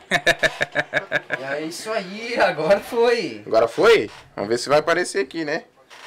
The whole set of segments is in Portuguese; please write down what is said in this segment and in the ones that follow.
É isso aí, agora foi. Agora foi? Vamos ver se vai aparecer aqui, né?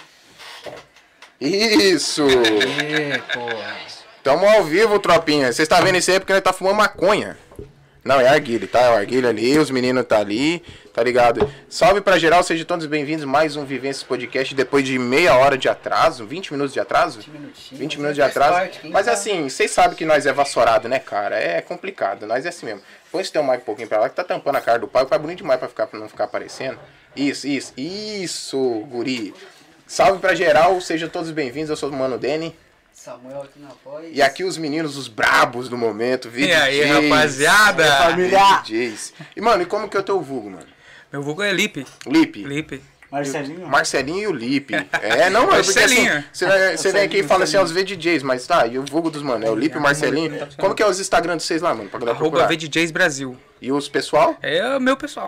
Isso! Aê, pô. Tamo ao vivo, tropinha. Vocês estão vendo isso aí porque nós tá fumando maconha. Não, é Arguile, tá? É o Arguile ali, os meninos tá ali, tá ligado? Salve pra geral, sejam todos bem-vindos. Mais um Vivências Podcast depois de meia hora de atraso, 20 minutos de atraso? 20 minutos de atraso. Mas assim, vocês sabem que nós é vassourado, né, cara? É complicado, nós é assim mesmo. Põe esse teu mic um pouquinho pra lá que tá tampando a cara do pai. O pai é bonito demais pra não ficar aparecendo. Isso, guri. Salve pra geral, sejam todos bem-vindos. Eu sou o Mano Deni. Samuel aqui na voz. E aqui os meninos, os brabos do momento, E aí, rapaziada? VDJs. E, mano, e como que é o teu vulgo, mano? Meu vulgo é Lipe. Lipe. Marcelinho E o Lipe. É, não, mano, porque assim, Marcelinho. você vem aqui e fala assim, os VDJs, mas tá, e o vulgo dos mano? É o Lipe e o Marcelinho. Como que é os Instagram de vocês lá, mano? Pra galera Arroba procurar. VDJs Brasil. E os pessoal? É o meu pessoal.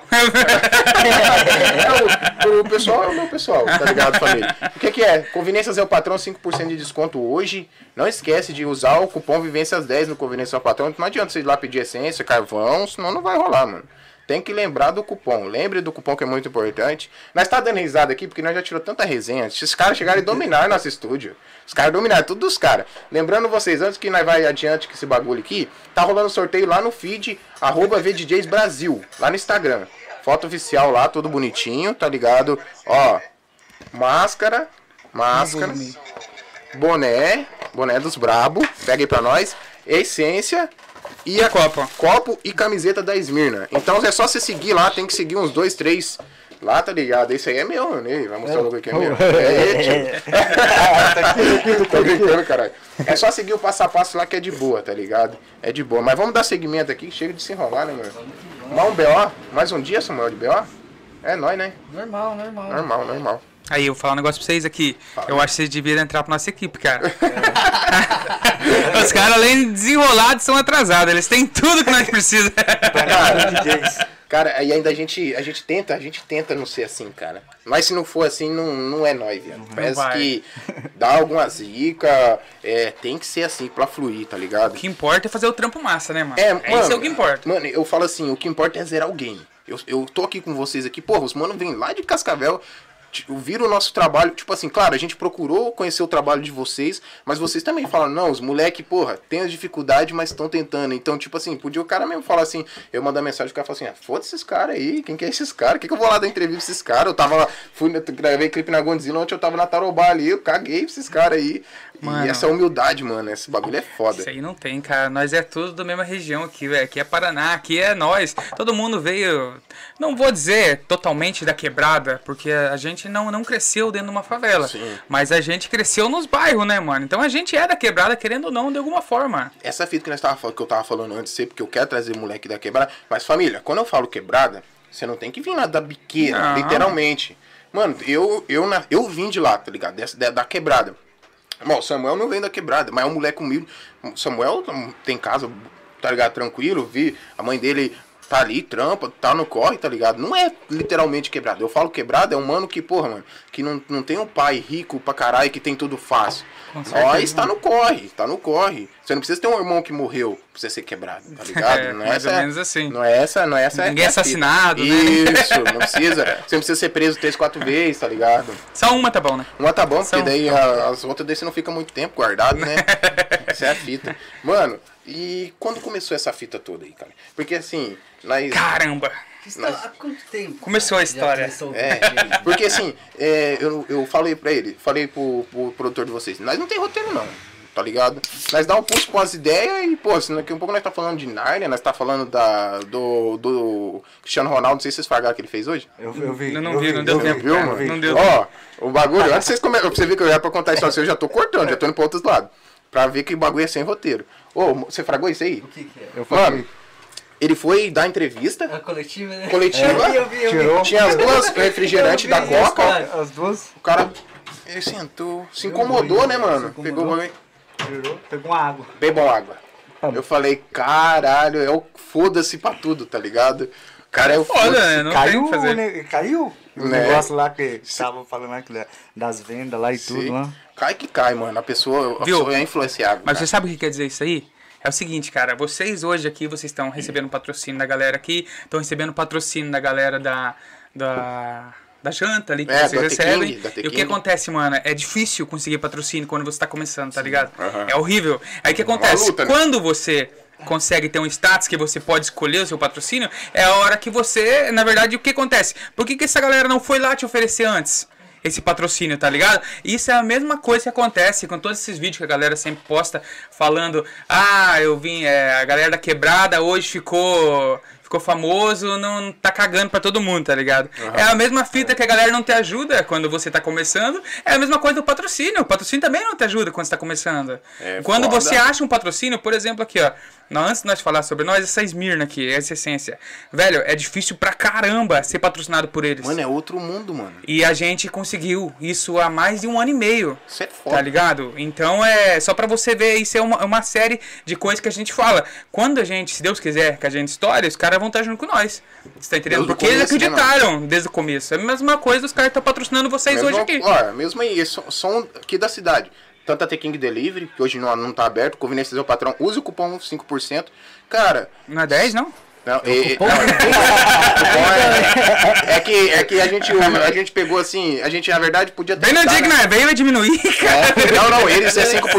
O pessoal é o meu pessoal, tá ligado, família? O que é? Conveniências é o patrão, 5% de desconto hoje. Não esquece de usar o cupom Vivências10 no Conveniências é o patrão. Não adianta você ir lá pedir essência, carvão, senão não vai rolar, mano. Tem que lembrar do cupom. Lembre do cupom que é muito importante. Nós tá dando risada aqui porque nós já tirou tanta resenha. Esses caras chegaram e dominaram nosso estúdio. Os caras dominaram, tudo dos caras. Lembrando vocês, antes que nós vai adiante com esse bagulho aqui, tá rolando sorteio lá no feed, @VDJs Brasil, lá no Instagram. Foto oficial lá, tudo bonitinho, tá ligado? Ó, máscara, boné dos brabo, pega aí pra nós, essência e a copo e camiseta da Esmirna. Então é só você seguir lá, tem que seguir uns 2, 3 lá, tá ligado? Esse aí é meu, mano. Ei, vai mostrar logo que é meu. Tô brincando, caralho. É só seguir o passo a passo lá que é de boa, tá ligado? É de boa. Mas vamos dar seguimento aqui, chega de se enrolar, né, mano? Mais um BO? Mais um dia, Samuel, de BO? É nóis, né? Normal. Normal. Aí, eu vou falar um negócio pra vocês aqui. Fala. Eu acho que vocês deviam entrar pra nossa equipe, cara. Os caras, além de desenrolados, são atrasados. Eles têm tudo que nós precisamos. Cara, e ainda a gente tenta não ser assim, cara. Mas se não for assim, não é nóis, viado. Parece vai. que dá alguma zica, tem que ser assim pra fluir, tá ligado? O que importa é fazer o trampo massa, né, mano? Mano, Isso é o que importa. Mano, eu falo assim, o que importa é zerar o game. Eu tô aqui com vocês aqui, porra, os mano vêm lá de Cascavel, viram o nosso trabalho, tipo assim, claro, a gente procurou conhecer o trabalho de vocês, mas vocês também falam, não, os moleque, porra, tem as dificuldades, mas estão tentando. Então, tipo assim, podia o cara mesmo falar assim, eu mandar mensagem, o cara fala assim, foda-se esses caras aí, quem que é esses caras? Que eu vou lá dar entrevista pra esses caras? Eu tava lá, gravei clipe na Godzilla, ontem eu tava na Tarobá ali, eu caguei pra esses caras aí. Mano, e essa humildade, mano, esse bagulho é foda. Isso aí não tem, cara. Nós é tudo da mesma região aqui, velho. Aqui é Paraná, aqui é nós. Todo mundo veio, não vou dizer totalmente da quebrada, porque a gente não cresceu dentro de uma favela. Sim. Mas a gente cresceu nos bairros, né, mano? Então a gente é da quebrada, querendo ou não, de alguma forma. Essa fita que eu tava falando antes, sei porque eu quero trazer moleque da quebrada. Mas família, quando eu falo quebrada, você não tem que vir lá da biqueira, Não. literalmente. Mano, eu vim de lá, tá ligado? Da quebrada. Bom, o Samuel não vem da quebrada, mas é um moleque humilde. O Samuel tem casa, tá ligado? Tranquilo, vi. A mãe dele tá ali, trampa, tá no corre, tá ligado? Não é literalmente quebrado. Eu falo quebrado, é um mano que, porra, mano, que não tem um pai rico pra caralho que tem tudo fácil. Nós tá no corre. Você não precisa ter um irmão que morreu pra você ser quebrado, tá ligado? É, Não é mais essa, ou menos assim. Não é essa. Ninguém é é assassinado, né? Isso, não precisa. Você não precisa ser preso 3, 4 vezes, tá ligado? Só uma tá bom, né? Uma tá bom, porque São- daí as outras daí você não fica muito tempo guardado, né? Essa é a fita. Mano, e quando começou essa fita toda aí, cara? Porque assim, nós... Caramba! Há quanto tempo? Começou a já história. começou o É, vídeo? porque assim, eu falei pra ele, falei pro produtor de vocês, nós não tem roteiro não, tá ligado? Nós dá um pulso com as ideias e, pô, daqui um pouco nós tá falando de Nárnia, nós tá falando do Cristiano Ronaldo, não sei se vocês fagaram o que ele fez hoje. Eu vi. Não vi, não deu tempo, Viu, cara. mano? Não deu Ó, o bagulho, antes de vocês começarem, pra você ver que eu ia pra contar isso assim, eu já tô cortando, já tô indo pra outros lados. Pra ver que o bagulho é sem roteiro. Ô, você fragou isso aí? O que é? Eu Mano, falei. ele foi dar entrevista, A coletiva, né? Coletiva? Eu vi. Tirou. tinha as duas refrigerantes da Eu vi essa Coca, história. As duas o cara, ele sentou, se incomodou, né, mano? Se Pegou o bagulho, tirou, pegou uma água. bebam água. Eu falei, caralho, é o foda-se pra tudo, tá ligado? O cara é o Foda, foda-se. né? Não tem Caiu, o que fazer. né? Caiu. O Né? negócio lá que tava falando lá, das vendas lá e tudo Sim. lá. Cai que cai, mano. A pessoa Viu? é influenciável. Mas cara. você sabe o que quer dizer isso aí? É o seguinte, cara, vocês hoje aqui, vocês estão recebendo patrocínio da galera aqui, estão recebendo patrocínio da galera da janta ali que vocês da recebem. The King. E o que acontece, mano? É difícil conseguir patrocínio quando você tá começando, tá ligado? É horrível. Aí o que acontece? luta, né? Quando você consegue ter um status que você pode escolher o seu patrocínio, é a hora que você, na verdade, o que acontece? Por que essa galera não foi lá te oferecer antes esse patrocínio, tá ligado? Isso é a mesma coisa que acontece com todos esses vídeos que a galera sempre posta falando, eu vim, a galera da quebrada hoje ficou famoso, não tá cagando pra todo mundo, tá ligado? É a mesma fita que a galera não te ajuda quando você tá começando, é a mesma coisa do patrocínio. O patrocínio também não te ajuda quando você tá começando. Quando foda. você acha um patrocínio, por exemplo, aqui, ó, antes de nós falar sobre nós, essa Esmirna aqui, essa essência, velho, é difícil pra caramba ser patrocinado por eles. Mano, é outro mundo, mano. E a gente conseguiu isso há mais de 1 ano e meio. Isso é foda. Tá ligado? Então só pra você ver, isso é uma série de coisas que a gente fala. Quando a gente, se Deus quiser que a gente estoure, os caras vão estar junto com nós. Você tá entendendo? Desde o Porque eles começo, né, acreditaram desde o começo. É a mesma coisa, os caras estão patrocinando vocês hoje aqui. Ó, mesmo aí, eles são aqui da cidade. Tanto a The King Delivery, que hoje não tá aberto, Conveniências é o patrão, use o cupom 5%. Cara... Não é 10, não? Não, é que a gente pegou assim, a gente na verdade podia ter... Bem no dia que não é, veio diminuir, cara. Não, eles é 5%.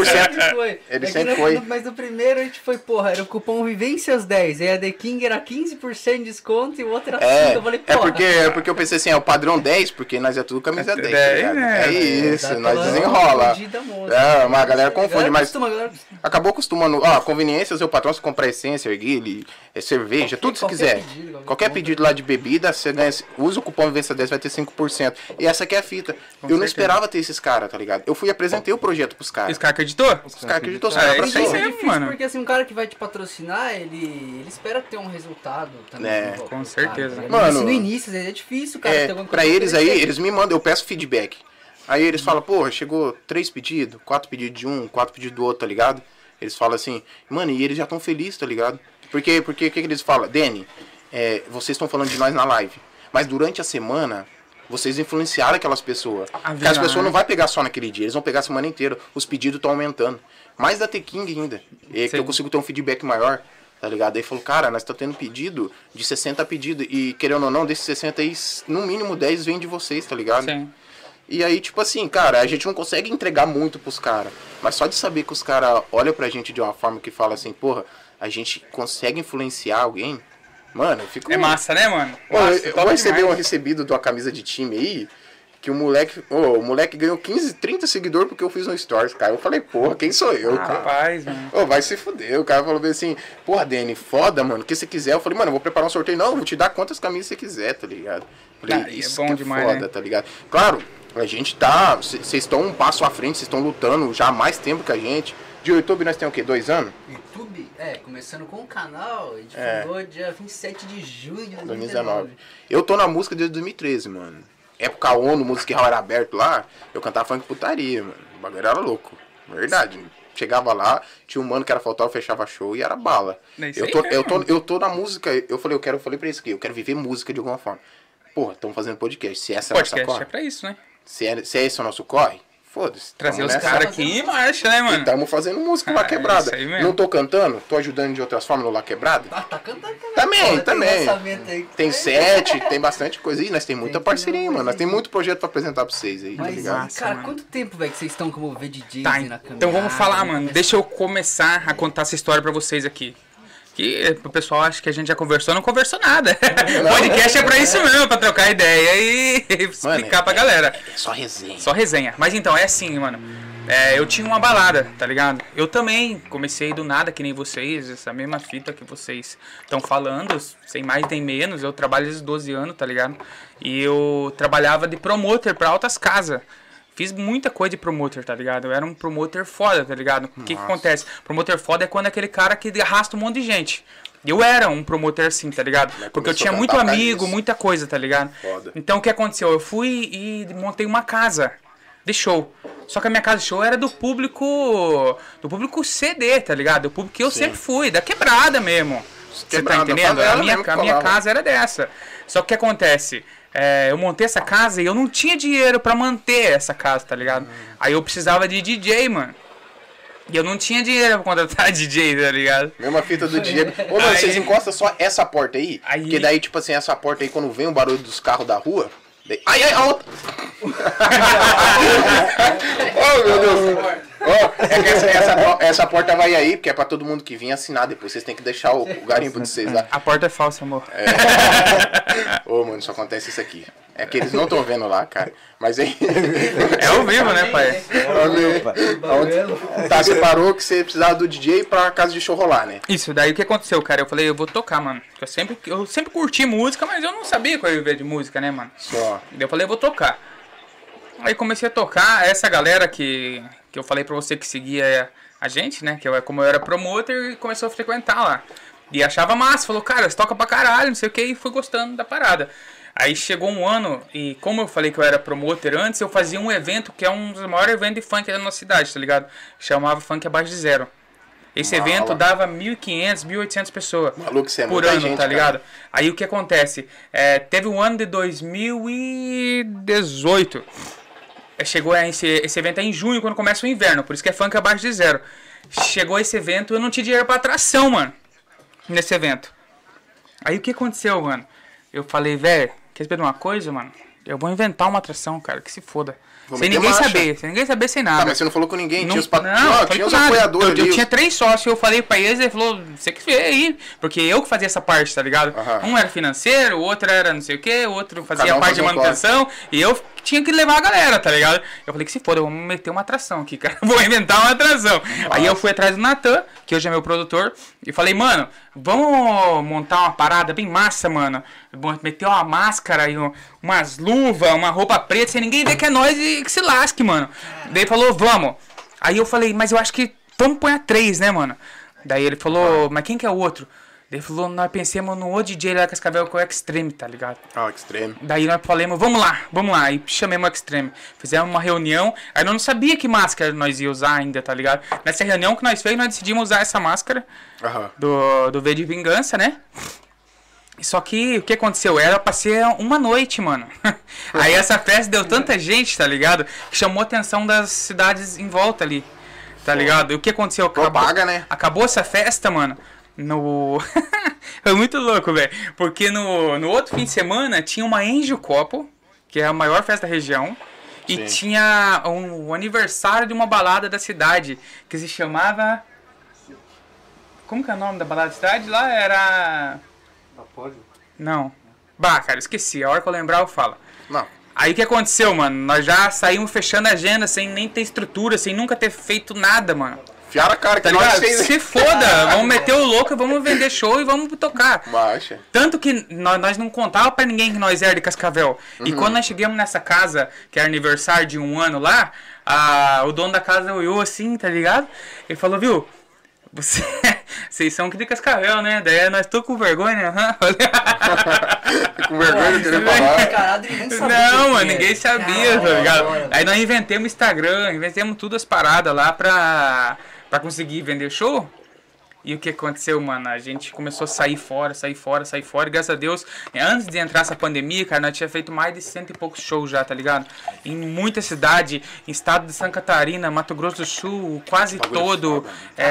Ele sempre foi. Mas no primeiro a gente foi, era o cupom Vivências 10, aí a The King era 15% de desconto e o outro era 5%. Eu falei, porque eu pensei assim, o padrão 10, porque nós é tudo camisa 10, tá ligado? né? É isso, nós desenrola. Mas a galera confunde, mas acabou acostumando. Ó, Conveniências, o patrão, se comprar essência, erguilha, cerveja, tudo que você quiser. Qualquer pedido lá de bebida, você ganha, usa o cupom Vivência 10, vai ter 5%. E essa aqui é a fita. Eu não esperava ter esses caras, tá ligado? Eu fui e apresentei o projeto pros caras. Esse cara acreditou? Os caras acreditou, os É caras isso aí abraçou. mesmo, mano. Porque assim, um cara que vai te patrocinar, ele espera ter um resultado também. com certeza. Mano, no início é difícil, cara. ter alguma coisa pra eles aí, oferecer. eles me mandam, eu peço feedback. Aí eles falam, porra, chegou 3 pedidos, 4 pedidos de um, 4 pedidos do outro, tá ligado? Eles falam assim, mano, e eles já estão felizes, tá ligado? Porque o que eles falam? Danny, vocês estão falando de nós na live, mas durante a semana, vocês influenciaram aquelas pessoas. Porque as pessoas não vão pegar só naquele dia, eles vão pegar a semana inteira. Os pedidos estão aumentando. Mais da The King ainda. E que eu consigo ter um feedback maior, tá ligado? Aí falou, cara, nós estamos tendo pedido de 60 pedidos. E querendo ou não, desses 60 aí, no mínimo 10 vem de vocês, tá ligado? Sim. E aí, tipo assim, cara, a gente não consegue entregar muito pros caras. Mas só de saber que os caras olham pra gente de uma forma que fala assim, porra, a gente consegue influenciar alguém. Mano, eu fico... É massa, né, mano? Pô, Massa, eu top recebi demais. um recebido de uma camisa de time aí, que o moleque ganhou 15, 30 seguidores porque eu fiz um stories, cara. Eu falei, porra, quem sou eu, cara? Rapaz, mano. Ô, vai se fuder. O cara falou bem assim, porra, Dani, foda, mano, o que você quiser. Eu falei, mano, eu vou preparar um sorteio. Não, eu vou te dar quantas camisas você quiser, tá ligado? Eu falei, É bom que demais, foda, né? tá ligado? Claro, a gente tá, vocês estão um passo à frente, vocês estão lutando já há mais tempo que a gente. De YouTube nós temos o quê? 2 anos? YouTube, começando com o canal, a gente fundou dia 27 de junho de 2019. Eu tô na música desde 2013, mano. Época ONU, Music Hall era aberto lá, eu cantava funk putaria, mano. O bagulho era louco. Verdade. Chegava lá, tinha um mano que era faltar, eu fechava show e era bala. Eu tô na música, eu falei pra isso aqui, eu quero viver música de alguma forma. Porra, estamos fazendo podcast. Se essa é a nossa Podcast corre, é pra isso, né? se é esse o nosso corre, foda-se. Trazer tamo os nessa. caras aqui em marcha, né, mano? Estamos fazendo música lá quebrada. isso aí mesmo. Não tô cantando, tô ajudando de outras formas no Lá Quebrada. Tá cantando Também, Pô, também. Tem lançamento aí. Tem 7, tem bastante coisa. Ih, nós tem muita Tem parceria, mano. Nós coisa tem aí. muito projeto pra apresentar pra vocês aí, tá Mas, ligado? Massa, cara, mano. quanto tempo, velho, que vocês estão como VDJs Tá, aí na câmera? então vamos falar, mano. Deixa eu começar a contar essa história pra vocês aqui. Que o pessoal acha que a gente já conversou, não conversou nada. Podcast é pra isso mesmo, pra trocar ideia e explicar pra galera. É só resenha. Só resenha. Mas então, é assim, mano. Eu tinha uma balada, tá ligado? Eu também comecei do nada, que nem vocês, essa mesma fita que vocês estão falando, sem mais nem menos. Eu trabalho desde 12 anos, tá ligado? E eu trabalhava de promoter pra altas casas. Fiz muita coisa de promoter, tá ligado? Eu era um promoter foda, tá ligado? O que acontece? Promoter foda é quando é aquele cara que arrasta um monte de gente. Eu era um promoter assim, tá ligado? Porque eu tinha muito amigo, muita coisa, tá ligado? Foda. Então o que aconteceu? Eu fui e montei uma casa de show. Só que a minha casa de show era do público CD, tá ligado? Do público que eu sempre fui, da quebrada mesmo. Você tá Quebrada, entendendo? favela A mesmo que minha colava. casa era dessa. Só que o que acontece? Eu montei essa casa e eu não tinha dinheiro pra manter essa casa, tá ligado? Aí eu precisava de DJ, mano. E eu não tinha dinheiro pra contratar DJ, tá ligado? Mesma fita do DJ. Ô, mano, vocês encostam só essa porta aí? Porque daí, tipo assim, essa porta aí, quando vem o barulho dos carros da rua... Daí... Ai, ó! Oh, meu Deus! Oh, é que essa porta vai aí, porque é pra todo mundo que vir assinar. Depois vocês têm que deixar o garimpo de vocês lá. A porta é falsa, amor. Ô, mano, só acontece isso aqui. É que eles não estão vendo lá, cara. Mas aí... É ao vivo, né, pai? Tá, você parou que você precisava do DJ pra casa de show rolar, né? Isso, daí o que aconteceu, cara? Eu falei, eu vou tocar, mano. Eu sempre curti música, mas eu não sabia que eu ia viver de música, né, mano? Só. Daí eu falei, eu vou tocar. Aí comecei a tocar, essa galera que eu falei pra você que seguia a gente, né? Que como eu era promoter, começou a frequentar lá. E achava massa, falou, cara, você toca pra caralho, não sei o que, e fui gostando da parada. Aí chegou um ano, e como eu falei que eu era promoter antes, eu fazia um evento que é um dos maiores eventos de funk da nossa cidade, tá ligado? Chamava Funk Abaixo de Zero. Esse evento dava 1.500, 1.800 pessoas Maluco, você é por muita ano, gente, tá ligado? cara. Aí o que acontece? Teve um ano de 2018. Chegou esse evento em junho, quando começa o inverno, por isso que é Funk Abaixo de Zero. Chegou esse evento, eu não tinha dinheiro pra atração, mano, nesse evento. Aí o que aconteceu, mano? Eu falei, velho, quer saber de uma coisa, mano? Eu vou inventar uma atração, cara, que se foda. Sem ninguém saber, sem nada. Ah, mas você não falou com ninguém? Não, tinha os apoiadores ali. Eu tinha 3 sócios, eu falei pra eles, ele falou, você que vê aí. Porque eu que fazia essa parte, tá ligado? Um era financeiro, o outro era não sei o que, o outro fazia a parte de manutenção. E eu tinha que levar a galera, tá ligado? Eu falei que se for, eu vou meter uma atração aqui, cara. Vou inventar uma atração. Aí eu fui atrás do Natan, que hoje é meu produtor, e falei, mano, vamos montar uma parada bem massa, mano. Meter uma máscara e umas luvas, uma roupa preta, sem ninguém ver que é nós e que se lasque, mano. Daí ele falou, vamos. Aí eu falei, mas eu acho que vamos pôr a 3, né, mano? Daí ele falou, mas quem que é o outro? Daí ele falou, nós pensamos no outro DJ lá da Cascavel, que é o Extreme, tá ligado? Ah, o Extreme. Daí nós falamos, vamos lá. E chamemos o Extreme. Fizemos uma reunião, aí nós não sabia que máscara nós ia usar ainda, tá ligado? Nessa reunião que nós fez, nós decidimos usar essa máscara do V de Vingança, né? Só que o que aconteceu? Era pra ser uma noite, mano. Aí essa festa deu tanta gente, tá ligado? Que chamou a atenção das cidades em volta ali, tá ligado? E o que aconteceu? Acabou essa festa, mano. Foi muito louco, velho. Porque no outro fim de semana tinha uma Angel Copo, que é a maior festa da região. E tinha um aniversário de uma balada da cidade, que se chamava... Como que é o nome da balada da cidade? Lá era... Não. Bah, cara, esqueci. A hora que eu lembrar eu falo. Não. Aí o que aconteceu, mano? Nós já saímos fechando a agenda sem nem ter estrutura, sem nunca ter feito nada, mano. Fiaram a cara, tá ligado? Se foda, vamos meter o louco, vamos vender show e vamos tocar. Baixa. Tanto que nós não contava pra ninguém que nós era de Cascavel. E quando nós chegamos nessa casa, que era aniversário de um ano lá, o dono da casa olhou assim, tá ligado? Ele falou, viu? Vocês são aqui de Cascavel, né? Daí nós tô com vergonha, né? Com vergonha de querer falar. Não, mano, ninguém sabia, tá ligado? Aí nós inventemos Instagram, inventemos tudo as paradas lá pra conseguir vender show. E o que aconteceu, mano? A gente começou a sair fora. E graças a Deus, antes de entrar essa pandemia, cara, nós tinha feito mais de 100 e poucos shows já, tá ligado? Em muita cidade, em estado de Santa Catarina, Mato Grosso do Sul, quase todo.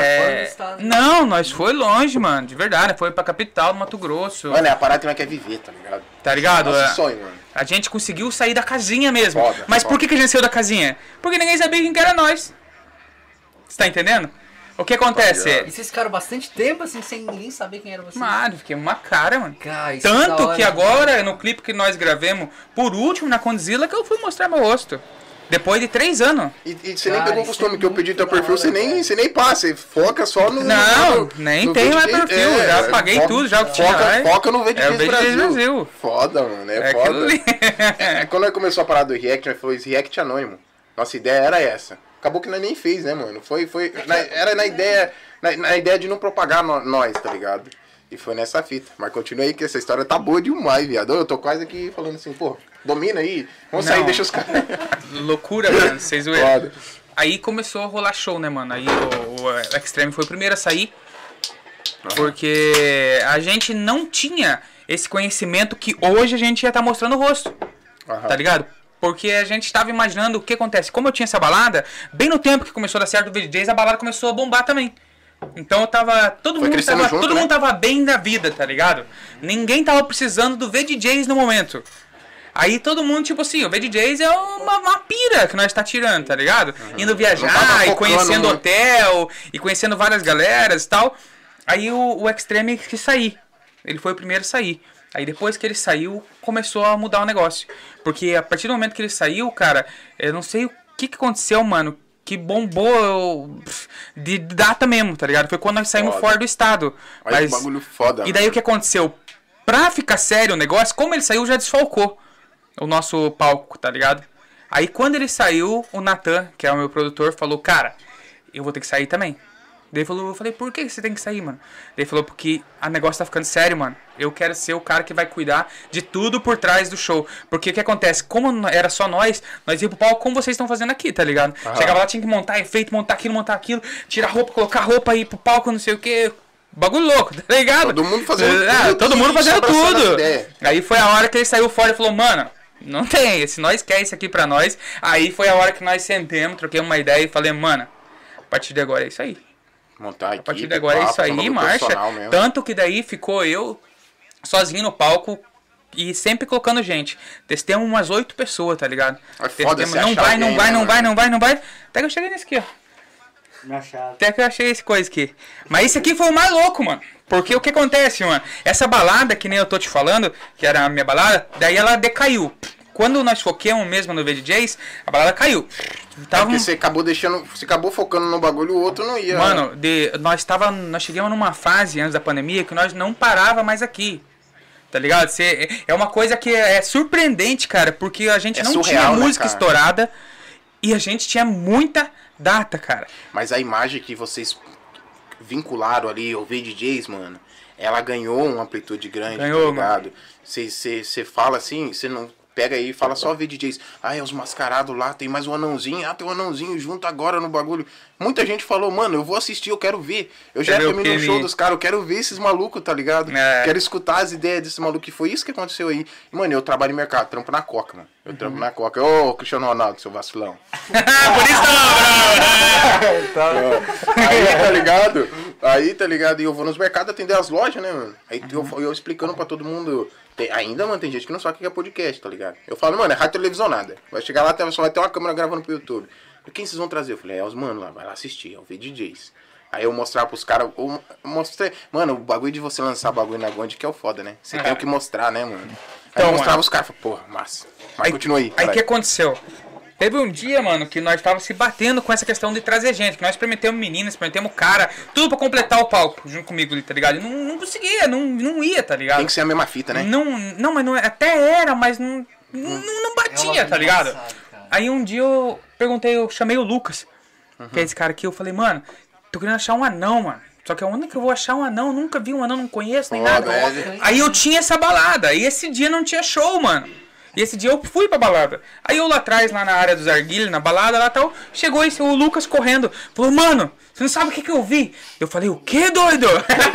Não, nós foi longe, mano, de verdade. Foi pra capital do Mato Grosso. Mano, é a parada que nós quer viver, tá ligado? Tá ligado? Nosso sonho, mano. A gente conseguiu sair da casinha mesmo. Mas por que a gente saiu da casinha? Porque ninguém sabia quem que era nós. Você tá entendendo? O que acontece? E vocês ficaram bastante tempo assim, sem ninguém saber quem era vocês? Mano, fiquei uma cara, mano. Cara, tanto que agora, no clipe que nós gravemos, por último, na Condzilla, que eu fui mostrar meu rosto. Depois de 3 anos. E você nem pegou o costume que eu pedi teu perfil, você nem passa, você foca só no... Não, nem tem mais perfil, já apaguei tudo, já foca no vídeo de Brasil. Foda, mano, foda. Quando começou a parada do React, nós falamos React anônimo. Nossa ideia era essa. Acabou que nós nem fez, né, mano? Era na ideia de não propagar nós, tá ligado? E foi nessa fita. Mas continua aí que essa história tá boa demais, viado. Eu tô quase aqui falando assim, pô, domina aí. Vamos sair, deixa os caras... Loucura, mano. Vocês viram. Aí começou a rolar show, né, mano? Aí o Extreme foi o primeiro a sair. Porque a gente não tinha esse conhecimento que hoje a gente já tá mostrando o rosto. Tá ligado? Porque a gente tava imaginando o que acontece. Como eu tinha essa balada, bem no tempo que começou a dar certo o VDJs, a balada começou a bombar também. Então eu tava. Todo mundo tava bem da vida, tá ligado? Ninguém tava precisando do VDJs no momento. Aí todo mundo, tipo assim, o VDJs é uma pira que nós tá tirando, tá ligado? Indo viajar e conhecendo hotel, e conhecendo várias galeras e tal. Aí o Extreme quis sair. Ele foi o primeiro a sair. Aí depois que ele saiu, começou a mudar o negócio. Porque a partir do momento que ele saiu, cara, eu não sei o que aconteceu, mano. Que bombou de data mesmo, tá ligado? Foi quando nós saímos fora do estado. Mas bagulho foda. E daí o que aconteceu? Pra ficar sério o negócio, como ele saiu, já desfalcou o nosso palco, tá ligado? Aí quando ele saiu, o Natan, que é o meu produtor, falou, cara, eu vou ter que sair também. Daí eu falei, por que você tem que sair, mano? Daí ele falou, porque o negócio tá ficando sério, mano. Eu quero ser o cara que vai cuidar de tudo por trás do show. Porque o que acontece? Como era só nós íamos pro palco como vocês estão fazendo aqui, tá ligado? Chegava lá, tinha que montar efeito, montar aquilo, tirar roupa, colocar roupa, ir pro palco, não sei o que. Bagulho louco, tá ligado? Todo mundo fazendo tudo. Todo mundo fazendo tudo. Aí foi a hora que ele saiu fora e falou, mano, não tem, se nós quer isso aqui pra nós. Aí foi a hora que nós sentemos, troquemos uma ideia e falei, mano, a partir de agora é isso aí. Montar a partir de agora é isso aí, marcha. Tanto que daí ficou eu sozinho no palco e sempre colocando gente. Testemos umas 8 pessoas, tá ligado? Testemos, não vai. Até que eu cheguei nesse aqui, ó. Até que eu achei esse coisa aqui. Mas esse aqui foi o mais louco, mano. Porque o que acontece, mano? Essa balada, que nem eu tô te falando, que era a minha balada, daí ela decaiu. Quando nós foquemos mesmo no VDJs, a balada caiu. Porque você acabou focando no bagulho, o outro não ia. Mano, nós chegamos numa fase antes da pandemia que nós não parava mais aqui. Tá ligado? É uma coisa que é surpreendente, cara, porque a gente não surreal, tinha música estourada e a gente tinha muita data, cara. Mas a imagem que vocês vincularam ali, o VDJs, mano, ela ganhou uma amplitude grande, tá ligado? Você fala assim, você não pega aí e fala só VDJs. Ah, é os mascarados lá, tem mais um anãozinho. Ah, tem um anãozinho junto agora no bagulho. Muita gente falou, mano, eu vou assistir, eu quero ver. Eu já terminei o show dos caras, eu quero ver esses malucos, tá ligado? Quero escutar as ideias desses malucos. Foi isso que aconteceu aí. E, mano, eu trabalho em mercado, trampo na Coca, mano. Eu trampo na Coca. Ô, Cristiano Ronaldo, seu vacilão. Por isso não, aí, tá ligado? Aí, tá ligado? E eu vou nos mercados atender as lojas, né, mano? Aí eu explicando pra todo mundo. Ainda, mano, tem gente que não sabe o que é podcast, tá ligado? Eu falo, mano, é rádio televisionada. Vai chegar lá, só vai ter uma câmera gravando pro YouTube. Quem vocês vão trazer? Eu falei, os mano lá, vai lá assistir, é o VDJs. Aí eu mostrar pros caras, eu mostrei, mano, o bagulho de você lançar bagulho na Gonde que é o foda, né? Você tem o que mostrar, né, mano? Aí então, eu mostrava os caras, porra, massa. Mas continua aí. Aí o que aconteceu? Teve um dia, mano, que nós tava se batendo com essa questão de trazer gente, que nós experimentamos meninas, experimentamos cara, tudo pra completar o palco, junto comigo, tá ligado? Não conseguia, não ia, tá ligado? Tem que ser a mesma fita, né? Não, mas não, até era, mas não batia, tá ligado? Aí um dia eu chamei o Lucas, que é esse cara aqui, eu falei, mano, tô querendo achar um anão, mano. Só que onde que eu vou achar um anão? Nunca vi um anão, não conheço nem nada. Aí eu tinha essa balada, e esse dia não tinha show, mano. E esse dia eu fui pra balada. Aí eu lá atrás, lá na área dos arguilhos, na balada lá tal, chegou o Lucas correndo. Falou, mano, você não sabe o que eu vi? Eu falei, o que, doido?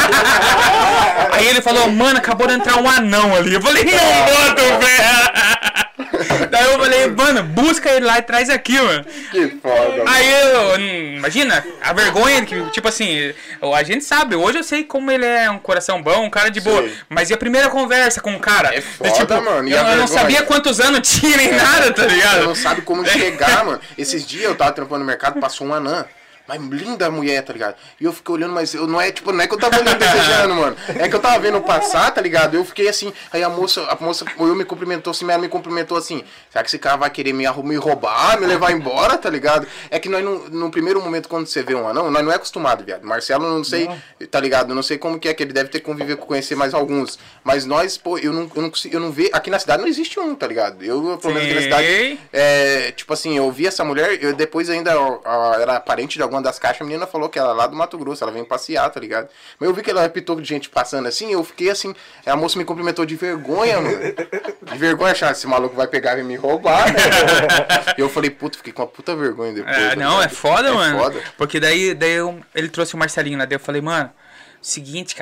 Aí ele falou, mano, acabou de entrar um anão ali. Eu falei, não boto, velho. Daí eu falei, mano, busca ele lá e traz aqui, mano. Que foda. Aí imagina, a vergonha que, tipo assim, a gente sabe, hoje eu sei como ele é um coração bom, um cara de boa. Mas e a primeira conversa com o cara? É foda, tipo, mano. E eu não sabia quantos anos tinha nem nada, tá ligado? Você não sabe como chegar, mano. Esses dias eu tava trampando no mercado, passou uma anã. Mas linda a mulher, tá ligado? E eu fiquei olhando, mas não é que eu tava olhando desejando, mano. É que eu tava vendo passar, tá ligado? Eu fiquei assim, aí a moça me cumprimentou assim, ela me cumprimentou assim. Será que esse cara vai querer me roubar, me levar embora, tá ligado? É que nós, no primeiro momento, quando você vê um anão, nós não é acostumado, viado. Marcelo, não sei, tá ligado? Eu não sei como que é, que ele deve ter convivido, conhecer mais alguns. Mas nós, pô, eu não vejo, aqui na cidade não existe um, tá ligado? Eu, pelo menos aqui na cidade, tipo assim, eu vi essa mulher, eu depois ainda era parente de alguma das caixas, a menina falou que ela é lá do Mato Grosso, ela vem passear, tá ligado? Mas eu vi que ela repitou de gente passando assim, eu fiquei assim, a moça me cumprimentou de vergonha, mano. De vergonha, achar esse maluco vai pegar e me roubar, né? E eu falei, puta, fiquei com uma puta vergonha depois. Não, é foda, mano. Foda. Porque daí ele trouxe o Marcelinho lá, daí eu falei, mano, seguinte, cara,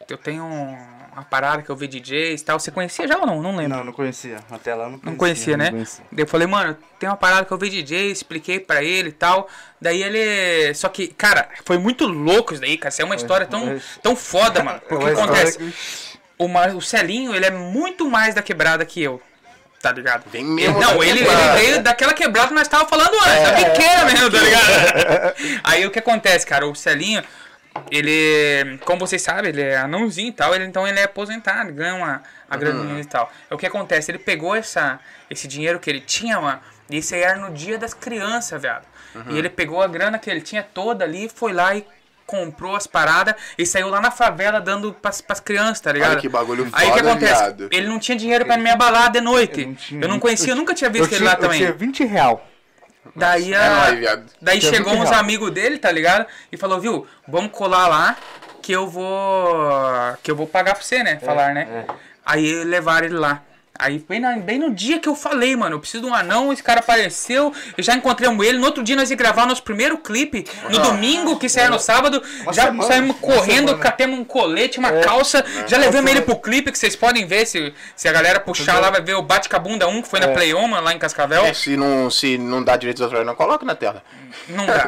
eu tenho uma parada que eu vi DJs e tal. Você conhecia já ou não? Não lembro. Não conhecia. Até lá Não conhecia, né? Daí eu falei, mano, tem uma parada que eu vi DJ, expliquei pra ele e tal. Daí ele... Só que, cara, foi muito louco isso daí, cara. Isso é uma história tão foda, mano. Porque o que acontece? O Celinho, ele é muito mais da quebrada que eu. Tá ligado? Vem mesmo. Não, ele veio daquela quebrada que nós tava falando antes, da pequena mesmo, tá ligado? Aí o que acontece, cara? O Celinho, ele, como vocês sabem, ele é anãozinho e tal, então ele é aposentado, ganha uma graninha e tal. O que acontece? Ele pegou esse dinheiro que ele tinha, mano, e isso aí era no dia das crianças, viado. E ele pegou a grana que ele tinha toda ali, foi lá e comprou as paradas e saiu lá na favela dando pras crianças, tá ligado? Olha que bagulho foda, aí o que acontece? viado. Ele não tinha dinheiro pra me abalar de noite. Eu não conhecia, eu nunca tinha visto ele lá também. Eu tinha R$20. Daí, daí chegou uns amigos dele, tá ligado? E falou, viu, vamos colar lá que eu vou pagar pra você, né? Falar, né? Aí levaram ele lá. Aí bem no dia que eu falei, mano, eu preciso de um anão, esse cara apareceu, eu já encontramos ele, no outro dia nós ia gravar nosso primeiro clipe, no domingo, que saia no sábado, já saímos correndo, catemos um colete, uma calça, já levamos ele pro clipe, que vocês podem ver, se a galera puxar lá, vai ver o Bate Cabunda 1, que foi na Playoma, lá em Cascavel. Se não dá direitos autorais, não coloca na tela. Não dá.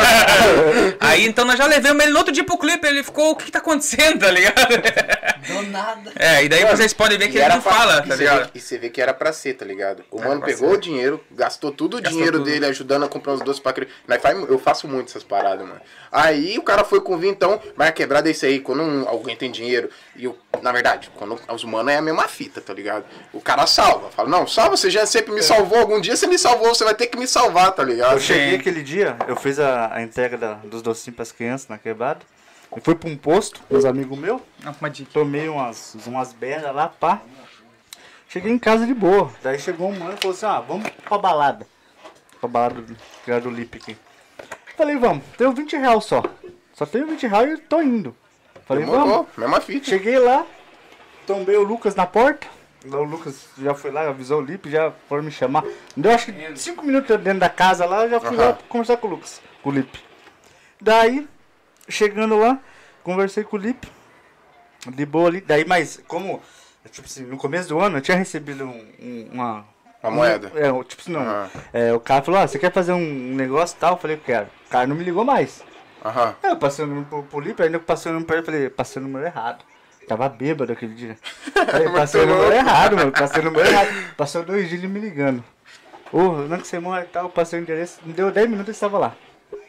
Aí então nós já levamos ele no outro dia pro clipe, ele ficou, o que tá acontecendo, tá ligado? Do nada. E daí vocês podem ver que ele não fala, tá ligado? E você vê que era pra ser, tá ligado? O mano pegou o dinheiro, gastou tudo o dinheiro dele ajudando a comprar os doces pra criança. Eu faço muito essas paradas, mano. Aí o cara foi com então, mas a quebrada é isso aí, quando alguém tem dinheiro, na verdade, quando os humanos é a mesma fita, tá ligado? O cara salva, fala, não, salva, você já sempre me salvou, algum dia você me salvou, você vai ter que me salvar, tá ligado? Eu cheguei aquele dia, eu fiz a entrega dos docinhos pras crianças na quebrada. Eu fui pra um posto, com uns amigos meus, tomei umas berras lá, pá. Cheguei em casa de boa. Daí chegou um mano e falou assim, vamos pra balada. Pra balada que era do Lip aqui. Falei, vamos, tenho R$20 só. Só tenho R$20 e tô indo. Falei, vamos. Mesma fita. Cheguei lá, tombei o Lucas na porta. O Lucas já foi lá, avisou o Lip, já foram me chamar. Deu acho que 5 minutos dentro da casa lá, eu já fui lá conversar com o Lucas, com o Lip. Daí, chegando lá, conversei com o Lip. De boa ali. Daí, mas como... Tipo assim, no começo do ano eu tinha recebido uma moeda. Tipo assim, não. O cara falou, você quer fazer um negócio e tal? Eu falei, eu quero. O cara não me ligou mais. Eu passei o número pro Lipe, ainda passei o número pra ele, falei, passei o número errado. Tava bêbado aquele dia. Falei, passei o número errado, mano. Passei o número errado. Passou 2 dias ele me ligando. Não que você mora e tal, passei o endereço. Me deu 10 minutos e estava lá.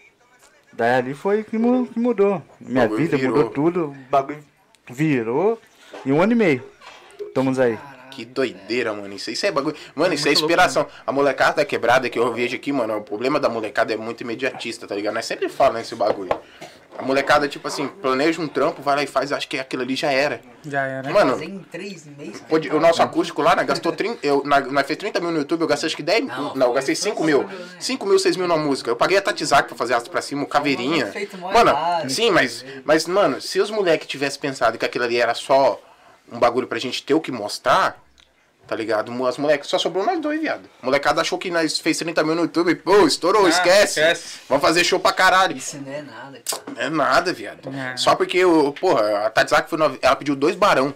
Daí ali foi que mudou. Minha vida mudou tudo. O bagulho virou em 1 ano e meio. Estamos aí. Que doideira, mano. Isso é bagulho. Mano, isso é inspiração. Louco, a molecada da quebrada que eu vejo aqui, mano, o problema da molecada é muito imediatista, tá ligado? Nós sempre falamos nesse bagulho. A molecada, tipo assim, planeja um trampo, vai lá e faz, acho que aquilo ali já era. Já era. Mano, fazer em 3 meses. O nosso acústico lá, né, gastou 30. Nós fez 30 mil no YouTube, eu gastei acho que 10 mil. Não, eu gastei 5 mil. 5 mil, 6 mil na música. Eu paguei a Tatizak pra fazer Astro pra cima, o Caveirinha. Mano, sim, mas, mano, se os moleques tivessem pensado que aquilo ali era só um bagulho pra gente ter o que mostrar, tá ligado? As moleques, só sobrou nós dois, viado. A molecada achou que nós fez 30 mil no YouTube, pô, estourou, esquece. Vamos fazer show pra caralho. Isso não é nada, cara. Não é nada, viado. Só porque, porra, a Tatizak foi ela pediu 2 barão.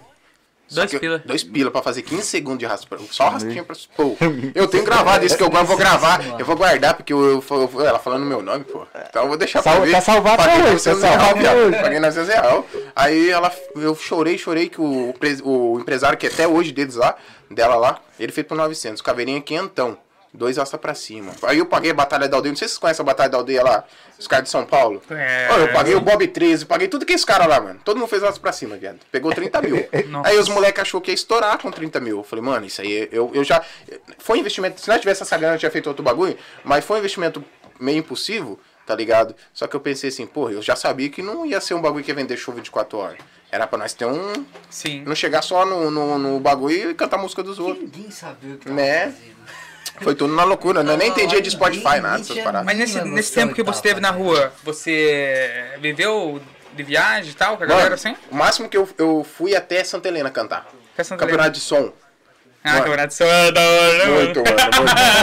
2 pila pra fazer 15 segundos de raspa. Só rastinha pra... Pô, eu tenho gravado isso que eu vou gravar. Eu vou guardar porque ela falando meu nome, pô. Então eu vou deixar pra ver. Tá salvado pra hoje. Paguei R$900. Aí eu chorei que o empresário que até hoje dela lá, ele fez por 900. Caveirinha quentão. 2 alça pra cima. Aí eu paguei a Batalha da Aldeia. Não sei se vocês conhecem a Batalha da Aldeia lá. Os caras de São Paulo. Eu paguei o Bob 13. Paguei tudo que esse cara lá, mano. Todo mundo fez alça pra cima, viado. Pegou 30 mil. Aí os moleques achou que ia estourar com 30 mil. Eu falei, mano, isso aí eu já... Foi investimento... Se nós tivesse essa grana, eu tinha feito outro bagulho. Mas foi um investimento meio impossível, tá ligado? Só que eu pensei assim, porra, eu já sabia que não ia ser um bagulho que ia vender show 24 horas. Era pra nós ter um... Sim. Não chegar só no bagulho e cantar a música dos outros. Ninguém sabia o que tava fazendo. Foi tudo na loucura, eu nem entendia de Spotify, nada, essas paradas. Mas nesse tempo que você esteve na rua, você viveu de viagem e tal, com a galera assim? O máximo que eu fui até Santa Helena cantar. Campeonato de som. Campeonato de som é da hora, né, muito,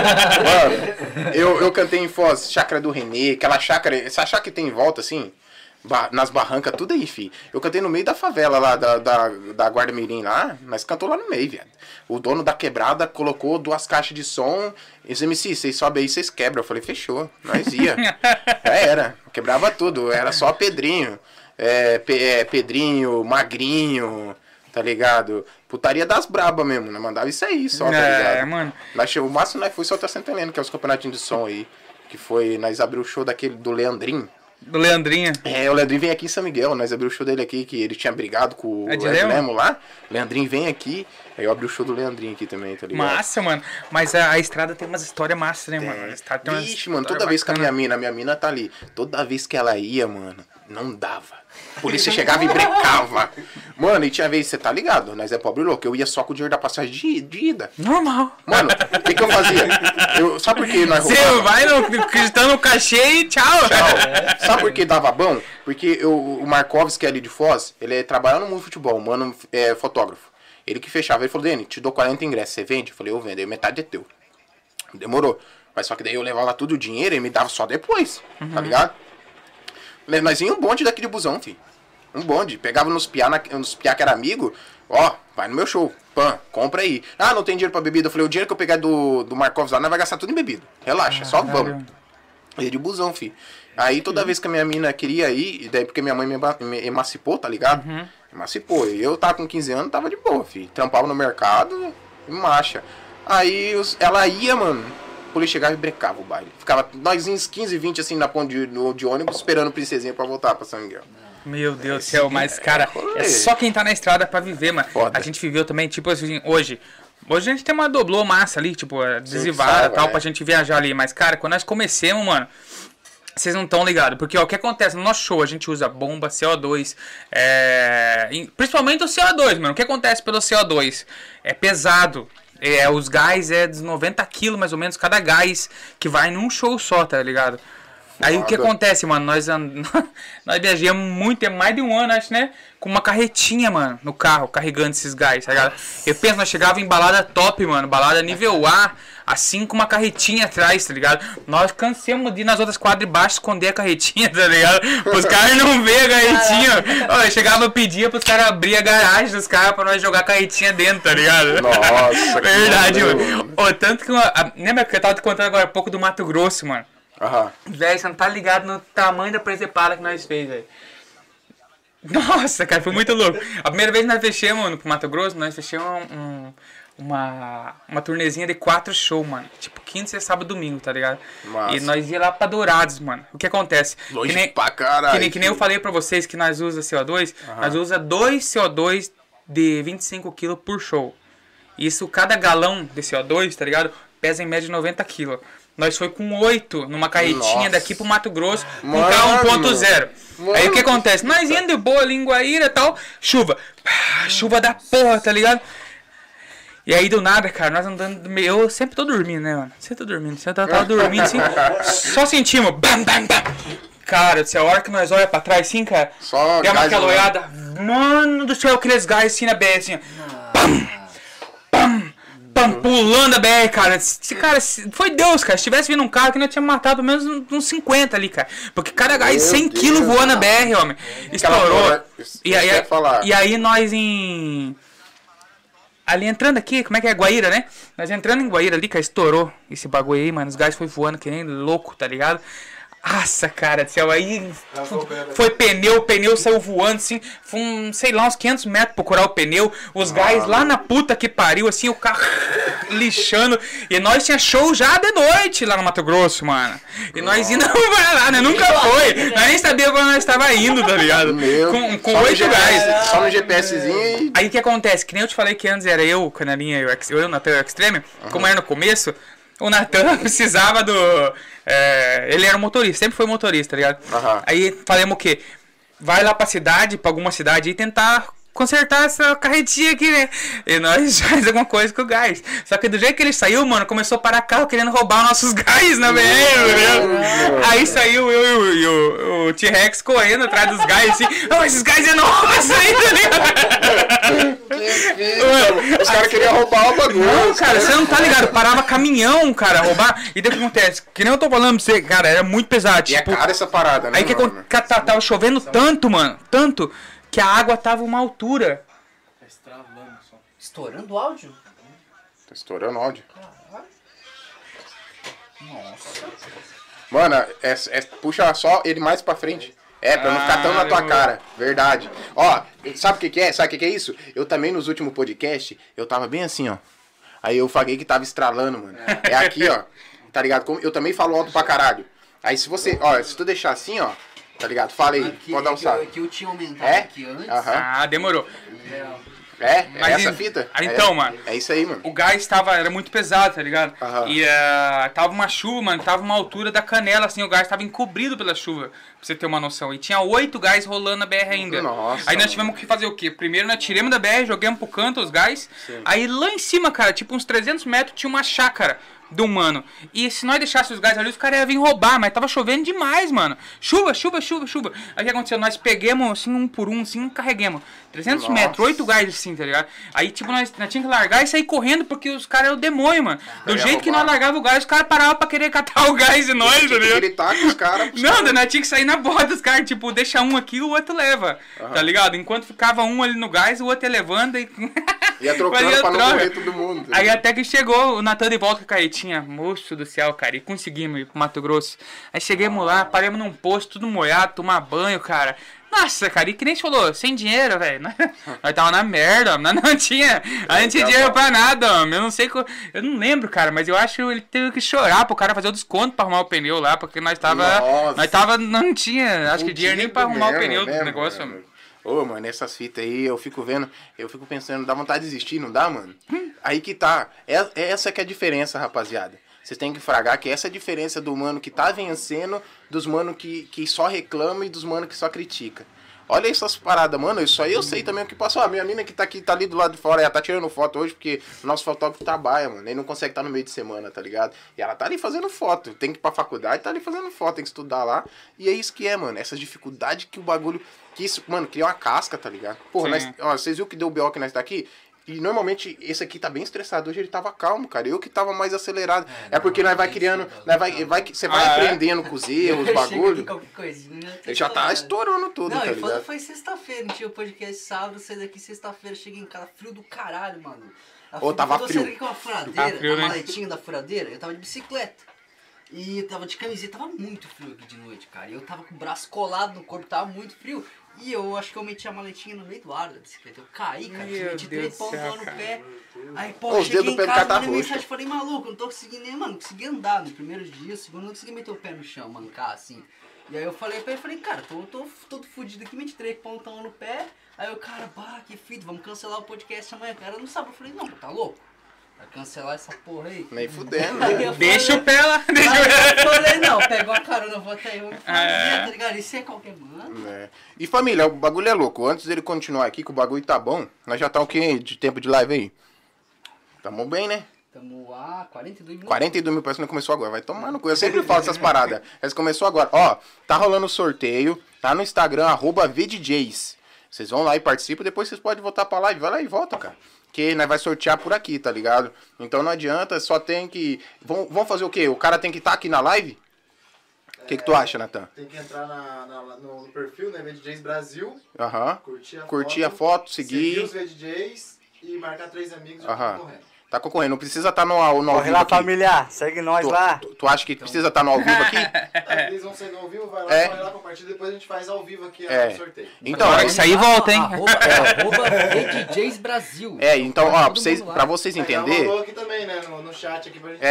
mano. Eu cantei em Foz, Chácara do Renê, aquela chácara, essa chácara que tem em volta, assim, nas barrancas, tudo aí, fi. Eu cantei no meio da favela lá, da Guarda Mirim lá, nós cantou lá no meio, velho. O dono da quebrada colocou 2 caixas de som, e os MC, vocês sobem aí, vocês quebram. Eu falei, fechou, nós ia. Já era, quebrava tudo, era só Pedrinho, Pedrinho, Magrinho, tá ligado? Putaria das brabas mesmo, né? Mandava isso aí só, tá ligado? Mano. O máximo nós foi só Santa Helena, que é os campeonatinhos de som aí. Que foi, nós abriu o show daquele do Leandrinho. Do Leandrinho? O Leandrinho vem aqui em São Miguel, nós abriu o show dele aqui, que ele tinha brigado com o Ed Lemo lá. O Leandrinho vem aqui, aí eu abri o show do Leandrinho aqui também, tá ligado? Massa, mano. Mas a estrada tem umas histórias massas, né, mano? Vixe, mano, toda vez que a minha mina tá ali, toda vez que ela ia, mano, não dava. A polícia chegava e brecava. Mano, e tinha vez, você tá ligado? Nós é pobre louco. Eu ia só com o dinheiro da passagem de ida. Normal. Mano, o que eu fazia? Sabe por que nós roubava? Você vai acreditando no cachê e tchau. Sabe por que dava bom? Porque o Markovski ali de Foz, ele trabalhava no mundo do futebol, mano, fotógrafo. Ele que fechava, ele falou, Deni, te dou 40 ingressos, você vende? Eu falei, eu vendo, aí metade é teu. Demorou. Mas só que daí eu levava tudo o dinheiro e me dava só depois, tá ligado? Nós ia um bonde daqui de busão, filho. Um bonde. Pegava nos piá que era amigo. Ó, vai no meu show. Pã, compra aí. Ah, não tem dinheiro pra bebida. Eu falei, o dinheiro que eu pegar do Markovs lá, nós vai gastar tudo em bebida. Relaxa, só vamos. Ia de busão, filho. Aí toda vez que a minha mina queria ir, daí porque minha mãe me emancipou, tá ligado? Emancipou. E eu tava com 15 anos, tava de boa, filho. Trampava no mercado e marcha. Aí ela ia, mano. A polícia chegava e brecava o baile. Ficava nós uns 15, 20 assim na ponte de ônibus esperando Princesinha pra voltar pra São Miguel. Meu Deus do céu, mas cara, é só quem tá na estrada pra viver, mano. Foda. A gente viveu também, tipo assim, hoje a gente tem uma doblô massa ali, tipo, adesivada e tal, pra gente viajar ali. Mas, cara, quando nós comecemos, mano, vocês não estão ligados. Porque, ó, o que acontece no nosso show? A gente usa bomba, CO2, principalmente o CO2, mano. O que acontece pelo CO2? É pesado. Os gás é de 90 kg, mais ou menos, cada gás que vai num show só, tá ligado? Aí o que acontece, mano? Nós viajamos muito, mais de um ano, acho, né? Com uma carretinha, mano, no carro, carregando esses gás, tá ligado? Eu penso, nós chegávamos em balada top, mano, balada nível A, assim, com uma carretinha atrás, tá ligado? Nós cansamos de ir nas outras quadras de baixo esconder a carretinha, tá ligado? Os caras não vêem a carretinha. Ó, eu chegava e pedia pros caras abrir a garagem dos caras pra nós jogar a carretinha dentro, tá ligado? Nossa, verdade, mano. Ó, tanto que, lembra que eu tava te contando agora há pouco do Mato Grosso, mano? Velho, você não tá ligado no tamanho da presepada que nós fez, velho. Nossa, cara, foi muito louco. A primeira vez que nós fechamos, mano, pro Mato Grosso, nós fechamos uma turnezinha de 4 shows, mano. Tipo, quinta, sexta, sábado, domingo, tá ligado? Massa. E nós ia lá pra Dourados, mano. O que acontece? Longe pra caralho. Que nem eu falei pra vocês que nós usa CO2, nós usa 2 CO2 de 25 kg por show. Isso, cada galão de CO2, tá ligado? Pesa em média 90 kg. Nós foi com 8 numa carretinha daqui pro Mato Grosso, com carro 1.0. Aí o que acontece? Nós indo de boa ali em Guaíra e tal, chuva. Chuva da porra, tá ligado? E aí do nada, cara, nós andando. Eu sempre tô dormindo, né, mano? Sempre tô dormindo. Sempre tava dormindo assim. Só sentimos. Bam, bam, bam. Cara, a hora que nós olha pra trás assim, cara. Só tem uma calorada. Mano do céu, aqueles gás assim na BR, assim, ó. Pulando a BR, cara. Cara, foi Deus, cara. Se tivesse vindo um carro que nós tinha matado pelo menos uns 50 ali, cara. Porque cada gás 100 kg voando na BR, homem. Estourou. E aí nós ali entrando aqui, como é que é? Guaíra, né? Nós entrando em Guaíra ali, cara, estourou esse bagulho aí, mano. Os gás foi voando que nem louco, tá ligado? Nossa, cara do céu, aí foi o pneu saiu voando, assim, foi sei lá, uns 500 metros procurar o pneu, os gás lá na puta que pariu, assim, o carro lixando, e nós tinha show já de noite lá no Mato Grosso, mano, e nós indo pra lá, né, nunca foi, nós nem sabia quando nós estava indo, tá ligado, com 8 gás. Só no GPSzinho. Aí o que acontece, que nem eu te falei que antes era eu, o Canelinha, eu o Natan e o Extreme, como era no começo, o Natan precisava do... ele era motorista, sempre foi motorista, tá ligado? Aí falamos o quê? Vai lá pra alguma cidade e tentar consertar essa carretinha aqui, né? E nós faz alguma coisa com o gás. Só que do jeito que ele saiu, mano, começou a parar carro querendo roubar nossos gás na BR, tá Aí saiu eu e o T-Rex correndo atrás dos gás, assim, esses gás é nosso aí, tá ligado? Os caras queriam roubar o bagulho. Não, cara, você não tá ligado. Parava caminhão, cara, roubar. E daí o que acontece? Que nem eu tô falando pra você, cara, era muito pesado. E Tipo, é cara essa parada, né? aí que tava chovendo tanto, mano. Tanto que a água tava uma altura. Tá estravando só. Estourando o áudio? Tá estourando o áudio. Caralho. Nossa. Mano, puxa só ele mais pra frente. Pra não ficar tão na tua cara. Verdade. Ó, sabe o que é? Sabe o que é isso? Eu também, nos últimos podcasts, eu tava bem assim, ó. Aí eu falei que tava estralando, mano. É aqui, ó. Tá ligado? Eu também falo alto pra caralho. Aí se você, ó, se tu deixar assim, ó. Tá ligado? Fala aí. Pode dar um salve. Que eu tinha aumentado aqui antes. Ah, demorou. Mas essa fita? Então, mano. É isso aí, mano. O gás era muito pesado, tá ligado? E tava uma chuva, mano, tava uma altura da canela, assim, o gás tava encobrido pela chuva, pra você ter uma noção. E tinha 8 gás rolando na BR ainda. Nossa, aí nós tivemos que fazer o quê? Primeiro nós tiramos da BR, jogamos pro canto os gás. Sim. Aí lá em cima, cara, tipo uns 300 metros, tinha uma chácara do mano. E se nós deixássemos os gás ali, os caras iam vir roubar, mas tava chovendo demais, mano. Chuva. Aí o que aconteceu? Nós pegamos, assim, um por um, assim, carreguemos. 300 metros, 8 gás, assim, tá ligado? Aí, tipo, nós tínhamos que largar e sair correndo, porque os caras eram o demônio, mano. Do jeito que nós largava o gás, os caras paravam pra querer catar o gás de nós, tá ligado? Gritar com os caras. Não, nós tínhamos que sair na borda dos caras, tipo, deixa um aqui, o outro leva, tá ligado? Enquanto ficava um ali no gás, o outro ia levando e... Ia trocando pra não morrer todo mundo. Aí até que chegou o Natan de volta com a carretinha. Moço do céu, cara. E conseguimos ir pro Mato Grosso. Aí chegamos lá, paramos num posto, tudo molhado, tomar banho, cara. Nossa, cara, e que nem você falou, sem dinheiro, velho. Nós tava na merda, nós não tinha. A gente tinha dinheiro pra nada, homem. Eu não sei. Eu não lembro, cara, mas eu acho que ele teve que chorar pro cara fazer o desconto pra arrumar o pneu lá, porque nós tava. Nossa. Nós tava. Não tinha, acho que dinheiro nem pra arrumar o pneu do negócio, homem. Ô, mano, essas fitas aí, eu fico pensando, dá vontade de desistir, não dá, mano? Aí que tá. Essa que é a diferença, rapaziada. Vocês têm que fragar que essa é a diferença do mano que tá vencendo, dos mano que só reclama e dos mano que só critica. Olha essas paradas, mano. Isso aí eu sei também o que passou. A minha mina que tá aqui, tá ali do lado de fora, ela tá tirando foto hoje, porque o nosso fotógrafo trabalha, mano. Ele não consegue estar no meio de semana, tá ligado? E ela tá ali fazendo foto. Tem que ir pra faculdade, tá ali fazendo foto, tem que estudar lá. E é isso que é, mano. Essas dificuldades que o bagulho. Que isso, mano, cria uma casca, tá ligado? Porra, vocês viram que deu o B.O. que nós tá aqui? E normalmente esse aqui tá bem estressado. Hoje ele tava calmo, cara. Eu que tava mais acelerado. É porque nós vai criando. Você vai aprendendo com os erros, os bagulhos. Ele já tá estourando tudo, não, tá ligado? Não, foi sexta-feira. Não tinha o podcast sábado, saí daqui sexta-feira, cheguei em casa, frio do caralho, mano. Tava frio. Eu saí com a furadeira, a maletinha da furadeira, eu tava de bicicleta. E tava de camiseta, tava muito frio aqui de noite, cara. E eu tava com o braço colado no corpo, tava muito frio. E eu acho que eu meti a maletinha no meio do ar da bicicleta. Eu caí, cara, meti 3 pontos no pé. Aí, pô, eu cheguei em casa, mandei mensagem, falei, maluco, eu não tô conseguindo nem, mano, não consegui andar no primeiro dia, no segundo, não consegui meter o pé no chão, mancar, assim. E aí eu falei pra ele, cara, tô todo fudido aqui, meti 3 pontão no pé. Aí eu, cara, que fito, vamos cancelar o podcast amanhã. Cara, eu não sabe, eu falei, não, tá louco? Vai cancelar essa porra aí? Nem fudendo. Deixa o pé lá. Eu falei, não, pegou a carona, vou até aí, vamos fazer, tá ligado? Isso é qualquer mano. E família, o bagulho é louco. Antes dele continuar aqui, que o bagulho tá bom, nós já tá o quê de tempo de live aí? Tamo bem, né? Tamo a 42 mil. 42 mil, parece que não começou agora. Vai tomar no cu. Eu sempre falo essas paradas. Mas começou agora. Ó, tá rolando sorteio. Tá no Instagram, @VDJs. Vocês vão lá e participam. Depois vocês podem voltar pra live. Vai lá e volta, cara. Que nós vai sortear por aqui, tá ligado? Então não adianta, só tem que... Vamos fazer o quê? O cara tem que estar aqui na live? O que tu acha, Natan? Tem que entrar no perfil, né? VDJs Brasil. Curtir a foto, seguir os VDJs e marcar 3 amigos e concorrendo. Tá concorrendo, não precisa estar no ao vivo. Corre lá, familiar, segue nós lá. Tu acha que precisa estar no ao vivo aqui? Eles vão sair no ao vivo, vai lá compartilha, depois a gente faz ao vivo aqui o sorteio. Então, hora que sair, volta, hein? VDJs Brasil. Então, ó, pra vocês entenderem. Falou aqui também, né, no chat aqui pra gente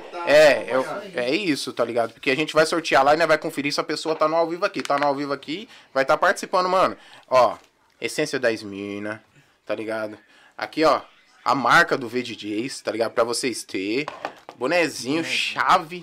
é isso, tá ligado? Porque a gente vai sortear lá e né, vai conferir se a pessoa tá no ao vivo aqui. Tá no ao vivo aqui, vai estar participando, mano. Ó, essência da Esmirna, tá ligado? Aqui, ó. A marca do VDJs, tá ligado? Pra vocês terem. Bonezinho, chave.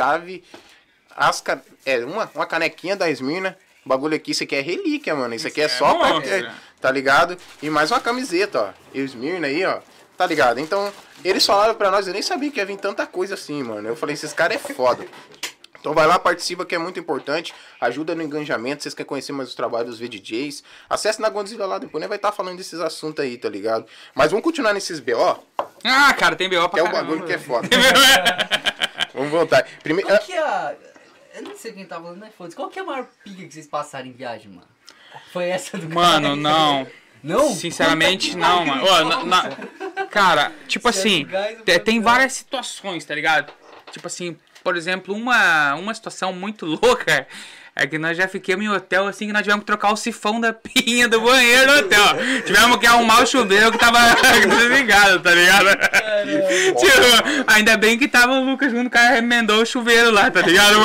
Uma canequinha da Esmirna. O bagulho aqui, isso aqui é relíquia, mano. Isso aqui é só pra ter, tá ligado? E mais uma camiseta, ó. Esmirna aí, ó. Tá ligado? Então, eles falaram pra nós, eu nem sabia que ia vir tanta coisa assim, mano. Eu falei, esses caras é foda. Então vai lá, participa, que é muito importante. Ajuda no engajamento. Vocês querem conhecer mais os trabalhos dos VDJs? Acesse na Godzilla lá, depois, né? Vai estar falando desses assuntos aí, tá ligado? Mas vamos continuar nesses BO. Ah, cara, tem BO pra que caramba. É o bagulho que é foda. Vamos voltar. Primeiro... Qual que é eu não sei quem tá falando, né? Foda-se. Qual que é a maior pica que vocês passaram em viagem, mano? Foi essa do Mano, cara? não. Não? Sinceramente, não, mano. Cara, tipo assim, tem várias situações, tá ligado? Tipo assim, por exemplo, uma situação muito louca é que nós já ficamos em hotel assim que nós tivemos que trocar o sifão da pinha do banheiro do hotel. Tivemos que arrumar o chuveiro que tava desligado, tá ligado? Tipo, ainda bem que tava o Lucas junto, o cara remendou o chuveiro lá, tá ligado?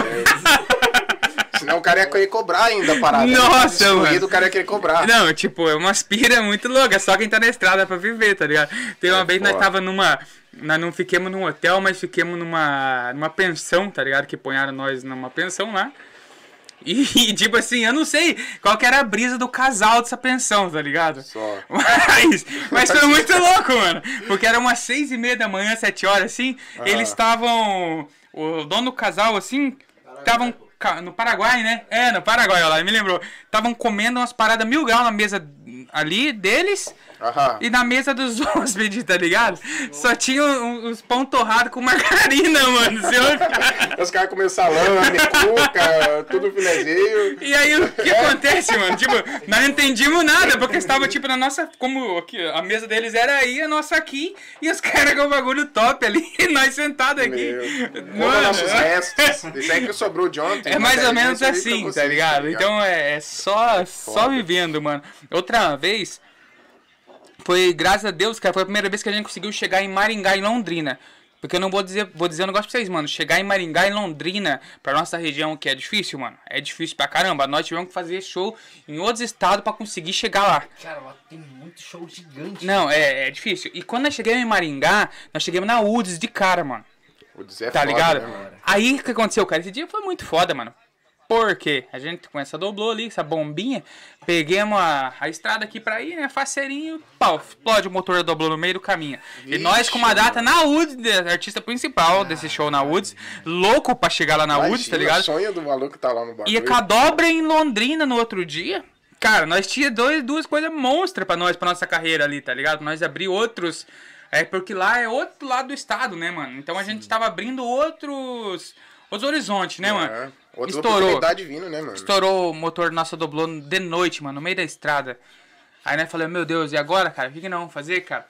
Senão o cara ia querer cobrar ainda a parada. Nossa, mano. O cara ia querer cobrar. Não, tipo, é uma aspira muito louca. Só quem tá na estrada pra viver, tá ligado? Tem uma vez nós tava nós não ficamos num hotel, mas ficamos numa pensão, tá ligado? Que ponharam nós numa pensão lá. E, tipo assim, eu não sei qual que era a brisa do casal dessa pensão, tá ligado? Só. Mas foi muito louco, mano. Porque era umas 6:30 da manhã, 7 horas, assim. Eles estavam... O dono do casal, assim, estavam... No Paraguai, né? É, no Paraguai, olha lá, me lembrou. Estavam comendo umas paradas 1000 graus na mesa ali deles e na mesa dos hóspedes, tá ligado? Só tinha uns pão torrados com margarina, mano. Os caras comeram salame, cuca, tudo filezinho. E aí, o que acontece, mano? Tipo, nós não entendimos nada, porque estava, tipo, na nossa... Como aqui, a mesa deles era aí, a nossa aqui, e os caras com o bagulho top ali, e nós sentados aqui. Mano, nossos restos. Isso aí que sobrou de ontem. É mais ou menos assim, tá ligado? Então é só vivendo, mano. Outra vez, foi, graças a Deus, cara, foi a primeira vez que a gente conseguiu chegar em Maringá, em Londrina. Porque eu não vou dizer um negócio pra vocês, mano. Chegar em Maringá, em Londrina, pra nossa região, que é difícil, mano. É difícil pra caramba. Nós tivemos que fazer show em outros estados pra conseguir chegar lá. Cara, lá tem muito show gigante. Não, é difícil. E quando nós chegamos em Maringá, nós chegamos na UDS de cara, mano. UDS é tá foda, ligado? Né, aí, o que aconteceu, cara? Esse dia foi muito foda, mano. Porque a gente com essa doblô ali, essa bombinha, peguemos a estrada aqui pra ir, né? Faceirinho, pau, explode o motor da doblô no meio do caminho. Vixe, e nós com uma data na UDS, artista principal desse show na UDS, louco pra chegar lá na UDS, tá ligado? O sonho do maluco tá lá no bagulho. E com a dobra em Londrina no outro dia. Cara, nós tínhamos duas coisas monstras pra nós, pra nossa carreira ali, tá ligado? Nós abrir outros... porque lá é outro lado do estado, né, mano? Então a gente tava abrindo outros horizontes, né, mano? Outra oportunidade vindo, né, mano? Estourou o motor nosso doblô de noite, mano, no meio da estrada. Aí nós falamos, meu Deus, e agora, cara? O que nós vamos fazer, cara?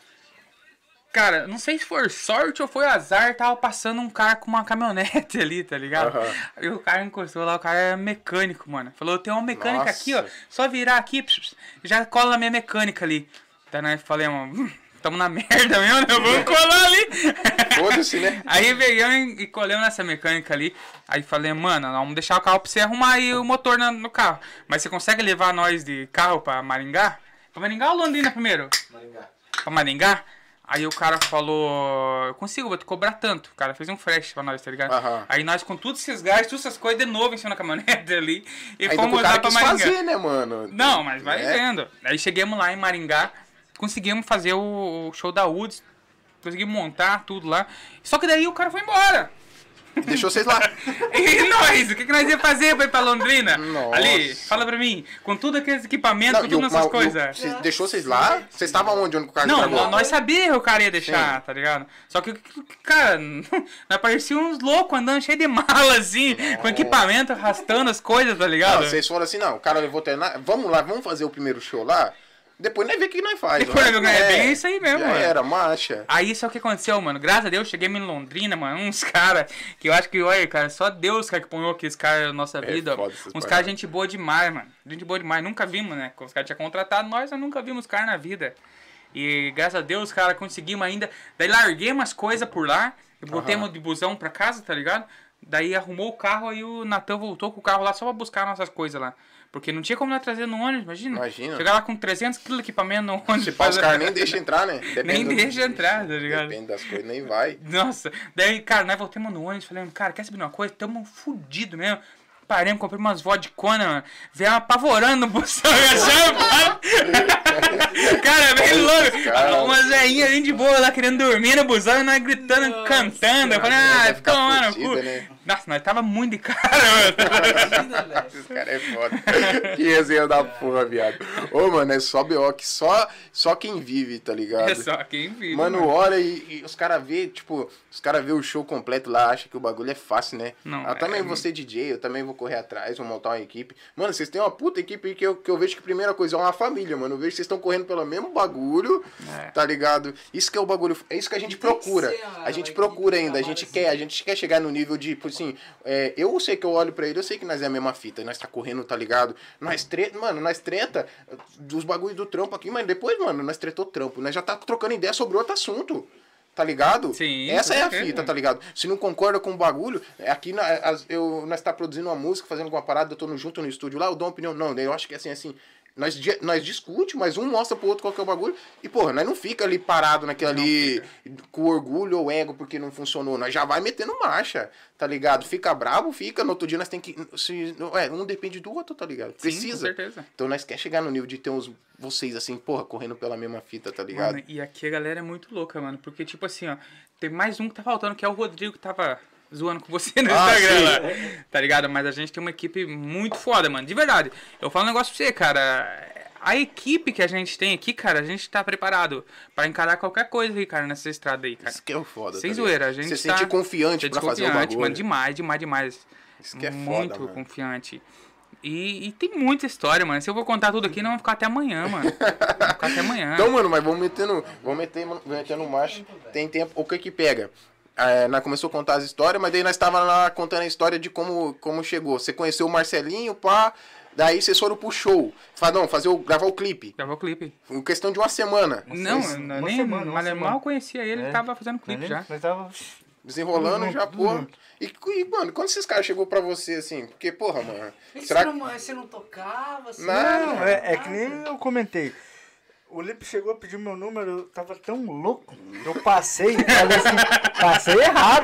Cara, não sei se foi sorte ou foi azar, tava passando um cara com uma caminhonete ali, tá ligado? Aí o cara encostou lá, o cara era mecânico, mano. Falou, tem uma mecânica aqui, ó, só virar aqui, já cola na minha mecânica ali. Daí nós falamos, tamo na merda mesmo, né? Vamos colar ali. Foda-se, né? Aí veio e colhemos nessa mecânica ali. Aí falei, mano, vamos deixar o carro pra você arrumar aí o motor no carro. Mas você consegue levar nós de carro pra Maringá? Pra Maringá ou Londrina primeiro? Maringá. Pra Maringá? Aí o cara falou, eu consigo, vou te cobrar tanto. O cara fez um fresh pra nós, tá ligado? Aí nós com todos esses gás, todas essas coisas de novo em cima da caminhonete ali. E aí fomos lá pra Maringá. Fazer, né, mano? Não, mas vai vendo. Aí chegamos lá em Maringá, conseguimos fazer o show da UDS, conseguimos montar tudo lá. Só que daí o cara foi embora. Deixou vocês lá. E nós? O que nós ia fazer pra ir pra Londrina? Nossa. Ali, fala pra mim. Com tudo aqueles equipamentos, com todas essas coisas. Deixou vocês lá? Vocês estavam onde o cara não, estragou? Nós sabíamos que o cara ia deixar, tá ligado? Só que, cara, nós parecíamos uns loucos andando cheio de mala, assim, com equipamento, arrastando as coisas, tá ligado? Não, vocês foram assim, não, o cara levou treinar. Vamos lá, vamos fazer o primeiro show lá. Depois nós vê o que nós faz. Depois é bem isso aí mesmo, já mano. Era, marcha. Aí só o que aconteceu, mano. Graças a Deus, cheguei em Londrina, mano. Uns caras que eu acho que, olha, cara, só Deus, cara, que ponhou aqueles caras na nossa vida. Uns caras, gente boa demais, mano. Gente boa demais. Nunca vimos, né? Os caras tinham contratado nós nunca vimos os caras na vida. E graças a Deus, cara, conseguimos ainda. Daí larguei umas coisas por lá. Botemos de busão pra casa, tá ligado? Daí arrumou o carro, aí o Natan voltou com o carro lá só pra buscar nossas coisas lá. Porque não tinha como nós trazer no ônibus, imagina. Chegar lá com 300 kg de equipamento no ônibus. Se os caras nem deixam entrar, né? Nem deixa entrar, tá ligado? Depende das coisas, nem vai. Nossa, daí, cara, nós voltamos no ônibus, falando, cara, quer saber de uma coisa? Tamo fudido mesmo. Paremos, comprei umas vodicona, mano. Veio apavorando no busão e achando, cara, bem louco. Umas velhinhas ali de boa lá querendo dormir no busão e nós gritando, cantando. Eu falei, fica lá no cu. Né? Nossa, nós tava muito de cara, mano. Esse cara é foda. Que resenha da porra, viado. Ô, mano, é só BO que só quem vive, tá ligado? É só quem vive. Mano, olha e os caras vê, tipo, os caras vê o show completo lá, acham que o bagulho é fácil, né? Não, eu também vou ser DJ, eu também vou correr atrás, vou montar uma equipe. Mano, vocês têm uma puta equipe aí que eu vejo que a primeira coisa é uma família, mano. Eu vejo que vocês estão correndo pelo mesmo bagulho, tá ligado? Isso que é o bagulho, é isso que a gente procura. A gente procura ainda, a gente quer chegar no nível de, tipo assim, eu sei que eu olho pra ele, eu sei que nós é a mesma fita, nós tá correndo, tá ligado? Nós treta dos bagulhos do trampo aqui, mas depois, mano, nós tretou trampo, nós já tá trocando ideia sobre outro assunto. Tá ligado? Sim. Essa é a fita, tá ligado? Se não concorda com o bagulho, aqui nós tá produzindo uma música, fazendo alguma parada, eu tô junto no estúdio lá, eu dou uma opinião. Não, eu acho que é assim. Nós discute, mas um mostra pro outro qual que é o bagulho. E, porra, nós não fica ali parado naquilo ali com orgulho ou ego porque não funcionou. Nós já vai metendo marcha, tá ligado? Fica brabo, fica. No outro dia nós tem que... um depende do outro, tá ligado? Precisa. Sim, com certeza. Então nós quer chegar no nível de ter vocês assim, porra, correndo pela mesma fita, tá ligado? Mano, e aqui a galera é muito louca, mano. Porque, tipo assim, ó, tem mais um que tá faltando, que é o Rodrigo, que tava zoando com você no Instagram lá, tá ligado? Mas a gente tem uma equipe muito foda, mano, de verdade. Eu falo um negócio pra você, cara, a equipe que a gente tem aqui, cara, a gente tá preparado pra encarar qualquer coisa aí, cara, nessa estrada aí, cara. Isso que é o foda, sem zoeira, a gente você sente confiante pra fazer o bagulho. Mano, demais. Isso que é muito foda, mano. Confiante. E tem muita história, mano. Se eu vou contar tudo aqui, não vamos ficar até amanhã, mano. Vamos ficar até amanhã. Então, mano, mas vamos metendo marcha. Tem tempo. O que pega? Nós começou a contar as histórias, mas daí nós tava lá contando a história de como chegou. Você conheceu o Marcelinho, pá. Daí vocês foram pro show. Gravar o clipe. Gravar o clipe. Em questão de uma semana. Mas mal conhecia ele, ele tava fazendo clipe já. Nós tava desenrolando já, porra. E, mano, quando esses caras chegou pra você, assim, porque, porra, mano... Você não tocava? Assim, não, é que nem eu comentei. O Lipe chegou a pedir meu número, eu tava tão louco. Eu passei, falei assim, passei errado.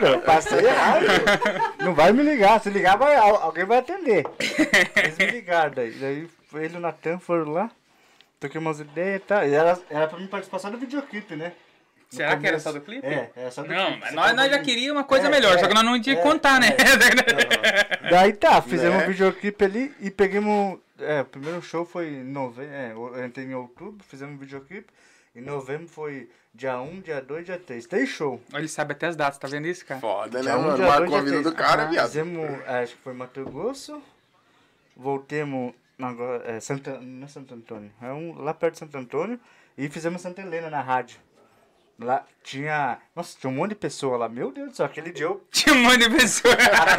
Não vai me ligar, se ligar alguém vai atender. Eles me ligaram daí. Daí ele e o Natan foram lá, toquei umas ideias e tal. E era pra mim participar só do videoclipe, né? Será que era só do clipe? Era só do clipe. Não, mas nós já queríamos uma coisa melhor, só que nós não tínhamos que contar, né? Daí fizemos um videoclipe ali e pegamos... o primeiro show foi em novembro, eu entrei em outubro, fizemos um videoclipe. Em novembro foi dia 1, dia 2, dia 3. 3 shows. Ele sabe até as datas, tá vendo isso, cara? Foda, né, mano? Marcou a vida do cara, viado. Fizemos, acho que foi Mato Grosso. Voltemos, não é Santo Antônio. Lá perto de Santo Antônio. E fizemos Santa Helena na rádio. Lá tinha um monte de pessoa lá. Meu Deus do céu, aquele dia eu... Tinha um monte de pessoa.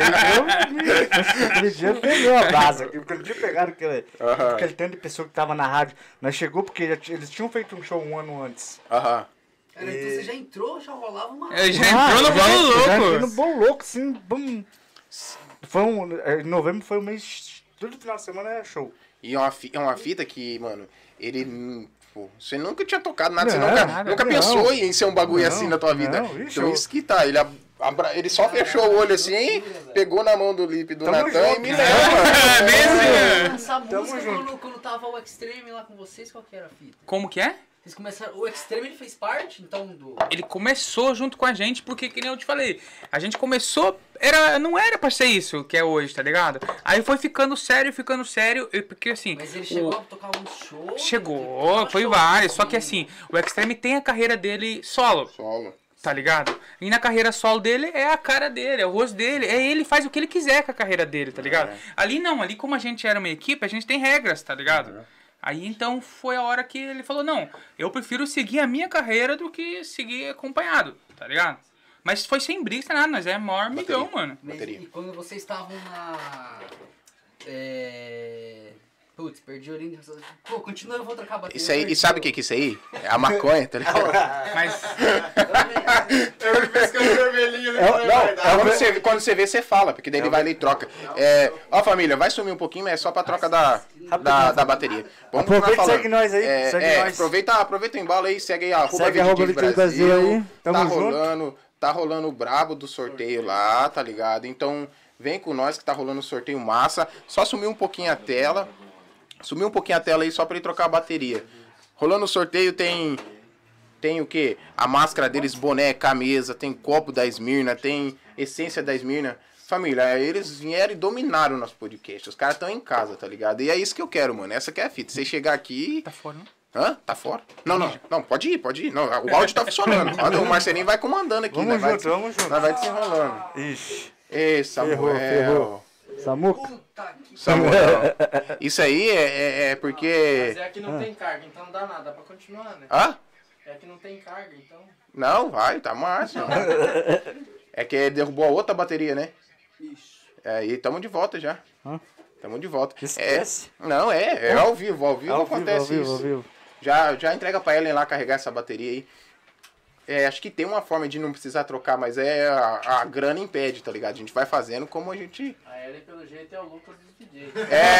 Aquele dia eu peguei a base. Aquele dia pegaram aquele tanto de pessoa que tava na rádio. Nós chegou porque eles tinham feito um show um ano antes. Então você já entrou, já rolava uma... Já entrou no bolo louco. Já entrei no bolo louco, assim. Bum. Em novembro foi um mês... Todo final de semana era show. E é uma fita que, mano, ele... Você nunca tinha tocado nada, você nunca pensou em ser um bagulho assim na tua vida. Então isso que tá, ele só fechou o olho assim, pegou na mão do Lipe do Natan e me leva. Essa música, quando tava o Extreme lá com vocês, qual que era a fita? Como que é? Vocês começaram, o Extreme ele fez parte, então, do... Ele começou junto com a gente, porque, que nem eu te falei, a gente começou, não era pra ser isso que é hoje, tá ligado? Aí foi ficando sério, porque assim... Mas ele chegou a tocar um show? Chegou, foi vários, só que assim, o Extreme tem a carreira dele solo. Tá ligado? E na carreira solo dele é a cara dele, é o rosto dele, ele faz o que ele quiser com a carreira dele, tá ligado? Ali não, ali como a gente era uma equipe, a gente tem regras, tá ligado? Aí então foi a hora que ele falou, não, eu prefiro seguir a minha carreira do que seguir acompanhado, tá ligado? Mas foi sem brisa, nada, nós é maior amigão, mano. E quando vocês estavam na... Putz, perdi a orelha. Pô, continua, eu vou trocar a bateria. Isso aí, e sabe o que é isso aí? É a maconha, tá ligado? Mas... Eu pescando vermelhinho ali. Quando você vê, você fala, porque daí ele vai ali e troca. Ó, família, vai sumir um pouquinho, mas é só pra troca da bateria. Vamos aproveita e segue nós aí. Aproveita o embalo aí, segue aí a @VidGame Brasil aí. Tá rolando o brabo do sorteio lá, tá ligado? Então, vem com nós que tá rolando o sorteio massa. Só sumir um pouquinho a tela. Sumir um pouquinho a tela aí só pra ele trocar a bateria. Rolando o sorteio tem o quê? A máscara deles, boné, camisa, tem copo da Esmirna, tem essência da Esmirna. família, eles vieram e dominaram o nosso podcast. Os caras estão em casa, tá ligado? E é isso que eu quero, mano. Essa que é a fita. Você chegar aqui... Tá fora, não? Hã? Tá fora? Não, pode ir. Não, o áudio tá funcionando. O Marcelinho vai comandando aqui, vamos né? Vamos junto. Nós vai desenrolando. Ixi. Ei, Samuel. Ferrou. Samuca. Samuel. Isso aí é porque... Mas é que não tem carga, então não dá nada. Dá pra continuar, né? Hã? É que não tem carga, então... Não, vai, tá massa. É que derrubou a outra bateria, né? Isso. E tamo de volta já. Tamo de volta. Esquece. Não, é ao vivo. Ao vivo acontece isso. Ao vivo. Já entrega pra Ellen lá carregar essa bateria aí. Acho que tem uma forma de não precisar trocar, mas a grana impede, tá ligado? A gente vai fazendo como a gente... A Ellen, pelo jeito, é o Lucas dos DJs.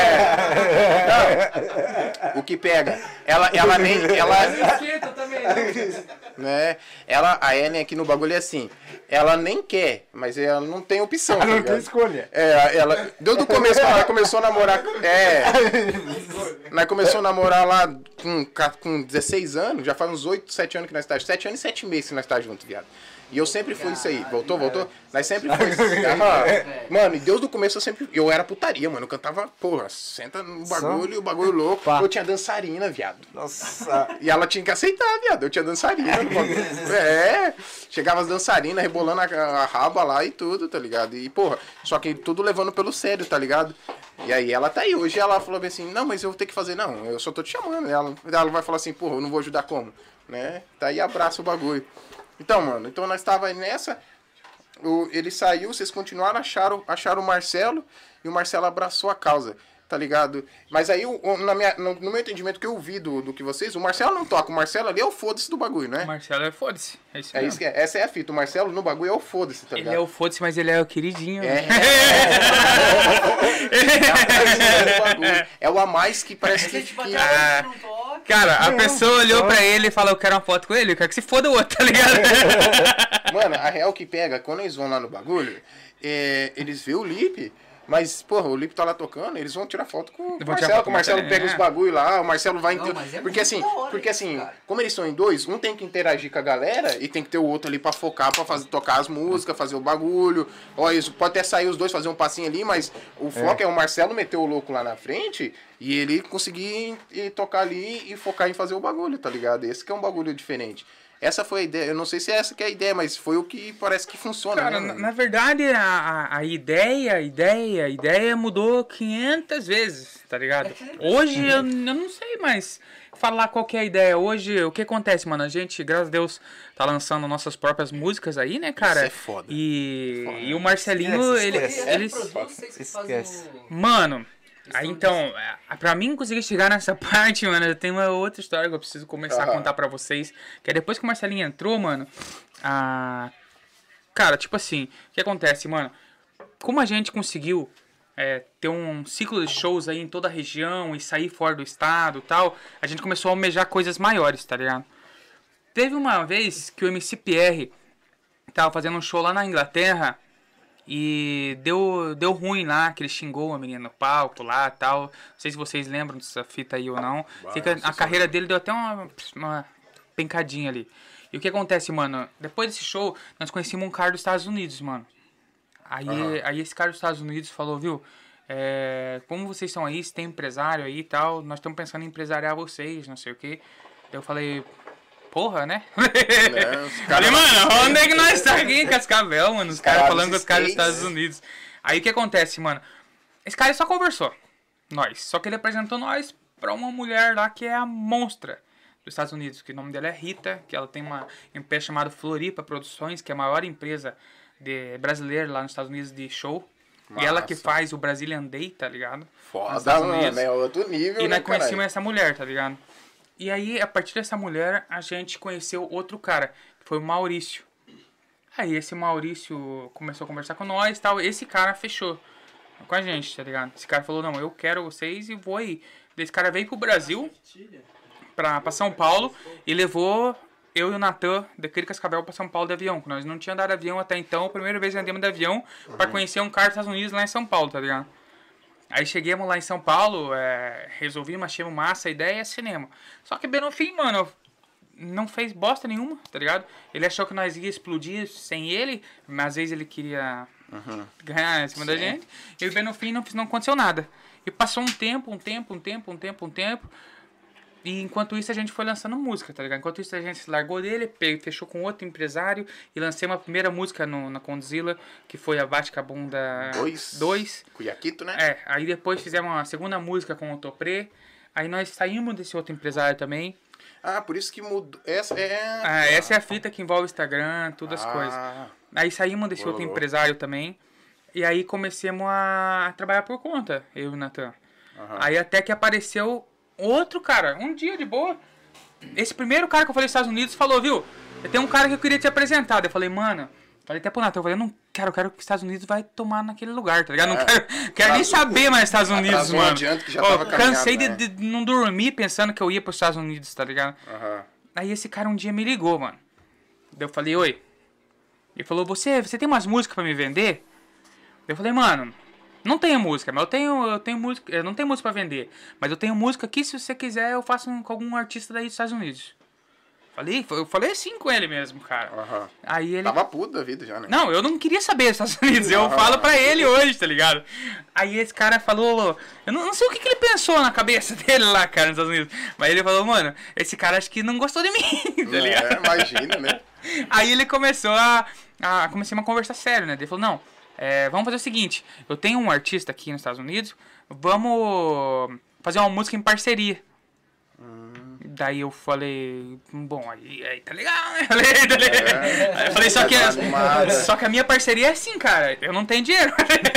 Não, o que pega. Ela nem... Esquenta também, né? A Ellen aqui no bagulho é assim. Ela nem quer, mas ela não tem opção. Ela tá não ligado? tem escolha. Ela... Desde o começo, ela começou a namorar... Nós começamos a namorar lá com 16 anos. Já faz uns 8, 7 anos que nós estamos. 7 anos e 7 meses que nós estamos juntos, viado. E eu sempre fui isso aí. Voltou? Nós sempre fomos. Mano, e desde o começo eu era putaria, mano. Eu cantava, porra, senta no bagulho, o bagulho louco. Pá. Eu tinha dançarina, viado. Nossa. E ela tinha que aceitar, viado. Eu tinha dançarina no bagulho. Chegava as dançarinas, rebolando a raba lá e tudo, tá ligado? E, porra, só que tudo levando pelo sério, tá ligado? E aí ela tá aí. Hoje ela falou bem assim, não, mas eu vou ter que fazer. Não, eu só tô te chamando. Ela vai falar assim, porra, eu não vou ajudar como? Né? Tá aí, abraça o bagulho. Então, mano, nós tava aí nessa, ele saiu, vocês continuaram, acharam o Marcelo, e o Marcelo abraçou a causa, tá ligado? Mas aí, no meu entendimento que eu vi do que vocês, o Marcelo não toca, o Marcelo ali é o foda-se do bagulho, né? O Marcelo é foda-se, é isso É mesmo. isso que é, essa é a fita, o Marcelo no bagulho é o foda-se, tá ligado? Ele é o foda-se, mas ele é o queridinho. É o a mais que parece que... Cara, a pessoa olhou pra ele e falou, eu quero uma foto com ele, eu quero que se foda o outro, tá ligado? Mano, a real que pega, quando eles vão lá no bagulho, eles vê o Lipe, mas, porra, o Lipe tá lá tocando, eles vão tirar foto com o Marcelo, que o Marcelo pega os bagulho lá, o Marcelo vai... Porque assim, como eles são em dois, um tem que interagir com a galera e tem que ter o outro ali pra focar, pra tocar as músicas, fazer o bagulho. Ó, isso pode até sair os dois, fazer um passinho ali, mas o foco é o Marcelo meter o louco lá na frente e ele conseguir tocar ali e focar em fazer o bagulho, tá ligado? Esse que é um bagulho diferente. Essa foi a ideia, eu não sei se é essa que é a ideia, mas foi o que parece que funciona. Cara, né, na verdade, a ideia mudou 500 vezes, tá ligado? Hoje eu não sei mais falar qual que é a ideia. Hoje, o que acontece, mano? A gente, graças a Deus, tá lançando nossas próprias músicas aí, né, cara? Isso é foda. E o Marcelinho, Esquece. Mano... Aí então, pra mim conseguir chegar nessa parte, mano, tem uma outra história que eu preciso começar a contar pra vocês. Que é depois que o Marcelinho entrou, mano, cara, tipo assim, o que acontece, mano? Como a gente conseguiu ter um ciclo de shows aí em toda a região e sair fora do estado e tal, a gente começou a almejar coisas maiores, tá ligado? Teve uma vez que o MC Pierre tava fazendo um show lá na Inglaterra. E deu ruim lá, que ele xingou uma menina no palco lá e tal. Não sei se vocês lembram dessa fita aí ou não. A carreira dele deu até uma pencadinha ali. E o que acontece, mano? Depois desse show, nós conhecemos um cara dos Estados Unidos, mano. Aí esse cara dos Estados Unidos falou, viu? Como vocês estão aí, se tem empresário aí e tal, nós estamos pensando em empresariar vocês, não sei o quê. Daí eu falei... Porra, né? Falei, mano, onde é que nós estamos aqui em Cascavel, mano? Os caras falando com os caras dos Estados Unidos. Aí o que acontece, mano? Esse cara só conversou. Só que ele apresentou nós pra uma mulher lá que é a monstra dos Estados Unidos. Que o nome dela é Rita, que ela tem uma empresa chamada Floripa Produções, que é a maior empresa brasileira lá nos Estados Unidos de show. Massa. E ela que faz o Brazilian Day, tá ligado? Foda, mano, é outro nível, e nós conhecemos essa mulher, tá ligado? E aí, a partir dessa mulher, a gente conheceu outro cara, que foi o Maurício. Aí esse Maurício começou a conversar com nós e tal. Esse cara fechou com a gente, tá ligado? Esse cara falou, não, eu quero vocês e vou aí. Esse cara veio pro Brasil, pra São Paulo, e levou eu e o Natan, daquele Cascavel, pra São Paulo de avião. Nós não tínhamos andado de avião até então, a primeira vez que andamos de avião pra conhecer um cara dos Estados Unidos lá em São Paulo, tá ligado? Aí chegamos lá em São Paulo, resolvimos, achamos massa, a ideia é cinema. Só que bem no fim, mano, não fez bosta nenhuma, tá ligado? Ele achou que nós ia explodir sem ele, mas às vezes ele queria ganhar em cima da gente. E no fim não aconteceu nada. E passou um tempo. E enquanto isso a gente foi lançando música, tá ligado? Enquanto isso a gente se largou dele, fechou com outro empresário e lancei uma primeira música na Condzilla, que foi a Vagabunda 2. Cuiaquito, né? Aí depois fizemos uma segunda música com o Topré. Aí nós saímos desse outro empresário também. Ah, por isso que mudou. Essa é a fita que envolve o Instagram, todas as coisas. Aí saímos desse outro empresário também. E aí comecemos a trabalhar por conta, eu e o Natan. Aí até que apareceu outro cara, um dia de boa. Esse primeiro cara que eu falei nos Estados Unidos falou, viu? Tem um cara que eu queria te apresentar. Eu falei, mano, falei até pro Natan, eu falei, não quero, eu quero que os Estados Unidos vai tomar naquele lugar, tá ligado? Não quero nem saber mais Estados Unidos, mano. Que já tava cansei de não dormir pensando que eu ia pros Estados Unidos, tá ligado? Aí esse cara um dia me ligou, mano. Daí eu falei, oi. Ele falou, você tem umas músicas pra me vender? Eu falei, mano, não tenho música, mas eu tenho música, eu não tenho música pra vender, mas eu tenho música aqui, se você quiser eu faço com algum artista daí dos Estados Unidos. Eu falei assim com ele mesmo, cara. Aí ele... Tava puto da vida já, né? Não, eu não queria saber dos Estados Unidos, eu falo pra ele hoje, tá ligado? Aí esse cara falou, eu não sei o que ele pensou na cabeça dele lá, cara, nos Estados Unidos, mas ele falou, mano, esse cara acho que não gostou de mim, tá ligado? Imagina, né? Aí ele começou comecei a conversar sério, né? Ele falou, não, vamos fazer o seguinte, eu tenho um artista aqui nos Estados Unidos, vamos fazer uma música em parceria. Daí eu falei, bom, aí tá legal, né? Aí eu falei, só que a minha parceria é assim, cara, eu não tenho dinheiro.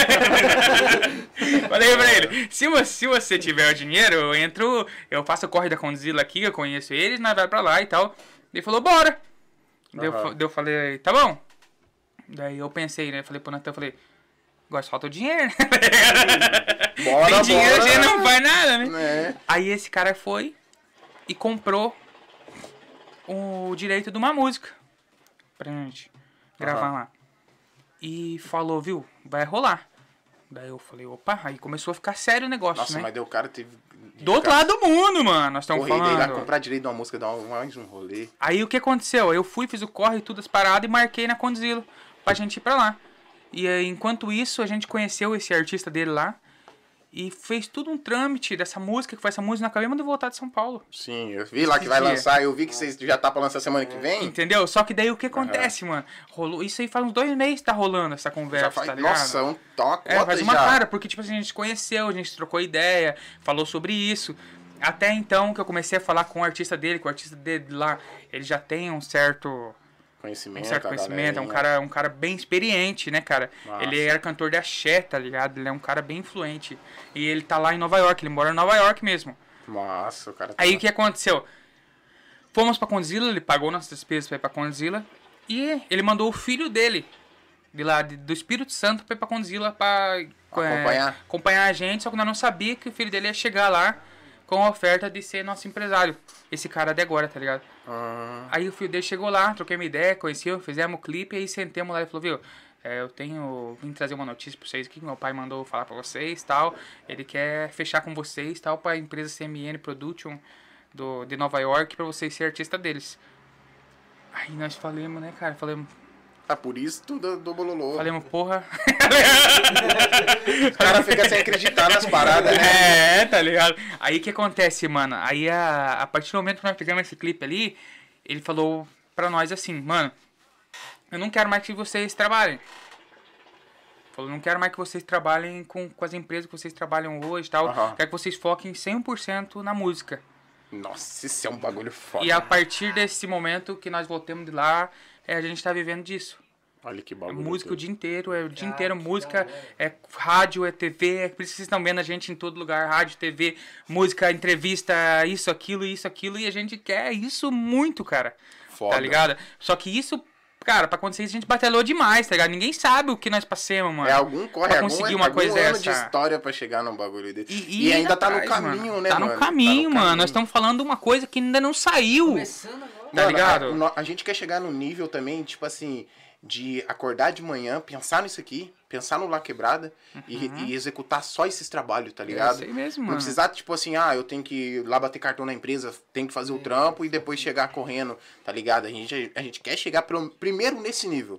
Falei pra ele, se você tiver o dinheiro, eu faço o corre da Condzilla aqui, eu conheço eles, nós vai pra lá e tal. Ele falou, bora. Daí eu falei, tá bom. Daí eu pensei, né? Falei pro Natan, agora só falta o dinheiro, né? Bora, tem dinheiro, bora. A gente não faz nada, né? Aí esse cara foi e comprou o direito de uma música pra gente gravar lá. E falou, viu, vai rolar. Daí eu falei, opa, aí começou a ficar sério o negócio, Nossa, né? mas daí o cara teve... Do outro lado do mundo, mano, nós estamos falando. Daí lá comprar direito de uma música, dar mais um rolê. Aí o que aconteceu? Eu fui, fiz o corre, tudo as paradas e marquei na Condzilla pra gente ir pra lá. E enquanto isso, a gente conheceu esse artista dele lá e fez tudo um trâmite dessa música, que foi essa música, nós acabamos de voltar de São Paulo. Sim, eu vi lá que vai lançar, eu vi que vocês já tá pra lançar semana que vem. Entendeu? Só que daí o que acontece, mano? Rolou, isso aí faz uns 2 meses que tá rolando essa conversa, tá ligado? Nossa, tá uma cota faz uma já. cara, porque tipo assim, a gente conheceu, a gente trocou ideia, falou sobre isso. Até então que eu comecei a falar com o artista dele, que o artista dele lá, ele já tem um certo conhecimento, é um cara bem experiente, né, cara? Nossa. Ele era cantor de axé, tá ligado? Ele é um cara bem influente. E ele tá lá em Nova York, ele mora em Nova York mesmo. Nossa, o cara tá... Aí o que aconteceu? Fomos pra Condzilla, ele pagou nossas despesas pra ir pra Condzilla. E ele mandou o filho dele, de lá, do Espírito Santo, pra ir pra Condzilla pra acompanhar a gente. Só que nós não sabia que o filho dele ia chegar lá com a oferta de ser nosso empresário. Esse cara de agora, tá ligado? Aí o filho dele chegou lá, troquei uma ideia, conheceu, fizemos o clipe, aí sentemos lá e falou, viu, vim trazer uma notícia pra vocês aqui, que meu pai mandou falar pra vocês, tal, ele quer fechar com vocês, tal, pra empresa CMN Production de Nova York, pra vocês ser artista deles. Aí nós falamos, né, cara, por isso tudo do bololô. Falamos, porra. Os caras ficam sem acreditar nas paradas, né? Tá ligado? Aí o que acontece, mano? Aí a partir do momento que nós pegamos esse clipe ali, ele falou pra nós assim, mano, eu não quero mais que vocês trabalhem. Falou, não quero mais que vocês trabalhem com as empresas que vocês trabalham hoje e tal. Quero que vocês foquem 100% na música. Nossa, isso é um bagulho foda. E a partir desse momento que nós voltamos de lá, a gente tá vivendo disso. Olha que bagulho. É música o dia inteiro, música, rádio, TV, por isso que vocês estão vendo a gente em todo lugar, rádio, TV, música, entrevista, isso, aquilo, e a gente quer isso muito, cara. Foda. Tá ligado? Só que isso, cara, pra acontecer isso a gente batalhou demais, tá ligado? Ninguém sabe o que nós passamos, mano. Pra conseguir uma coisa ano dessa. de história pra chegar num bagulho desse. E ainda tá no caminho, mano. Né, tá mano? No caminho, mano. Nós estamos falando uma coisa que ainda não saiu. Começando agora. Tá ligado? A gente quer chegar no nível também, tipo assim, de acordar de manhã, pensar nisso aqui, pensar no Lá Quebrada e executar só esses trabalhos, tá ligado? É isso aí mesmo, mano. Não precisar, tipo assim, eu tenho que ir lá bater cartão na empresa, tenho que fazer o trampo e depois chegar correndo, tá ligado? A gente quer chegar primeiro nesse nível.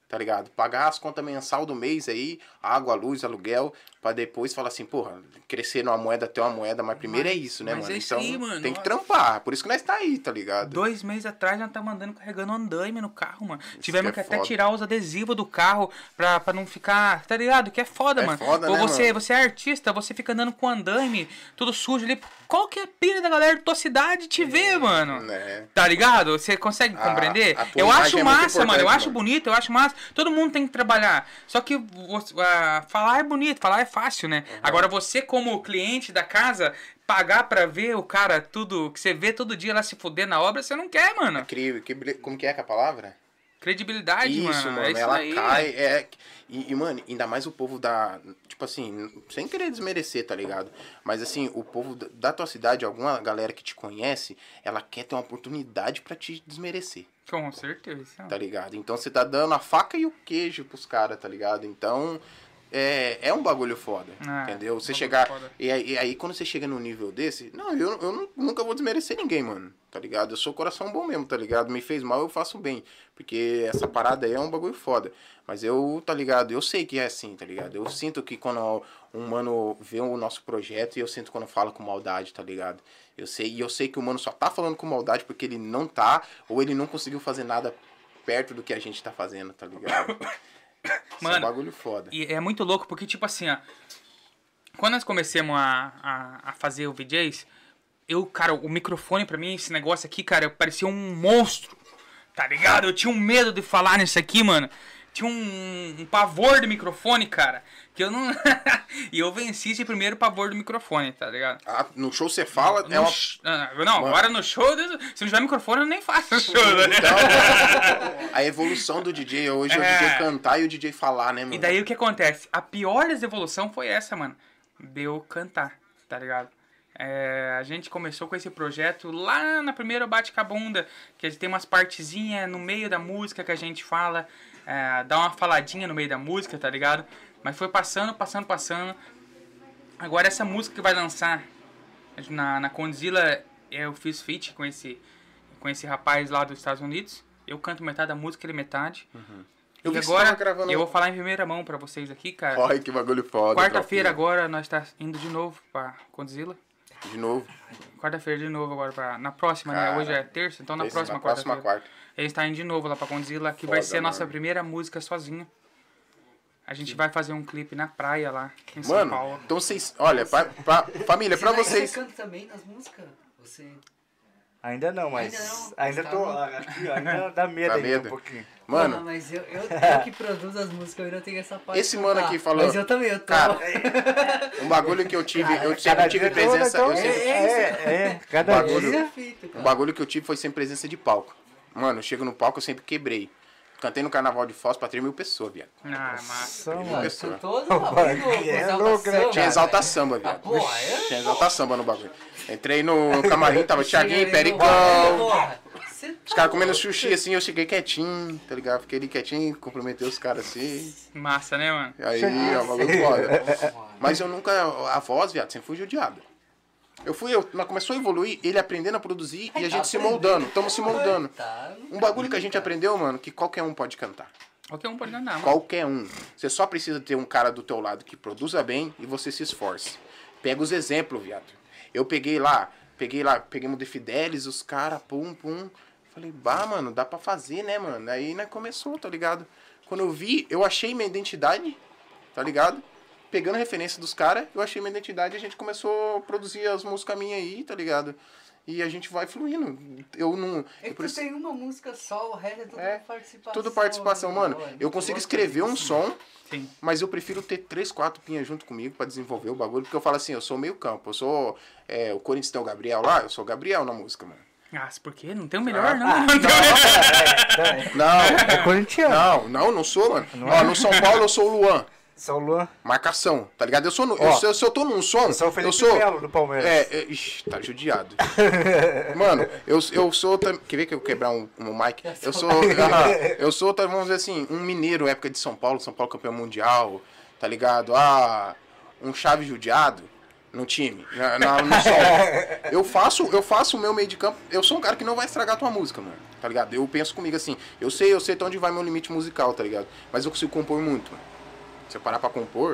tá ligado? Pagar as contas mensal do mês aí, água, luz, aluguel, pra depois falar assim, porra, crescer numa moeda, ter uma moeda, mas primeiro é isso, né, mano? Isso então aí, mano, tem que trampar, por isso que nós tá aí, tá ligado? 2 meses atrás nós tá mandando carregando andaime no carro, mano. Tivemos que até tirar os adesivos do carro pra não ficar, tá ligado? Que é foda, mano. Foda, ou né, você é artista, você fica andando com andaime, tudo sujo ali. Qual que é a pira da galera da tua cidade te ver, mano? Né? Tá ligado? Você consegue compreender? Eu acho massa, mano. Eu acho bonito, eu acho massa. Todo mundo tem que trabalhar. Só que falar é bonito, falar é fácil, né? Agora você, como cliente da casa, pagar pra ver o cara, tudo que você vê todo dia lá se fuder na obra, você não quer, mano. Como que é a palavra? Credibilidade, isso, mano. É isso ela aí. cai. Mano, ainda mais o povo da. Tipo assim, sem querer desmerecer, tá ligado? Mas assim, o povo da tua cidade, alguma galera que te conhece, ela quer ter uma oportunidade pra te desmerecer. Com certeza. Tá ligado? Então você tá dando a faca e o queijo pros caras, tá ligado? Então. É um bagulho foda, entendeu? Você chegar... E aí, quando você chega num nível desse... Não, eu nunca vou desmerecer ninguém, mano. Tá ligado? Eu sou coração bom mesmo, tá ligado? Me fez mal, eu faço bem. Porque essa parada aí é um bagulho foda. Mas eu, tá ligado? Eu sei que é assim, tá ligado? Eu sinto que quando um mano vê o nosso projeto... E eu sinto quando fala com maldade, tá ligado? Eu sei que o mano só tá falando com maldade porque ele não tá... Ou ele não conseguiu fazer nada perto do que a gente tá fazendo, tá ligado? Mano, é um bagulho foda. E é muito louco, porque, tipo assim, ó... Quando nós começamos a fazer o VJs... Cara, o microfone pra mim, esse negócio aqui, cara, parecia um monstro. Tá ligado? Eu tinha um medo de falar nisso aqui, mano. Tinha um pavor do microfone, cara. Que eu não... E eu venci esse primeiro pavor do microfone, tá ligado? No show você fala... Agora no show... Se não tiver microfone, eu nem faço o show, né? Então, a evolução do DJ hoje é o DJ cantar e o DJ falar, né, mano? E daí o que acontece? A pior das evoluções foi essa, mano. De eu cantar, tá ligado? A gente começou com esse projeto lá na primeira Bate-Cabunda, que a gente tem umas partezinhas no meio da música que a gente fala, dá uma faladinha no meio da música, tá ligado? Mas foi passando. Agora essa música que vai lançar na Condzilla, eu fiz feat com esse rapaz lá dos Estados Unidos. Eu canto metade da música, ele metade. Eu e agora eu vou falar em primeira mão pra vocês aqui, cara. Olha que bagulho foda. Quarta-feira agora nós tá indo de novo pra Condzilla. De novo? Quarta-feira de novo agora, na próxima, né? Hoje é terça, então na próxima quarta-feira. Ele está indo de novo lá pra Condzilla, que vai ser a nossa primeira música sozinho. A gente vai fazer um clipe na praia lá, em São Paulo. Então vocês... Olha, família, pra vocês... Você canta também nas músicas? Você... Ainda não, mas... Ainda tô... Ainda dá medo ainda um pouquinho. Mano... Não, mas eu que produzo as músicas, eu ainda tenho essa parte. Esse mano aqui falou... Mas eu também, eu tô... Cara, um bagulho que eu tive... Eu sempre tive presença... Cada bagulho... Um bagulho que eu tive foi sem presença de palco. Mano, eu chego no palco, eu sempre quebrei. Cantei no Carnaval de Foz pra 3.000 pessoas, viado. Massa. 3.000 pessoas. Tinha Exalta Samba, viado. Tinha Exalta Samba no bagulho. Entrei no camarim, tava Thiaguinho, Pericão. Os caras comendo sushi assim, eu cheguei quietinho, tá ligado? Fiquei ali quietinho, cumprimentei os caras assim. Massa, né, mano? Aí, ó, bagulho foda. Mas eu nunca... A voz, viado, sempre fui judiado. Nós começou a evoluir, ele aprendendo a produzir e a gente se moldando. Estamos se moldando. Um bagulho que a gente aprendeu, mano, que qualquer um pode cantar. Qualquer um pode cantar, mano. Qualquer um. Você só precisa ter um cara do teu lado que produza bem e você se esforce. Pega os exemplos, viado. Eu peguei o The Fidelis, os caras, pum. Falei, mano, dá pra fazer, né, mano? Aí, né, começou, tá ligado? Quando eu vi, eu achei minha identidade, tá ligado? Pegando referência dos caras, eu achei minha identidade e a gente começou a produzir as músicas minhas aí, tá ligado? E a gente vai fluindo. Eu não... tu tem uma música só, o resto é tudo participação. Tudo participação, mano. Eu consigo escrever um som, sim, mas eu prefiro ter 3, 4 pinhas junto comigo pra desenvolver o bagulho, porque eu falo assim, eu sou meio campo, eu sou... o Corinthians tem o Gabriel lá, eu sou o Gabriel na música, mano. Por quê? Não tem o melhor, não. Não, é corintiano. Não sou, mano. Ó, no São Paulo eu sou o Luan. São Luan. Marcação, tá ligado? Se eu tô num som... Eu sou o Felipe Melo do Palmeiras. Ixi, tá judiado. Mano, eu sou... Quer ver que eu quebrar um mic? Eu sou, vamos dizer assim, um mineiro, época de São Paulo campeão mundial, tá ligado? Um chave judiado no time, no som. Eu faço o meu meio de campo. Eu sou um cara que não vai estragar a tua música, mano. tá ligado? Eu penso comigo assim, eu sei até onde vai meu limite musical, tá ligado? Mas eu consigo compor muito, mano. Se eu parar pra compor,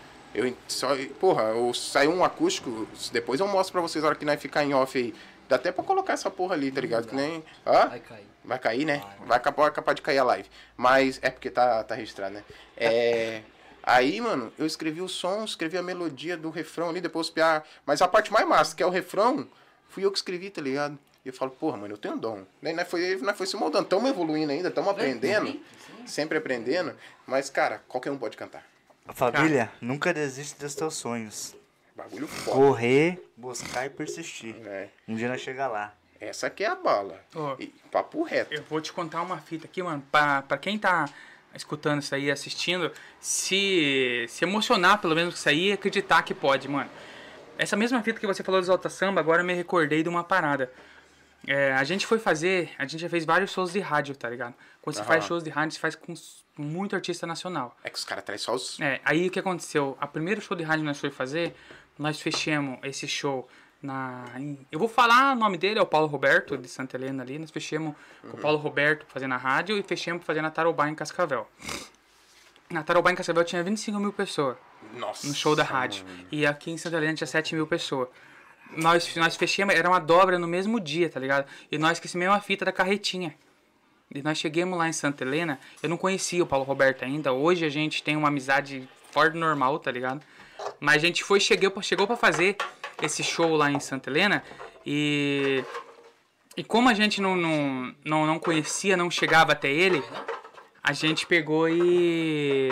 eu saio um acústico, depois eu mostro pra vocês a hora que nós ficar em off aí. Dá até pra colocar essa porra ali, tá ligado? Que nem... Vai cair. Vai cair, né? Vai capaz de cair a live. Mas é porque tá registrado, né? Aí, mano, eu escrevi o som, escrevi a melodia do refrão ali, depois piar. Mas a parte mais massa, que é o refrão, fui eu que escrevi, tá ligado? E eu falo, porra, mano, eu tenho dom. Nós foi se moldando, estamos evoluindo ainda, estamos aprendendo, sempre aprendendo. Mas, cara, qualquer um pode cantar. Família, nunca desiste dos teus sonhos. Bagulho foda. Correr, buscar e persistir. Um dia nós chega lá. Essa aqui é a bala. Papo reto. Eu vou te contar uma fita aqui, mano. Pra quem tá escutando isso aí, assistindo, se emocionar pelo menos com isso aí e acreditar que pode, mano. Essa mesma fita que você falou do Exalta Samba, agora eu me recordei de uma parada. A gente já fez vários shows de rádio, tá ligado? Quando você faz shows de rádio, você faz com muito artista nacional. É que os caras trazem só os... Aí o que aconteceu? A primeiro show de rádio que nós fomos fazer, nós fechamos esse show eu vou falar o nome dele, é o Paulo Roberto, de Santa Helena ali. Nós fechamos com o Paulo Roberto fazendo a rádio e fechamos fazendo a Tarobá em Cascavel. Na Tarobá em Cascavel tinha 25 mil pessoas. Nossa, no show da rádio. Mano. E aqui em Santa Helena tinha 7 mil pessoas. Nós fechamos, era uma dobra no mesmo dia, tá ligado? E nós esquecemos a fita da carretinha. E nós chegamos lá em Santa Helena, eu não conhecia o Paulo Roberto ainda. Hoje a gente tem uma amizade fora do normal, tá ligado? Mas a gente chegou pra fazer esse show lá em Santa Helena e como a gente não conhecia, não chegava até ele, a gente pegou e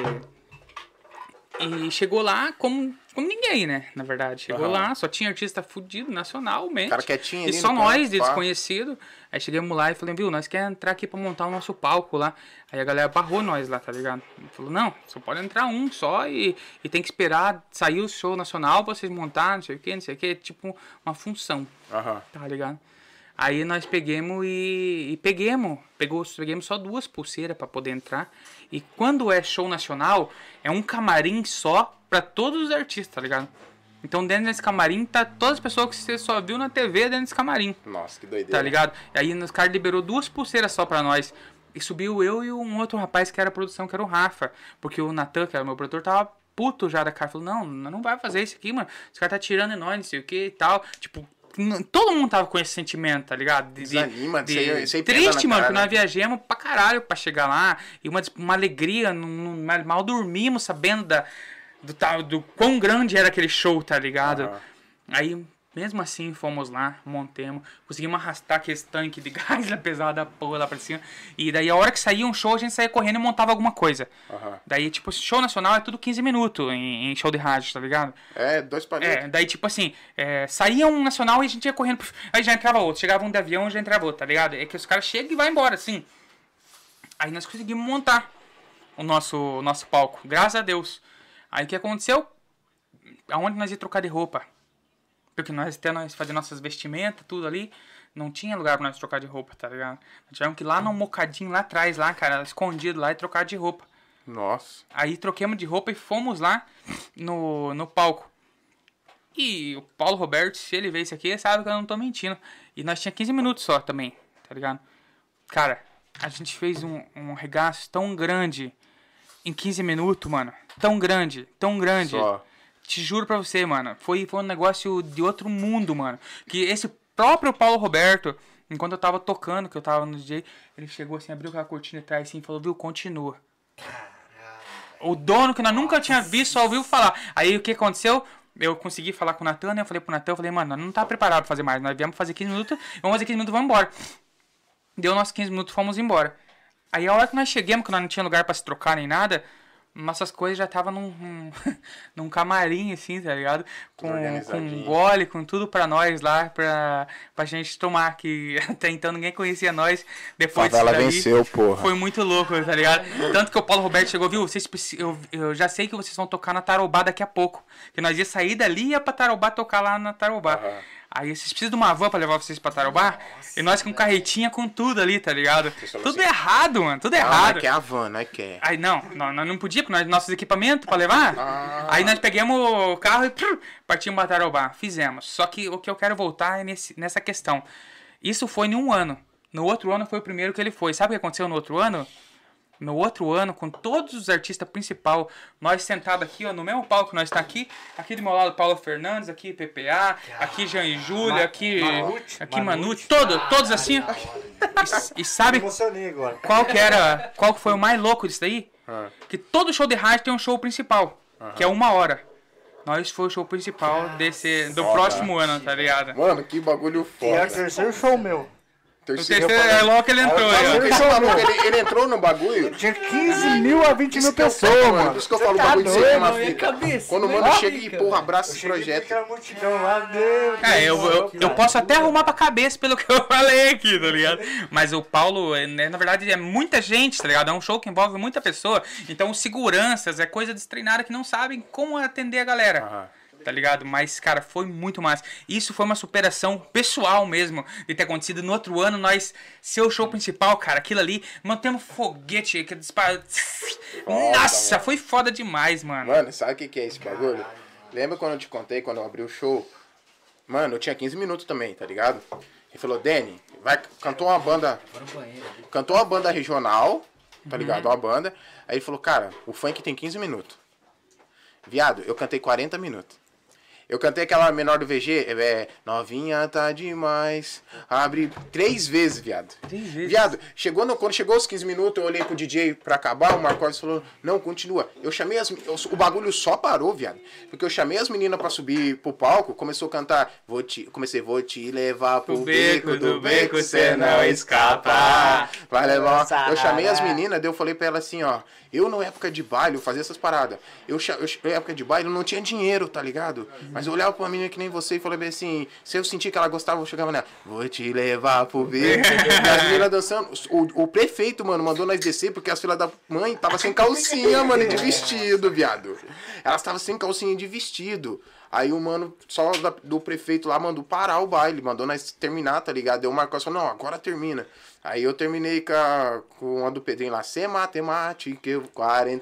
chegou lá como ninguém, né? Na verdade, chegou lá, só tinha artista fudido nacionalmente. Cara quietinho ali, e só nós, desconhecido. Aí chegamos lá e falei, viu, nós queremos entrar aqui pra montar o nosso palco lá. Aí a galera barrou nós lá, tá ligado? Falou, não, só pode entrar um só e tem que esperar sair o show nacional pra vocês montar, não sei o que, tipo uma função, tá ligado? Aí nós pegamos pegamos só 2 pulseiras pra poder entrar. E quando é show nacional, é um camarim só pra todos os artistas, tá ligado? Então dentro desse camarim tá todas as pessoas que você só viu na TV dentro desse camarim. Nossa, que doideira. Tá ligado? E aí os caras liberou 2 pulseiras só pra nós. E subiu eu e um outro rapaz que era a produção, que era o Rafa. Porque o Natan, que era o meu produtor, tava puto já da cara. Falou, não vai fazer isso aqui, mano. Os caras tá tirando em nós, não sei o que e tal. Tipo, todo mundo tava com esse sentimento, tá ligado? Desanima, triste, mano, porque nós viajamos pra caralho pra chegar lá. E uma alegria, mal dormimos sabendo do quão grande era aquele show, tá ligado? Aí, mesmo assim, fomos lá, montemos, conseguimos arrastar aquele tanque de gás lá pesado da porra lá pra cima. E daí, a hora que saía um show, a gente saía correndo e montava alguma coisa. Daí, tipo, show nacional é tudo 15 minutos em show de rádio, tá ligado? 2 palitos. Daí, tipo assim, saía um nacional e a gente ia correndo, aí já entrava outro, chegava um de avião e já entrava outro, tá ligado? É que os caras chegam e vai embora, assim. Aí nós conseguimos montar o nosso palco, graças a Deus. Aí o que aconteceu? Aonde nós ia trocar de roupa? Porque nós fazíamos nossas vestimentas, tudo ali, não tinha lugar pra nós trocar de roupa, tá ligado? Nós tivemos que ir lá num mocadinho lá atrás, lá, cara, escondido lá e trocar de roupa. Nossa. Aí troquemos de roupa e fomos lá no palco. E o Paulo Roberto, se ele ver isso aqui, sabe que eu não tô mentindo. E nós tinha 15 minutos só também, tá ligado? Cara, a gente fez um regaço tão grande em 15 minutos, mano. Tão grande. Só. Te juro pra você, mano. Foi um negócio de outro mundo, mano. Que esse próprio Paulo Roberto, enquanto eu tava tocando, que eu tava no DJ, ele chegou assim, abriu aquela cortina atrás assim e falou, viu, continua. O dono que nós nunca tinha visto, só ouviu falar. Aí o que aconteceu? Eu consegui falar com o Natan, né? Eu falei pro Natan, mano, nós não tá preparado pra fazer mais. Nós viemos fazer 15 minutos, vamos fazer 15 minutos e vamos embora. Deu nossos 15 minutos, fomos embora. Aí a hora que nós chegamos, que nós não tinha lugar pra se trocar nem nada, nossas coisas já estavam num camarim, assim, tá ligado? Com gole, com tudo pra nós lá, pra gente tomar, que até então ninguém conhecia nós. Depois disso daí, venceu, porra. Foi muito louco, tá ligado? Tanto que o Paulo Roberto chegou, viu, eu já sei que vocês vão tocar na Tarobá daqui a pouco. Que nós ia sair dali e ia pra Tarobá tocar lá na Tarobá. Aí vocês precisam de uma van pra levar vocês pra Tarobá? Nossa, e nós com carretinha, com tudo ali, tá ligado? Tudo assim, errado, mano, tudo errado. Nós quer a van, nós quer. Aí nós não podíamos, porque nossos equipamentos pra levar. Aí nós pegamos o carro e partimos pra Tarobá. Fizemos. Só que o que eu quero voltar é nessa questão. Isso foi em um ano. No outro ano foi o primeiro que ele foi. Sabe o que aconteceu no outro ano? No outro ano, com todos os artistas principais, nós sentados aqui, ó, no mesmo palco que nós tá aqui. Aqui do meu lado, Paulo Fernandes, aqui PPA, aqui Jean e Júlia, aqui Manute, todos assim. E sabe qual que foi o mais louco disso daí? Que todo show de rádio tem um show principal, que é 1 hora. Nós foi o show principal do próximo ano, tá ligado? Mano, que bagulho foda. E é o terceiro show meu. O terceiro é logo que ele entrou. Ele entrou no bagulho. Tinha 15 mil a 20 mil pessoas, mano. Por isso que eu falo o bagulho de ser uma fita. Quando o mano chega e, porra, abraça esse projeto. Eu posso até arrumar pra cabeça pelo que eu falei aqui, tá ligado? Mas o Paulo, né, na verdade, é muita gente, tá ligado? É um show que envolve muita pessoa. Então, os seguranças, é coisa destreinada que não sabem como atender a galera. Tá ligado? Mas, cara, foi muito massa. Isso foi uma superação pessoal mesmo de ter acontecido. No outro ano, nós, seu show principal, cara, aquilo ali, mantemos foguete que dispara. Nossa, mano. Foi foda demais, mano. Mano, sabe o que é esse bagulho? Lembra quando eu te contei, quando eu abri o show? Mano, eu tinha 15 minutos também, tá ligado? Ele falou, Danny, cantou uma banda regional, tá ligado? Uma banda. Aí ele falou, cara, o funk tem 15 minutos. Viado, eu cantei 40 minutos. Eu cantei aquela menor do VG, novinha tá demais. Abre 3 vezes, viado. 3 vezes? Viado, quando chegou os 15 minutos, eu olhei pro DJ pra acabar, o Marcos falou, não, continua. Eu chamei o bagulho só parou, viado. Porque eu chamei as meninas pra subir pro palco, começou a cantar, vou te levar pro beco do beco, cê não escapa. Vai levar. Eu chamei as meninas, daí eu falei pra ela assim, ó, eu na época de baile, eu fazia essas paradas. Eu na época de baile, eu não tinha dinheiro, tá ligado? Mas eu olhava pra uma menina que nem você e falei bem assim, se eu sentir que ela gostava, eu chegava nela, vou te levar pro beco. E as meninas dançando. O prefeito, mano, mandou nós descer porque as filhas da mãe tava sem calcinha, mano, de vestido, viado. Elas estavam sem calcinha de vestido. Aí o mano, só do prefeito lá, mandou parar o baile, mandou nós terminar, tá ligado? Deu o Marcos falou, não, agora termina. Aí eu terminei com a do Pedrinho lá, cê matemática, 40%,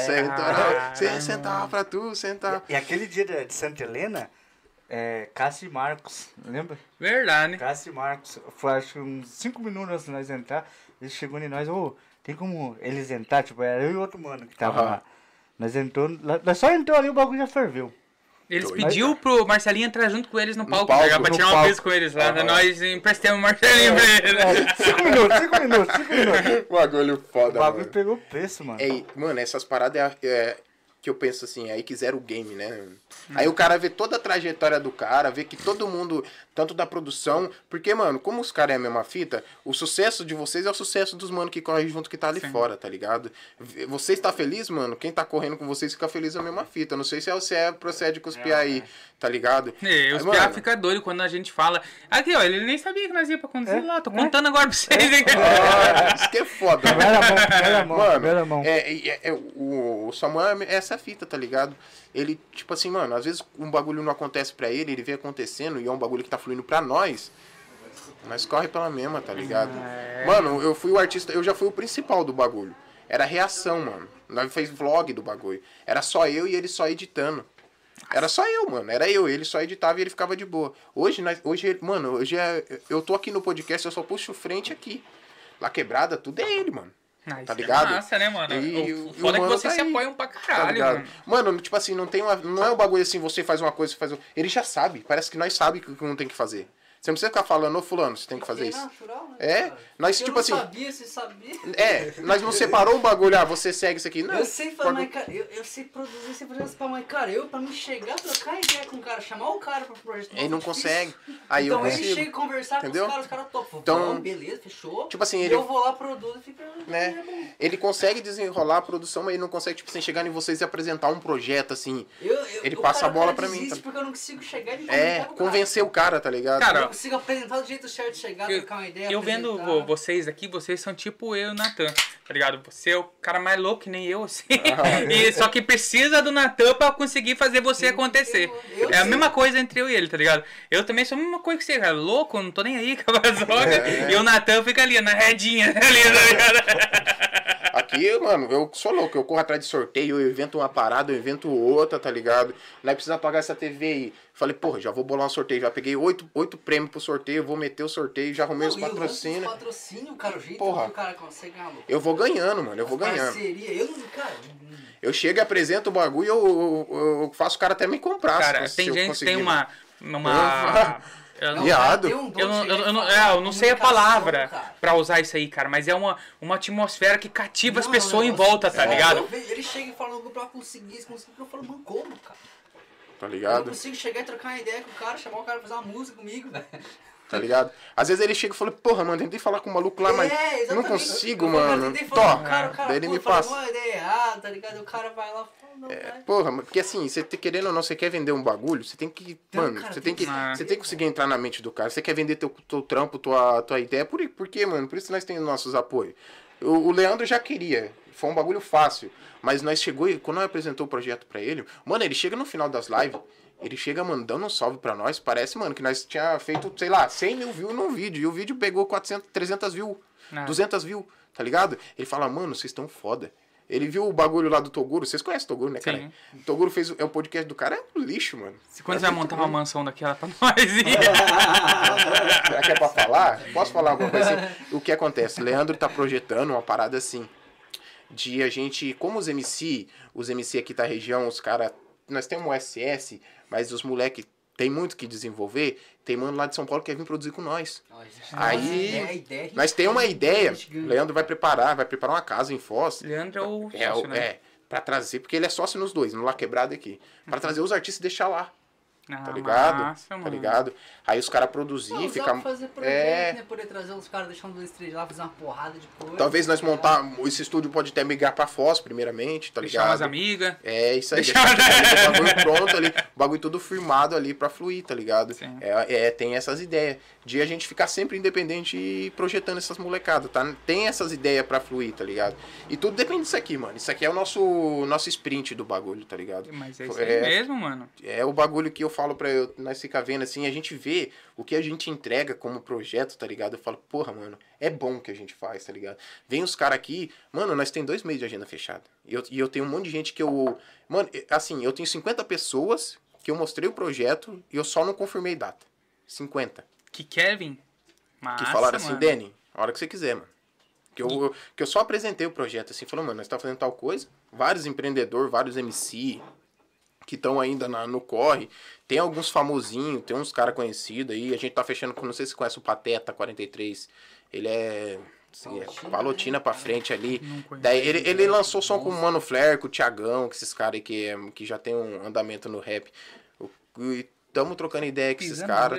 cê sentar pra tu, sentar. E aquele dia de Santa Helena, Cássio e Marcos, lembra? Verdade. Cássio e Marcos, foi acho que uns 5 minutos antes de nós entrar, eles chegou em nós, tem como eles entrar, tipo, era eu e outro mano que tava lá. Nós só entrou ali, o bagulho já ferveu. Eles pediu pro Marcelinho entrar junto com eles no palco pra tirar uma vez com eles lá. Nós emprestamos o Marcelinho pra eles. 5 minutos. O bagulho foda, o bagulho pegou preço, mano. Mano, essas paradas que eu penso assim, aí quiseram o game, né? Aí o cara vê toda a trajetória do cara, vê que todo mundo, tanto da produção, porque, mano, como os caras é a mesma fita, o sucesso de vocês é o sucesso dos mano que correm junto que tá ali fora, tá ligado? Você está feliz, mano? Quem tá correndo com vocês fica feliz é a mesma fita. Não sei se você procede com os piá aí, tá ligado? Os piá ficam doidos quando a gente fala. Aqui, ó, ele nem sabia que nós ia pra conduzir lá. Tô contando agora pra vocês. Isso que é foda. Primeira mão. O Samuel é essa fita, tá ligado? Ele, tipo assim, mano, às vezes um bagulho não acontece pra ele vê acontecendo e é um bagulho que tá fluindo pra nós corre pela mesma, tá ligado? Mano, eu fui o artista, eu já fui o principal do bagulho. Era reação, mano. Nós fez vlog do bagulho. Era só eu e ele só editando. Era só eu, mano. Era eu. Ele só editava e ele ficava de boa. Hoje eu tô aqui no podcast, eu só puxo frente aqui. Lá Quebrada, tudo é ele, mano. Tá ligado? É massa, né, mano? O foda é que vocês se apoiam pra caralho, tá mano, tipo assim, não é um bagulho assim, você faz uma coisa, você faz outra. Ele já sabe, parece que nós sabe o que não tem que fazer. Você não precisa ficar falando, ô fulano, você tem que fazer isso. Natural, né? Nós tipo assim. Eu sabia, você sabia. Nós não separou o bagulho, você segue isso aqui. Não, eu sei falar, mas cara, eu sei produzir, sei fazer essa mãe, cara, pra mim chegar, trocar ideia com o cara, chamar o cara pro projeto. Ele não consegue. Aí então eu ele chega e conversar entendeu? Com os caras topam. Então, beleza, fechou. Tipo assim, eu vou lá, produzo e fica. Né? Ele consegue desenrolar a produção, mas ele não consegue, tipo assim, chegar em vocês e apresentar um projeto assim. Ele passa a bola pra mim. Porque eu não consigo chegar e convencer o cara, tá ligado? Cara, eu não consigo apresentar do jeito certo de chegar, trocar uma ideia. Eu vendo vocês aqui, vocês são tipo eu e o Natan, tá ligado? Você é o cara mais louco que nem eu, assim. Só que precisa do Natan pra conseguir fazer você acontecer. É a mesma coisa entre eu e ele, tá ligado? Eu também sou a mesma coisa que você, cara. Louco, não tô nem aí com a bazoca. E o Natan fica ali, na redinha, ali, tá ligado? Aí, mano, eu sou louco, eu corro atrás de sorteio, eu invento uma parada, eu invento outra, tá ligado? Não é precisa pagar essa TV aí. Falei, porra, já vou bolar um sorteio, já peguei 8 prêmios pro sorteio, vou meter o sorteio, já arrumei os patrocínios. Patrocínio, cara, o jeito porra, que o cara consegue ganhar. Eu vou ganhando, mano, eu vou ganhando. Parceria, eu chego e apresento o bagulho, eu faço o cara até me comprar. Cara, tem gente que tem uma viado. Eu não sei a palavra pra usar isso aí, cara, mas é uma atmosfera que cativa as pessoas em volta, tá ligado? Ele chega e fala pra conseguir isso, eu falo, mano, como, cara? Tá ligado? Eu não consigo chegar e trocar uma ideia com o cara, chamar o cara pra fazer uma música comigo, velho. Tá ligado? Às vezes ele chega e fala, porra, mano, tentei falar com o maluco lá, mas não consigo, mano. Daí ele me passa. Uma ideia errada, tá ligado? O cara vai lá e fala, não, porra, porque assim, você querendo ou não, você quer vender um bagulho, você tem que, mano, você tem que conseguir entrar na mente do cara. Você quer vender teu trampo, tua ideia, por quê, mano? Por isso nós temos nossos apoios. O Leandro já queria, foi um bagulho fácil, mas nós chegou e quando nós apresentou o projeto pra ele, mano, ele chega no final das lives, ele chega mandando um salve pra nós, parece, mano, que nós tinha feito, sei lá, 100 mil views num vídeo, e o vídeo pegou 400, 300 views, 200 views, tá ligado? Ele fala, mano, vocês estão foda. Ele viu o bagulho lá do Toguro, vocês conhecem o Toguro, né, cara? Sim. O Toguro fez o podcast do cara, é um lixo, mano. Quando você vai montar uma mansão daquela pra nós ir? Será que é pra falar? Posso falar alguma coisa assim? O que acontece? Leandro tá projetando uma parada assim, de a gente, como os MC aqui da região, os caras, nós temos um SS, mas os moleques tem muito que desenvolver, tem mano lá de São Paulo que quer vir produzir com nós. Aí, nós temos uma ideia, o Leandro vai preparar uma casa em Foz. Leandro é o sócio, né? Pra trazer, porque ele é sócio nos dois, no La Quebrada aqui. Pra trazer os artistas e deixar lá. Tá ligado? Massa, tá ligado? Aí os caras produzir, ficar. Fazer projeto, né? Poder trazer os caras, deixar um 2, 3 lá, fazer uma porrada de coisa. Talvez nós montar. Esse estúdio pode até migrar pra Foz, primeiramente, tá ligado? Deixar umas amigas. É, isso aí. Deixar o bagulho pronto ali. O bagulho tudo firmado ali pra fluir, tá ligado? Sim. Tem essas ideias. De a gente ficar sempre independente e projetando essas molecadas, tá? Tem essas ideias pra fluir, tá ligado? E tudo depende disso aqui, mano. Isso aqui é o nosso sprint do bagulho, tá ligado? Mas é isso aí mesmo, mano. É o bagulho que eu falo pra nós ficar vendo assim, a gente vê o que a gente entrega como projeto, tá ligado? Eu falo, porra, mano, é bom o que a gente faz, tá ligado? Vem os caras aqui, mano, nós tem 2 meses de agenda fechada. E eu tenho um monte de gente que eu... Mano, assim, eu tenho 50 pessoas que eu mostrei o projeto e eu só não confirmei data. 50. Que Kevin? Massa, que falaram assim, mano. Dani, a hora que você quiser, mano. Que eu só apresentei o projeto assim, falou, mano, nós tá fazendo tal coisa. Vários empreendedores, vários MC que estão ainda no corre. Tem alguns famosinhos, tem uns caras conhecidos aí. A gente tá fechando com, não sei se você conhece o Pateta 43. Ele é... Palotina pra frente ali. Daí ele lançou som com o Mano Flair, com o Thiagão, com esses caras aí que já tem um andamento no rap. E tamo trocando ideia com esses caras,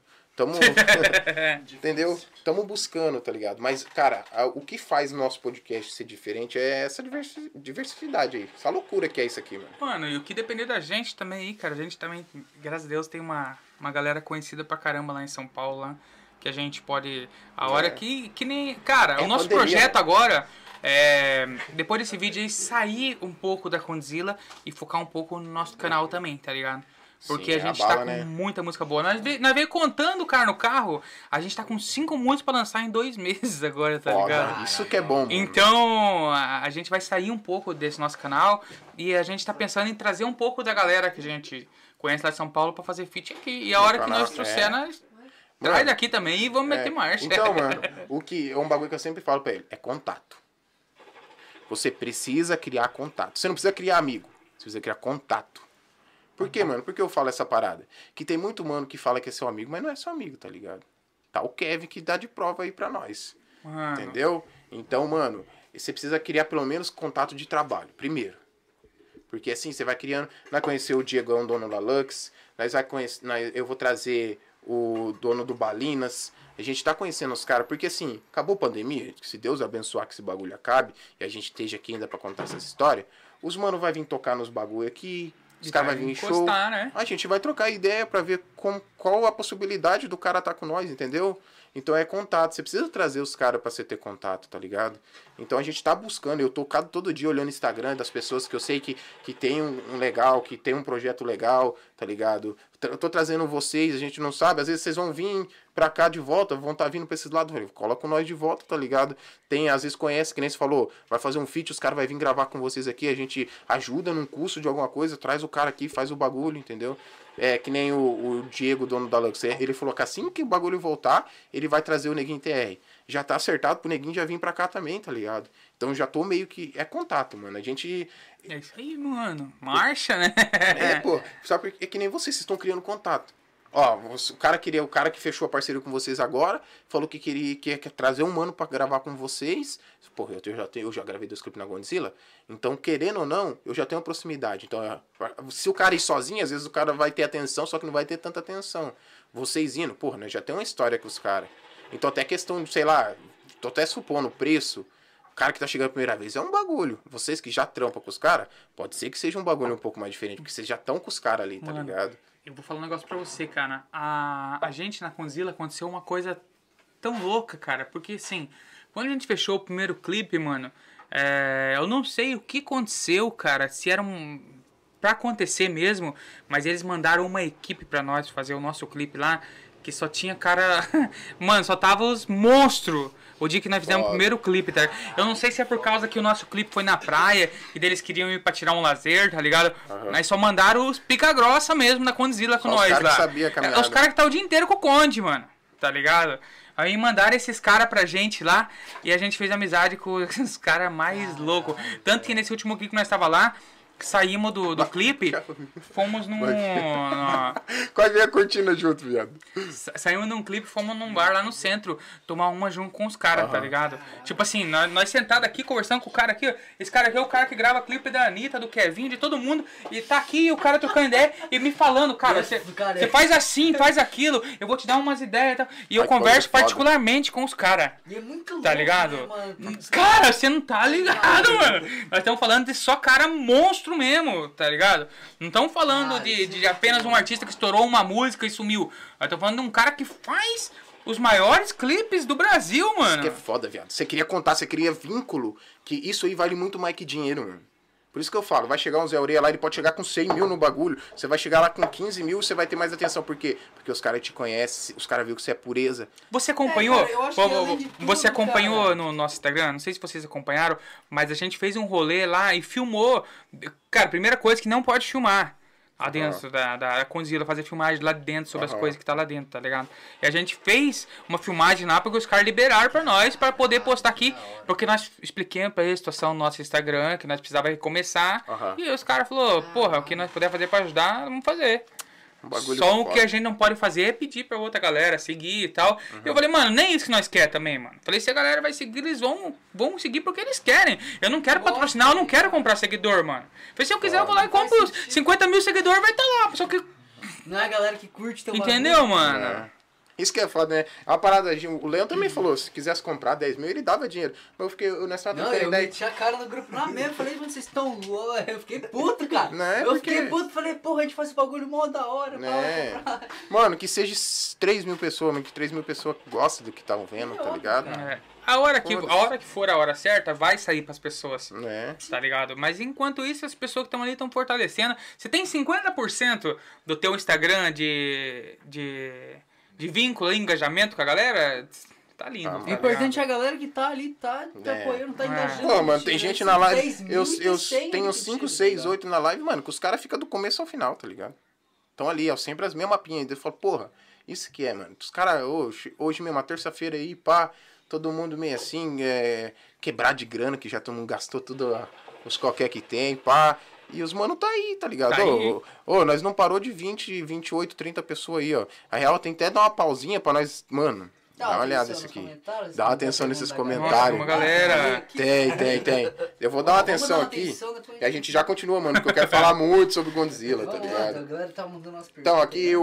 entendeu? Tamo buscando, tá ligado? Mas, cara, o que faz o nosso podcast ser diferente é essa diversidade aí. Essa loucura que é isso aqui, mano. Mano, e o que depender da gente também aí, cara. A gente também, graças a Deus, tem uma galera conhecida pra caramba lá em São Paulo, lá. Que a gente pode... A hora que nem... Cara, o nosso projeto agora... depois desse vídeo aí, sair um pouco da Condzilla e focar um pouco no nosso canal também, tá ligado? Porque a gente tá com muita música boa. Nós veio contando, cara, no carro. A gente tá com 5 músicas pra lançar em 2 meses agora, tá ligado? Isso que é bom, mano. Então, a gente vai sair um pouco desse nosso canal. E a gente tá pensando em trazer um pouco da galera que a gente conhece lá de São Paulo pra fazer feat aqui. E a hora que nós trouxer, nós traz daqui também e vamos meter marcha. Então, mano, é um bagulho que eu sempre falo pra ele. É contato. Você precisa criar contato. Você não precisa criar amigo. Você precisa criar contato. Por quê, mano? Por que eu falo essa parada? Que tem muito mano que fala que é seu amigo, mas não é seu amigo, tá ligado? Tá o Kevin que dá de prova aí pra nós. Entendeu? Então, mano, você precisa criar pelo menos contato de trabalho, primeiro. Porque assim, você vai criando... Vai conhecer o Diegão, dono da Lux. Eu vou trazer o dono do Balinas. A gente tá conhecendo os caras, porque assim, acabou a pandemia, se Deus abençoar que esse bagulho acabe, e a gente esteja aqui ainda pra contar essa história, os mano vai vir tocar nos bagulho aqui... Os caras vão vir em show. Né? A gente vai trocar ideia pra ver qual a possibilidade do cara estar com nós, entendeu? Então é contato. Você precisa trazer os caras pra você ter contato, tá ligado? Então a gente tá buscando. Eu tô todo dia olhando o Instagram das pessoas que eu sei que tem um legal, que tem um projeto legal, tá ligado? Eu tô trazendo vocês, a gente não sabe. Às vezes vocês vão vir pra cá de volta, vão estar vindo pra esses lados. Coloca nós de volta, tá ligado? Tem, às vezes conhece, que nem você falou, vai fazer um feat, os caras vão vir gravar com vocês aqui, a gente ajuda num curso de alguma coisa, traz o cara aqui, faz o bagulho, entendeu? É que nem o Diego, dono da Lux, ele falou que assim que o bagulho voltar, ele vai trazer o Neguinho TR. Já tá acertado pro Neguinho já vir pra cá também, tá ligado? Então já tô meio que... É contato, mano. A gente... É isso aí, mano. Marcha, né? Pô. Sabe porque é que nem vocês estão criando contato. Ó, o cara que fechou a parceria com vocês agora, falou que quer trazer um mano pra gravar com vocês. Porra, eu já gravei 2 clipes na Godzilla. Então, querendo ou não, eu já tenho uma proximidade. Então, se o cara ir sozinho, às vezes o cara vai ter atenção, só que não vai ter tanta atenção. Vocês indo, porra, né, já tem uma história com os caras. Então, até questão de, sei lá, tô até supondo o preço. O cara que tá chegando a primeira vez é um bagulho. Vocês que já trampam com os caras, pode ser que seja um bagulho um pouco mais diferente, porque vocês já estão com os caras ali, tá ligado? Eu vou falar um negócio pra você, cara. A gente na Conzilla aconteceu uma coisa tão louca, cara. Porque, assim, quando a gente fechou o primeiro clipe, mano, eu não sei o que aconteceu, cara. Se era pra acontecer mesmo, mas eles mandaram uma equipe pra nós fazer o nosso clipe lá, que só tinha cara... Mano, só tava os monstros. O dia que nós fizemos o primeiro clipe, tá? Eu não sei se é por causa que o nosso clipe foi na praia e deles queriam ir pra tirar um lazer, tá ligado? Mas só mandaram os pica grossa mesmo na Condzilla com nós lá. Os caras que tá o dia inteiro com o Conde, mano. Tá ligado? Aí mandaram esses caras pra gente lá e a gente fez amizade com os caras mais loucos. Tanto que nesse último clipe que nós tava lá, saímos do clipe, fomos num... Quase a cortina junto, viado. Saímos num clipe, fomos num bar lá no centro, tomar uma junto com os caras, tá ligado? Tipo assim, nós sentados aqui, conversando com o cara aqui, ó. Esse cara aqui é o cara que grava clipe da Anitta, do Kevin, de todo mundo, e tá aqui o cara trocando ideia e me falando, cara, você faz assim, faz aquilo, eu vou te dar umas ideias e tal. E eu converso particularmente com os caras. E é muito louco, tá ligado? né, mano? Cara, você não tá ligado, mano. Nós estamos falando de só cara monstro mesmo, tá ligado? Não estamos falando de apenas um artista que estourou uma música e sumiu. Nós estamos falando de um cara que faz os maiores clipes do Brasil, mano. Isso que é foda, viado. Você queria contar, você queria vínculo, que isso aí vale muito mais que dinheiro, mano. Por isso que eu falo, vai chegar um Zé Orelha lá, ele pode chegar com 100 mil no bagulho, você vai chegar lá com 15 mil, você vai ter mais atenção. Por quê? Porque os caras te conhecem, os caras viram que você é pureza. Você acompanhou? Cara, você acompanhou no nosso Instagram? Não sei se vocês acompanharam, mas a gente fez um rolê lá e filmou. Cara, primeira coisa que não pode filmar. Lá dentro da Condzilla, fazer filmagem lá dentro sobre as coisas que tá lá dentro, tá ligado? E a gente fez uma filmagem lá porque os caras liberaram pra nós pra poder postar aqui. Porque nós explicamos pra eles a situação no nosso Instagram, que nós precisava recomeçar. E os caras falaram, porra, o que nós puder fazer pra ajudar, vamos fazer. Só o que a gente não pode fazer é pedir pra outra galera seguir e tal. E eu falei, mano, nem isso que nós quer também, mano. Falei, se a galera vai seguir, eles vão seguir porque eles querem. Eu não quero patrocinar, eu não quero comprar seguidor, mano. Falei, se eu quiser, eu vou lá e compro 50 mil seguidores, vai estar lá. Só que... Não é a galera que curte teu Entendeu, mano? Isso que é foda, né? É uma parada, o Leão também falou, se quisesse comprar 10 mil, ele dava dinheiro. Mas eu fiquei, nessa não, eu meti a cara no grupo lá mesmo, falei, mano, vocês estão... Eu fiquei puto, cara. Né? Eu fiquei puto, falei, porra, a gente faz esse bagulho mó da hora. Né? Mano, que seja 3 mil pessoas, mas que 3 mil pessoas gostam do que estavam vendo, tá ligado? A hora que for a hora certa, vai sair pras pessoas. Tá ligado? Mas enquanto isso, as pessoas que estão ali estão fortalecendo. Você tem 50% do teu Instagram de vínculo, engajamento com a galera, tá lindo. O importante é a galera que tá ali, tá apoiando, tá engajando. Pô, mano, tem gente na live, eu tenho 5, 6, 8 na live, mano, que os caras ficam do começo ao final, tá ligado? Estão ali, ó, sempre as mesmas mapinhas. Eu falo, porra, isso que é, mano. Os caras, hoje mesmo, uma terça-feira aí, pá, todo mundo meio assim, quebrar de grana, que já todo mundo gastou tudo, os qualquer que tem, pá. E os mano tá aí, tá ligado? Nós não parou de 20, 28, 30 pessoas aí, ó. A real tem até dar uma pausinha pra nós, mano. Dá uma olhada nisso aqui. Dá uma atenção nesses comentários. Nossa, galera. Tem. Eu vou dar uma atenção aqui. E a gente já continua, mano, porque eu quero falar muito sobre Godzilla, tá ligado? A galera tá mandando umas perguntas. Então, aqui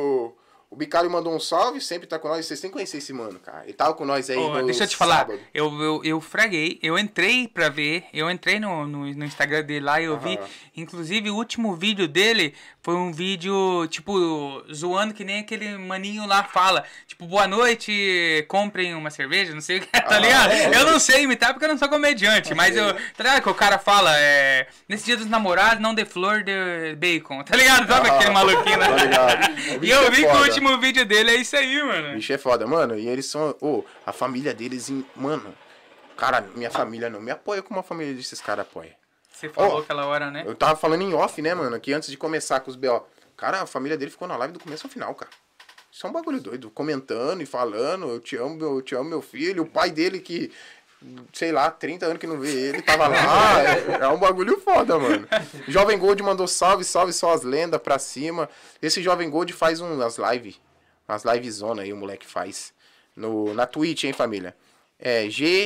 o Bicário mandou um salve, sempre tá com nós. Vocês têm que conhecer esse mano, cara. Ele tava com nós aí no deixa eu te falar, eu fraguei, eu entrei pra ver, eu entrei no Instagram dele lá e eu vi, inclusive o último vídeo dele foi um vídeo, tipo, zoando que nem aquele maninho lá fala. Tipo, boa noite, comprem uma cerveja, não sei o que, tá ligado? Eu não sei imitar porque eu não sou comediante, mas tá ligado que o cara fala, nesse dia dos namorados, não dê flor, dê bacon, tá ligado? Sabe aquele maluquinho lá? Tá ligado. E eu vi que o último último vídeo dele é isso aí, mano. Bicho é foda, mano. E eles são... a família deles... Mano, cara, minha família não me apoia como a família desses caras apoia. Você falou aquela hora, né? Eu tava falando em off, né, mano? Que antes de começar com os B.O. Cara, a família dele ficou na live do começo ao final, cara. Isso é um bagulho doido. Comentando e falando, eu te amo meu filho. O pai dele que... sei lá, 30 anos que não vê ele, tava lá. É um bagulho foda, mano. Jovem Gold mandou salve só as lendas pra cima. Esse Jovem Gold faz umas livezona aí, o moleque faz. Na Twitch, hein, família? É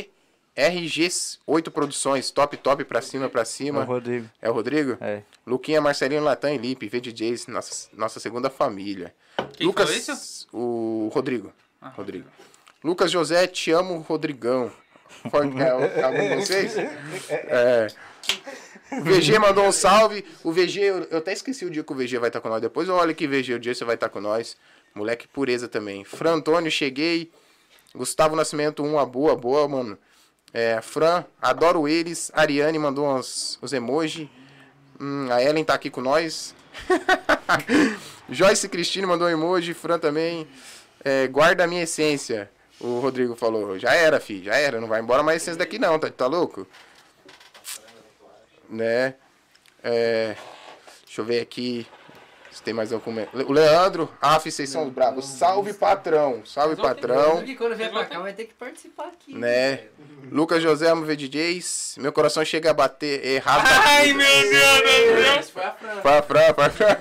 GRG8 Produções, top pra cima. É o Rodrigo. É o Rodrigo? É. Luquinha, Marcelinho, Latam e Lipe, VDJs, nossa segunda família. Quem Lucas, falou isso? O Rodrigo. Rodrigo. Lucas José, te amo, Rodrigão. É algum de vocês? O VG mandou um salve. O VG, eu até esqueci o dia que o VG vai estar com nós. Depois eu olho aqui, VG, o dia você vai estar com nós. Moleque pureza também. Fran Antônio, cheguei. Gustavo Nascimento, boa, mano. Fran, adoro eles. Ariane mandou os emoji. A Ellen tá aqui com nós. Joyce Cristine mandou um emoji. Fran também. Guarda a minha essência. O Rodrigo falou, já era, filho, já era, não vai embora mais essência daqui não, tá louco? Né? Deixa eu ver aqui se tem mais algum... O Leandro, vocês são bravos. Salve, patrão, Que quando vier pra cá vai ter que participar aqui. Né? Lucas José, amo ver DJs. Meu coração chega a bater errado. Ai, meu Deus! Foi a Fran. Foi a Fran.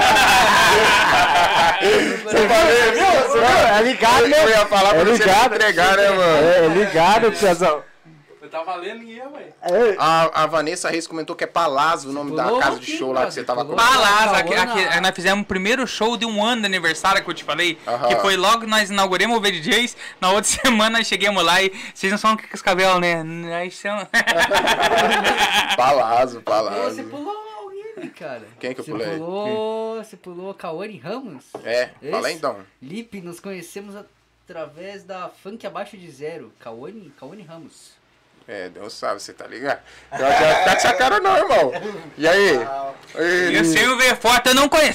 Você falou, viu? É ligado, né? Eu ia falar pra você não entregar, né, mano? É ligado, Piazão. Eu tava lendo e eu, velho. A Vanessa Reis comentou que é Palazzo o nome da casa de show lá que você tava com. Palazzo, aqui, nós fizemos o primeiro show de 1 ano de aniversário que eu te falei, que foi logo que nós inauguramos o VDJs, na outra semana nós chegamos lá e vocês não são com os cabelos, né? Nós são... Palazzo. Você pulou alguém, cara. Quem que eu pulei? Você pulou Kaori Ramos? Fala aí, então. Lipe, nos conhecemos através da Funk Abaixo de Zero. Kaori Ramos. Deus sabe, você tá ligado? Eu não quero ficar com essa cara não, irmão. E aí? Eu sei o ver foto, eu não conheço.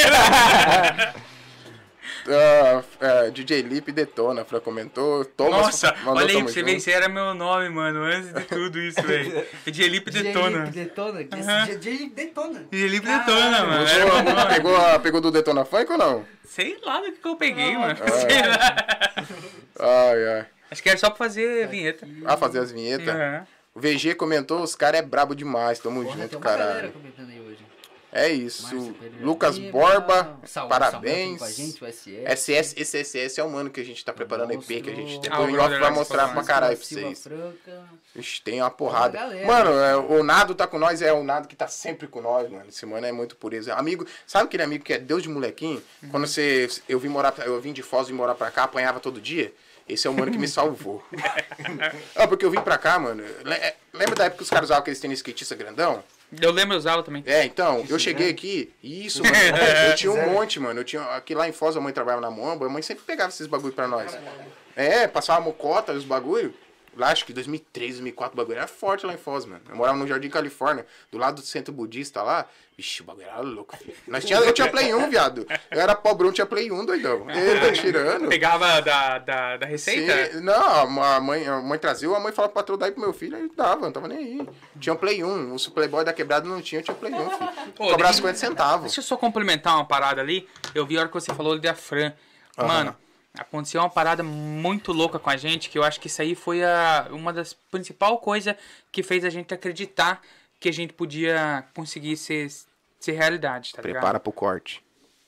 DJ Lipe Detona, Fran comentou. Nossa, olha aí pra você ver, esse era meu nome, mano, antes de tudo isso, velho. DJ Lipe Detona. DJ Lipe Detona. DJ Lipe Detona, mano. Pegou do Detona Funk ou não? Sei lá do que eu peguei, mano. Sei lá. Ai. Acho que era só pra fazer vinheta. Fazer as vinhetas. O VG comentou, os caras é brabo demais, tamo junto, caralho. É isso. Lucas Borba, parabéns. Esse SS é o mano que a gente tá preparando EP, que a gente depois em off vai mostrar pra caralho pra vocês. Ixi, tem uma porrada. Mano, o Nado tá com nós, é o Nado que tá sempre com nós, mano. Esse mano é muito pureza. Amigo, sabe aquele amigo que é Deus de molequinho? Quando eu vim de Foz e morar pra cá, apanhava todo dia. Esse é o mano que me salvou. Porque eu vim pra cá, mano. Lembra da época que os caras usavam aqueles tênis skatista grandão? Eu lembro, eu usava também. Então, eu cheguei aqui, isso, mano, eu tinha um monte, mano. Aqui lá em Foz, a mãe trabalhava na Moamba, a mãe sempre pegava esses bagulho pra nós. Passava mocota, os bagulho. Lá, acho que 2003, 2004, o bagulho era forte lá em Foz, mano. Eu morava no Jardim Califórnia, do lado do centro budista lá. Vixe, o bagulho era louco, filho. Eu tinha Play 1, viado. Eu era pobrão, tinha Play 1, doidão. Ele tá tirando. Pegava da receita? Sim. Não, a mãe trazia, a mãe falava pra patrão dar pro meu filho, aí dava, não tava nem aí. Tinha um Play 1, o Playboy da quebrada não tinha, eu tinha Play 1, filho. Cobrava 50 centavos. Deixa eu só complementar uma parada ali. Eu vi a hora que você falou da Fran. Mano... Aconteceu uma parada muito louca com a gente, que eu acho que isso aí foi uma das principais coisas que fez a gente acreditar que a gente podia conseguir ser realidade, tá ligado? Prepara pro corte.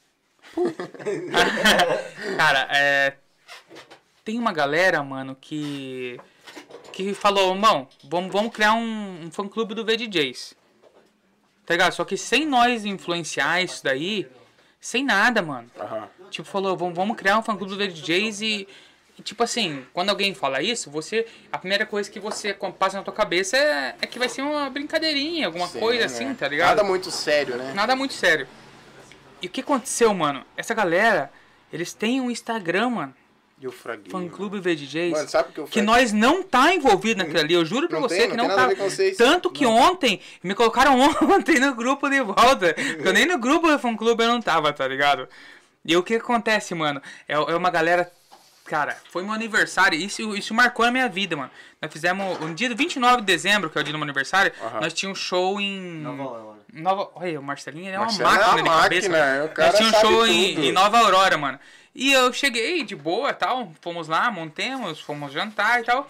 Cara, tem uma galera, mano, que falou, irmão, vamos criar um fã-clube do VDJs. Tá ligado? Só que sem nós influenciar isso daí, sem nada, mano. Tipo, falou, vamos criar um fã-clube do VDJs e, tipo assim, quando alguém fala isso, a primeira coisa que você passa na tua cabeça é que vai ser uma brincadeirinha, alguma coisa assim, tá ligado? Nada muito sério, né? Nada muito sério. E o que aconteceu, mano? Essa galera, eles têm um Instagram, mano. E o Fraguinho. Fã-clube VDJs. Mano, sabe que nós não tá envolvido naquilo ali. Eu juro pra você que não tá. Tanto que ontem, me colocaram ontem no grupo de volta. Porque eu nem no grupo do fã-clube eu não tava, tá ligado? E o que acontece, mano? É uma galera... Cara, foi meu aniversário, isso marcou a minha vida, mano. Nós fizemos, no dia 29 de dezembro, que é o dia do meu aniversário, nós tínhamos um show em... Olha, o Marcelinho, ele é uma máquina de cabeça. Nós tínhamos um show em Nova Aurora, mano. E eu cheguei de boa e tal, fomos lá, montemos, fomos jantar e tal.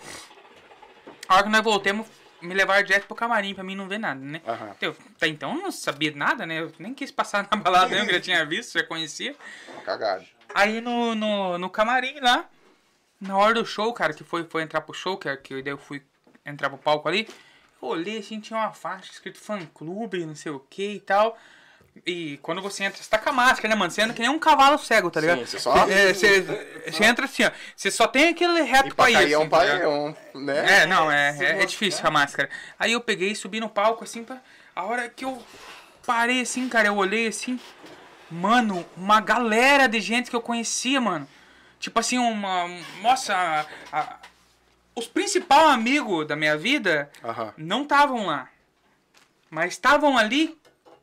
A hora que nós voltamos, me levaram direto pro camarim pra mim não ver nada, né? Até então eu não sabia nada, né? Eu nem quis passar na balada, eu já tinha visto, já conhecia. Cagado. Aí no camarim lá, na hora do show, cara, que foi entrar pro show, que daí eu fui entrar pro palco ali, eu olhei assim, tinha uma faixa escrito fã clube, não sei o que e tal. E quando você entra, você tá com a máscara, né, mano? Você anda que nem um cavalo cego, tá ligado? Sim, você só... você entra assim, ó. Você só tem aquele reto pra ir, assim, um paião, né? É difícil a máscara. Aí eu peguei e subi no palco, assim, a hora que eu parei, assim, cara, eu olhei, assim... Mano, uma galera de gente que eu conhecia, mano. Tipo assim, nossa, os principais amigos da minha vida não estavam lá. Mas estavam ali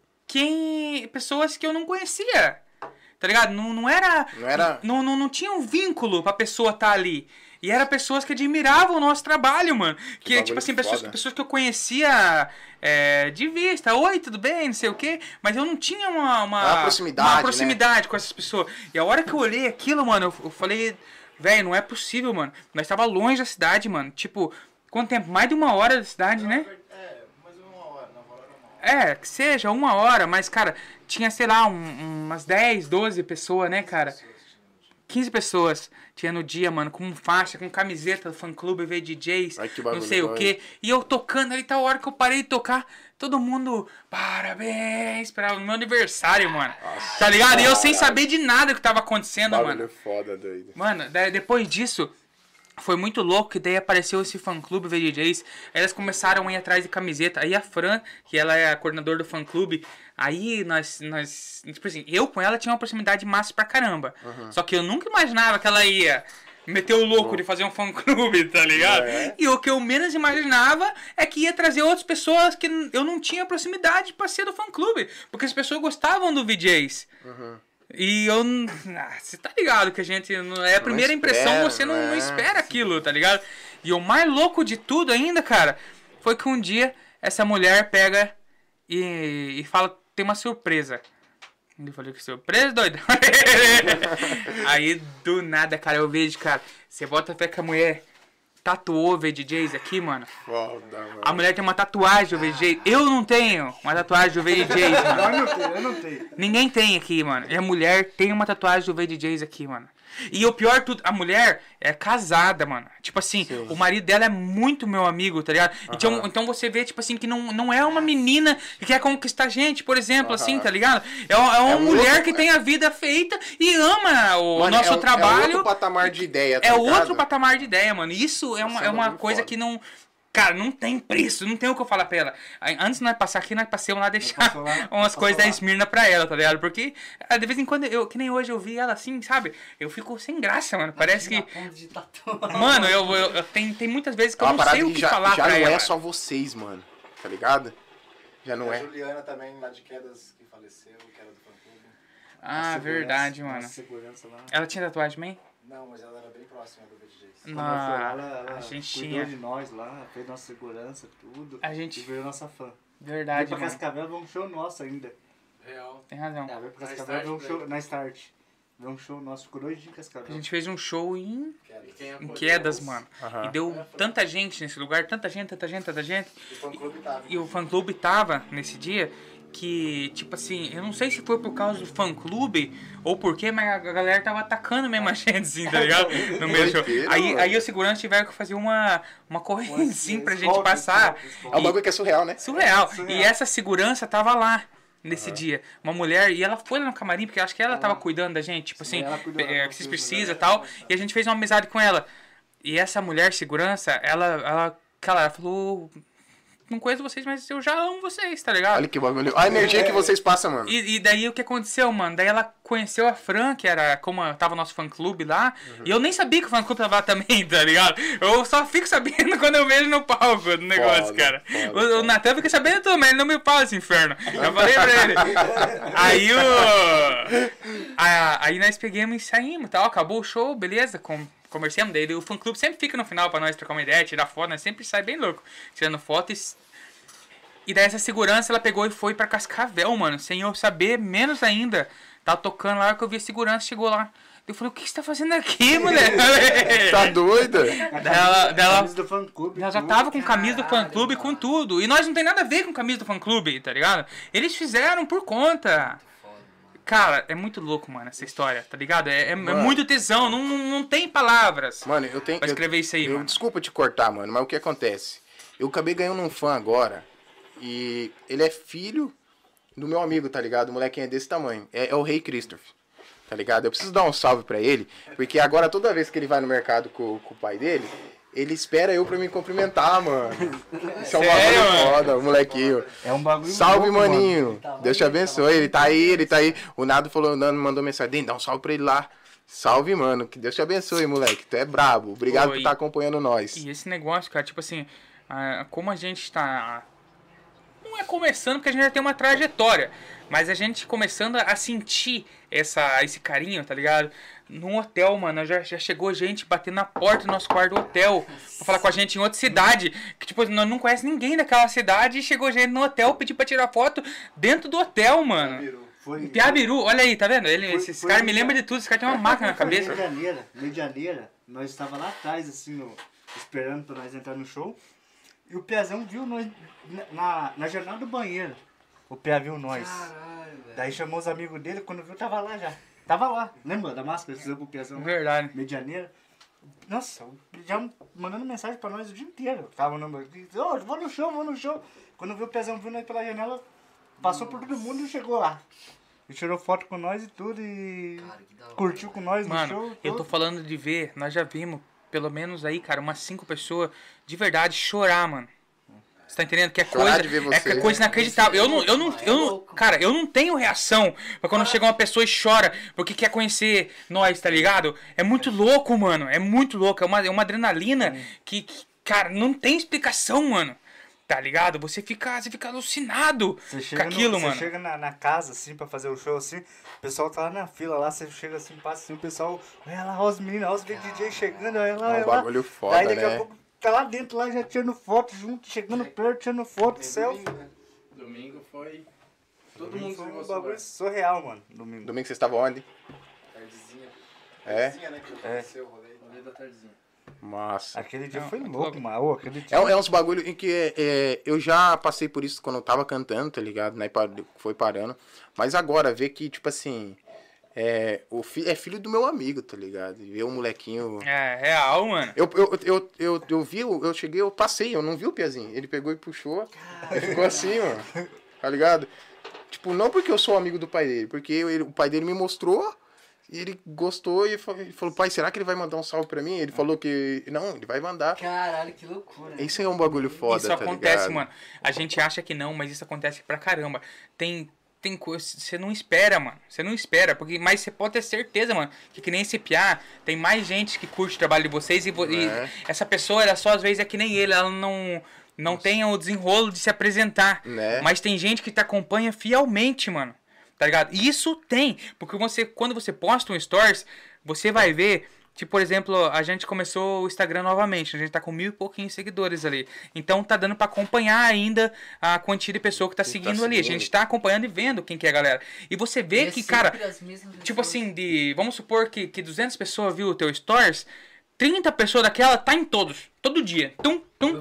pessoas que eu não conhecia. Tá ligado? Não tinha um vínculo pra pessoa estar ali. E eram pessoas que admiravam o nosso trabalho, mano. Que tipo assim, pessoas que eu conhecia de vista. Oi, tudo bem? Não sei o quê. Mas eu não tinha uma proximidade, né, com essas pessoas. E a hora que eu olhei aquilo, mano, eu falei, velho, não é possível, mano. Nós tava longe da cidade, mano. Tipo, quanto tempo? Mais de 1 hora da cidade, né? Mais de 1 hora. Na hora que seja 1 hora. Mas, cara, tinha, sei lá, umas 10, 12 pessoas, né, cara? 15 pessoas tinha no dia, mano, com faixa, com camiseta do fã-clube, veio DJs, não sei o que. E eu tocando ali, tal hora que eu parei de tocar, todo mundo, parabéns para o meu aniversário, mano. Nossa, tá ligado? E eu sem saber de nada que tava acontecendo, mano. Foda, doido. Mano, depois disso, foi muito louco que daí apareceu esse fã-clube VDJs. Aí elas começaram a ir atrás de camiseta. Aí a Fran, que ela é a coordenadora do fã-clube, aí nós tipo assim, eu com ela tinha uma proximidade massa pra caramba. Só que eu nunca imaginava que ela ia meter o louco de fazer um fã-clube, tá ligado? E o que eu menos imaginava é que ia trazer outras pessoas que eu não tinha proximidade pra ser do fã-clube. Porque as pessoas gostavam do VJs. E eu... você tá ligado que a gente... É a primeira impressão, você não espera aquilo, tá ligado? E o mais louco de tudo ainda, cara, foi que um dia essa mulher pega e fala, tem uma surpresa. Eu falei, que surpresa, doido? Aí, do nada, cara, eu vejo, cara, você bota fé que a mulher tatuou VDJs aqui, mano. Foda, mano. A mulher tem uma tatuagem do VDJs. Eu não tenho uma tatuagem do VDJs, mano. Eu não tenho. Ninguém tem aqui, mano. E a mulher tem uma tatuagem do VDJs aqui, mano. E o pior tudo, a mulher é casada, mano. Tipo assim, sim, o marido dela é muito meu amigo, tá ligado? Então você vê, tipo assim, que não é uma menina que quer conquistar gente, por exemplo, assim, tá ligado? É uma mulher que tem a vida feita e ama o nosso trabalho. É outro patamar de ideia, tá ligado? É outro patamar de ideia, mano. Isso é uma coisa que não... Cara, não tem preço, não tem o que eu falar pra ela. Antes de nós passar aqui, nós passamos lá deixar umas coisas da Esmirna pra ela, tá ligado? Porque de vez em quando, que nem hoje eu vi ela assim, sabe? Eu fico sem graça, mano. Parece que... Mano, tem muitas vezes que eu não sei o que falar pra ela. Já não é só vocês, mano. Tá ligado? Já não é. A Juliana também, lá de Quedas, que faleceu, que era do fã-clube. Ah, verdade, mano. Ela tinha tatuagem também? Não, mas ela era bem próxima do VDJs. Ela a gente cuidou de nós lá, fez nossa segurança, tudo. A gente... E veio nossa fã. Verdade, mano. Veio pra Cascavel, vamos um show nosso ainda. Real. Tem razão. Veio pra Cascavel, veio um show na Start. Veio um show nosso, ficou 2 dias em Cascavel. A gente fez um show em Quedas, mano. E deu tanta gente nesse lugar, tanta gente. E o fã-clube tava nesse dia... Que, tipo assim, eu não sei se foi por causa do fã-clube ou por quê, mas a galera tava atacando mesmo a gente, assim, tá ligado? No meio do show. Aí o segurança tiveram que fazer uma corrente, assim, pra gente passar. É um bagulho que é surreal, né? Surreal. E essa segurança tava lá nesse dia. Uma mulher, e ela foi lá no camarim, porque eu acho que ela tava cuidando da gente, tipo assim, que vocês precisam e tal. E a gente fez uma amizade com ela. E essa mulher segurança, ela falou... não conheço vocês, mas eu já amo vocês, tá ligado? Olha que bagulho. A energia que vocês passam, mano. E daí o que aconteceu, mano? Daí ela conheceu a Fran, que era como tava o nosso fã-clube lá. E eu nem sabia que o fã-clube tava lá também, tá ligado? Eu só fico sabendo quando eu vejo no palco do negócio, cara. O Natan fica sabendo tudo, mas ele não me fala esse inferno. Eu falei pra ele. Aí aí nós pegamos e saímos, tal. Acabou o show, beleza, conversamos. Daí o fã-clube sempre fica no final pra nós trocar uma ideia, tirar foto, nós sempre sai bem louco. Tirando foto e daí essa segurança, ela pegou e foi pra Cascavel, mano. Sem eu saber, menos ainda. Tava tocando lá, que eu vi a segurança, chegou lá. Eu falei, o que você tá fazendo aqui, moleque? Tá doida? Ela já tava com camisa do fã-clube, com tudo. E nós não tem nada a ver com camisa do fã-clube, tá ligado? Eles fizeram por conta. Cara, é muito louco, mano, essa história, tá ligado? É muito tesão, não tem palavras. Mano, eu tenho... pra escrever isso aí, mano. Desculpa te cortar, mano, mas o que acontece? Eu acabei ganhando um fã agora, e ele é filho do meu amigo, tá ligado? O molequinho é desse tamanho. É o Rei Christopher, tá ligado? Eu preciso dar um salve pra ele, porque agora toda vez que ele vai no mercado com o pai dele, ele espera eu pra me cumprimentar, mano. Isso é um bagulho foda, o molequinho. É um bagulho. Salve, louco, maninho. Mano. Deus te abençoe. Ele tá aí. O Nado falou, me mandou mensagem. Dá um salve pra ele lá. Salve, mano. Que Deus te abençoe, moleque. Tu é brabo. Obrigado por estar acompanhando nós. E esse negócio, cara, tipo assim, como a gente tá... Não é começando, porque a gente já tem uma trajetória. Mas a gente começando a sentir esse carinho, tá ligado? No hotel, mano, já chegou gente batendo na porta do nosso quarto do hotel pra falar com a gente em outra cidade. Que, tipo, nós não conhece ninguém daquela cidade e chegou gente no hotel, pediu pra tirar foto dentro do hotel, mano. Piabiru, olha aí, tá vendo? Esses caras me lembram de tudo, esse cara tem uma máquina na cabeça. Medianeira, nós estava lá atrás, assim, esperando pra nós entrar no show. E o Piazão viu nós na janela do banheiro. O Pia viu nós. Caralho, velho. Daí chamou os amigos dele, quando viu, tava lá já. Tava lá, lembra da máscara que você deu pro Piazão? Verdade. Medianeira. Nossa, já mandando mensagem pra nós o dia inteiro. Tava no meu... vou no show. Quando viu o Piazão viu nós pela janela, passou por todo mundo e chegou lá. E tirou foto com nós e tudo e curtiu com nós no show. Mano, eu tô falando de ver, nós já vimos, pelo menos aí, cara, umas 5 pessoas de verdade chorar, mano. Você tá entendendo? Que é coisa inacreditável. Cara, eu não tenho reação pra quando chega uma pessoa e chora porque quer conhecer nós, tá ligado? É muito louco, mano. É muito louco. É uma adrenalina que, cara, não tem explicação, mano. Tá ligado? Você fica alucinado com aquilo, mano. Você chega na casa, assim, pra fazer o show, assim, o pessoal tá lá na fila, lá, você chega assim, passa assim, o pessoal, olha lá, olha os meninos, olha os DJ chegando, olha lá, olha lá. É um bagulho foda, daí, daqui a pouco, tá lá dentro, lá, já tirando foto junto, chegando perto, tirando foto, selfie. Domingo foi... Todo mundo foi um bagulho surreal, mano. Domingo vocês estavam onde? Tardezinha. Tardezinha, né, que aconteceu o rolê da tardezinha. Massa. Aquele dia foi louco, mano. Aquele dia... É uns bagulho em que eu já passei por isso quando eu tava cantando, tá ligado? Né? Foi parando. Mas agora, ver que, tipo assim... é filho do meu amigo, tá ligado? Ver o molequinho... É real, mano. Eu vi, eu cheguei, eu passei, eu não vi o Piazinho. Ele pegou e puxou, e ficou assim, mano. Tá ligado? Tipo, não porque eu sou amigo do pai dele, porque o pai dele me mostrou... E ele gostou e falou, pai, será que ele vai mandar um salve pra mim? Ele falou que, não, ele vai mandar. Caralho, que loucura. Isso é um bagulho foda, isso tá acontece, ligado? Mano. A gente acha que não, mas isso acontece pra caramba. Tem coisa, você não espera, mano. Você não espera, mas você pode ter certeza, mano, que nem esse piá, tem mais gente que curte o trabalho de vocês e essa pessoa, ela só às vezes é que nem ele, ela não tem o desenrolo de se apresentar. Né? Mas tem gente que te acompanha fielmente, mano. Tá ligado? E isso tem, porque quando você posta um stories, você vai ver, tipo, por exemplo, a gente começou o Instagram novamente, a gente tá com 1.000 e pouquinhos seguidores ali, então tá dando pra acompanhar ainda a quantia de pessoa que tá seguindo ali, a gente tá acompanhando e vendo quem que é a galera, e você vê que, cara, tipo assim, vamos supor que 200 pessoas viu o teu stories, 30 pessoas daquela tá em todos, todo dia, tum,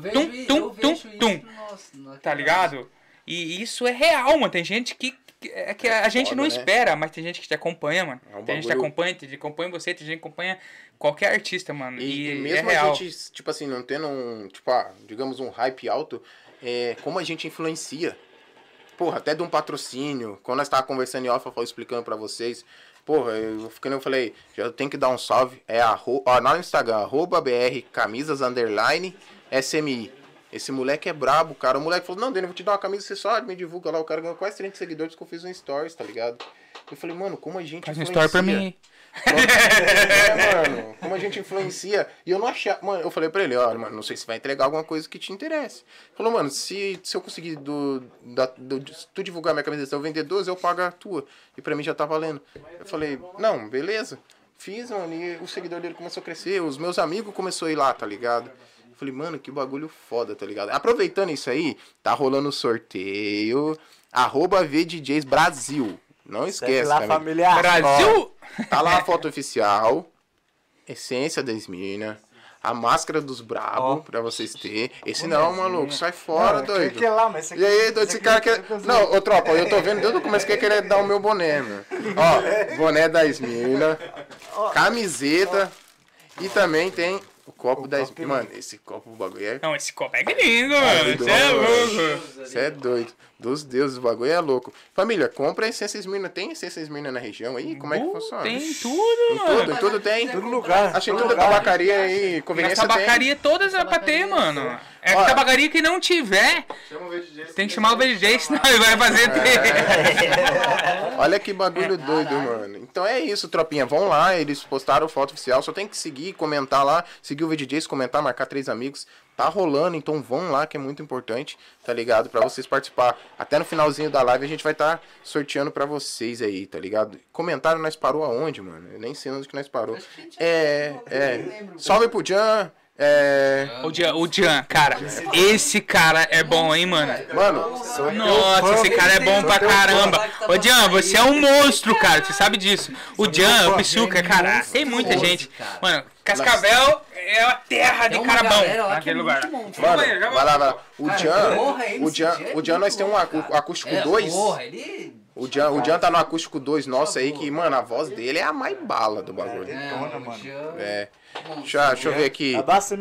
tá ligado? E isso é real, mano, tem gente que a gente foda, não espera, mas tem gente que te acompanha, mano. Tem gente que te acompanha você, tem gente que acompanha qualquer artista, mano. E mesmo real. A gente, tipo assim, não tendo digamos, um hype alto, como a gente influencia. Porra, até de um patrocínio. Quando nós tava conversando em off, eu falo explicando pra vocês. Porra, eu falei, já tenho que dar um salve. Lá no Instagram, @BR Camisas _SMI. Esse moleque é brabo, cara. O moleque falou, não, Dani, eu vou te dar uma camisa, você só me divulga lá. O cara ganhou quase 30 seguidores porque eu fiz um stories, tá ligado? Eu falei, mano, como a gente faz um story pra mim. Mano, como a gente influencia. E eu não achava, mano, eu falei pra ele, ó, mano, não sei se vai entregar alguma coisa que te interesse. Ele falou, mano, se eu conseguir se tu divulgar minha camisa, se eu vender 12, eu pago a tua. E pra mim já tá valendo. Eu falei, não, beleza. Fiz, mano, e o seguidor dele começou a crescer, os meus amigos começaram a ir lá, tá ligado? Eu falei, mano, que bagulho foda, tá ligado? Aproveitando isso aí, tá rolando o sorteio, @VDJs Brasil. Não esquece, lá, familiar. Brasil! Ó, tá lá a foto oficial, essência da Esmirna, a máscara dos brabos, pra vocês terem. Esse não, maluco, sai fora, doido. Que é lá, mas esse aqui, e aí, doido, esse cara quer... Não, ô tropa, eu tô vendo desde o começo que ele quer dar o meu boné, meu. Ó, boné da Esmirna, camiseta e também tem o copo da Esmirna. Mano, esse copo, o bagulho é... Não, esse copo é gringo, mano. Você é louco. Você é doido. Dos deuses, o bagulho é louco. Família, compra a essência Esmirna. Tem essência Esmirna na região aí? Como é que funciona? Tem tudo, mano. Em tudo tem. Todo lugar. Achei toda tabacaria aí, conveniência tem. Tabacaria todas é pra ter, mano. É a tabacaria que não tiver, tem que chamar o VDJ, senão ele vai fazer ter. Olha que bagulho doido, mano. Então é isso, tropinha. Vão lá, eles postaram foto oficial. Só tem que seguir, comentar lá. Seguir o VDJs, comentar, marcar 3 amigos. Tá rolando, então vão lá, que é muito importante, tá ligado? Pra vocês participar. Até no finalzinho da live a gente vai estar sorteando pra vocês aí, tá ligado? Comentário, nós parou aonde, mano? Eu nem sei onde que nós parou. Salve pro Jan. O Jan, cara, esse cara é bom, hein, mano? Mano, nossa, esse cara é bom pra caramba. Ô, Jan, você é um monstro, cara, você sabe disso. O Jan, o Pisuca, cara, tem muita gente. Mano, Cascavel é a terra de cara bom naquele lugar. Mano, vai lá. O Jan, nós temos um acústico 2. O Jan tá no acústico 2 nosso aí, que, mano, a voz dele é a mais bala do bagulho. Deixa eu ver aqui.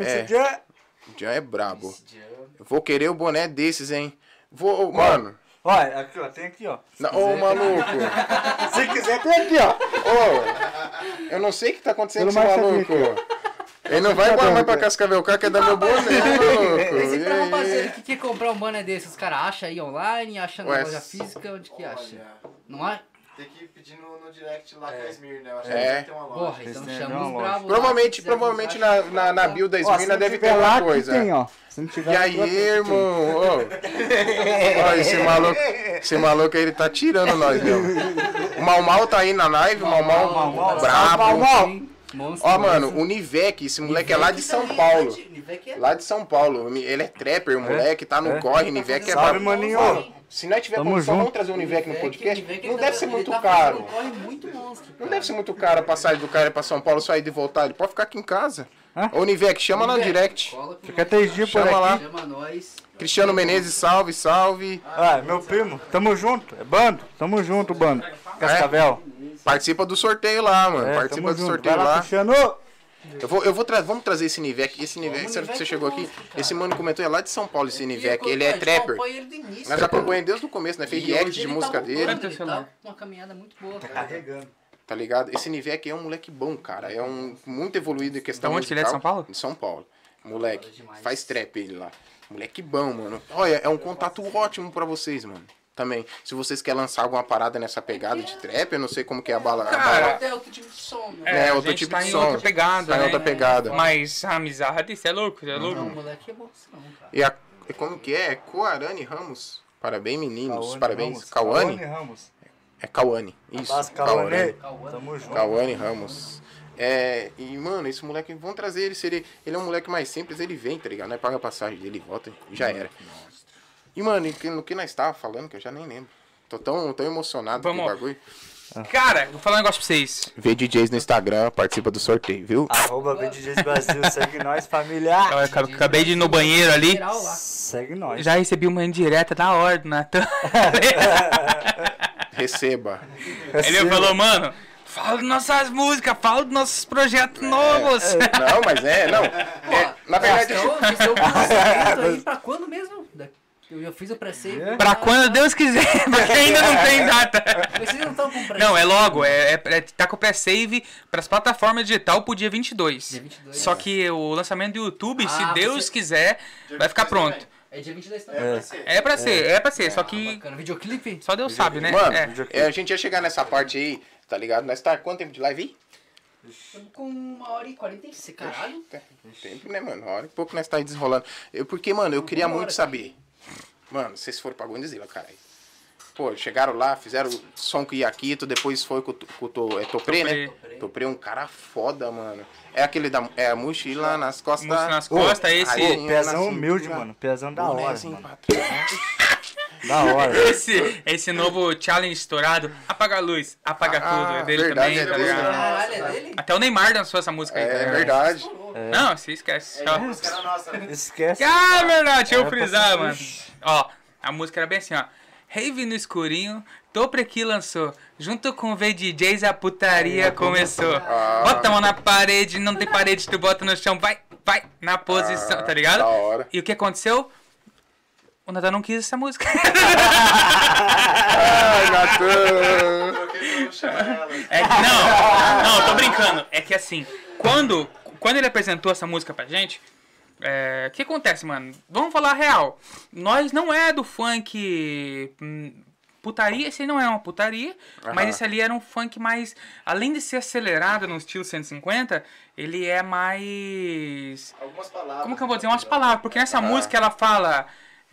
O Jan é brabo. Eu vou querer o boné desses, hein. Mano. Olha, aqui, ó, tem aqui, ó. Ô, maluco. Se quiser, tem aqui, ó. Ô, eu não sei o que tá acontecendo com esse maluco. Ele não vai embora mais pra Cascavel, o cara quer dar meu boné, maluco. Esse pra rapaziada que quer comprar um boné desse, os caras acham aí online, acham na loja física, onde que acha? Não é? Tem que pedir no direct lá com a Esmirna, eu acho que tem uma loja. Porra, então chama os bravos. Provavelmente na bio da Esmirna deve ter alguma coisa. Tem, ó. Se não tiver, e aí, irmão? Ó, esse maluco aí, ele tá tirando nós, meu. O Mal tá aí na live, o Mal brabo. Ó, mano, o Nivek, esse moleque é lá de São Paulo. Lá de São Paulo. Ele é trapper, o moleque tá no corre, Nivek é brabo. Se nós tiver condição, vamos trazer o Nivek no podcast. Não deve ser muito caro. Não deve ser muito caro a passagem do cara pra São Paulo, só ir e voltar. Ele pode ficar aqui em casa. Ô, Nivek, chama lá no direct. Fica 3 dias por aqui. Lá. Cristiano Menezes, salve, salve. Meu primo, tamo junto. É bando? Tamo junto, bando. Cascavel. Participa do sorteio lá, mano. Participa do sorteio lá. Cristiano. Vamos trazer esse Nivek. Esse Nivek, você chegou aqui. Esse mano comentou, é lá de São Paulo esse Nivek. Ele é trapper. Nós acompanhamos desde o começo, né? Fez react de música dele. Ele tá uma caminhada muito boa. Tá carregando. Tá ligado? Esse Nivek é um moleque bom, cara. É um muito evoluído em questão musical. Onde que ele é de São Paulo? De São Paulo. Moleque. Faz trap ele lá. Moleque bom, mano. Olha, é um contato ótimo pra vocês, mano. Também, se vocês querem lançar alguma parada nessa pegada de trap, eu não sei como que é a bala. Cara, é outro tipo de som, né? Outro tipo de som. Outra pegada, tá em outra pegada. Mas a amizade, você é louco, Não, moleque é bom, cara. E como que é? Coarane Ramos. Parabéns, meninos. Cauane Ramos. Cauane Ramos. É Cauane. Isso. Cauane. Tamo junto. Cauane Ramos. E, mano, esse moleque, vamos trazer ele. Ele é um moleque mais simples, ele vem, tá ligado? Nós paga a passagem dele, volta e já era. E, mano, no que nós tava falando, que eu já nem lembro. Tô tão emocionado com o bagulho. Cara, vou falar um negócio pra vocês. VDJs no Instagram, participa do sorteio, viu? @VDJs Brasil, segue nós, família. Eu acabei de ir no banheiro ali. Segue nós. Já recebi uma indireta da hora do Natan. Receba. Ele falou, mano, fala das nossas músicas, fala dos nossos projetos novos. Não, mas na verdade... Esse é o lançamento aí pra quando mesmo? Eu fiz o pré-save. Pra quando Deus quiser, porque ainda não tem data. Vocês não estão com pré-save? Não, é logo. Tá com o pré-save pras plataformas digital pro dia 22. Dia 22. Só que o lançamento do YouTube, se Deus quiser, vai ficar pronto. É dia 22 também. É pra ser, só que Bacana. Videoclipe? só Deus sabe, né? Mano, a gente ia chegar nessa parte aí, tá ligado? Nós tá quanto tempo de live aí? Estamos com 1h46, caralho. Tempo, né, mano? Uma hora e pouco nós tá aí desenrolando. Porque, mano, eu queria muito saber. Mano, vocês foram pra Gondizila, caralho. Pô, chegaram lá, fizeram o som com o Iaquito, depois foi com o Topré, né? Topré é um cara foda, mano. É aquele da a mochila nas costas. Mochila nas costas, esse. Pezão humilde, mano. Pezão da hora, mano. Da hora. Esse novo challenge estourado, apaga a luz, apaga tudo. É dele verdade, também, tá ligado? Caralho, é dele? Até o Neymar dançou essa música aí. É verdade. Não, você esquece. A música era nossa, né? Esquece. Ah, verdade, deixa eu frisar, mano. Ó, a música era bem assim, ó. Rave no escurinho, Topré que lançou. Junto com o VDJs a putaria começou. Bota a mão na parede, não tem parede, tu bota no chão, vai, na posição, tá ligado? Da hora. E o que aconteceu? O Natan não quis essa música. Ai, gatão. Troquei pra ela. É que, não, tô brincando. É que assim, quando ele apresentou essa música pra gente, o que acontece, mano? Vamos falar a real. Nós não é do funk putaria, esse aí não é uma putaria, mas esse ali era um funk mais, além de ser acelerado no estilo 150, ele é mais... Algumas palavras. Como que eu vou dizer? Umas palavras, porque nessa música ela fala...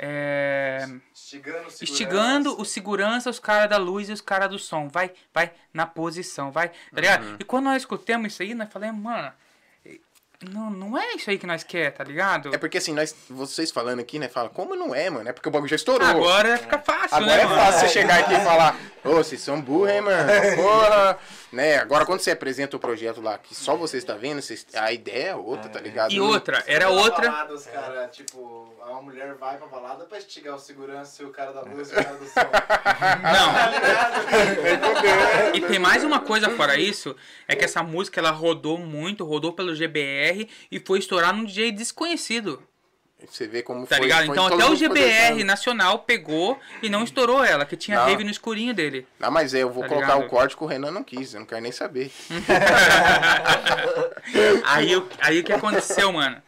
Instigando o segurança, os caras da luz e os caras do som. Vai na posição, vai, tá ligado? E quando nós escutamos isso aí, nós falamos, mano, não é isso aí que nós quer, tá ligado? É porque assim, vocês falando aqui, né, fala, como não é, mano? É porque o bagulho já estourou. Agora fica fácil, Agora né, é mano? fácil você chegar aqui e falar, ô, vocês são burros, hein, mano? Porra! Né? Agora, quando você apresenta o projeto lá, que só você está vendo, a ideia é outra, tá ligado? E outra, era outra... Baladas, cara, tipo, uma mulher vai pra balada pra instigar o segurança e o cara da luz e o cara do som. Não. E tem mais uma coisa fora isso, é que essa música, ela rodou muito, rodou pelo GBR e foi estourar num DJ desconhecido. Você vê como tá foi. Ligado? Foi então todo até o mundo GBR protestando. nacional pegou e não estourou ela, que tinha rave no escurinho dele. Não, mas eu vou Tá colocar ligado? o corte que o Renan não quis, eu não quero nem saber. Aí o que aconteceu, mano?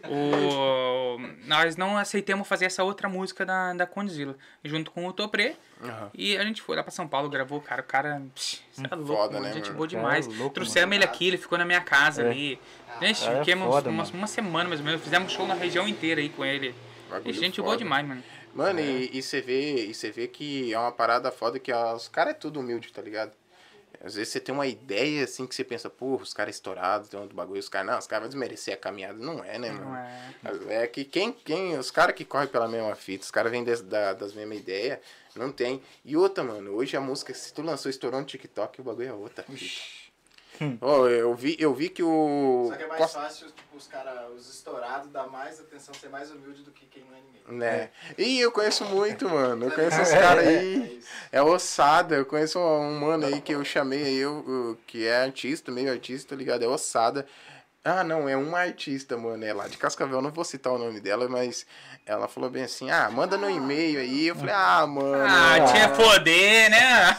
Nós não aceitamos fazer essa outra música da Condzilla, junto com o Topré. E a gente foi lá pra São Paulo, gravou, cara. O cara, você é louco, Foda, mano, né, gente mano? boa demais. Louco, Trouxemos ele aqui, ele ficou na minha casa ali. Gente, É fiquemos foda, uma semana mais ou menos, fizemos show na região inteira aí com ele. Bagulho E gente foda. boa demais, mano. Mano, e você vê que é uma parada foda que os caras é tudo humilde, tá ligado? Às vezes você tem uma ideia assim que você pensa, porra, os caras estourados, tem outro bagulho, os caras vão desmerecer a caminhada. Não é, né, mano? Não é. É que os caras que correm pela mesma fita, os caras vêm das mesmas ideias, não tem. E outra, mano, hoje a música, se tu lançou, estourou no TikTok, o bagulho é outra fita. Oh, eu vi que o... Só que é mais fácil, tipo, os estourados, dar mais atenção, ser mais humilde do que quem não é ninguém. Né? E eu conheço muito, mano. Eu conheço esse cara aí. É Ossada. Eu conheço um mano aí que eu chamei aí, que é artista, meio artista, tá ligado? É Ossada. Ah, não, é uma artista, mano. É lá de Cascavel, não vou citar o nome dela, mas ela falou bem assim, manda no e-mail aí. Eu falei, mano. Tinha poder, né?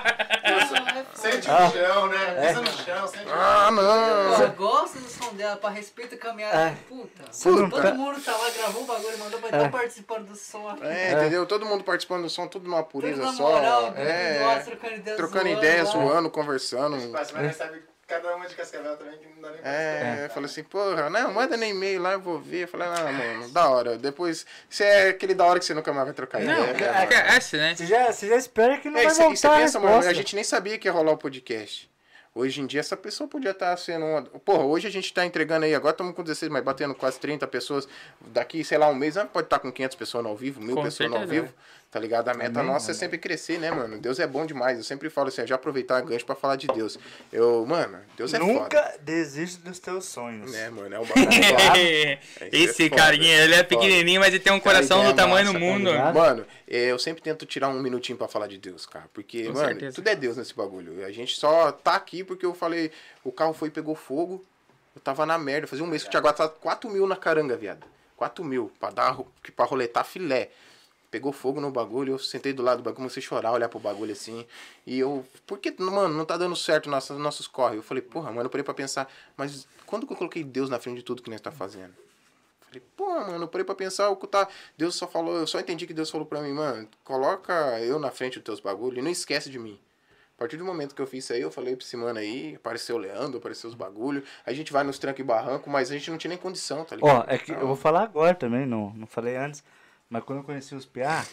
Sente no chão, né? Pisa no chão, sente no chão. Não. Eu gosto do som dela, pra respeito a caminhada. Puta. Todo mundo tá lá, gravou o bagulho, mandou pra estar participando do som aqui. Entendeu? Todo mundo participando do som, tudo numa pureza Tudo na só. moral, trocando ideia, zoando, conversando. Mas nós sabe cada uma de Cascavel também que não dá nem pra Eu falei assim, porra, não, manda no e-mail lá, eu vou ver. Eu falei, mano, da hora. Depois, você é aquele da hora que você nunca mais vai trocar ideia. Não, né, mano? essa, né? Você já espera que não vai E você voltar pensa, a mano, resposta. a gente nem sabia que ia rolar o podcast. Hoje em dia, essa pessoa podia estar sendo uma... Porra, hoje a gente tá entregando aí, agora estamos com 16, mas batendo quase 30 pessoas. Daqui, sei lá, um mês, pode estar com 500 pessoas ao vivo, 1000 pessoas ao vivo. Tá ligado? A meta nossa é sempre crescer, né, mano? Deus é bom demais. Eu sempre falo assim, já aproveitar a gancho pra falar de Deus. Mano, Deus é foda. Nunca desiste dos teus sonhos. Né, mano? É o bagulho. Esse carinha, ele é pequenininho, mas ele tem um coração do tamanho do mundo. Mano, eu sempre tento tirar um minutinho pra falar de Deus, cara. Porque, Com mano, certeza. tudo é Deus nesse bagulho. A gente só tá aqui porque eu falei, o carro foi e pegou fogo. Eu tava na merda. Fazia um mês que eu tinha gastado 4 mil na caranga, viado. 4 mil pra roletar filé. pegou fogo no bagulho, eu sentei do lado do bagulho, comecei a chorar, olhar pro bagulho assim. E eu, por que, mano, não tá dando certo nossos corre? Eu falei, porra, mano, eu parei pra pensar, mas quando que eu coloquei Deus na frente de tudo que nós tá fazendo? Falei, porra, mano, eu parei pra pensar, Deus só falou, eu só entendi que Deus falou pra mim, mano, coloca eu na frente dos teus bagulhos e não esquece de mim. A partir do momento que eu fiz isso aí, eu falei pra esse mano aí, apareceu o Leandro, apareceu os bagulhos, a gente vai nos trancos e barranco, mas a gente não tinha nem condição, tá ligado? Ó, é que eu vou falar agora também, não falei antes, mas quando eu conheci os PA,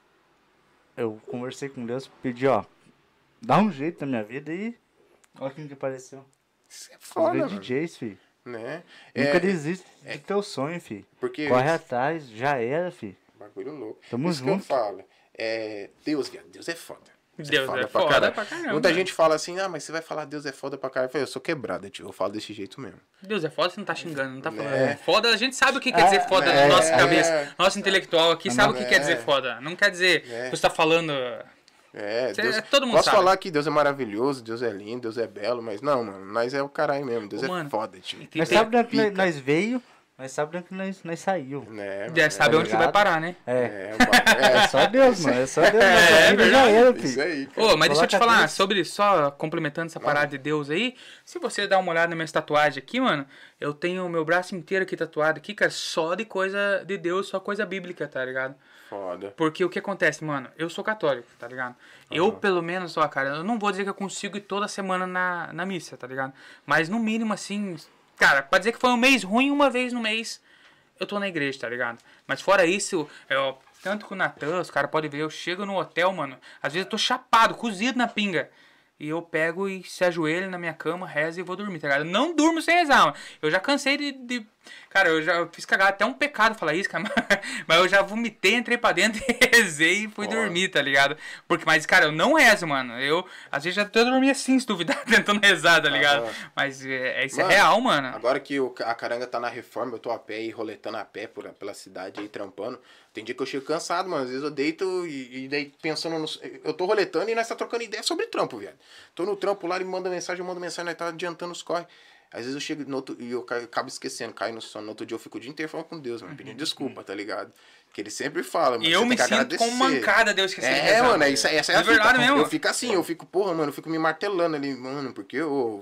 eu conversei com Deus, pedi, ó, dá um jeito na minha vida e olha quem que apareceu. Isso é foda, Os mano. DJs, filho. Né? Nunca desiste do teu sonho, filho. Porque corre atrás, já era, filho. bagulho louco. Tamo Isso junto. que eu falo. Deus, viado, Deus é foda. Deus é foda pra caramba. Muita gente fala assim, mas você vai falar Deus é foda pra caralho. Eu falei, eu sou quebrado, tio. Eu falo desse jeito mesmo. Deus é foda, você não tá xingando, não tá falando. É. Foda, a gente sabe o que quer dizer foda na nossa cabeça. Nosso intelectual aqui sabe o que quer dizer foda. Não quer dizer que você tá falando. Deus, todo mundo posso sabe. falar que Deus é maravilhoso, Deus é lindo, Deus é belo, mas não, mano, nós é o caralho mesmo. Deus mano, é foda, tio. Nós sabemos onde nós veio, nós sabemos onde nós saiu. Já sabe onde que vai parar, né? É só Deus, mano. É só Deus. Nossa vida já era, filho. Isso aí, cara. Ô, mas deixa eu te Coloca falar, Deus. sobre, só complementando essa parada de Deus aí, se você dar uma olhada na minha tatuagem aqui, mano, eu tenho o meu braço inteiro aqui tatuado aqui, cara, só de coisa de Deus, só coisa bíblica, tá ligado? Foda. Porque o que acontece, mano, eu sou católico, tá ligado? Eu, pelo menos, ó, cara, eu não vou dizer que eu consigo ir toda semana na missa, tá ligado? Mas no mínimo, assim, cara, pra dizer que foi um mês ruim, uma vez no mês, eu tô na igreja, tá ligado? Mas fora isso, tanto com o Natan, os caras podem ver, eu chego no hotel, mano, às vezes eu tô chapado, cozido na pinga. E eu pego e se ajoelho na minha cama, rezo e vou dormir, tá ligado? Eu não durmo sem rezar, mano. Eu já cansei de... Cara, eu fiz cagar até um pecado falar isso, cara. Mas eu já vomitei, entrei pra dentro e rezei e fui dormir, tá ligado? Mas, cara, eu não rezo, mano. Eu, às vezes, já tô dormindo assim, se duvidar, tentando rezar, tá ligado? Mas isso Mano, é real, mano. Agora que a caranga tá na reforma, eu tô a pé e roletando a pé pela cidade aí, trampando. Tem dia que eu chego cansado, mano. Às vezes eu deito e daí pensando no... Eu tô roletando e nós tá trocando ideia sobre trampo, viado. Tô no trampo lá, ele me manda mensagem, eu mando mensagem, nós tá adiantando os corre. Às vezes eu chego e eu acabo esquecendo, caio no sono. No outro dia eu fico o dia inteiro falando com Deus, mano, pedindo desculpa, tá ligado? Que ele sempre fala, mano. E eu me sinto como mancada, Deus esquecer de rezar. Mano, essa é a verdade fita. mesmo. Eu fico assim, porra, mano, eu fico me martelando ali, mano, porque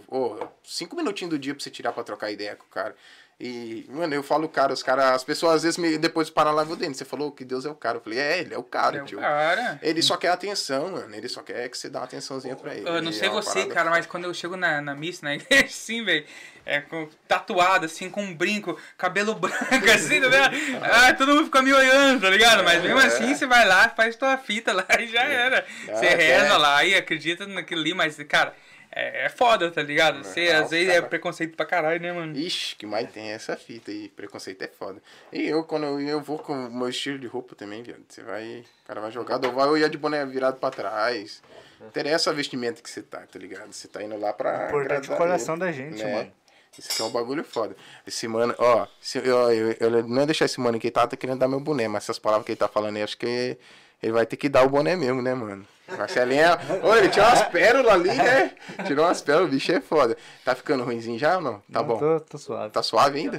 5 minutinhos do dia pra você tirar pra trocar ideia com o cara. E, mano, eu falo, as pessoas às vezes depois param lá e vão dentro. Você falou que Deus é o cara. Eu falei, ele é o cara, tio. Ele só quer atenção, mano. Ele só quer que você dá uma atençãozinha pra ele. Eu não sei você, cara, mas quando eu chego na missa, na igreja, assim, velho, tatuado, assim, com um brinco, cabelo branco, assim, tá ligado? Todo mundo fica me olhando, tá ligado? Mas mesmo assim, você vai lá, faz tua fita lá e já era. Você reza lá e acredita naquilo ali, mas, cara... É foda, tá ligado? Você às vezes é preconceito pra caralho, né, mano? Ixi, que mais tem essa fita aí. Preconceito é foda. E eu, quando eu vou com o meu estilo de roupa também, viado. Você vai. O cara vai jogar, eu ia de boné virado pra trás. Interessa a vestimenta que você tá ligado? Você tá indo lá pra. Importante o coração da gente, mano. Isso aqui é um bagulho foda. Esse mano, ó, eu não ia deixar esse mano aqui, tá querendo dar meu boné, mas essas palavras que ele tá falando aí, acho que ele vai ter que dar o boné mesmo, né, mano? Marcelinha, ele tirou umas pérolas ali, né? Tirou umas pérolas, o bicho é foda. Tá ficando ruimzinho já ou não? Tá bom. Tô suave. Tá suave ainda?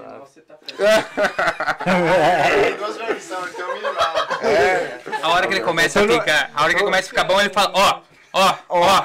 Tem duas versões, tem o minimal. A hora que ele começa a ficar bom, ele fala, ó.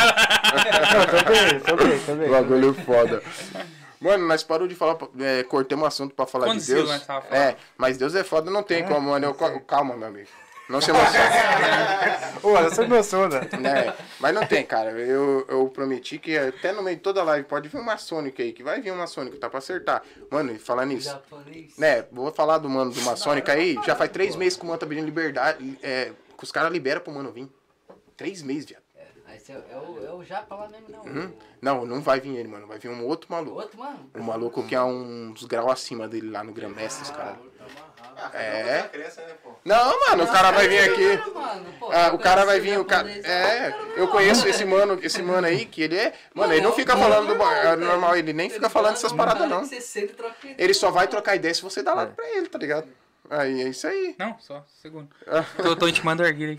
Tô bem. Bagulho foda. Mano, nós parou de falar, cortemos um assunto pra falar de Deus. Mas Deus é foda, não tem como, mano. Calma, meu amigo. Não se emociona. Você me emociona. Mas não tem, cara. Eu prometi que até no meio de toda a live pode vir uma Sonic aí, que vai vir uma Sonic, tá pra acertar. Mano, e falar nisso. Japonês. Vou falar do mano do Maçônica aí. Já faz 3 meses que o mano tá pedindo liberdade. Que os caras liberam pro mano vir. 3 meses, viado. Esse é o Japa lá mesmo, não. Não vai vir ele, mano. Vai vir um outro maluco. Outro, mano? Um maluco que é uns graus acima dele lá no Grã-Mestre, os caras. Não, mano, o cara vai vir aqui. O cara vai vir, eu conheço esse mano aí, que ele é. Mano, ele não fica falando do normal, ele nem fica falando dessas paradas, não. Ele só vai trocar ideia se você dá lado pra ele, tá ligado? Aí, é isso aí. Não, só segundo. tô intimando o Arguilha aqui.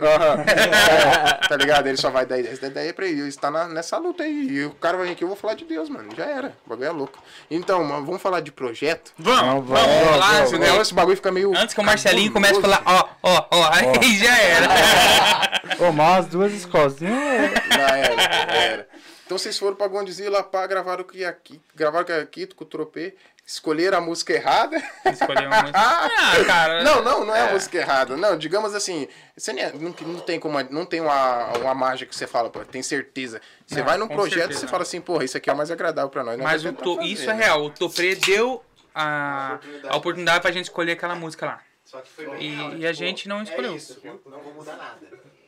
Tá ligado? Ele só vai dar essa ideia pra ele. Ele está nessa luta aí. E o cara vai vir aqui, eu vou falar de Deus, mano. Já era. O bagulho é louco. Então, vamos falar de projeto? Vamos lá. Esse bagulho fica meio... Antes que o Marcelinho comece a falar, ó, aí já era. Ô, mas as duas escolinhas... Já era. Então vocês foram pra Godzilla, pá, gravaram aqui com o Tropê, escolheram a música errada. Escolheram uma música. Cara. Não é a música errada. Não, digamos assim, você não tem uma mágica que você fala, pô, tem certeza. Você vai num projeto e você fala assim, porra, isso aqui é o mais agradável pra nós. Mas isso é real, o Topre deu a oportunidade pra gente escolher aquela música lá. Só que foi E a gente não escolheu. É isso, viu? Não vou mudar nada.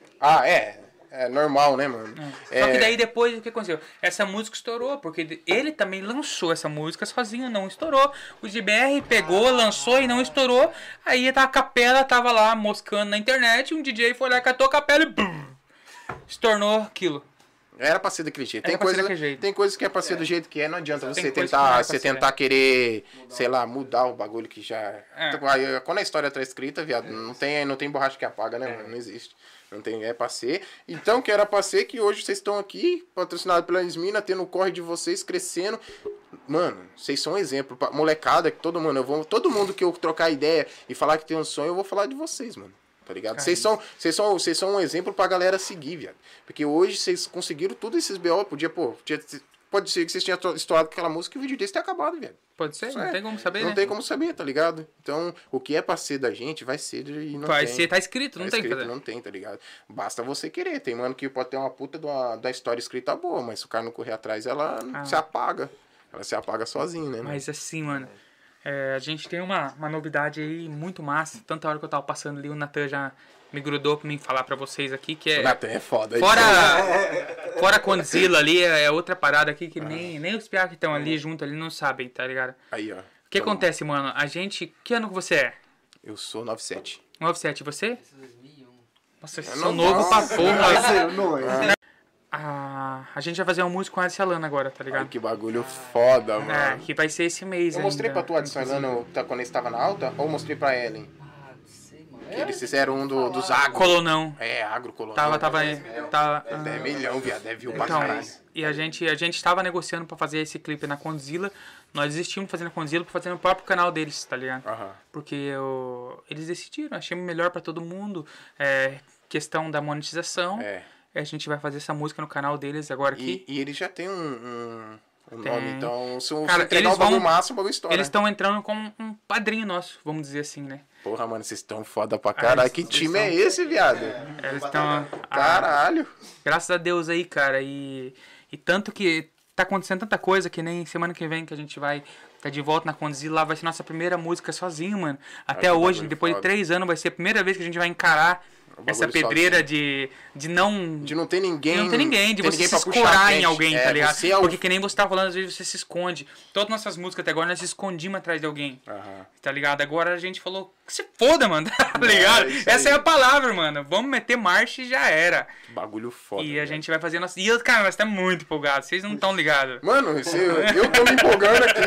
É normal, né, mano? Só que daí depois o que aconteceu? Essa música estourou, porque ele também lançou essa música sozinho, não estourou. O GBR pegou, lançou e não estourou. Aí a capela tava lá moscando na internet, um DJ foi lá, catou a capela e bum, se tornou aquilo. Era pra ser daquele jeito. Tem coisas que é pra ser do jeito que é, não adianta você tentar querer, sei lá, mudar o bagulho que já... Quando a história tá escrita, viado, não tem borracha que apaga, né, mano? Não existe. Não tem, é pra ser. Então, que era pra ser que hoje vocês estão aqui, patrocinados pela Esmina, tendo o corre de vocês, crescendo. Mano, vocês são um exemplo. Pra molecada, que todo mundo que eu trocar ideia e falar que tem um sonho, eu vou falar de vocês, mano. Tá ligado? Vocês são um exemplo pra galera seguir, viado. Porque hoje vocês conseguiram tudo esses BO. Pode ser que vocês tenham estourado com aquela música e o vídeo desse ter acabado, velho. Pode ser, não tem como saber, Não tem como saber, tá ligado? Então, o que é pra ser da gente, vai ser e não tem. Vai ser, tá escrito, não tem que fazer. Não tem, tá ligado? Basta você querer. Tem mano que pode ter uma puta da história escrita boa, mas se o cara não correr atrás, ela se apaga. Ela se apaga sozinha, né? Mas assim, mano, a gente tem uma novidade aí muito massa. Tanta hora que eu tava passando ali, o Natan já me grudou pra mim falar pra vocês aqui, que é... O Natan é foda. Fora Godzilla ali, é outra parada aqui que nem os piá que estão ali junto ali não sabem, tá ligado? Aí, ó. O que acontece, mano? A gente... Que ano que você é? Eu sou 97. 97, e você? 2001. Nossa, vocês são novos pra porra. A gente vai fazer uma música com a Adson Alana agora, tá ligado? Ai, que bagulho foda, mano. Que vai ser esse mês Eu mostrei pra tua Adson Alana quando eles estavam na alta, ou mostrei pra Ellen? Que eles fizeram um dos agro. Colonão. Agro colonão. Tava 10 milhões, viado. Deve viu pra então, caralho. E a gente tava negociando pra fazer esse clipe na Godzilla. Nós desistimos fazendo Godzilla pra fazer no próprio canal deles, tá ligado? Porque eles decidiram, achei melhor pra todo mundo. Questão da monetização. A gente vai fazer essa música no canal deles agora aqui. E eles já tem um nome, então se entregar o bagulho massa, o bagulho estoura. Eles estão entrando como um padrinho nosso, vamos dizer assim, né? Porra, mano, vocês estão foda pra caralho. Que time é esse, viado? Eles estão... Caralho. Graças a Deus aí, cara. E tanto que tá acontecendo tanta coisa que nem semana que vem que a gente vai tá de volta na Godzilla, lá vai ser nossa primeira música sozinho, mano. Até hoje, depois de 3 anos, vai ser a primeira vez que a gente vai encarar essa pedreira de não ter ninguém, de você se escorar em alguém, tá ligado? Porque que nem você tá falando, às vezes você se esconde. Todas nossas músicas até agora, nós se escondimos atrás de alguém, tá ligado? Agora a gente falou, que se foda, mano, tá ligado? Essa é a palavra, mano. Vamos meter marcha e já era. Bagulho foda. E a gente vai fazer nossa... E, cara, nós estamos muito empolgados, vocês não estão ligados. Mano, eu tô me empolgando aqui,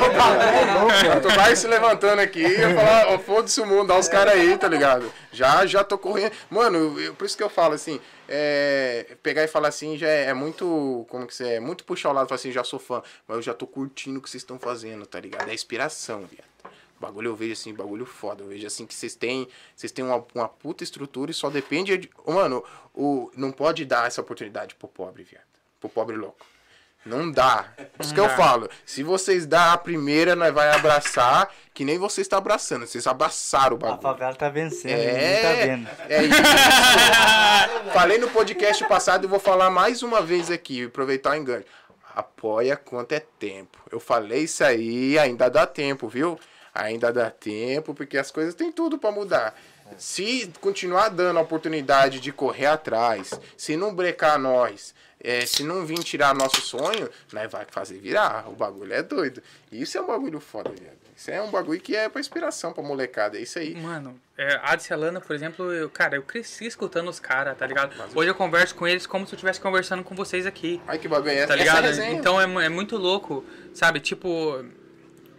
eu tô mais se levantando aqui e eu falar, foda-se o mundo, dá os caras aí, tá ligado? Já tô correndo. Mano, por isso que eu falo assim, pegar e falar assim já é muito, como que é muito puxar o lado, falar assim, já sou fã, mas eu já tô curtindo o que vocês estão fazendo, tá ligado? É inspiração, viado. Bagulho eu vejo assim, bagulho foda, eu vejo assim que vocês têm uma puta estrutura e só depende de... Mano, não pode dar essa oportunidade pro pobre, viado, pro pobre louco. Não dá. Por isso que eu falo, se vocês dão a primeira, nós vai abraçar, que nem vocês estão abraçando, vocês abraçaram o bagulho. A favela tá vencendo, ninguém tá vendo. É isso. Falei no podcast passado e vou falar mais uma vez aqui, aproveitar o engano. Apoia quanto é tempo. Eu falei isso aí, ainda dá tempo, viu? Ainda dá tempo, porque as coisas têm tudo pra mudar. Se continuar dando a oportunidade de correr atrás, se não brecar nós, se não vir tirar nosso sonho, nós vai fazer virar. O bagulho é doido. Isso é um bagulho foda, viado. Isso é um bagulho que é pra inspiração pra molecada. É isso aí. Mano, a Adson Alana, por exemplo, eu cresci escutando os caras, tá ligado? Hoje eu converso com eles como se eu estivesse conversando com vocês aqui. Ai, que bagulho é essa? Tá ligado? Então é muito louco, sabe? Tipo...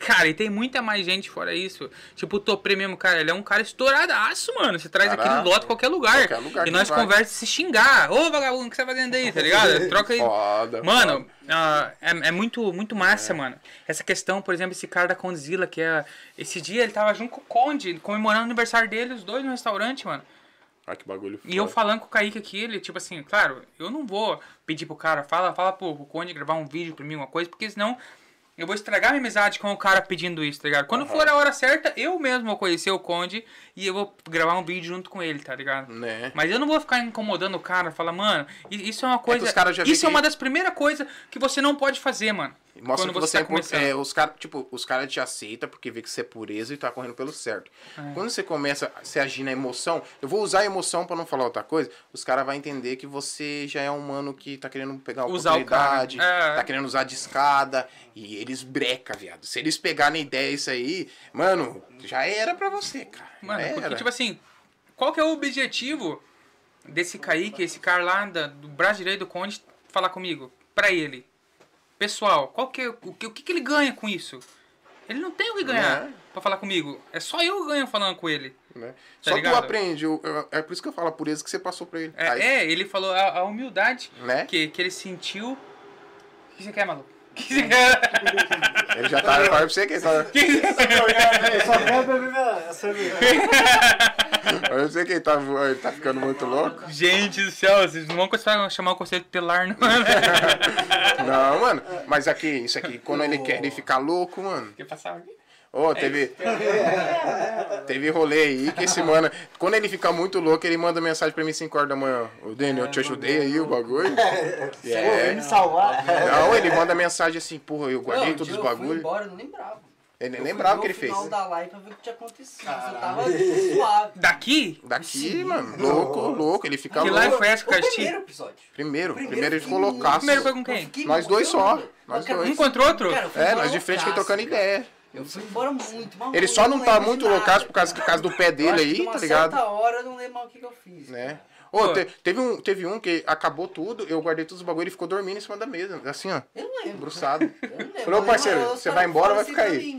Cara, e tem muita mais gente fora isso. Tipo, o Topré mesmo, cara, ele é um cara estouradaço, mano. Você traz aqui no lote qualquer lugar. E nós conversa se xingar. Ô, vagabundo, o que você tá fazendo aí, tá ligado? Troca aí. Mano, é muito massa, mano. Essa questão, por exemplo, esse cara da Condzilla, que é... Esse dia ele tava junto com o Conde, comemorando o aniversário dele, os dois no restaurante, mano. Ah, que bagulho foda. E eu falando com o Kaique aqui, ele, tipo assim, claro, eu não vou pedir pro cara, fala pro Conde gravar um vídeo pra mim, uma coisa, porque senão eu vou estragar minha amizade com o cara pedindo isso, tá ligado? Quando for a hora certa, eu mesmo vou conhecer o Conde e eu vou gravar um vídeo junto com ele, tá ligado? Né? Mas eu não vou ficar incomodando o cara, falar, mano, isso é uma coisa... Isso é uma das primeiras coisas que você não pode fazer, mano. Mostra que você os caras te aceitam porque vê que você é pureza e tá correndo pelo certo. Quando você começa a se agir na emoção, eu vou usar a emoção pra não falar outra coisa, os caras vão entender que você já é um mano que tá querendo pegar uma oportunidade, tá querendo usar de escada, e eles breca, viado. Se eles pegarem ideia isso aí, mano, já era pra você, cara. Mano, porque tipo assim, qual que é o objetivo desse Kaique, esse cara lá do braço direito do Conde, falar comigo? Pra ele. Pessoal, o que ele ganha com isso? Ele não tem o que ganhar pra falar comigo. É só eu que ganho falando com ele. Tá só ligado? tu aprende. É por isso que eu falo a pureza que você passou pra ele. Ele falou a humildade que ele sentiu. O que você quer, maluco? O que você quer? Ele já tá falando pra você que ele tá... Só quero beber minha cerveja. Eu sei que ele tá ficando muito louco. Gente do céu, vocês não vão chamar o conceito telar, não. Não, mano. Mas isso aqui, quando ele quer ele ficar louco, mano. Quer passar aqui? Teve rolê aí que esse mano, quando ele fica muito louco, ele manda mensagem pra mim 5 horas da manhã. Ô, Daniel, eu te ajudei aí o bagulho. Me salvar. Não, ele manda mensagem assim, porra, eu guardei todos os bagulhos. Eu fui embora, eu não lembrava. Ele nem lembrava o que ele fez. No final da live pra ver o que tinha acontecido. Eu tava suave. Daqui? Daqui, mano. Louco. Ele fica que louco. Que live foi essa que eu assisti? Primeiro episódio. Primeiro ele ficou loucaço. Primeiro foi com quem? Nós dois só. Nós dois. Um contra o outro? Cara, nós de frente aqui trocando ideia. Eu fui embora muito, maluco. Ele só não tá muito loucaço por causa do pé dele aí, tá ligado? Certa hora eu não lembro mais o que eu fiz. Né? Teve um que acabou tudo, eu guardei todos os bagulho e ele ficou dormindo em cima da mesa. Assim, ó. Eu não lembro. Bruçado. Falei, ô parceiro, você vai embora ou vai ficar aí?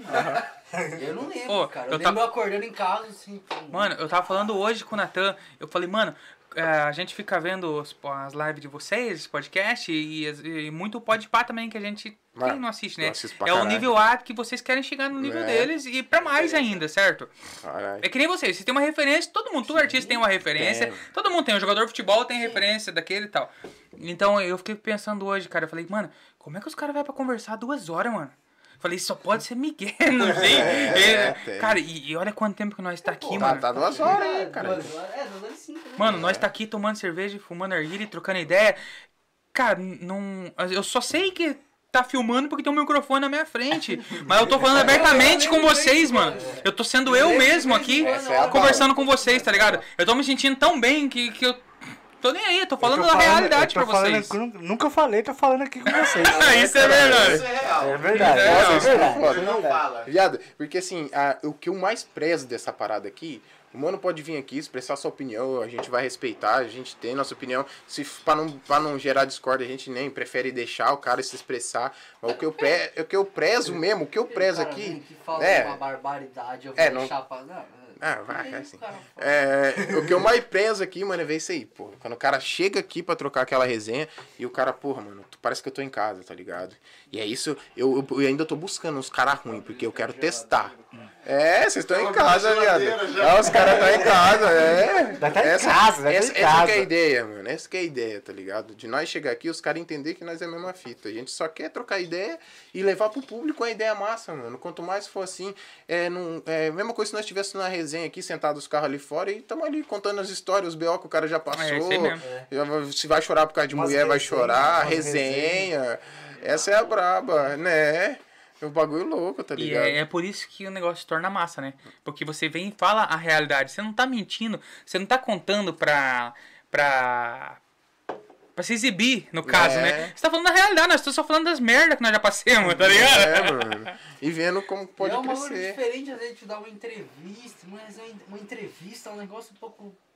Eu não lembro, cara. Eu lembro acordando em casa, assim. Mano, eu tava falando hoje com o Natan, eu falei, mano, a gente fica vendo as lives de vocês, podcast, e muito podpá também, que a gente quem não assiste, né? É o nível A que vocês querem chegar no nível deles e pra mais ainda, certo? Caralho. É que nem vocês tem uma referência, todo mundo, todo artista tem uma referência, todo mundo tem, um jogador de futebol tem referência daquele e tal. Então eu fiquei pensando hoje, cara, eu falei, mano, como é que os caras vão pra conversar 2 horas, mano? Falei, só pode ser Miguel, não sei. Cara, e olha quanto tempo que nós tá aqui, mano. Tá 2 horas aí, cara. 2 horas, 2 horas e 5. Mano, nós tá aqui tomando cerveja, fumando narguilha, trocando ideia. Cara, não... Eu só sei que tá filmando porque tem um microfone na minha frente. Mas eu tô falando abertamente com vocês, mano. Eu tô sendo eu mesmo aqui, conversando com vocês, tá ligado? Eu tô me sentindo tão bem que eu... Tô nem aí, eu tô falando da realidade pra vocês. Nunca falei, tô falando aqui com vocês. Isso é verdade. Isso é real. É verdade. Você não fala. Viado, porque assim, o que eu mais prezo dessa parada aqui, o mano pode vir aqui expressar sua opinião, a gente vai respeitar, a gente tem nossa opinião. Se pra não gerar discórdia, a gente nem prefere deixar o cara se expressar. Mas o que eu prezo mesmo, o que eu prezo aqui. Que fala uma barbaridade, eu vou deixar pra. Vai, assim. O que eu mais prezo aqui, mano, é ver isso aí, pô. Quando o cara chega aqui pra trocar aquela resenha e o cara, porra, mano, parece que eu tô em casa, tá ligado? E é isso, eu ainda tô buscando uns caras ruins, porque eu quero testar. Vocês estão em casa, viado. Os caras estão em casa, Essa que é a ideia, mano. Essa que é a ideia, tá ligado? De nós chegar aqui, os caras entenderem que nós é a mesma fita. A gente só quer trocar ideia e levar pro público a ideia massa, mano. Quanto mais for assim, a mesma coisa se nós estivéssemos na resenha aqui, sentado os carros ali fora e estamos ali contando as histórias, os B.O. que o cara já passou. Se vai chorar por causa de mulher, vai chorar. Resenha. Essa é a braba, né? É um bagulho louco, tá ligado? E é por isso que o negócio se torna massa, né? Porque você vem e fala a realidade. Você não tá mentindo, você não tá contando pra se exibir, no caso, né? Você tá falando da realidade, nós estamos só falando das merdas que nós já passamos, tá ligado? Mano. E vendo como pode crescer. É uma diferente, às vezes, de dar uma entrevista, mas uma entrevista é um negócio um pouco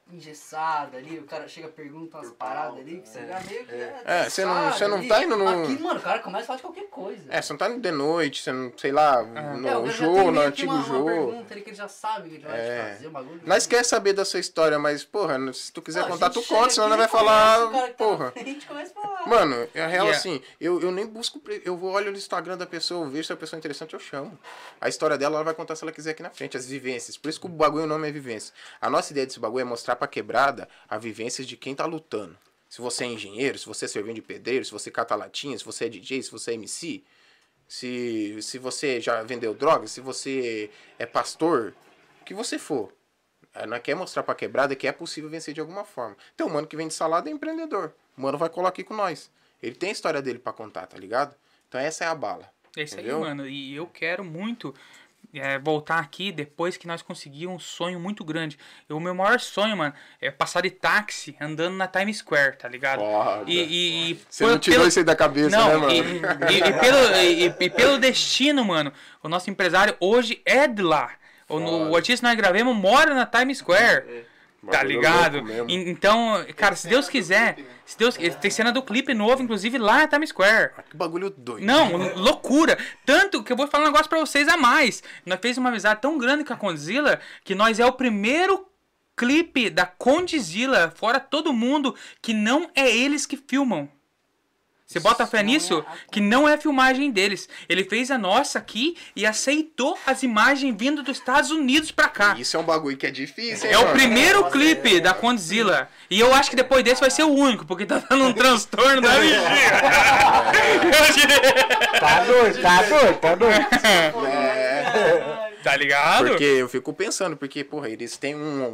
engessada ali, o cara chega, pergunta umas paradas ali, que você já meio que você não tá indo no... Aqui, mano, o cara começa a falar de qualquer coisa. Você não tá indo de noite, você não, sei lá, no jogo, no antigo jogo. Uma pergunta ali que ele já sabe que ele vai te fazer, o bagulho. Nós quer saber da sua história, mas, porra, se tu quiser contar, tu conta, senão nós vai falar, porra. A gente começa a falar. Mano, é real assim, eu nem busco, eu vou olho no Instagram da pessoa, eu vejo se a pessoa é interessante, eu chamo. A história dela, ela vai contar se ela quiser aqui na frente, as vivências. Por isso que o bagulho, o nome é vivência. A nossa ideia desse bagulho é mostrar pra quebrada a vivência de quem tá lutando. Se você é engenheiro, se você é servente de pedreiro, se você cata latinha, se você é DJ, se você é MC, se você já vendeu droga, se você é pastor, o que você for. Nós quer mostrar pra quebrada que é possível vencer de alguma forma. Tem um mano que vende salada é empreendedor. O mano vai colar aqui com nós. Ele tem a história dele pra contar, tá ligado? Então essa é a bala. É isso aí, mano. E eu quero muito voltar aqui depois que nós conseguimos um sonho muito grande. O meu maior sonho, mano, é passar de táxi andando na Times Square, tá ligado? Você não tirou isso aí da cabeça, né, mano? E pelo destino, mano, o nosso empresário hoje é de lá. O artista que nós gravemos mora na Times Square. Tá ligado? Então, cara, se Deus quiser, tem cena do clipe novo, inclusive lá na Times Square. Que bagulho doido. Não, loucura. Tanto que eu vou falar um negócio pra vocês a mais. Nós fez uma amizade tão grande com a Condzilla que nós é o primeiro clipe da Condzilla, fora todo mundo, que não é eles que filmam. Você bota fé nisso? Que não é filmagem deles. Ele fez a nossa aqui e aceitou as imagens vindo dos Estados Unidos pra cá. Isso é um bagulho que é difícil, hein, o primeiro clipe da Condzilla. E eu acho que depois desse vai ser o único, porque tá dando um transtorno da bexiga. Tá doido. Tá ligado? Porque eu fico pensando, porque, porra, eles têm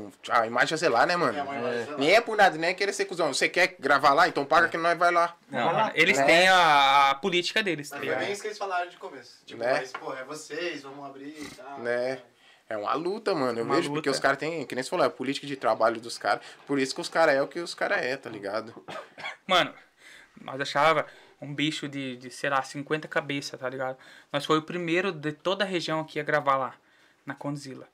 a imagem a zelar, né, mano? Nem é por nada, nem é querer ser cuzão. Você quer gravar lá? Então paga que nós vai lá. Não, eles têm a política deles, tá ligado? É bem isso que eles falaram de começo. Tipo, mas, porra, é vocês, vamos abrir e tal. Né? É uma luta, mano. Eu vejo porque os caras têm, que nem você falou, a política de trabalho dos caras. Por isso que os caras é o que os caras é, tá ligado? Mano, nós achava um bicho de, sei lá, 50 cabeças, tá ligado? Nós foi o primeiro de toda a região aqui a gravar lá, na Condzilla.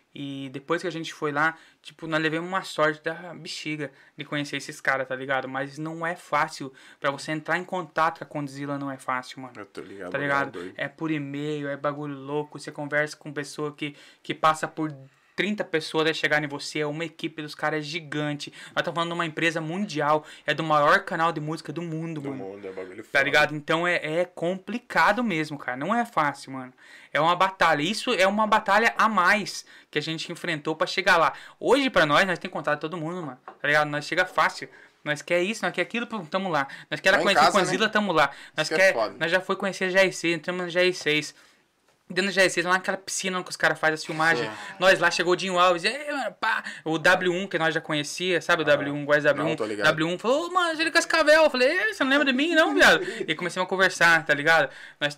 E depois que a gente foi lá, tipo, nós levamos uma sorte da bexiga de conhecer esses caras, tá ligado? Mas não é fácil. Pra você entrar em contato com a Condzilla não é fácil, mano. Eu tô ligado. Tá ligado? É por e-mail, é bagulho louco. Você conversa com pessoa que passa por 30 pessoas até chegar em você. É uma equipe dos caras gigante. Nós estamos falando de uma empresa mundial. É do maior canal de música do mundo, mano. É bagulho foda. Tá ligado? Então é complicado mesmo, cara. Não é fácil, mano. É uma batalha. Isso é uma batalha a mais que a gente enfrentou pra chegar lá. Hoje, pra nós tem contato com todo mundo, mano. Tá ligado? Nós chega fácil. Nós quer isso, nós quer aquilo, tamo lá. Nós quer conhecer Condzilla, né? Tamo lá. Nós já foi conhecer a GR6, entramos na GR6. Dentro da GR6, lá naquela piscina que os caras fazem as filmagens. Nós lá, chegou o Dinho Alves, pá, o W1, que nós já conhecia, sabe o W1, gosta do W1? W1 falou, mano, ele Cascavel. Eu falei, você não lembra de mim, não, viado? E começamos a conversar, tá ligado?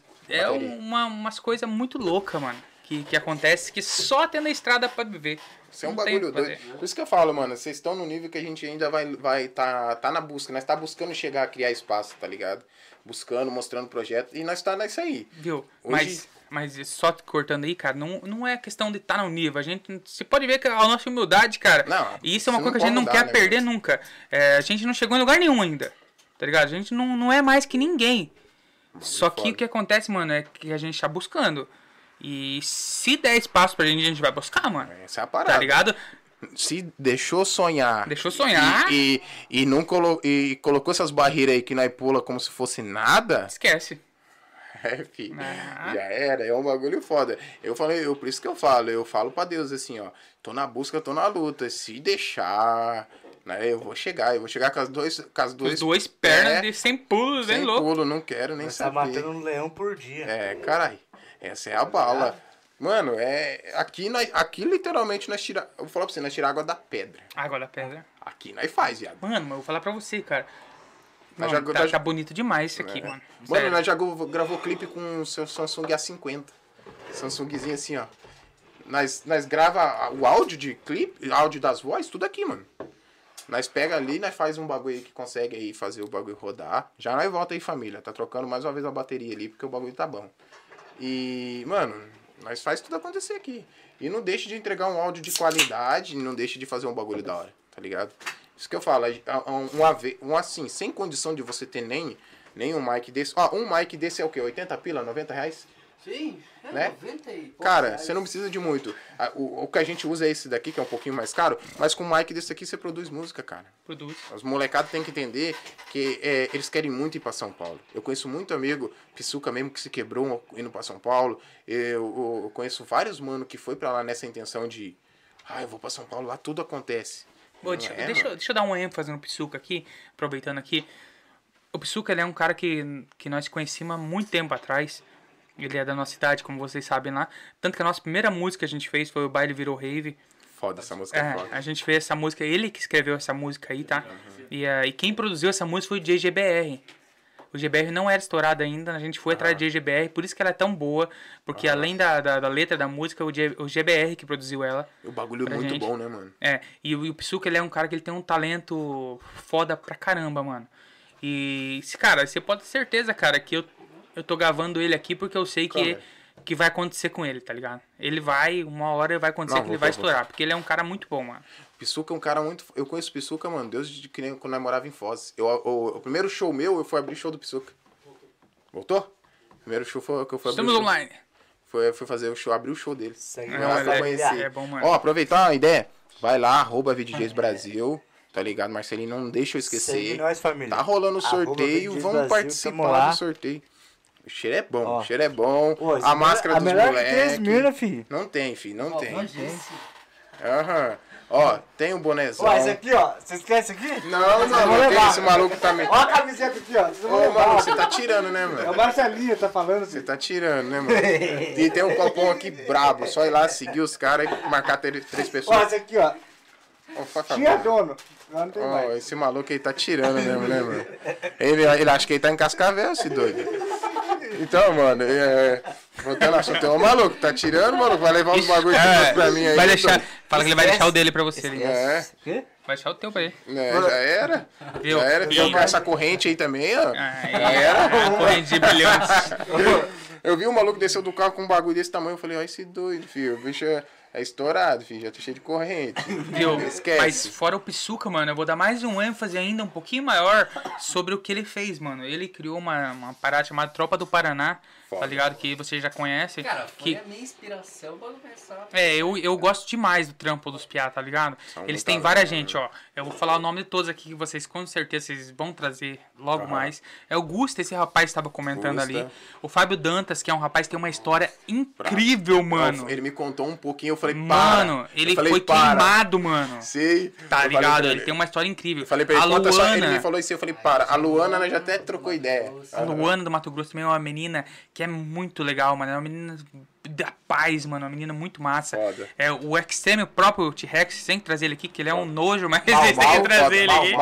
É umas coisas muito loucas, mano, que acontece que só tendo a estrada pra viver. Isso é um bagulho doido. Por isso que eu falo, mano, vocês estão no nível que a gente ainda vai tá na busca. Nós tá buscando chegar a criar espaço, tá ligado? Buscando, mostrando projeto. E nós tá nisso aí. Viu? Hoje... Mas só cortando aí, cara, não é questão de estar no nível. Você pode ver que a nossa humildade, cara, e isso é uma coisa que a gente não quer perder nunca. A gente não chegou em lugar nenhum ainda, tá ligado? A gente não é mais que ninguém. Só que o que acontece, mano, é que a gente tá buscando. E se der espaço pra gente, a gente vai buscar, mano. Essa é a parada. Tá ligado? Se deixou sonhar. E não colocou essas barreiras aí que nós pula como se fosse nada. Esquece. Filho, já era, é um bagulho foda. Por isso que eu falo pra Deus assim, ó, tô na busca, tô na luta, se deixar, né, eu vou chegar com as duas pernas de 100 pulos, hein, louco? 100 pulos, não quero nem saber. Tá matando um leão por dia. Caralho, essa é a bala. Mano, aqui literalmente nós tiramos, eu vou falar pra você, nós tiramos água da pedra. Água da pedra? Aqui nós faz, viado. Mano, mas eu vou falar pra você, cara. Não, tá bonito demais isso aqui, mano. Mano, nós já gravou clipe com o seu Samsung A50. Samsungzinho assim, ó. Nós grava o áudio de clipe, áudio das vozes, tudo aqui, mano. Nós pega ali, nós faz um bagulho aí que consegue aí fazer o bagulho rodar. Já nós volta aí, família. Tá trocando mais uma vez a bateria ali, porque o bagulho tá bom. E, mano, nós faz tudo acontecer aqui. E não deixe de entregar um áudio de qualidade, não deixe de fazer um bagulho da hora. tá ligado? Isso que eu falo, assim, sem condição de você ter nem um mic desse. Ó, um mic desse é o quê? 80 pila, 90 reais? Sim, né? 90 e poucos Cara, reais. você não precisa de muito. O que a gente usa é esse daqui, que é um pouquinho mais caro, mas com o mic desse aqui você produz música, cara. Produz. Os molecados têm que entender que eles querem muito ir pra São Paulo. Eu conheço muito amigo, Pisuca mesmo, que se quebrou indo pra São Paulo. Eu conheço vários mano que foi pra lá nessa intenção de... eu vou pra São Paulo, lá tudo acontece. Pô, deixa eu dar um ênfase no Pisuca aqui, aproveitando aqui. O Pisuca, ele é um cara que nós conhecemos há muito tempo atrás. Ele é da nossa cidade, como vocês sabem lá. Tanto que a nossa primeira música que a gente fez foi o Baile Virou Rave. Foda, essa música é foda. A gente fez essa música, ele que escreveu essa música aí, tá? E quem produziu essa música foi o JGBR. O GBR não era estourado ainda, a gente foi atrás de GBR, por isso que ela é tão boa, porque além da letra da música, o GBR que produziu ela. O bagulho é muito bom, né, mano? E o Pisuca, ele é um cara que ele tem um talento foda pra caramba, mano. E, cara, você pode ter certeza, cara, que eu tô gravando ele aqui porque eu sei que vai acontecer com ele, tá ligado? Ele vai, uma hora vai acontecer que ele vai estourar, porque ele é um cara muito bom, mano. Pisuca é um cara muito... Eu conheço o Pisuca, mano, desde que quando eu morava em Foz. O primeiro show meu, eu fui abrir show do Pisuca. Voltou? O primeiro show foi que eu fui abrir Estamos online. Fui fazer o show, abrir o show dele. É bom, mano. Ó, aproveitar uma ideia. Vai lá, @VDJs Brasil. Tá ligado, Marcelinho? Não deixa eu esquecer. Segue nós, família. Tá rolando o sorteio, vamos participar do sorteio. O cheiro é bom, o cheiro é bom. Pô, a máscara dos moleques. Filho. Não tem, filho, não tem. Aham. Ó, tem o bonézão. Ó, esse aqui, ó. Vocês querem esse aqui? Não, mano, esse maluco tá me... Ó a camiseta aqui, ó. Ô, mano, você tá tirando, né, mano? É o Marcelinho, tá falando assim. Você tá tirando, né, mano? E tem um copom aqui brabo. Só ir lá, seguir os caras e marcar 3 pessoas. Ó, esse aqui, ó. Tinha dono. Agora não tem mais. Esse maluco aí tá tirando mesmo, né, mano? Ele acha que ele tá em Cascavel, esse doido. Então, mano, voltando ao assunto, ô maluco, tá tirando, maluco? Vai levar uns bagulho pra mim aí. Vai deixar, fala que ele vai deixar o dele pra você. Quê? Vai deixar o teu pra ele. Já era. Viu? Já era. Viu com essa corrente aí também, ó. Já era. Corrente de bilhões. Eu vi um maluco desceu do carro com um bagulho desse tamanho, eu falei, ó, esse doido, filho. O bicho é estourado, filho. Já tá cheio de corrente. Viu? Esquece. Mas fora o Pisuca, mano, eu vou dar mais um ênfase ainda um pouquinho maior sobre o que ele fez, mano. Ele criou uma parada chamada Tropa do Paraná, tá ligado? Que você já conhece. Cara, foi a minha inspiração pra começar. Eu gosto demais do trampo dos piá, tá ligado? Eles têm várias gente, ó. Eu vou falar o nome de todos aqui que vocês com certeza vocês vão trazer logo mais. É o Gusta, esse rapaz estava comentando ali. O Fábio Dantas, que é um rapaz que tem uma história incrível, mano. Ele me contou um pouquinho, eu falei, mano, ele foi queimado, mano. Sei. Tá ligado? Ele tem uma história incrível. Eu falei pra ele, conta só, ele me falou isso, eu falei, a Luana, né, já até trocou ideia. A Luana do Mato Grosso também é uma menina que é muito legal, mano. É uma menina da paz, mano. Uma menina muito massa. Foda. O Extreme, o próprio T-Rex, tem que trazer ele aqui, que ele é um nojo, mas vocês têm que trazer ele aqui.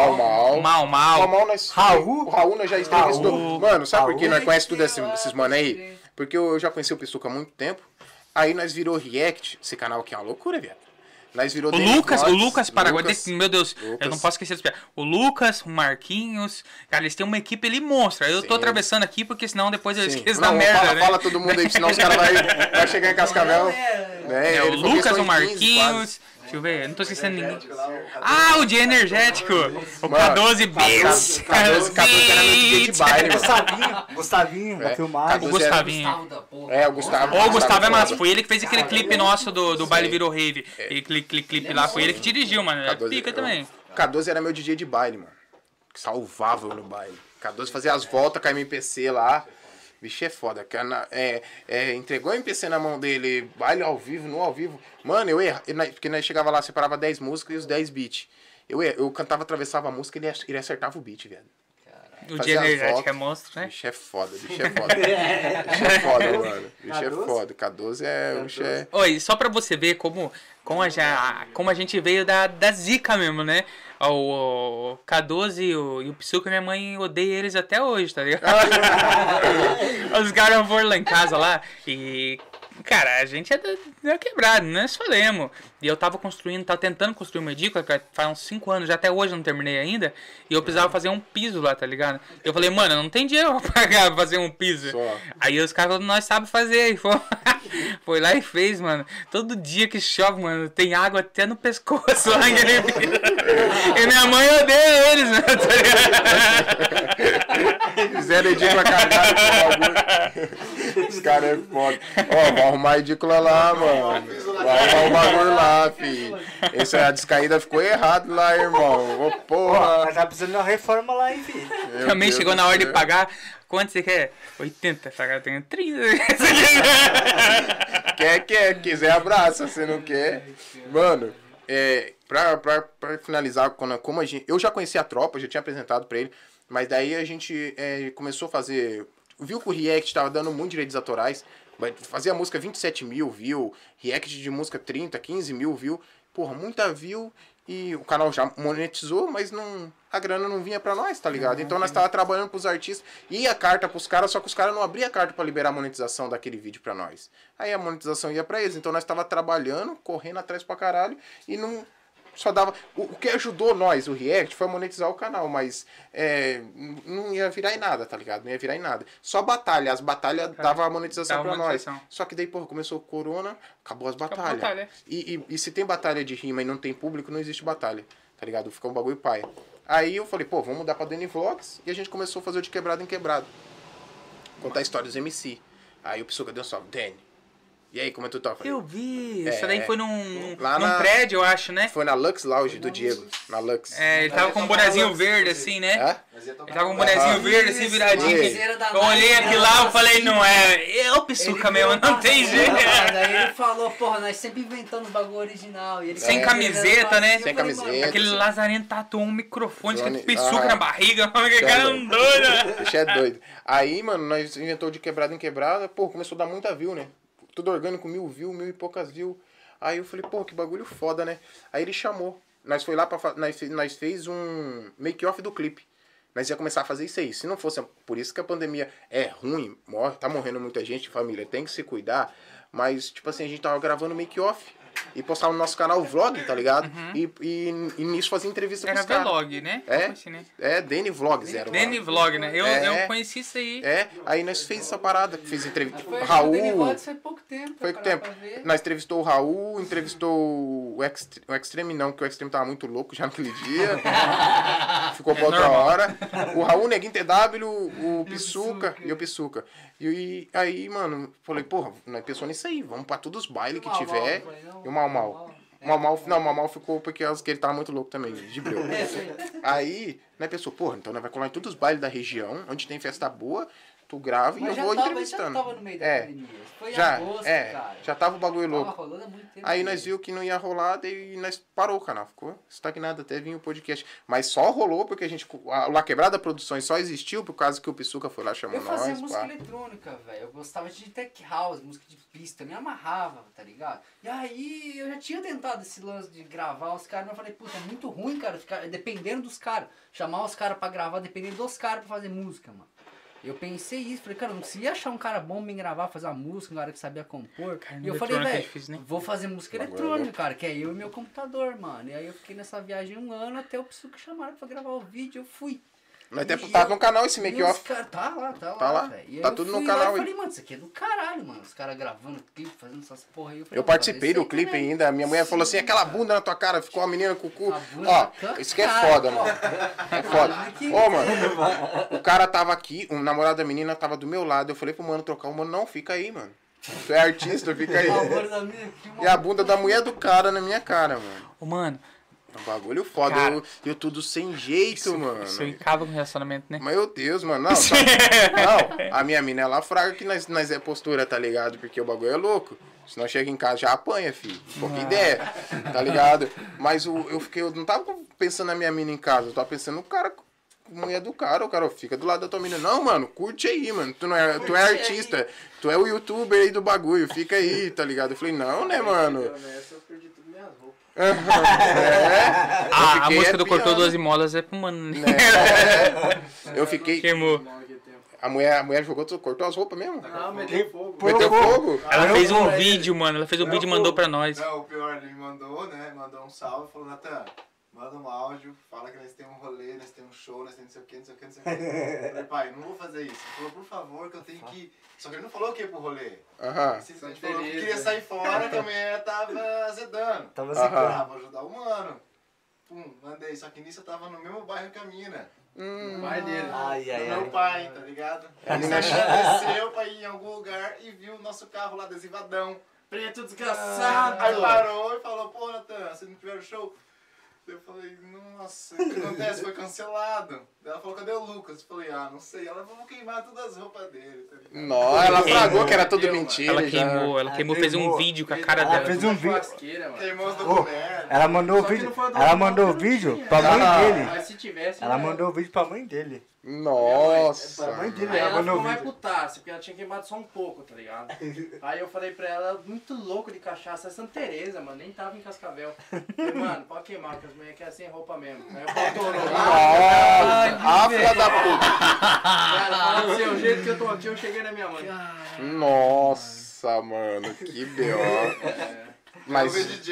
Mal. O Raul, nós já entrevistou. Mano, sabe por que nós conhecemos tudo esses mano aí? Porque eu já conheci o Pisuca há muito tempo. Aí nós virou React. Esse canal aqui é uma loucura, viado. Nós virou o Lucas Paraguai, meu Deus, eu não posso esquecer dos piadas. O Lucas, o Marquinhos, cara, eles têm uma equipe ali monstra. Eu tô atravessando aqui porque senão depois eu esqueço da merda, né? Fala todo mundo aí, senão os caras vão chegar em Cascavel. O Lucas, o Marquinhos. Deixa eu ver, eu não tô esquecendo ninguém. O de energético! O K12 Bis! K12 era meu DJ de baile, Gustavinho, vai filmar. O Gustavinho. O Gustavo. O Gustavo é massa, foi ele que fez aquele clipe nosso do Baile Virou Rave. E aquele clipe lá, foi ele que dirigiu, mano. Pica também. K12 era meu DJ de baile, mano. Salvava eu no baile. K12 fazia as voltas com a MPC lá. Bicho é foda. Entregou a MPC na mão dele, baile ao vivo, no ao vivo. Mano, eu errava. Porque nós chegava lá, separava 10 músicas e os 10 beats. Eu cantava, atravessava a música e ele acertava o beat, velho. O dia energético é monstro, né? Bicho é foda. Bicho é foda, mano. Bicho é foda. K12 é... Oi, só pra você ver como a gente veio da zica mesmo, né? O K12 e o Pisuca, minha mãe odeia eles até hoje, tá ligado? Os caras foram lá em casa lá e... Cara, a gente é da quebrada, nós falemos. E eu tava tentando construir uma edícula, faz uns 5 anos, já até hoje eu não terminei ainda. E eu precisava fazer um piso lá, tá ligado? Eu falei, mano, eu não tem dinheiro pra pagar pra fazer um piso. Só. Aí os caras falaram, nós sabemos fazer. E foi lá e fez, mano. Todo dia que chove, mano, tem água até no pescoço lá. E minha mãe odeia eles, mano, tá ligado? Fizeram edícula cagada com bagulho. Os caras é foda. Ó, vou arrumar a edícula lá, mano. Vai arrumar o bagulho lá, filho. A descaída ficou errado lá, irmão. Ô, porra. Tá precisando de uma reforma lá, hein, filho. Também Deus chegou na hora de pagar. Quanto você quer? 80. Eu tenho 30. Quiser abraça, se não quer. Mano, pra finalizar, como a gente... Eu já conheci a tropa, já tinha apresentado pra ele. Mas daí a gente começou a fazer... Viu que o React tava dando muito direitos autorais. Fazia música 27 mil views, React de música 30, 15 mil views. Porra, muita view. E o canal já monetizou, mas a grana não vinha pra nós, tá ligado? Então nós tava trabalhando pros artistas. Ia a carta pros caras, só que os caras não abriam a carta pra liberar a monetização daquele vídeo pra nós. Aí a monetização ia pra eles. Então nós tava trabalhando, correndo atrás pra caralho. E não... Só dava... O que ajudou nós, o React, foi monetizar o canal, mas não ia virar em nada, tá ligado? Não ia virar em nada. Só batalha. As batalhas davam a monetização pra nós. Só que daí, porra, começou o corona, acabou as batalhas. E se tem batalha de rima e não tem público, não existe batalha, tá ligado? Fica um bagulho paia. Aí eu falei, pô, vamos mudar pra Danny Vlogs. E a gente começou a fazer o de quebrado em quebrado. Contar a história dos MC. Aí o pessoal deu só, Danny. E aí, como é que tu tá? Eu vi. Isso daí foi num prédio, eu acho, né? Foi na Lux Lounge do Diego. Na Lux. Ele tava com um bonezinho verde, assim, né? Ele tava com um bonezinho verde, assim, viradinho. Eu olhei aqui lá e falei, não é o Pisuca mesmo, não tem jeito. Daí ele falou, porra, nós sempre inventando o bagulho original. E ele sem camiseta, né? Sem camiseta. Aquele Lazarento tatuou um microfone, que Pisuca na barriga. Que cara doido. Bicho é doido. Aí, mano, nós inventou de quebrada em quebrada. Pô, começou a dar muita view, né? Tudo orgânico, 1000 views, 1000 e poucas views. Aí eu falei, pô, que bagulho foda, né? Aí ele chamou. Nós foi lá nós fez um make-off do clipe. Nós ia começar a fazer isso aí. Se não fosse por isso que a pandemia é ruim, tá morrendo muita gente, família, tem que se cuidar. Mas, tipo assim, a gente tava gravando make-off e postava no nosso canal vlog, tá ligado? E nisso fazia entrevista com os caras. Era vlog, né? Danny Vlogs era. Danny Vlog, né? Eu conheci isso aí. Aí nós fez essa parada, fez entrevista. Raul. Danny Vlogs foi pouco tempo. Foi pouco tempo. Nós entrevistou o Raul, entrevistou o Extreme não, porque o Extreme tava muito louco já naquele dia. Ficou pra outra hora. O Raul, Neguinho TW, o Pisuca e o Pisuca. E aí, mano, falei, porra, nós pensamos nisso aí, vamos pra todos os bailes que tiver. E o Mal. O Mal ficou porque ele tava muito louco também, de breu. Aí, né, pensou, porra, então nós vai colar em todos os bailes da região, onde tem festa boa, tu grava e eu vou entrevistando. Já tava no meio da pandemia. Foi em agosto, cara. Já tava o bagulho louco. Rolando há muito tempo. Aí nós viu que não ia rolar, daí nós parou o canal, ficou estagnado até vir o podcast. Mas só rolou porque a La Quebrada Produções só existiu por causa que o Pisuca foi lá, chamou nós. Eu fazia música eletrônica, velho. Eu gostava de tech house, música de pista, me amarrava, tá ligado? E aí eu já tinha tentado esse lance de gravar os caras, mas eu falei, puta, é muito ruim, cara, ficar dependendo dos caras. Chamar os caras pra gravar, dependendo dos caras pra fazer música, mano. Eu pensei isso, falei, cara, não conseguia achar um cara bom pra me gravar, fazer uma música, um cara que sabia compor. E eu falei, velho, vou fazer música eletrônica, cara, que é eu e meu computador, mano. E aí eu fiquei nessa viagem 1 ano até o Pisuca chamaram pra gravar o vídeo, eu fui. Mas tá no canal esse make-off. Tá lá, velho. Tá tudo no canal aí. Eu falei, mano, isso aqui é do caralho, mano. Os caras gravando clipe, fazendo essas porra aí. Eu participei do clipe ainda. Minha mulher falou assim, aquela bunda na tua cara, ficou uma menina com o cu. Ó, isso que é foda, mano. É foda. Ô, mano, o cara tava aqui, o namorado da menina tava do meu lado. Eu falei pro mano trocar, o mano, não, fica aí, mano. Tu é artista, fica aí. E a bunda da mulher do cara na minha cara, mano. Ô, mano. Um bagulho foda, eu tudo sem jeito, mano. Isso acaba com o relacionamento, né? Meu Deus, mano. Não, a minha mina, ela fraga que nós é postura, tá ligado? Porque o bagulho é louco. Se nós chega em casa, já apanha, filho. Pouca ideia, tá ligado? Mas eu não tava pensando na minha mina em casa, eu tava pensando no cara, mulher do cara, o cara fica do lado da tua mina. Não, mano, curte aí, mano. Tu é artista, tu é o youtuber aí do bagulho, fica aí, tá ligado? Eu falei, não, né, mano? Eu perdi tudo minhas roupas. A música do Cortou 12 Molas é pro mano, né? Eu fiquei... Queimou. A mulher jogou, cortou as roupas mesmo? Não, meteu fogo. Meteu fogo? Ela fez um vídeo, mano. Ela fez um vídeo e mandou pra nós. Não, o pior, ele mandou, né? Mandou um salve e falou, Natan, manda um áudio, fala que nós temos um rolê, nós temos um show, nós temos não sei o que, não sei o que, não sei o que. Eu falei, pai, não vou fazer isso. Ele falou, por favor, que eu tenho que ir. Só que ele não falou que ia pro rolê. Aham. Ele falou que queria sair fora, que a mulher tava azedando. Tava azedando. azedando. Ah, vou ajudar o mano. Pum, mandei. Só que nisso eu tava no mesmo bairro que a mina. O pai dele. Meu pai, tá ligado? Ele desceu pra ir em algum lugar e viu o nosso carro lá adesivadão. Preto desgraçado. Aí parou e falou, pô, Natan, vocês não tiveram show? Eu falei, nossa, o que acontece? Foi cancelado. Ela falou, cadê o Lucas? Eu falei, não sei. Ela falou, vou queimar todas as roupas dele, tá ligado? Nossa, ela fragou que era tudo mentira. Ela queimou, fez um vídeo com a cara dela. Ela fez um vídeo. Queimou os documentos. Ela mandou o vídeo pra mãe dele. Mas se tivesse... Ela mandou o vídeo pra mãe dele. Nossa. Pra mãe dele, Aí ela mandou ficou o mais vídeo. putaça, porque ela tinha queimado só um pouco, tá ligado? Aí eu falei pra ela, muito louco de cachaça, é Santa Teresa, mano, nem tava em Cascavel. Falei, mano, pode queimar, que as mulheres querem sem roupa mesmo. Aí eu falei, Nossa, filha da puta. cara, fala assim, o jeito que eu tô aqui, eu cheguei na minha mãe. Nossa, mano, que B.O. Mas...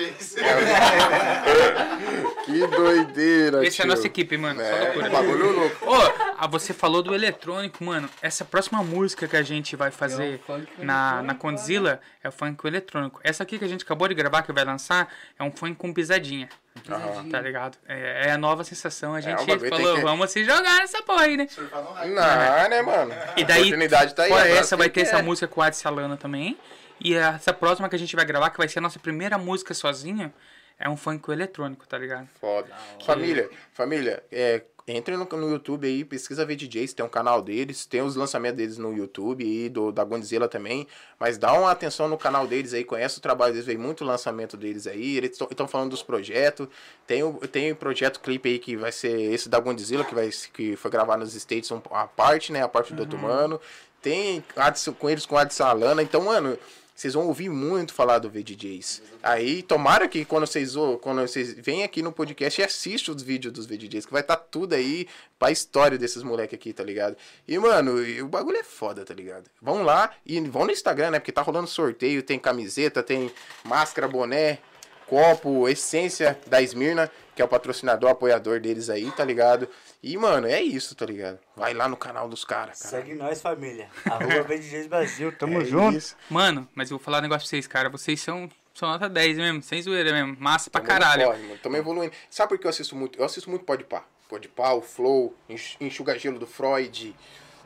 Que doideira, Essa é a nossa equipe, mano. Só loucura. Bagulho louco. Você falou do eletrônico, mano. Essa próxima música que a gente vai fazer na Condzilla é o funk eletrônico. Essa aqui que a gente acabou de gravar, que vai lançar, é um funk com pisadinha. Tá ligado? É a nova sensação. A gente falou, vamos se jogar nessa porra aí, né? Não, né, mano? E daí, a oportunidade tá aí, fora essa, vai ter essa música com o Adi Salana também. E essa próxima que a gente vai gravar, que vai ser a nossa primeira música sozinha, é um funk eletrônico, tá ligado? Foda. Família, entre no YouTube aí, pesquisa VDJs, tem um canal deles, tem os lançamentos deles no YouTube e da Godzilla também, mas dá uma atenção no canal deles aí, conhece o trabalho deles, vem muito lançamento deles aí, eles estão falando dos projetos, tem o projeto clipe aí que vai ser esse da Godzilla, que foi gravado nos States, a parte, né, a parte do outro mano, tem com eles com a Adi Salana, então, mano... Vocês vão ouvir muito falar do VDJs. Aí, tomara que quando vocês vêm aqui no podcast e assistam os vídeos dos VDJs, que vai estar tudo aí pra história desses moleques aqui, tá ligado? E, mano, o bagulho é foda, tá ligado? Vão lá e vão no Instagram, né? Porque tá rolando sorteio, tem camiseta, tem máscara, boné, copo, essência da Esmirna, que é o patrocinador, apoiador deles aí, tá ligado? E, mano, é isso, tá ligado? Vai lá no canal dos caras, cara. Segue nós, família. @VDJs Brasil, tamo junto. Isso. Mano, mas eu vou falar um negócio pra vocês, cara. Vocês são nota 10 mesmo, sem zoeira mesmo. Massa pra caralho. Tamo evoluindo. Sabe por que eu assisto muito? Eu assisto muito Podpah. Podpah, o Flow, Enxuga Gelo do Freud,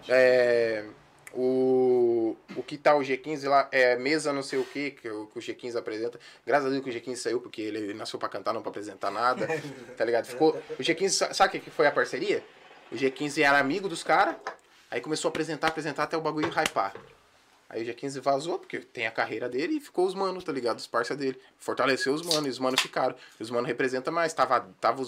o que tá o G15 lá, mesa não sei o que o G15 apresenta. Graças a Deus que o G15 saiu, porque ele nasceu pra cantar, não pra apresentar nada, tá ligado? O G15, sabe o que foi a parceria? O G15 era amigo dos caras, aí começou a apresentar até o bagulho hypar. Aí o G15 vazou, porque tem a carreira dele e ficou os manos, tá ligado? Os parça dele. Fortaleceu os manos, e os manos ficaram. E os manos representam mais. Tava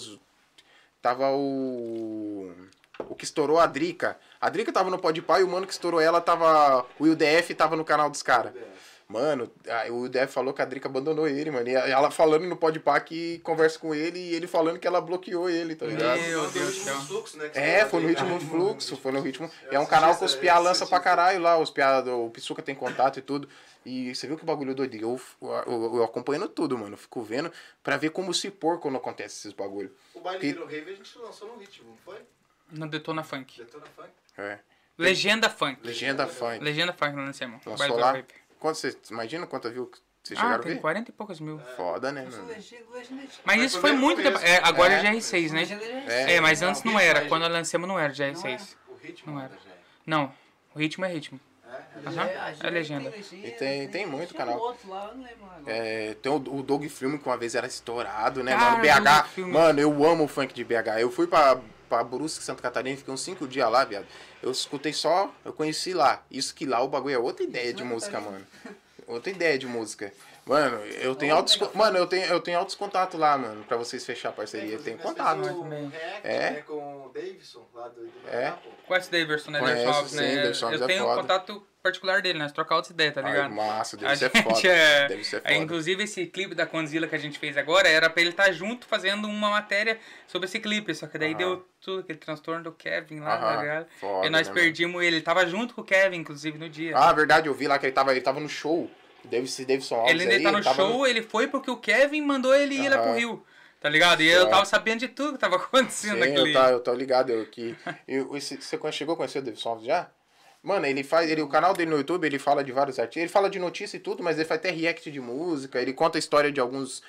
o que estourou a Drica. A Drica tava no Podpah e o mano que estourou ela tava... O UDF tava no canal dos caras. Mano, o UDF falou que a Drica abandonou ele, mano. E ela falando no Podpah que conversa com ele e ele falando que ela bloqueou ele, tá ligado? Meu Deus do céu. Foi no Ritmo do Fluxo, foi no Ritmo... É um canal que os piá lança pra caralho lá, o Pisuca tem contato e tudo. E você viu que bagulho doido? Eu acompanhando tudo, mano. Fico vendo pra ver como se pôr quando acontece esses bagulho. O baile Little Rave a gente lançou no Ritmo, não foi? No Detona Funk. Detona Funk? Legenda Funk. Legenda Funk. Legenda Funk, não sei, mano. Lançou lá. Imagina quantas viu que vocês chegaram a ver? Tem 40 e poucos mil. Foda, né, mano? Mas isso foi muito tempo. Agora é GR6, né? Mas antes não era. Quando nós lançamos não era GR6. O Ritmo não era. Não, o Ritmo é Ritmo. É legenda. E tem muito canal. Outro lá, eu não lembro agora. Tem o Dog Film que uma vez era estourado, né, Cara, mano? BH. Mano, eu amo o funk de BH. Eu fui pra Brusque, Santa Catarina, fiquei uns 5 dias lá, viado. Eu escutei eu conheci lá. Isso que lá o bagulho é outra ideia de música, mano. Outra ideia de música. Mano, eu tenho altos... Mano, eu tenho altos contatos lá, mano, pra vocês fechar a parceria. Tem contato, né? Também. Né, com o Davidson, lá do Conhece o Davidson, né? Davidson Alves, né? Eu tenho contato particular dele, nós trocar outras ideias, tá ligado? Massa, deve ser foda. Deve ser foda. Inclusive, esse clipe da Condzilla que a gente fez agora, era pra ele estar junto fazendo uma matéria sobre esse clipe, só que daí deu tudo, aquele transtorno do Kevin lá, tá ligado? Foda, e nós perdimos ele tava junto com o Kevin, inclusive, no dia. Ah, verdade, eu vi lá que ele tava no show. Davidson Alves. Ele ainda tá no show, ele foi porque o Kevin mandou ele ir lá pro Rio. Tá ligado? E eu tava sabendo de tudo que tava acontecendo naquele. Eu tô ligado. Você chegou a conhecer o Davidson Alves já? Mano, o canal dele no YouTube, ele fala de vários artistas. Ele fala de notícia e tudo, mas ele faz até react de música. Ele conta a história de alguns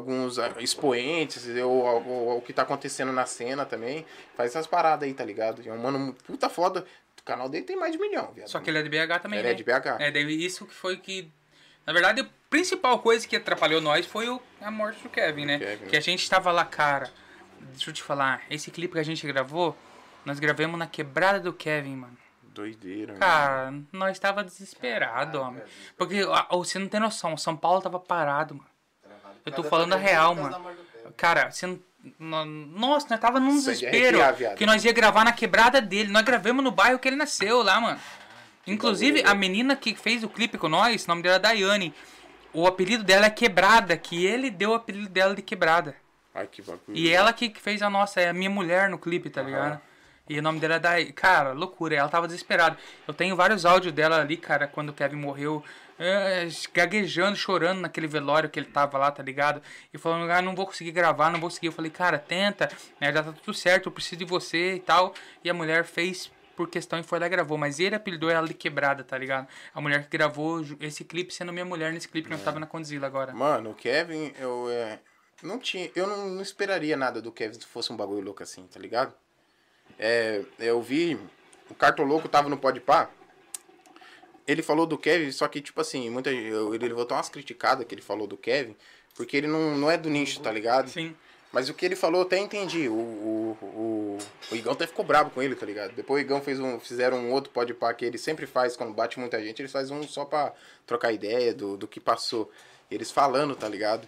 expoentes, ou o que tá acontecendo na cena também. Faz essas paradas aí, tá ligado? É um mano puta foda. O canal dele tem mais de 1 milhão, viado. Só que ele é de BH também, Ele é de BH. Isso que foi que... Na verdade, a principal coisa que atrapalhou nós foi a morte do Kevin, né? Que a gente tava lá, cara. Deixa eu te falar, esse clipe que a gente gravou, nós gravamos na quebrada do Kevin, mano. Doideira, cara, nós tava desesperado, homem. Porque você não tem noção, São Paulo tava parado, mano. Eu tô falando a real, mano. Cara, você não... Nossa, nós tava num desespero. Que nós ia gravar na quebrada dele. Nós gravamos no bairro que ele nasceu lá, mano. Inclusive, a menina que fez o clipe com nós, o nome dela é Daiane. O apelido dela é Quebrada, que ele deu o apelido dela de Quebrada. Ai, que bagulho. E ela que fez é a minha mulher no clipe, tá ligado? E o nome dela é Daiane. Cara, loucura, ela tava desesperada. Eu tenho vários áudios dela ali, cara, quando o Kevin morreu, gaguejando, chorando naquele velório que ele tava lá, tá ligado? E falando, não vou conseguir gravar, não vou conseguir. Eu falei, cara, tenta, né, já tá tudo certo, eu preciso de você e tal. E a mulher fez... por questão e foi lá e gravou, mas ele apelidou ela de Quebrada, tá ligado? A mulher que gravou esse clipe sendo minha mulher nesse clipe que nós tava na Condzilla agora. Mano, o Kevin, eu não esperaria nada do Kevin se fosse um bagulho louco assim, tá ligado? Eu vi, o Cartoloco tava no Podpah, ele falou do Kevin, só que tipo assim, ele levou até umas criticadas que ele falou do Kevin, porque ele não é do nicho, tá ligado? Sim. Mas o que ele falou eu até entendi. O Igão até ficou bravo com ele, tá ligado? Depois o Igão fizeram um outro Podpah que ele sempre faz, quando bate muita gente, eles fazem um só pra trocar ideia do que passou. Eles falando, tá ligado?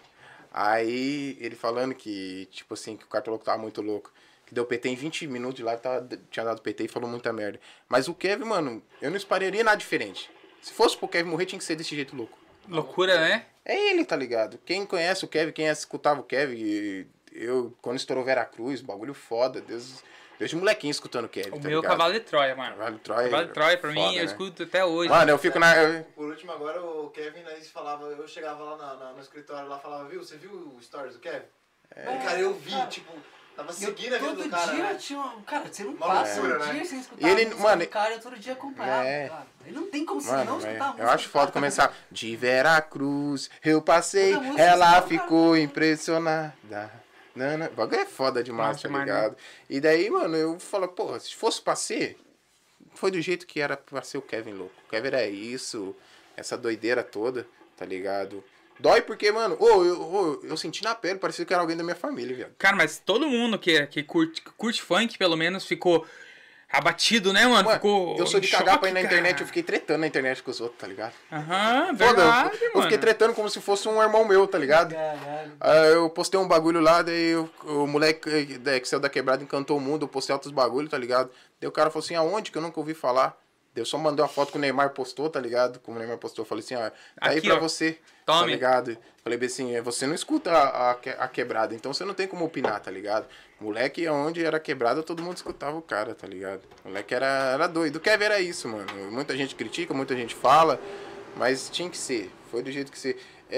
Aí ele falando que, tipo assim, que o Cartoloco tava muito louco. Que deu PT em 20 minutos de lá, tinha dado PT e falou muita merda. Mas o Kevin, mano, eu não esperaria nada diferente. Se fosse pro Kevin morrer, tinha que ser desse jeito louco. Loucura, né? É ele, tá ligado? Quem conhece o Kevin, quem escutava o Kevin... quando estourou Veracruz, bagulho foda, desde molequinho escutando o Kevin, tá meu ligado? Cavalo de Troia, mano. Cavalo de Troia, pra mim, eu escuto até hoje. Mano, eu fico Por último, agora, o Kevin, nós falava, eu chegava lá no escritório, lá falava, você viu o stories do Kevin? Cara, eu vi, tipo, tava seguindo a vida do cara. Todo dia tinha cara, você não passa um dia sem escutar ele, mano, cara, eu todo dia acompanhava, cara. Ele não tem como você não escutar a música. Eu acho foda começar, de Veracruz, eu passei, ela ficou impressionada. O bagulho é foda demais, tá ligado? E daí, mano, eu falo, pô, se fosse pra ser, foi do jeito que era pra ser o Kevin louco. O Kevin era isso, essa doideira toda, tá ligado? Dói porque, mano, eu senti na pele, parecia que era alguém da minha família, viado. Cara, mas todo mundo que curte funk, pelo menos, ficou abatido, né, mano? Ficou eu sou de cagar pra ir na internet, eu fiquei tretando na internet com os outros, tá ligado? Verdade, eu fiquei tretando como se fosse um irmão meu, tá ligado? Aí eu postei um bagulho lá, daí o moleque que saiu da quebrada encantou o mundo, eu postei outros bagulhos, tá ligado? Daí o cara falou assim, aonde que eu nunca ouvi falar? Eu só mandei uma foto que o Neymar postou, tá ligado? Como o Neymar postou, eu falei assim, ó, tá aí pra você, tá ligado? Falei bem assim, você não escuta a quebrada, então você não tem como opinar, tá ligado? Moleque, onde era quebrada, todo mundo escutava o cara, tá ligado? Moleque era doido. O Kevin era isso, mano. Muita gente critica, muita gente fala, mas tinha que ser. Foi do jeito que ser.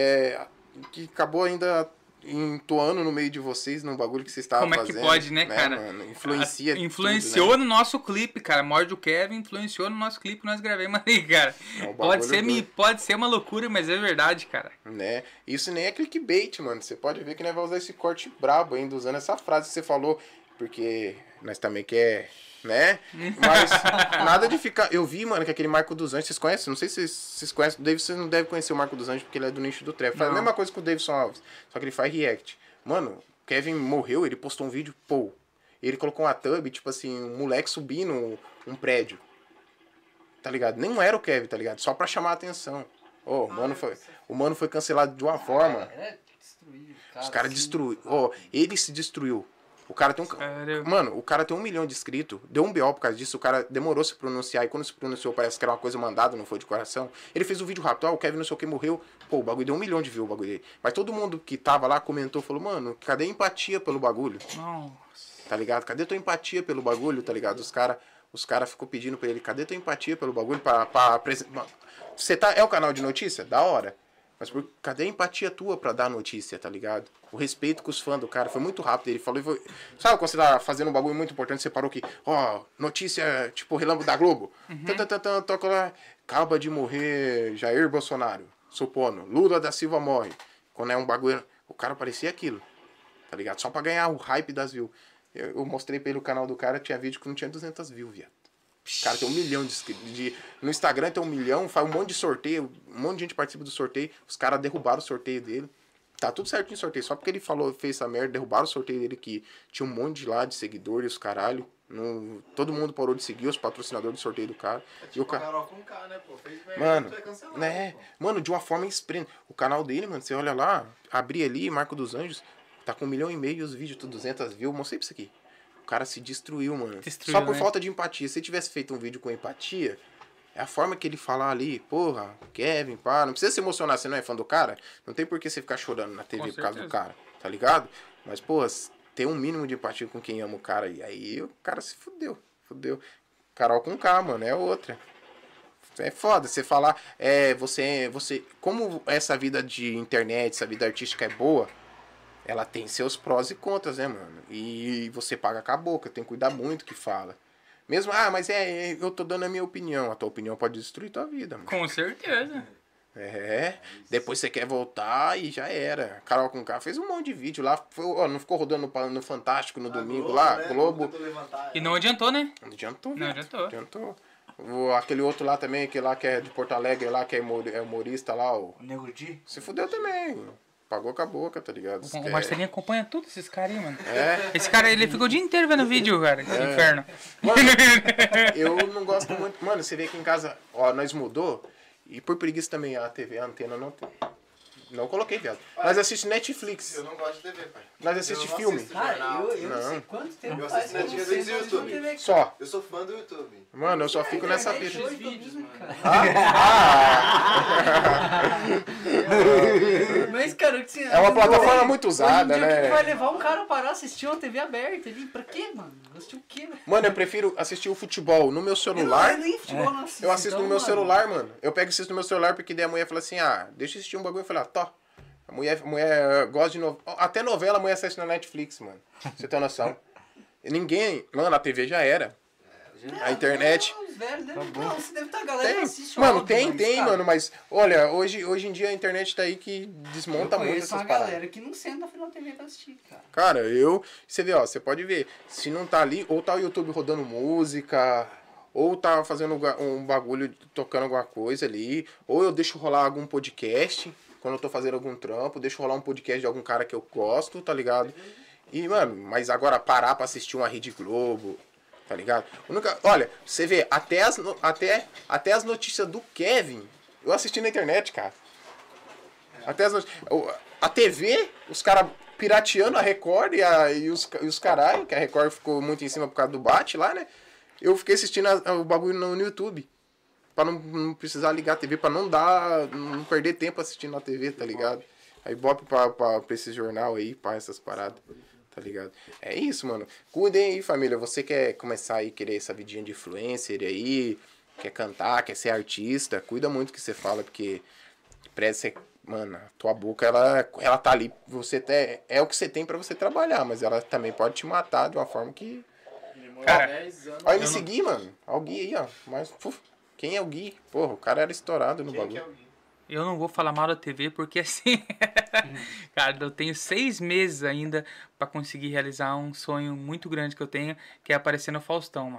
Que acabou ainda entoando no meio de vocês num bagulho que vocês estavam fazendo. Como é que pode, né, cara? Mano? Influenciou tudo, né? No nosso clipe, cara. A morte do Kevin influenciou no nosso clipe que nós gravamos ali, cara. Pode ser uma loucura, mas é verdade, cara. Né? Isso nem é clickbait, mano. Você pode ver que nós vamos usar esse corte brabo ainda, usando essa frase que você falou, porque nós também quer... né? Mas nada de ficar... Eu vi, mano, que aquele Marco dos Anjos, vocês conhecem? Não sei se vocês conhecem. O Davidson não deve conhecer o Marco dos Anjos, porque ele é do nicho do trap. Faz a mesma coisa que o Davidson Alves, só que ele faz react. Mano, o Kevin morreu, ele postou um vídeo, ele colocou uma thumb, tipo assim, um moleque subindo um prédio. Tá ligado? Nem era o Kevin, tá ligado? Só pra chamar a atenção. Oh, o mano foi cancelado de uma forma. Os caras destruíram. Oh, ele se destruiu. O cara tem Mano, o cara tem 1 milhão de inscritos. Deu um BO por causa disso. O cara demorou a se pronunciar. E quando se pronunciou, parece que era uma coisa mandada, não foi de coração. Ele fez um vídeo rápido. O Kevin não sei o que morreu. Pô, o bagulho deu 1 milhão de views, o bagulho dele. Mas todo mundo que tava lá comentou, falou, mano, cadê a empatia pelo bagulho? Nossa. Tá ligado? Cadê tua empatia pelo bagulho, tá ligado? Os cara ficou pedindo pra ele, cadê tua empatia pelo bagulho pra apresentar. Você tá. É o canal de notícia? Da hora. Mas cadê a empatia tua pra dar notícia, tá ligado? O respeito com os fãs do cara foi muito rápido. Ele falou, sabe quando você tá fazendo um bagulho muito importante, você parou aqui, notícia, tipo, Relâmpago da Globo. Toca lá, acaba de morrer Jair Bolsonaro, supondo, Lula da Silva morre. Quando é um bagulho, o cara parecia aquilo, tá ligado? Só pra ganhar o hype das views. Eu mostrei pra ele o canal do cara, tinha vídeo que não tinha 200 views, viado. O cara tem 1 milhão no Instagram tem 1 milhão, faz um monte de sorteio, um monte de gente participa do sorteio, os caras derrubaram o sorteio dele. Tá tudo certinho em sorteio, só porque ele fez essa merda, derrubaram o sorteio dele que tinha um monte de seguidores, caralho. Todo mundo parou de seguir os patrocinadores do sorteio do cara. É tipo e o Carol com K, né, pô? Fez merda, mano, tu é cancelado, né? Pô. Mano, de uma forma espreme. O canal dele, mano, você olha lá, abri ali, Marco dos Anjos, tá com 1,5 milhão e os vídeos, tudo 200 views, mostrei pra isso aqui. O cara se destruiu, mano. Só por falta de empatia. Se ele tivesse feito um vídeo com empatia, é a forma que ele falar ali, porra, Kevin, pá. Não precisa se emocionar, você não é fã do cara. Não tem por que você ficar chorando na TV por causa do cara, tá ligado? Mas, porra, tem um mínimo de empatia com quem ama o cara. E aí o cara se fudeu. Carol com K, mano, é outra. É foda você falar, você. Como essa vida de internet, essa vida artística é boa, ela tem seus prós e contras, né, mano? E você paga com a boca, tem que cuidar muito do que fala. Mesmo, mas eu tô dando a minha opinião. A tua opinião pode destruir tua vida, mano. Com certeza. Depois você quer voltar e já era. Carol com K fez um monte de vídeo lá. Não ficou rodando no Fantástico no domingo Globo, lá, né? Globo. E não adiantou, né? Não adiantou. Aquele outro lá também, que lá que é de Porto Alegre, lá que é humorista lá, o Nego Di? se fudeu também. Pagou com a boca, tá ligado? O Marcelinho acompanha tudo esses caras aí, mano. Esse cara, ele ficou o dia inteiro vendo vídeo, cara. Esse inferno. Mano, eu não gosto muito. Mano, você vê aqui em casa, nós mudou. E por preguiça também, a TV, a antena não tem. Não coloquei, viado. Nós assistimos Netflix. Eu não gosto de TV, pai. Nós assistimos filme. Eu não sei quanto tempo Eu faz assisto que Netflix e não sei YouTube. Só. Eu sou fã do YouTube. Mano, eu só fico nessa internet pira. hoje, vídeos, mano. Mas, cara, o que você... É uma plataforma muito usada, hoje em dia, o que né? vai levar um cara a parar assistir uma TV aberta ali? Pra quê, mano? Assistir o quê, velho? Mano, eu prefiro assistir o futebol no meu celular. Nem futebol não assisto, Eu assisto então, no meu mano. celular, mano. Eu pego e assisto no meu celular porque daí a mulher fala assim, deixa eu assistir um bagulho. Eu falei, tá. A mulher gosta de novela. Até novela a mulher assiste na Netflix, mano. Você tem noção? Ninguém... Mano, a TV já era. A internet... Os velhos devem... Não, você deve estar... A galera Tem, assiste mano, óbvio, tem, cara, mano, mas olha, hoje em dia a internet tá aí que desmonta muito conheço essas uma paradas. galera que não senta na frente da TV pra assistir, cara. Cara, você vê, você pode ver, se não tá ali, ou tá o YouTube rodando música, ou tá fazendo um bagulho, tocando alguma coisa ali, ou eu deixo rolar algum podcast, quando eu tô fazendo algum trampo, deixo rolar um podcast de algum cara que eu gosto, tá ligado? E, mano, mas agora parar pra assistir uma Rede Globo... Tá ligado? Olha, você vê, até as notícias do Kevin, eu assisti na internet, cara. Até as notícias. A TV, os caras pirateando a Record e os caralho, que a Record ficou muito em cima por causa do bate lá, né? Eu fiquei assistindo o bagulho no YouTube. Pra não precisar ligar a TV, pra não perder tempo assistindo na TV, tá ligado? Aí bota pra esse jornal aí, pra essas paradas. Tá ligado? É isso, mano. Cuidem aí, família. Você quer começar aí, querer essa vidinha de influencer aí, quer cantar, quer ser artista, cuida muito do que você fala, porque mano, a tua boca, ela tá ali, é o que você tem pra você trabalhar, mas ela também pode te matar de uma forma que... Cara, 10 anos. Olha, me seguir, mano. Olha o Gui aí, ó. Mas, quem é o Gui? Porra, o cara era estourado no bagulho. Quem que é o Gui? eu não vou falar mal da TV porque assim, cara, eu tenho 6 meses ainda pra conseguir realizar um sonho muito grande que eu tenho, que é aparecer no Faustão, mano.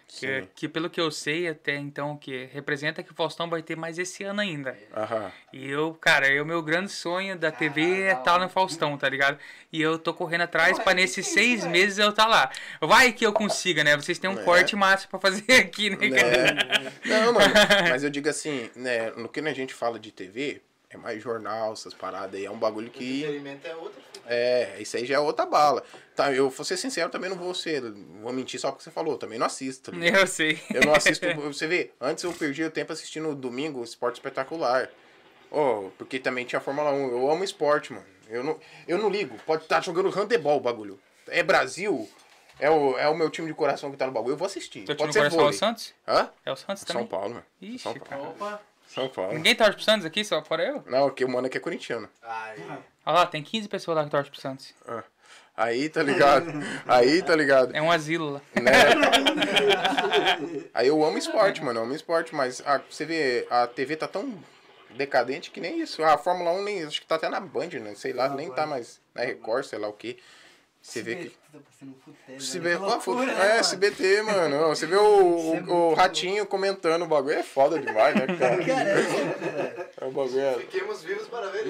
Que pelo que eu sei até então, que representa que o Faustão vai ter mais esse ano ainda. E o meu grande sonho da TV é estar no Faustão, tá ligado? E eu tô correndo atrás pra nesses 6 meses eu tá lá. Vai que eu consiga, né? Vocês têm um corte massa pra fazer aqui, né, cara? Não, mano, mas eu digo assim, né, no que a gente fala de TV, é mais jornal, essas paradas aí, é um bagulho que... O entretenimento é outra. Isso aí já é outra bala. Tá, eu vou ser sincero, também não vou mentir só porque você falou, também não assisto. Tá, eu sei. Eu não assisto, você vê, antes eu perdi o tempo assistindo domingo Esporte Espetacular. Porque também tinha Fórmula 1, eu amo esporte, mano. Eu não ligo, pode estar jogando handebol o bagulho. É Brasil, é o meu time de coração que tá no bagulho, eu vou assistir. Teu pode time de ser coração vôlei. é o Santos? Hã? É o Santos também? São Paulo, mano. Ixi, São Paulo. cara. Opa. São Paulo. Ninguém torce pro Santos aqui, só fora eu? Não, aqui o mano aqui é corintiano. Olha lá, tem 15 pessoas lá que torcem pro Santos. Aí, tá ligado? Aí, tá ligado? É um asilo lá. Né? Aí eu amo esporte, mano. Eu amo esporte, mas você vê, a TV tá tão decadente que nem isso. A Fórmula 1 nem, acho que tá até na Band, né? Sei lá, nem tá mais na Record, sei lá o que. Você vê que... SBT, mano. Você vê o Ratinho comentando o bagulho. É foda demais, né, cara? É o bagulho. Fiquemos vivos para ver isso.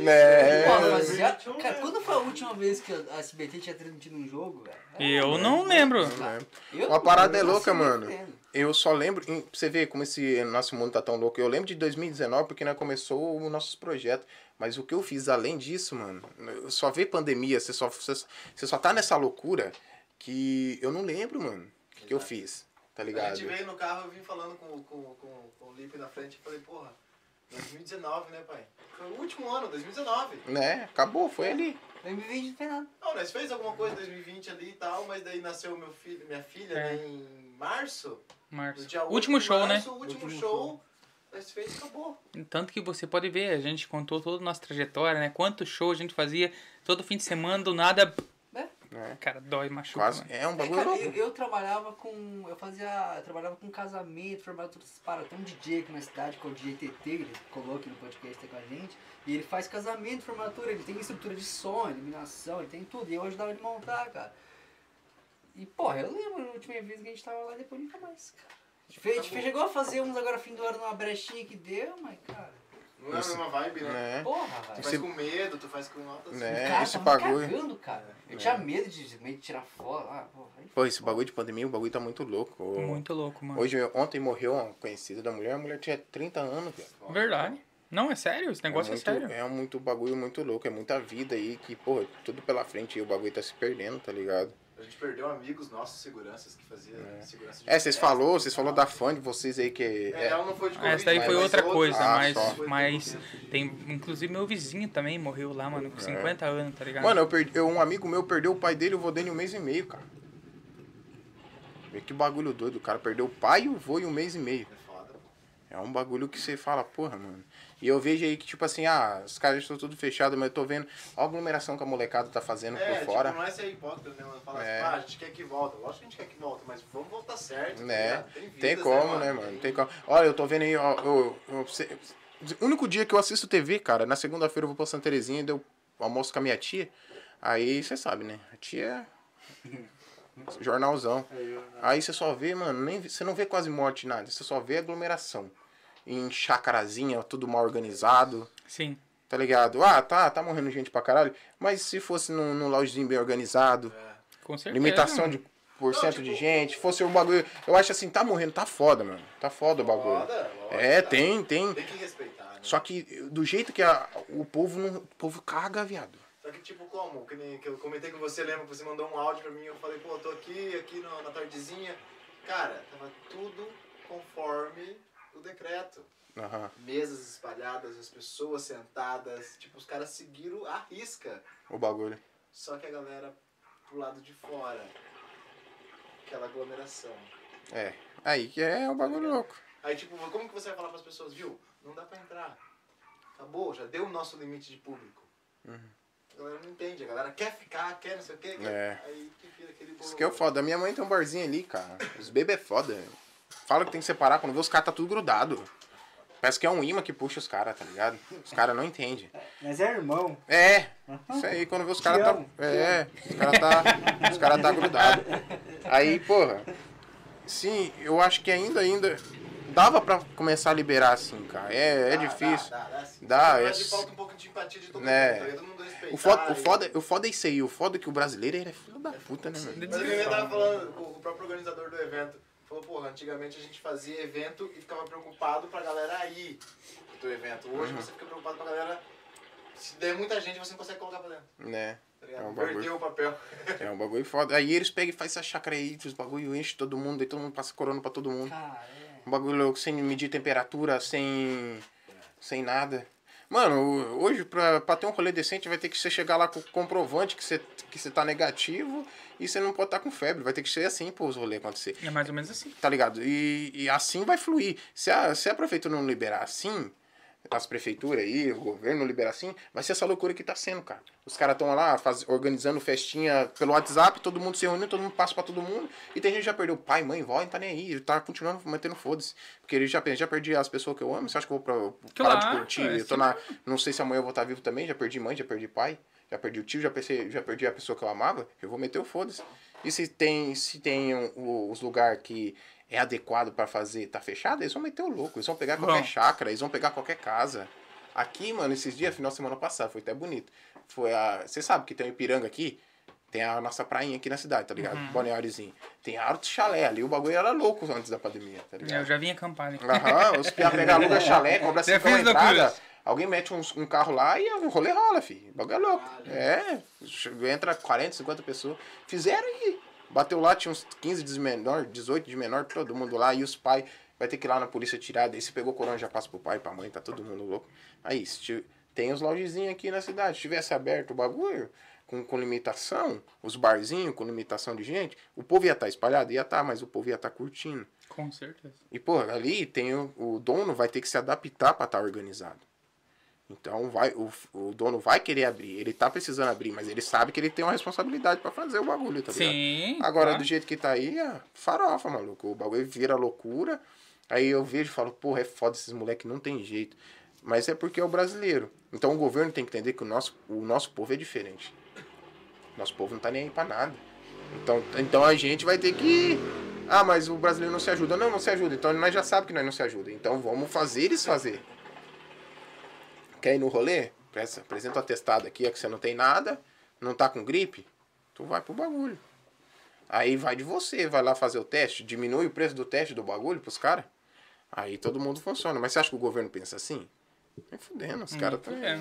Cara, quando foi a última vez que a SBT tinha transmitido um jogo, velho? Eu não lembro. Uma parada é louca, mano. Eu só lembro... Pra você ver como esse nosso mundo tá tão louco. Eu lembro de 2019 porque nós começou os nossos projetos. Mas o que eu fiz além disso, mano... Só ver pandemia, você só tá nessa loucura que eu não lembro, mano. O que eu fiz, tá ligado? A gente veio no carro, eu vim falando com o Lipe na frente e falei, porra, 2019, né, pai? Foi o último ano, 2019. Né? Acabou, foi ali. 2020 não tem nada. Não, nós fez alguma coisa em 2020 ali e tal, mas daí nasceu minha filha né, em março. Março. No dia Último show, né? O último show. Nós fez e acabou. Tanto que você pode ver, a gente contou toda a nossa trajetória, né? Quantos shows a gente fazia todo fim de semana, do nada... Cara, dói, machuca. Quase. É um bagulho louco. Eu trabalhava com... Eu trabalhava com casamento, formatura, tem um DJ aqui na cidade, que é o DJ TT, ele colocou aqui no podcast com a gente. E ele faz casamento, formatura, ele tem estrutura de som, iluminação, ele tem tudo. E eu ajudava ele a montar, cara. E, porra, eu lembro a última vez que a gente tava lá, depois nunca mais, cara. A gente chegou a fazer uns agora fim do ano numa brechinha que deu, mas, cara... Não é a mesma vibe, né? Porra, velho. Tu faz com medo, tu faz com altas... Cara, esse tava bagulho... cagando, cara. Eu tinha medo de tirar foto. Pô, esse bagulho de pandemia, o bagulho tá muito louco. Muito louco, mano. Ontem morreu uma conhecida da mulher, a mulher tinha 30 anos, velho. Verdade. Não, é sério, esse negócio é sério. É muito bagulho muito louco, é muita vida aí que, pô, tudo pela frente e o bagulho tá se perdendo, tá ligado? A gente perdeu amigos nossos, seguranças, que faziam segurança de vocês falou da fã de vocês aí que... ela não foi de Covid, essa daí foi outra coisa, mas tem... Inclusive meu vizinho também morreu lá, mano, com 50 anos, tá ligado? Mano, um amigo meu perdeu o pai dele e o vô dele em 1 mês e meio, cara. Vê que bagulho doido, o cara perdeu o pai, o vô em 1 mês e meio. É um bagulho que você fala, porra, mano. E eu vejo aí que, tipo assim, os caras estão tudo fechados, mas eu tô vendo a aglomeração que a molecada tá fazendo por fora. Tipo, não é ser hipócrita, né? Ela fala assim, a gente quer que volta. Lógico que a gente quer que volta, mas vamos voltar certo. Né? Tem como, né, mano? Tem como. Olha, eu tô vendo aí, o único dia que eu assisto TV, cara, na segunda-feira eu vou pra Santa Terezinha e eu almoço com a minha tia. Aí você sabe, né? A tia jornalzão. Aí você só vê, mano, você não vê quase morte nada, você só vê aglomeração. Em chacarazinha, tudo mal organizado. Sim. Tá ligado? Tá morrendo gente pra caralho. Mas se fosse num loungezinho bem organizado, com certeza, limitação de porcento de gente, fosse um bagulho. Eu acho assim, tá morrendo, tá foda, mano. Tá foda o bagulho. Tem. Tem que respeitar, né? Só que do jeito que o povo caga, viado. Só que tipo como? Que eu comentei com você, lembra que você mandou um áudio pra mim, eu falei, pô, eu tô aqui na tardezinha. Cara, tava tudo conforme o decreto. Mesas espalhadas, as pessoas sentadas, tipo, os caras seguiram à risca o bagulho. Só que a galera pro lado de fora, aquela aglomeração. Aí que é um bagulho louco. Aí tipo, como que você vai falar pras pessoas, viu? Não dá pra entrar. Acabou, já deu o nosso limite de público. A galera não entende, a galera quer ficar, quer não sei o quê. Aí que vira aquele bolo. Isso que é o foda. A minha mãe tem um barzinho ali, cara. Os bebês é foda. Fala que tem que separar, quando vê os caras tá tudo grudado. Parece que é um imã que puxa os caras, tá ligado? Os caras não entendem. Mas é irmão. Isso aí, quando vê os caras tá... os caras tá grudado. Aí, porra... Sim, eu acho que ainda dava pra começar a liberar assim, cara. É difícil. Dá. Falta um pouco de empatia de todo mundo respeitar. O foda é isso aí. O foda é que o brasileiro ele é filho da puta, né, mano? Mas eu tava falando, o próprio organizador do evento falou, porra, antigamente a gente fazia evento e ficava preocupado pra galera ir do evento. Hoje você fica preocupado pra galera. Se der muita gente, você não consegue colocar pra dentro. Né? É um bagulho. Perdeu o papel. É um bagulho foda. Aí eles pegam e fazem essa chácara aí, os bagulho enche todo mundo, aí todo mundo passa corona pra todo mundo. Um bagulho louco, sem medir temperatura, sem nada. Mano, hoje pra ter um rolê decente vai ter que você chegar lá com o comprovante que você tá negativo e você não pode estar com febre. Vai ter que ser assim pô, os rolês acontecer. É mais ou menos assim. Tá ligado? E assim vai fluir. Se a prefeitura não liberar assim, as prefeituras aí, o governo não liberar assim, vai ser essa loucura que tá sendo, cara. Os caras estão lá organizando festinha pelo WhatsApp, todo mundo se reunindo, todo mundo passa pra todo mundo. E tem gente que já perdeu pai, mãe, vó, não tá nem aí. Tá continuando mantendo foda-se. Porque ele já perdi as pessoas que eu amo. Você acha que eu vou parar de curtir? Eu tô não sei se amanhã eu vou estar vivo também. Já perdi mãe, já perdi pai, já perdi o tio, já perdi a pessoa que eu amava. Eu vou meter o foda-se. E se tem os lugares que é adequado pra fazer, tá fechado, eles vão meter o louco. Eles vão pegar qualquer chácara, eles vão pegar qualquer casa. Aqui, mano, esses dias, final de semana passada, foi até bonito. Você sabe que tem o Ipiranga aqui, tem a nossa prainha aqui na cidade, tá ligado? Balneáriozinho. Tem alto chalé ali, o bagulho era louco antes da pandemia, tá ligado? Eu já vim acampar ali. Os piá pegam aluga chalé, cobra 5 na entrada. Alguém mete um carro lá e o rolê rola, filho. O bagulho é louco. Entra 40, 50 pessoas. Fizeram aí. Bateu lá, tinha uns 15 de menor, 18 de menor, todo mundo lá. E os pais vai ter que ir lá na polícia tirar. Daí se pegou corona, já passa pro pai, pra mãe, tá todo mundo louco. Aí, tem os lojezinhos aqui na cidade. Se tivesse aberto o bagulho, com limitação, os barzinhos com limitação de gente, o povo ia estar espalhado? Ia estar, mas o povo ia estar curtindo. Com certeza. E, pô, ali tem o dono vai ter que se adaptar pra estar organizado. Então o dono vai querer abrir, ele tá precisando abrir, mas ele sabe que ele tem uma responsabilidade pra fazer o bagulho, tá ligado? Sim. Agora, do jeito que tá aí, é farofa, maluco. O bagulho vira loucura. Aí eu vejo e falo, porra, é foda, esses moleques não tem jeito. Mas é porque é o brasileiro. Então o governo tem que entender que o nosso povo é diferente. Nosso povo não tá nem aí pra nada. Então a gente vai ter que... Ah, mas o brasileiro não se ajuda. Não se ajuda. Então nós já sabemos que nós não se ajuda. Então vamos fazer eles fazer. Quer ir no rolê? Apresenta o atestado aqui, é que você não tem nada, não tá com gripe, tu vai pro bagulho. Aí vai de você, vai lá fazer o teste, diminui o preço do teste do bagulho pros caras. Aí todo mundo funciona. Mas você acha que o governo pensa assim? Nem fudendo, os caras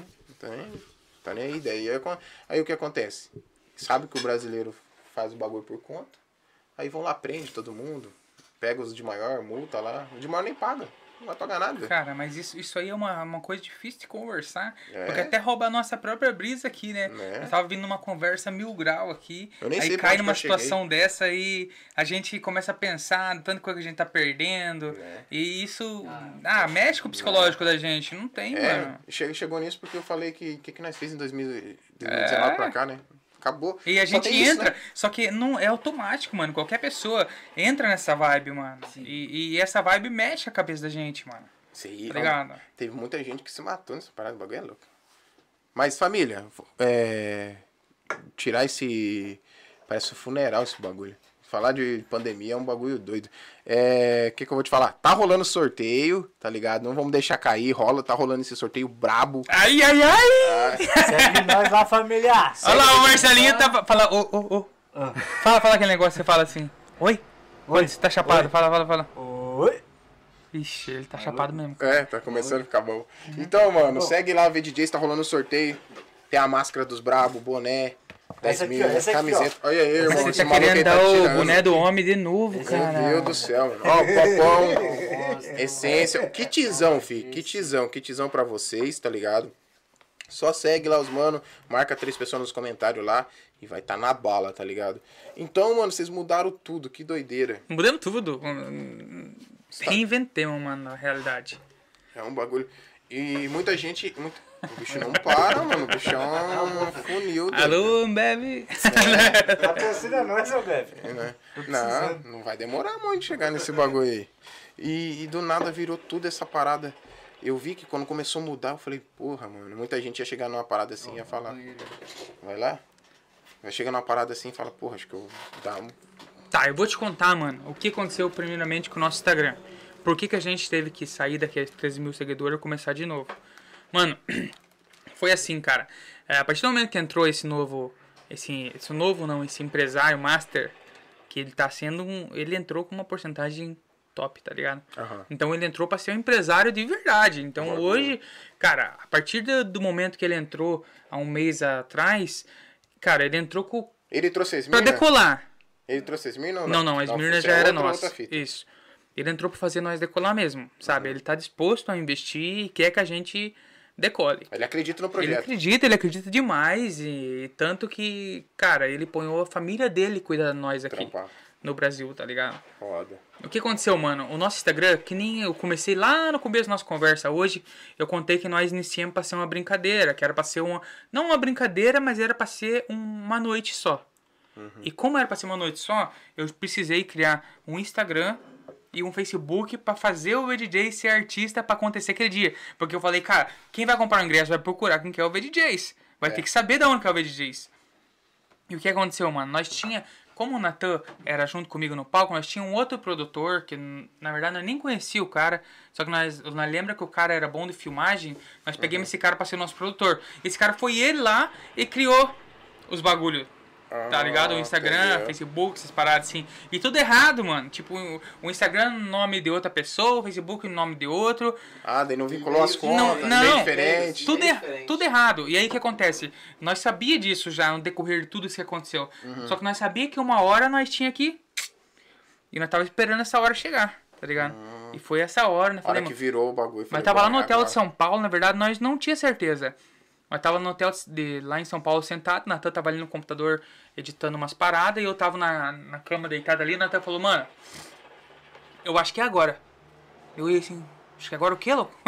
tá nem aí. Aí o que acontece? Sabe que o brasileiro faz o bagulho por conta, aí vão lá, prende todo mundo, pega os de maior, multa lá, o de maior nem paga. Não vai pagar nada. Cara, mas isso aí é uma coisa difícil de conversar. Porque até rouba a nossa própria brisa aqui, né? Eu tava vindo numa conversa 1000 graus aqui. Aí cai numa situação dessa e a gente começa a pensar tanto coisa que a gente tá perdendo. E isso mexe com o psicológico da gente. Não tem, mano. Chegou nisso porque eu falei que nós fez em 2019 pra cá, né? Acabou. E a gente entra, né? Só que não é automático, mano. Qualquer pessoa entra nessa vibe, mano. E essa vibe mexe a cabeça da gente, mano. Sim, tá ligado? Teve muita gente que se matou nessa parada, o bagulho é louco. Mas, família, tirar esse... Parece um funeral esse bagulho. Falar de pandemia é um bagulho doido. Que eu vou te falar? Tá rolando sorteio, tá ligado? Não vamos deixar cair, tá rolando esse sorteio brabo. Ai! Segue nós lá, família! Olha lá, o Marcelinho tá... Fala, Fala aquele negócio, você fala assim. Oi? Você tá chapado, Oi. fala. Oi? Ixi, ele tá chapado mesmo. Tá começando a ficar bom. Então, mano, segue lá, VDJs, tá rolando sorteio. Tem a máscara dos brabo, boné. 10 mil, camiseta. Olha aí, irmão. Você tá querendo dar o boné do homem de novo, cara. Meu Deus do céu, mano. Ó, popão, essência. Kitzão, fi. Kitzão pra vocês, tá ligado? Só segue lá os mano, marca 3 pessoas nos comentários lá e vai tá na bala, tá ligado? Então, mano, vocês mudaram tudo, que doideira. Mudamos tudo. Reinventemos, mano, na realidade. É um bagulho. E muita gente... O bicho não para, mano. O bicho é um funil. Alô, Bebe. Patrocina nós, seu Bebe. Não vai demorar muito chegar nesse bagulho aí. E do nada virou tudo essa parada. Eu vi que quando começou a mudar, eu falei, porra, mano. Muita gente ia chegar numa parada assim e ia falar. Vai lá? Vai chegar numa parada assim e fala, porra, acho que eu vou dar Tá, eu vou te contar, mano, o que aconteceu primeiramente com o nosso Instagram. Por que a gente teve que sair daqueles 13 mil seguidores e começar de novo? Mano, foi assim, cara. A partir do momento que entrou esse empresário master, que ele tá sendo ele entrou com uma porcentagem top, tá ligado? Então ele entrou pra ser um empresário de verdade. Então hoje, cara, a partir do momento que ele entrou há um mês atrás, cara, ele entrou com... Ele trouxe a Esmirna? Pra decolar. Ele trouxe a Esmirna ou não? Não, a Esmirna já era nossa. Isso. Ele entrou pra fazer nós decolar mesmo, sabe? Ele tá disposto a investir e quer que a gente decole. Ele acredita no projeto. Ele acredita demais. E tanto que, cara, ele põe a família dele cuida de nós aqui no Brasil, tá ligado? Foda. O que aconteceu, mano? O nosso Instagram, que nem eu comecei lá no começo da nossa conversa hoje, eu contei que nós iniciamos pra ser uma brincadeira, que era pra ser não uma brincadeira, mas era pra ser uma noite só. E como era pra ser uma noite só, eu precisei criar um Instagram e um Facebook pra fazer o VDJ ser artista pra acontecer aquele dia. Porque eu falei, cara, quem vai comprar o ingresso vai procurar quem quer o VDJs. Vai ter que saber de onde que é o VDJs. E o que aconteceu, mano? Nós tinha... Como o Natan era junto comigo no palco, nós tinha um outro produtor, que na verdade nós nem conhecia o cara, só que nós lembra que o cara era bom de filmagem, nós pegamos esse cara pra ser nosso produtor. Esse cara foi ele lá e criou os bagulhos. Tá ligado? O Instagram, Facebook, essas paradas assim. E tudo errado, mano. Tipo, o Instagram no nome de outra pessoa, o Facebook no nome de outro. Daí não vinculou as contas, não, diferente. Tudo errado. E aí o que acontece? Nós sabia disso já no decorrer de tudo isso que aconteceu. Só que nós sabia que uma hora nós tinha que... E nós tava esperando essa hora chegar, tá ligado? E foi essa hora, né? A hora que virou o bagulho. Mas tava lá no hotel de São Paulo, na verdade, nós não tinha certeza. Mas tava no hotel lá em São Paulo sentado, Natan tava ali no computador editando umas paradas e eu tava na cama deitado ali, Natan falou, mano, eu acho que é agora. Eu ia assim, acho que é agora o quê, louco?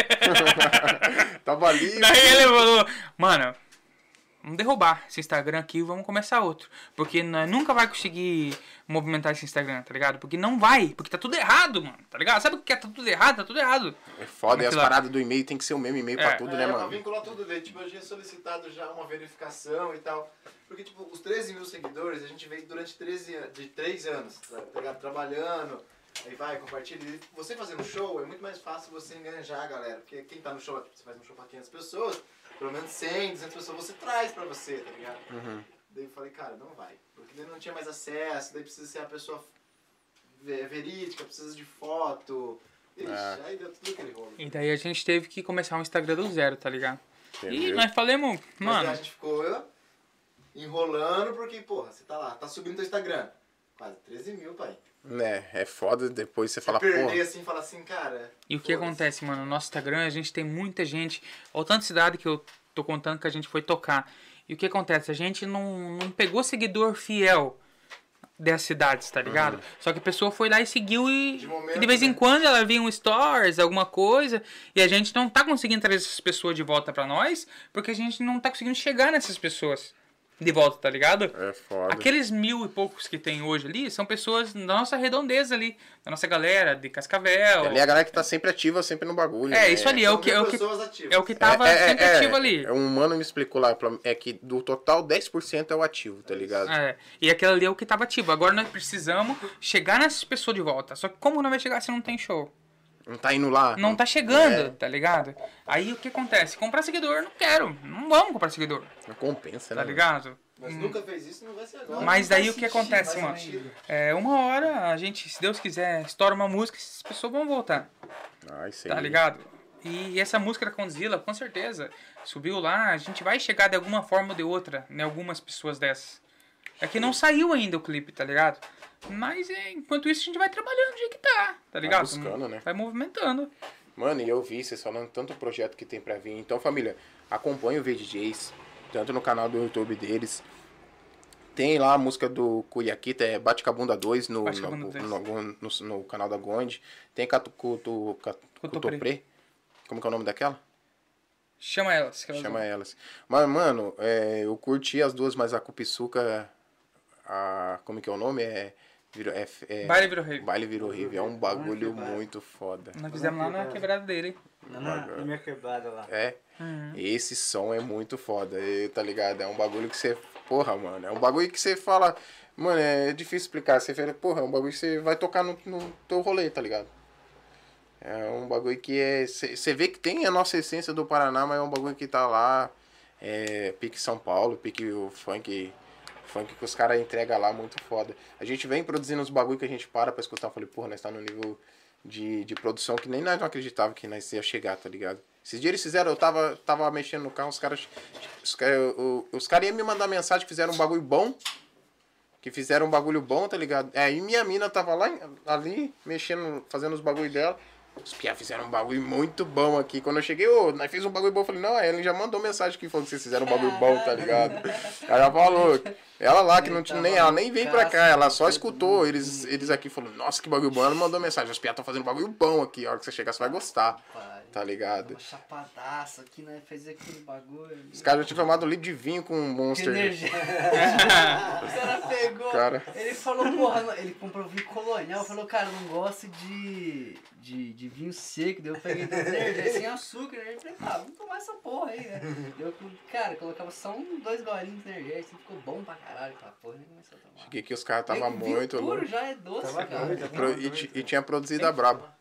Tava ali. Daí ele falou, mano, vamos derrubar esse Instagram aqui e vamos começar outro. Porque nós nunca vai conseguir movimentar esse Instagram, tá ligado? Porque não vai, porque tá tudo errado, mano, tá ligado? Sabe o que é? Tá tudo errado, tá tudo errado. É foda, e as paradas do e-mail tem que ser o mesmo e-mail pra tudo, né, mano? Vincular tudo dele, tipo, eu tinha solicitado já uma verificação e tal. Porque, tipo, os 13 mil seguidores, a gente veio durante 3 anos, tá ligado? Trabalhando, aí vai, compartilha. E você fazendo show, é muito mais fácil você enganjar a galera. Porque quem tá no show, você faz um show pra 500 pessoas, pelo menos 100, 200 pessoas você traz pra você, tá ligado? Daí eu falei, cara, não vai. Porque daí não tinha mais acesso, daí precisa ser a pessoa verídica, precisa de foto. Ixi, aí deu tudo aquele rolo. E daí a gente teve que começar um Instagram do zero, tá ligado? E nós falamos, mano... Mas a gente ficou enrolando porque, porra, você tá lá, tá subindo teu Instagram. Quase 13 mil, pai. É foda, depois você fala, perder assim, fala assim, cara... E o que acontece, mano? No nosso Instagram a gente tem muita gente... Olha o tanto de cidade que eu tô contando que a gente foi tocar. E o que acontece? A gente não pegou seguidor fiel das cidades, tá ligado? Só que a pessoa foi lá e seguiu e de vez em quando ela via um stories, alguma coisa, e a gente não tá conseguindo trazer essas pessoas de volta pra nós, porque a gente não tá conseguindo chegar nessas pessoas de volta, tá ligado? É foda. Aqueles 1000 e poucos que tem hoje ali são pessoas da nossa redondeza ali, da nossa galera de Cascavel. Ali é a galera que tá sempre ativa, sempre no bagulho. Isso ali, é o que tava sempre ativo ali. Um mano me explicou lá, é que do total 10% é o ativo, tá ligado? E aquele ali é o que tava ativo. Agora nós precisamos chegar nessas pessoas de volta. Só que como não vai chegar se não tem show? Não tá indo lá. Não tá chegando, tá ligado? Aí o que acontece? Comprar seguidor, não quero. Não vamos comprar seguidor. Não compensa, né? Tá ligado? Mas nunca fez isso, não vai ser agora. Mas daí o que acontece, mano? Uma hora a gente, se Deus quiser, estoura uma música e as pessoas vão voltar. Isso tá aí. ligado? E essa música da Condzilla, com certeza, subiu lá, a gente vai chegar de alguma forma ou de outra em algumas pessoas dessas. É que não saiu ainda o clipe, tá ligado? Mas enquanto isso a gente vai trabalhando do jeito que tá ligado? Vai buscando, né? Vai movimentando. Mano, e eu vi vocês falando tanto projeto que tem pra vir. Então, família, acompanha o VDJs, tanto no canal do YouTube deles. Tem lá a música do Curiaquita, Bate com a Bunda 2 no canal da Gonde. Tem Cutopré. Como que é o nome daquela? Chama Elas. Chama Elas. Mas, mano, eu curti as duas, mas a Cupisuca, como que é o nome? Baile Virou Rave. Baile Virou Rave. É um bagulho muito foda. Nós fizemos lá na quebrada dele. Na minha quebrada lá. Esse som é muito foda, tá ligado? É um bagulho que você... Porra, mano. É um bagulho que você fala... Mano, é difícil explicar. Você fala, porra, é um bagulho que você vai tocar no teu rolê, tá ligado? É um bagulho que é... Você vê que tem a nossa essência do Paraná, mas é um bagulho que tá lá. Pique São Paulo, pique o funk que os caras entregam lá, muito foda. A gente vem produzindo uns bagulho que a gente pra escutar. Eu falei, porra, nós tá no nível de produção que nem nós não acreditava que nós ia chegar, tá ligado? Esses dias eles fizeram, eu tava mexendo no carro, os caras iam me mandar mensagem, fizeram um bagulho bom. Que fizeram um bagulho bom, tá ligado? Aí minha mina tava lá, ali, mexendo, fazendo os bagulho dela. Os piá fizeram um bagulho muito bom aqui. Quando eu cheguei, nós fizemos um bagulho bom. Eu falei, não, a Ellen já mandou mensagem que falou que vocês fizeram um bagulho bom, tá ligado? Ela falou, ela lá que não tinha ela nem veio pra cá, ela só escutou. Eles aqui falaram, nossa, que bagulho bom. Ela mandou mensagem, os piá estão fazendo um bagulho bom aqui. A hora que você chegar, você vai gostar. Tá ligado? Uma chapadaça aqui, né? Fez aquele bagulho. Os caras já tinham tomado um litro de vinho com um Monster. O cara pegou. Cara. Ele falou, porra, ele comprou vinho colonial. Falou, cara, eu não gosto de vinho seco. Daí eu peguei dois energéticos sem açúcar. Aí eu falei, vamos tomar essa porra aí, né? Cara, colocava só 2 golinhos de energético. Fico bom pra caralho. Aquela porra, nem começou a tomar. Cheguei que os caras estavam muito puro já é doce, cara. E tinha produzido a braba.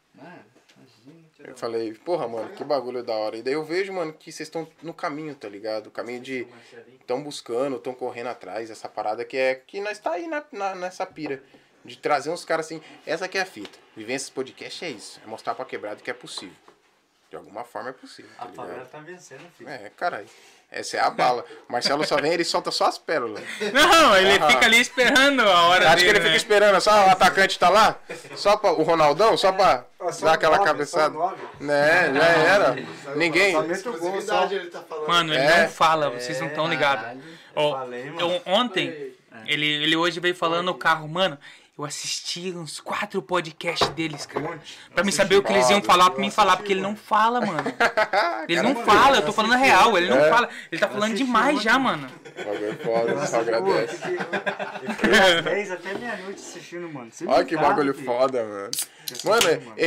Eu falei, porra, mano, que bagulho da hora. E daí eu vejo, mano, que vocês estão no caminho, tá ligado? O caminho de... Estão buscando, estão correndo atrás. Essa parada que nós tá aí nessa pira. De trazer uns caras assim... Essa aqui é a fita. Vivências Podcast é isso. É mostrar pra quebrada que é possível. De alguma forma é possível, tá ligado? A favela tá vencendo, filho. Caralho. Essa é a bala. O Marcelo só vem, ele solta só as pérolas. Não, ele fica ali esperando a hora Acho dele, que ele fica esperando, só o atacante tá lá, só pra, o Ronaldão, só pra dar aquela cabeçada. Né, já era. Ninguém. Mano, ele não fala, vocês não estão ligados. Ontem, ele hoje veio falando no carro, mano. Eu assisti uns 4 podcasts deles, cara. Pra mim saber o que eles iam falar, pra mim falar, porque ele não fala, mano. Ele não fala, eu tô falando a real, ele não fala. Ele tá falando demais já, mano. Bagulho foda, só agradece. Eu fiquei às 10 até meia-noite assistindo, mano. Olha que bagulho foda, mano. Mano,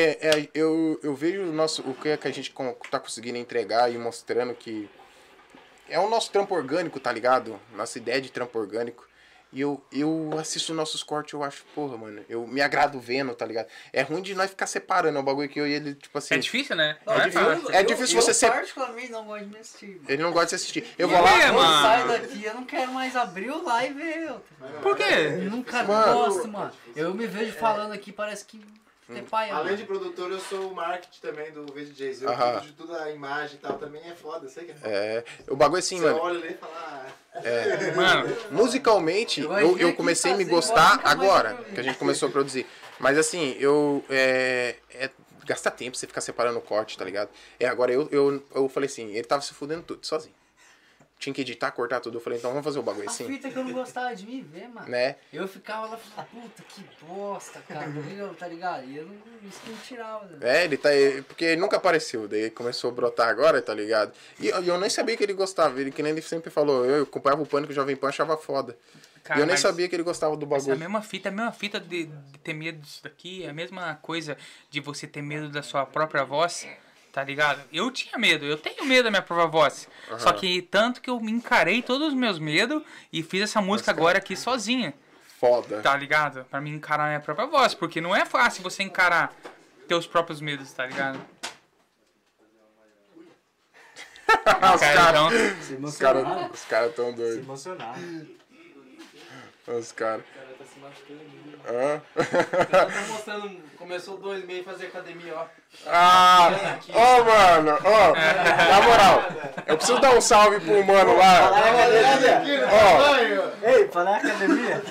eu vejo o que a gente tá conseguindo entregar e mostrando que é o nosso trampo orgânico, tá ligado? Nossa ideia de trampo orgânico. E eu assisto nossos cortes, eu acho, porra, mano, eu me agrado vendo, tá ligado? É ruim de nós ficar separando, é um bagulho que eu e ele, tipo assim... É difícil, né? É difícil você ser... Eu particularmente não gosto de me assistir, mano. Ele não gosta de se assistir. Eu vou lá... Eu saio daqui, eu não quero mais abrir o live e ver. Por quê? Eu nunca gosto, mano. Eu me vejo falando aqui, parece que... Além de produtor, eu sou o marketing também do VDJs. Eu cuido de toda a imagem e tal, também é foda, sei que é foda. O bagulho é assim, você mano. Você olha ali e fala... Mano, musicalmente, eu comecei a me gostar agora, que a gente começou a produzir. Mas assim, gasta tempo você ficar separando o corte, tá ligado? Agora eu falei assim, ele tava se fudendo tudo, sozinho. Tinha que editar, cortar tudo. Eu falei, então vamos fazer o bagulho assim. A fita que eu não gostava de me ver, mano. Né? Eu ficava lá falando, puta, que bosta, cara. Tá ligado? E eu não tirava. Ele tá... Porque ele nunca apareceu. Daí começou a brotar agora, tá ligado? E eu nem sabia que ele gostava. Ele, que nem ele sempre falou, eu acompanhava o Pânico, o Jovem Pan, achava foda. Cara, e eu nem sabia que ele gostava do bagulho. É a mesma fita de ter medo disso daqui. É a mesma coisa de você ter medo da sua própria voz. Tá ligado? Eu tinha medo, eu tenho medo da minha própria voz. Só que tanto que eu me encarei todos os meus medos e fiz essa música agora aqui sozinha. Foda. Tá ligado? Pra me encarar a minha própria voz. Porque não é fácil você encarar teus próprios medos, tá ligado? Os caras tão doidos. Se emocionar. Os caras. Tá se machucando. Tá mostrando, começou 2 meses fazer academia, ó. Mano, na moral, eu preciso dar um salve pro mano lá. Ei, falar academia?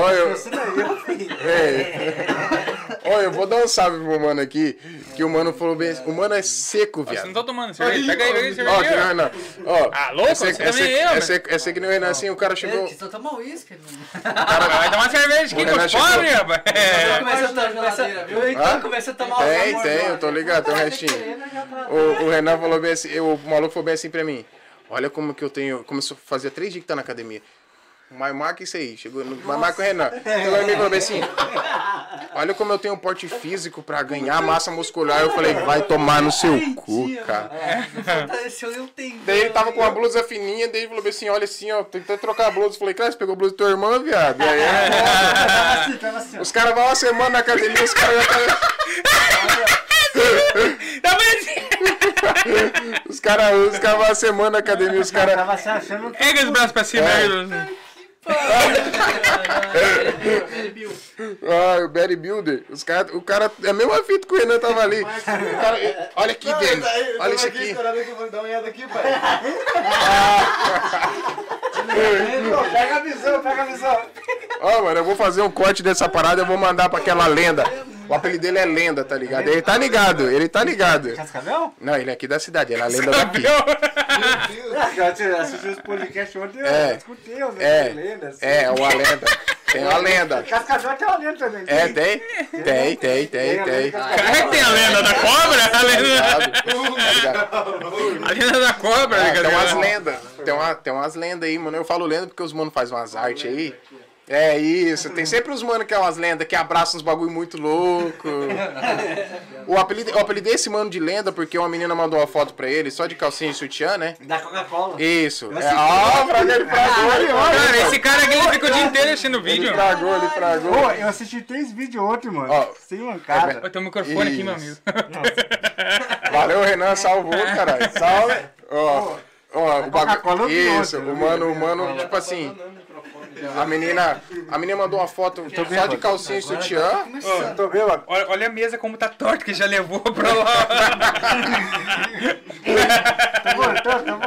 Eu vou dar um salve pro mano aqui, que o mano falou bem, o mano é seco, viado. Você não tá tomando cerveja? Pega aí, cerveja. Louco, você também é seco que nem o Renan, assim, o cara chegou... Só toma uísque, mano. Vai tomar cerveja aqui, com os pobres, rapaz. Começa a tomar Tem, eu tô ligado, tem um restinho. O Renan falou bem assim, o maluco falou bem assim pra mim, olha como que eu tenho, começou a fazer 3 dias que tá na academia. Mas marca isso aí, chegou no. Mas marca o Renan. Chegou em mim e falou bem assim. olha como eu tenho um porte físico pra ganhar massa muscular. Eu falei, vai tomar no seu cu, cara. Daí ele tava com uma blusa fininha, daí ele falou assim, olha assim, ó, tentei trocar a blusa. Eu falei, cara, você pegou a blusa da tua irmã, viado? E aí, os caras vão uma semana na academia, os caras já os caras vão uma semana na academia, os caras... Pega os braços pra cima, o bodybuilder. O cara é a mesma fita que o Renan tava ali. Olha aqui dele. Olha isso aqui. Dá uma olhada aqui, pai. Pega a visão. Ó, mano, eu vou fazer um corte dessa parada, eu vou mandar pra aquela lenda. O apelido dele é Lenda, tá ligado? Ele tá ligado. Cascavel? Não, ele é aqui da cidade, ele é a lenda daqui. Meu Deus. Eu assisti os podcasts ontem, eu escutei, lendas. É uma lenda. Tem uma lenda. Cascavel tem uma lenda também. Tem. Tem a lenda da cobra? A lenda da cobra, tem umas lendas. Tem umas lendas aí, mano. Eu falo lenda porque os mano fazem umas artes aí. É isso, tem sempre os mano que é umas lendas, que abraçam uns bagulho muito louco. Eu apelidei esse mano de lenda porque uma menina mandou uma foto pra ele, só de calcinha e sutiã, né? Da Coca-Cola. Isso. Ele fragou. Cara, esse cara aqui ele fica o dia inteiro assistindo vídeo. Ele fragou. Eu assisti 3 vídeos ontem, mano. Sem mancada. Tem um microfone aqui, meu amigo. Valeu, Renan, salvou, caralho. Salve. O bagulho. Isso, o mano, tipo assim. A menina mandou uma foto só de calcinha e sutiã. Tô vendo. Olha a mesa como tá torta que já levou pra lá. Tá voltando.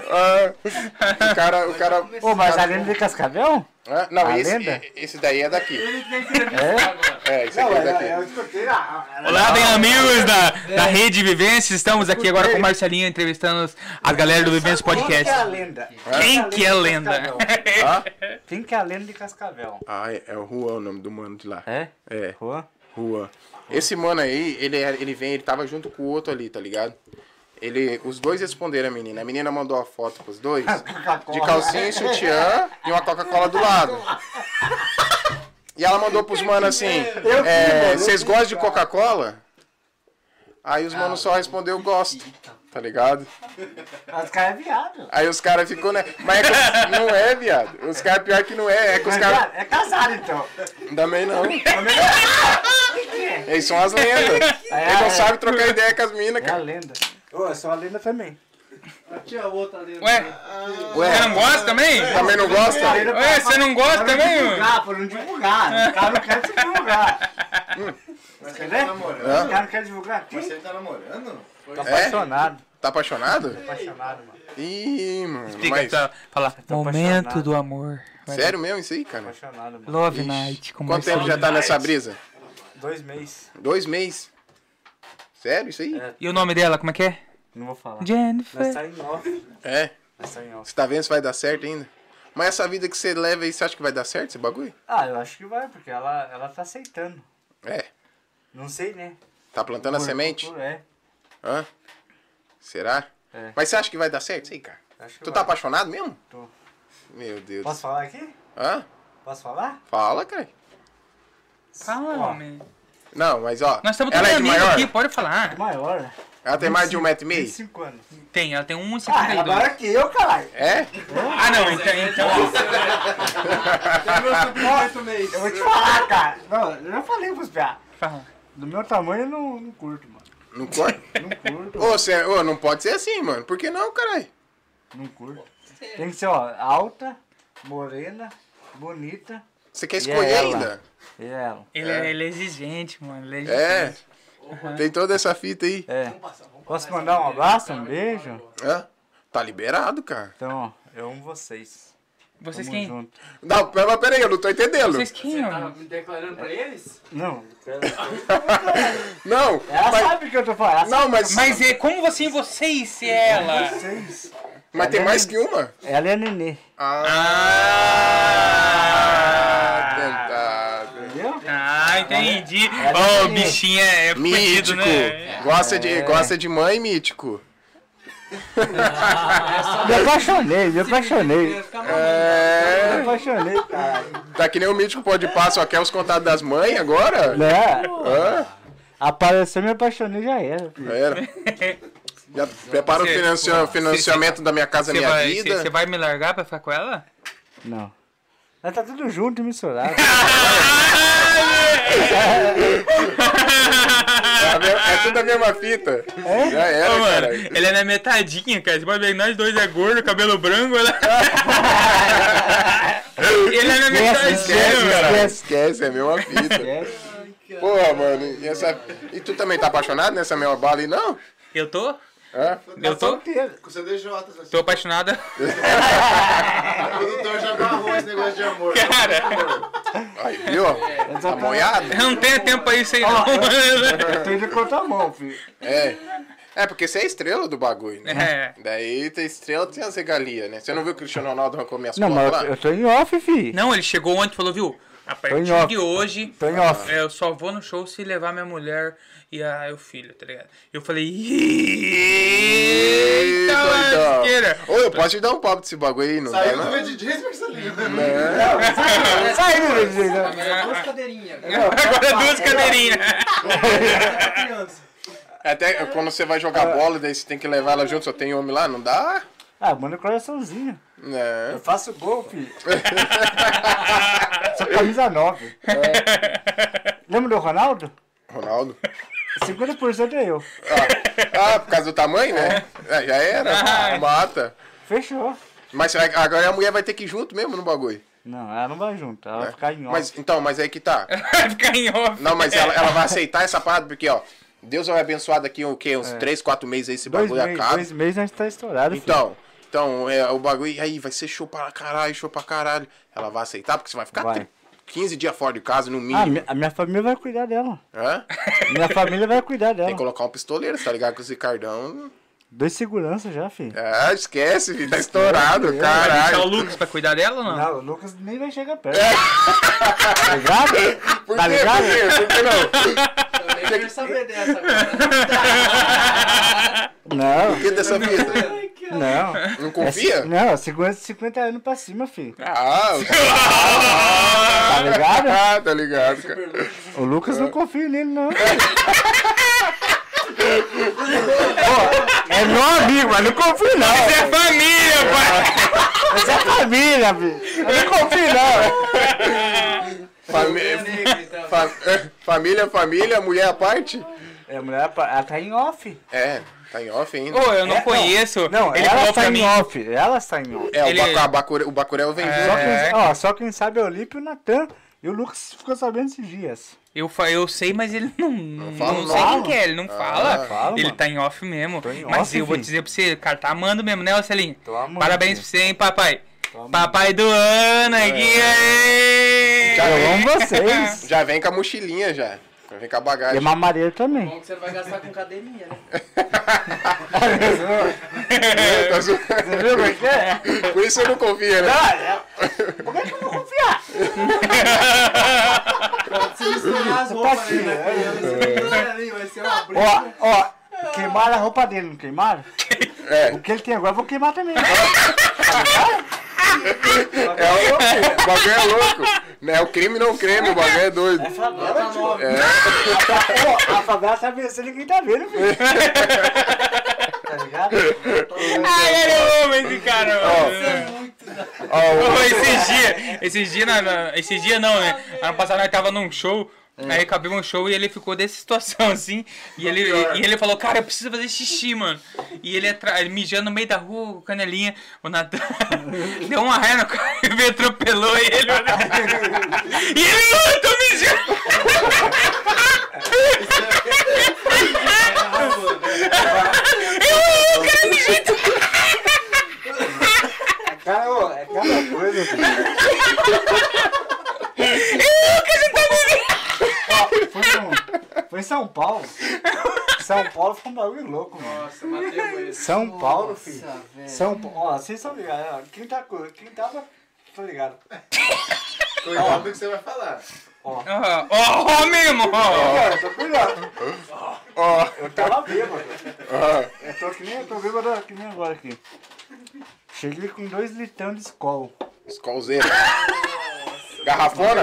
O cara. Ô, mas a lenda de Cascavel? Não, esse daí é daqui. Esse aqui é daqui. Olá, bem amigos da Rede Vivência. Estamos aqui agora com o Marcelinho entrevistando a galera do Vivência Podcast. Quem que é a lenda? Quem que é a lenda? Quem que é a lenda de Cascavel? É o Juan o nome do mano de lá. É? É. Juan? Esse mano aí, ele tava junto com o outro ali, tá ligado? Os dois responderam a menina. A menina mandou a foto pros dois de calcinha e sutiã e uma Coca-Cola do lado. E ela mandou pros manos assim, vocês gostam de Coca-Cola? Aí os manos só respondeu, gosto. Tá ligado? Os caras é viado. Aí os caras ficou, né? Mas não é, viado. Os caras, pior que não é. É que os caras... É casado, então. Também não. Eles são as lendas. Eles não sabem trocar ideia com as minas, cara. É a lenda. Eu sou a lenda também. Aqui a outra lenda. Ué, você não gosta também? Também não gosta? Ué, você não gosta também? Pra não divulgar. O cara não quer divulgar. Mas você tá namorando? O cara não quer divulgar. Mas você tá namorando? Tô apaixonado. Tá apaixonado? Tô apaixonado, mano. Ih, mano. Explica, falar. Momento do amor. Sério mesmo isso aí, cara? Apaixonado, mano. Love Night. Quanto tempo já tá nessa brisa? 2 meses. 2 meses? Sério isso aí? E o nome dela, como é que é? Não vou falar. Jennifer. Vai sair em off. É? Vai sair em off. Você tá vendo se vai dar certo ainda? Mas essa vida que você leva aí, você acha que vai dar certo esse bagulho? Eu acho que vai, porque ela tá aceitando. É. Não sei, né? Tá plantando a semente? É. Hã? Será? É. Mas você acha que vai dar certo isso aí, cara? Acho que Tu vai. tá apaixonado mesmo? Tô. Meu Deus. Posso falar aqui? Hã? Posso falar? Fala, cara. Fala, homem. Não, mas ó. Nós estamos ela todos é de amigos maior? aqui, pode falar. Maior, né? Ela tem mais de 1,5 m? 25 anos. Tem, ela tem 1,52. Agora que eu, caralho. É? Ah, não, então. Eu vou te falar, cara. Não, eu já falei pros piá. Fala. Do meu tamanho eu não curto, mano. Não pode? Não curto. Não pode ser assim, mano. Por que não, caralho? Não curto. Tem que ser, ó, alta, morena, bonita. Você quer escolher ela? ainda? E ela? Ele é exigente, mano. Ele É. exigente. Tem toda essa fita aí. É. Posso mandar um abraço, um beijo? Hã? Tá liberado, cara. Então, ó, eu amo vocês. Vocês Tamo quem? junto. Não, mas peraí, eu não tô entendendo. Vocês quem, Tá mano? me declarando pra eles? Não. Não, Ela mas, sabe o que eu tô falando. não, mas Como assim vocês, se ela? Vocês. mas tem mais que uma? Ela é a Nenê. Tentado. Entendeu? Ah, entendi. Ela Ô, bichinha é fudido, Mítico. né? Gosta de mãe, mítico. Me apaixonei. Me apaixonei, cara. Tá que nem o mítico pode passar, só quer os contatos das mães agora? Né? Apareceu, me apaixonei, já era. Já era. Já prepara o financiamento da minha casa, minha vida. Você vai me largar pra ficar com ela? Não. Ela tá tudo junto e misturado. É tudo a mesma fita. Já era, mano, cara. ele é na metadinha, cara. Você pode ver, nós dois é gordo, cabelo branco. Ele é na metadinha, cara. Esquece, é a mesma fita. Porra, mano. E tu também tá apaixonado nessa mesma bala aí, não? Eu tô? Eu tô? Com CDJ. Tô apaixonada. O produtor já agarrou esse negócio de amor. Cara. Aí, viu? Tá moiado? Eu não tenho tempo pra isso aí, não. Eu tenho de cortar a mão, filho. É, porque você é estrela do bagulho, né? É. Daí tem estrela, tem as regalias, né? Você não viu que o Cristiano Ronaldo arrancou minhas Não, fotos mas lá? eu tô em off, filho. Não, ele chegou ontem e falou, viu? A partir de hoje, tô em off. eu só vou no show se levar minha mulher e o filho, tá ligado? Eu falei, Eita, lasqueira. Ô, eu posso te dar um papo desse bagulho aí, não dá, Saiu não? do VDJs, Marcelinho. Sai do VDJ. Agora duas cadeirinhas. Agora duas cadeirinhas. Até quando você vai jogar bola, daí você tem que levar ela junto, só tem homem lá, não dá? Manda coraçãozinho. Né? Eu faço gol, filho. Só camisa 9. Lembra do Ronaldo? Ronaldo? 50% é eu. Por causa do tamanho, né? Já era, mata. Fechou. Mas agora a mulher vai ter que ir junto mesmo no bagulho. Não, ela não vai junto, ela vai ficar em off. Mas aí que tá. Vai ficar em off. Não, mas ela vai aceitar essa parada, porque, ó, Deus vai abençoar daqui uns 3, 4 meses aí, esse bagulho acaba. 2 meses a gente tá estourado, Então, o bagulho aí vai ser show pra caralho. Ela vai aceitar, porque você vai ficar 15 dias fora de casa, no mínimo. A minha família vai cuidar dela. Hã? Minha família vai cuidar dela. Tem que colocar um pistoleiro, tá ligado? Com esse Ricardão. 2 seguranças já, filho. Esquece, filho. Tá estourado, Vai caralho. deixar o Lucas pra cuidar dela ou não? Não, o Lucas nem vai chegar perto. Tá ligado? Tá ligado? Por que não? Eu quero saber dessa agora. Não. Por que dessa vida? Não. Não confia? Não, 50 anos pra cima, filho. Tá ligado? Tá ligado, cara. O Lucas não confia nele, não. É meu amigo, mas não confio, não. Isso é família, pai! Mas é família, filho. Eu não confio, não. Família, mulher à parte? É, a mulher, ela tá em off. Tá em off ainda. Ô, eu não conheço. Não, ele ela falou está pra em mim. off. Ela está em off. O Bacurel vem junto. Só quem sabe é o Lipe e o Natan. E o Lucas ficou sabendo esses dias. Eu sei, mas ele não fala, sei quem que é, ele não fala. Ele mano. tá em off mesmo. Tô em Mas off, eu vou filho. dizer pra você, o cara tá amando mesmo, né, Celinho? Tô amando, Parabéns filho. pra você, hein, papai. amando. Papai do ano aqui, aí. Eu amo vocês. Já vem com a mochilinha já. Já vem com a E bagagem. a mamareira também. Bom que você vai gastar com cadeirinha, né? Tá zoando. Você viu como é que é? Por isso eu não confio, né? Como é que eu vou confiar? Pode se misturar as roupas, né? Vai ser uma briga. Ó, queimaram a roupa dele, não queimaram? O que ele tem agora eu vou queimar também. O bagulho é louco. Não é o crime, não o creme, o bagulho é doido. É favela, Nota tio. 9. A favela tá vencendo, ninguém tá vendo, filho. Tá ligado? Ai, eu amo esse cara, mano. Esses dias não, né? Ano passado nós tava num show, aí acabamos um show e ele ficou dessa situação assim. E ele falou, cara, eu preciso fazer xixi, mano. E ele mijando no meio da rua, com canelinha, o Natan deu uma raia no cara e me atropelou ele. E ele, eu tô mijando. Eu quero mijar. Cara, é cada coisa, filho. Foi em São Paulo. São Paulo foi um bagulho louco, mano. Nossa, matei ele. São Paulo, filho. velho. São Paulo. Ó, vocês estão ligados, ó. Quem tava, tô ligado. Cuidado do que você vai falar. Ó mesmo, ó. Cara, tô cuidado. Eu tava bêbado. Eu tô bêbado que nem agora aqui. Cheguei com 2 litrão de Skol. Skolzeira. Garrafona?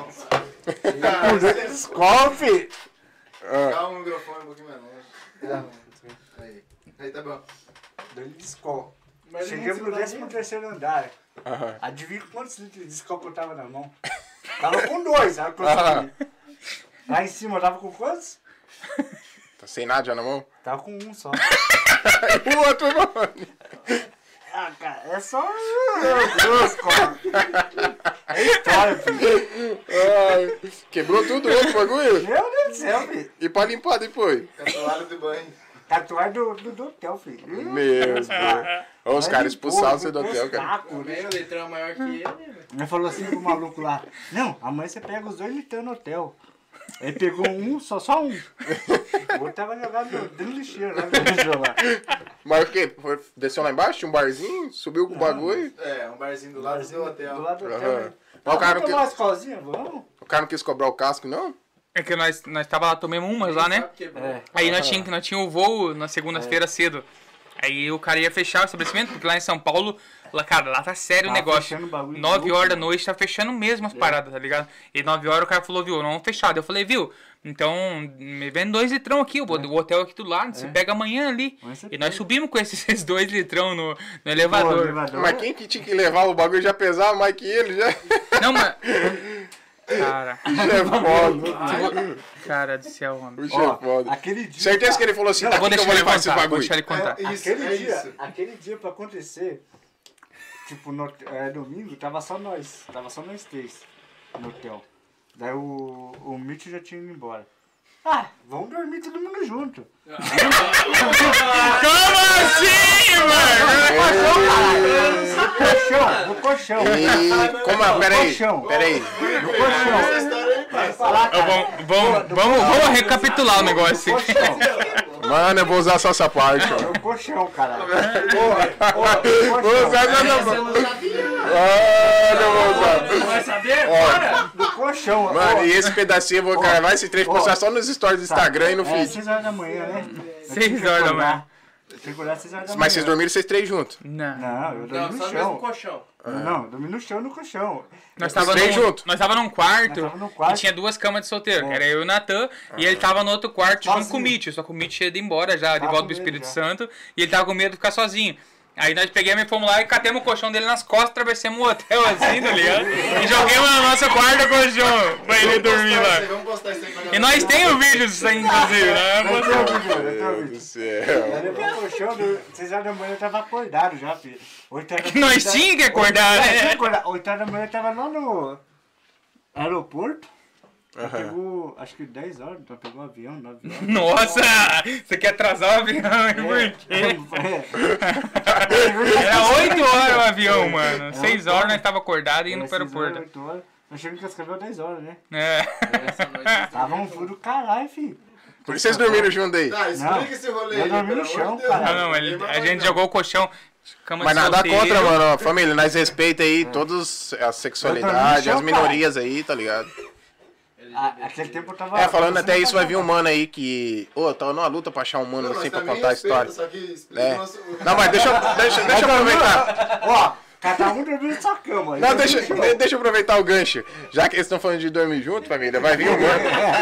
Skol, fi! Calma o microfone um pouquinho mais longe. Aí tá bom. 2 litros de Skol. Chegamos no 13º andar. Adivinha quantos litros de Skol que eu tava na mão? Tava com 2, sabe? Lá em cima eu tava com quantos? Tá sem nada já na mão? Tava com 1 só. O outro, mano. Ah, cara, é só... Meu Deus, cara. É história, filho. Ai, quebrou tudo o outro bagulho? Meu Deus do céu, filho. E pra limpar depois? Tatuagem do banho. Tatuagem do hotel, filho. Meu Deus. Os caras expulsaram você do hotel, cara. Meio litrão maior que ele. Ele falou assim pro maluco lá, não, amanhã você pega os 2 litrão no hotel. Ele pegou um, só um. O outro tava jogado dentro do lixeiro lá. Mas o quê? Desceu lá embaixo, tinha um barzinho, subiu com o bagulho. É, um barzinho do lado do hotel. Do lado do hotel, né? Mas o cara não Vamos tomar uma escolzinha, vamos? O cara não quis cobrar o casco, não? É que nós tava lá, tomamos umas lá, né? Aí nós tinha o voo na segunda-feira cedo. Aí o cara ia fechar o estabelecimento, porque lá em São Paulo, cara, lá tá sério o negócio. 9 horas da noite tá fechando mesmo as paradas, tá ligado? E 9 horas o cara falou, viu, não vamos fechar. Eu falei, viu, então me vende 2 litrão aqui, o hotel aqui do lado, você pega amanhã ali. E nós subimos com esses 2 litrão no elevador. Mas quem que tinha que levar o bagulho já pesava mais que ele, já? Não, mas... Cara... É foda. Cara do céu, mano. Puxa, é foda. Aquele dia... Certeza que ele falou assim, Eu vou deixar ele contar, vou deixar ele contar. Aquele dia pra acontecer, tipo, domingo, tava só nós 3 no hotel. Daí o Mitch já tinha ido embora. Ah, vamos dormir todo mundo junto. Como assim, mano? No colchão. Peraí. No colchão. Vamos recapitular o negócio. Mano, eu vou usar só essa parte. No colchão, cara. Vou usar essa parte. Não vou usar. Vai saber agora? No colchão. Mano, e esse pedacinho eu vou gravar esse trecho, postar só nos stories do Instagram e no feed. 6 horas da manhã, né? 6 horas da manhã. Tem que acordar 6 horas da manhã. Mas vocês dormiram vocês 3 juntos? Não, eu dormi Não, no só chão. mesmo colchão. Não, eu dormi no chão, no colchão. Nós tava num quarto, Nós tava no quarto. e tinha 2 camas de solteiro. Era eu e o Natan, e ele tava no outro quarto junto com o Mitch. Só que o Mitch tinha ido embora já, de volta do Espírito Santo, e ele tava com medo de ficar sozinho. Aí nós pegamos e fomos lá e catemos o colchão dele nas costas, atravessamos o hotel assim, tá ligado? E joguemos na nossa quarta colchão pra ele dormir lá. Vamos postar isso aí pra galera. E nós tem o vídeo disso aí, inclusive, né? Eu tenho o vídeo. Meu Deus do céu. Aí depois do colchão, 6 horas da manhã eu tava acordado já, filho. 8 horas Que nós tínhamos que acordar, né? 8 horas da manhã eu tava lá no aeroporto. Pegou, acho que 10 horas, então pegou um avião, 9 horas. Nossa! Você quer atrasar o avião, hein? Por quê? Era 8 horas o avião, mano. 6 horas nós tava acordado e indo pro aeroporto. 8 horas. Nós chegamos em Cascavel 10 horas, né? É. Tava um furo do caralho, filho. Por isso vocês dormiram junto aí. Tá, explica esse rolê aí. Eu dormi no pelo chão, amor de Deus. cara. Não, a gente jogou o colchão. Cama Mas de nada solteiro. contra, mano. Ó, família, nós respeita aí todas as sexualidades, as minorias aí, tá ligado? Aquele tempo eu tava... Falando até isso, vai vir um mano aí que... Ô, tava numa luta pra achar um mano assim pra contar a história. Só que explica Não, mas deixa eu aproveitar. Ó, cada um dormiu na sua cama. Não, deixa eu aproveitar o gancho. Já que eles estão falando de dormir junto, família, vai vir um mano.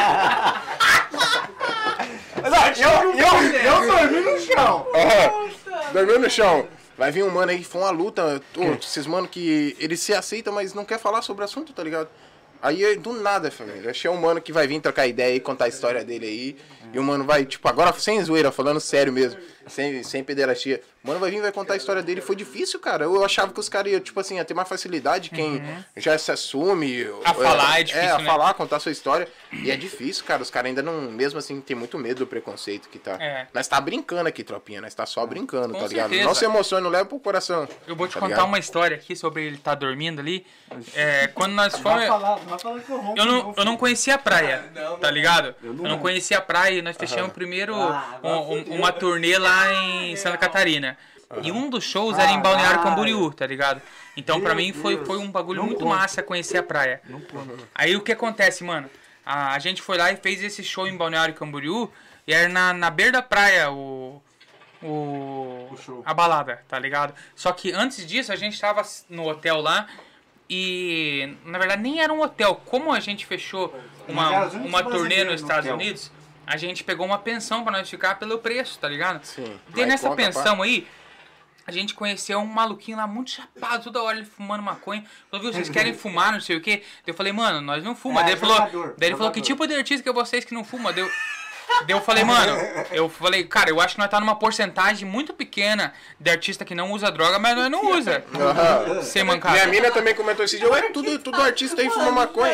Eu dormi no chão. Dormiu no chão. Vai vir um mano aí que foi uma luta. Esses mano que eles se aceitam, mas não quer falar sobre o assunto, tá ligado? Aí, do nada, família. Achei um mano que vai vir trocar ideia e contar a história dele aí. E o mano vai, tipo, agora sem zoeira, falando sério mesmo. Sem pederastia. O mano vai vir e vai contar a história dele. Foi difícil, cara. Eu achava que os caras iam, tipo assim, ia ter mais facilidade. Quem já se assume. A falar é difícil, a né? falar, contar a sua história. E é difícil, cara. Os caras ainda não, mesmo assim, tem muito medo do preconceito que tá. Nós tá brincando aqui, tropinha. Nós tá só brincando, Com tá ligado? certeza. Não se emocione, não leva pro coração. Eu vou te tá contar ligado? uma história aqui sobre ele estar dormindo ali. Quando nós fomos... Vai falar que eu ronco. Eu não conhecia a praia, tá ligado? Eu não conhecia a praia e nós fechamos primeiro uma turnê lá em Santa Catarina. E um dos shows era em Balneário Camboriú, tá ligado? Então pra mim foi um bagulho muito massa conhecer a praia. Aí o que acontece, mano? A gente foi lá e fez esse show em Balneário Camboriú e era na beira da praia o a balada, tá ligado? Só que antes disso, a gente tava no hotel lá e, na verdade, nem era um hotel. Como a gente fechou uma turnê nos Estados Unidos, a gente pegou uma pensão pra nós ficar pelo preço, tá ligado? Sim. E nessa pensão aí, a gente conheceu um maluquinho lá muito chapado, toda hora ele fumando maconha. Falou, viu, vocês querem fumar, não sei o quê? Eu falei, mano, nós não fumamos. Daí ele falou, que tipo de artista que é vocês que não fumam? Daí eu falei, mano, cara, eu acho que nós tá numa porcentagem muito pequena de artista que não usa droga, mas nós não usa. Sem mancada. Minha mina também comentou esse dia, tudo artista aí fuma maconha.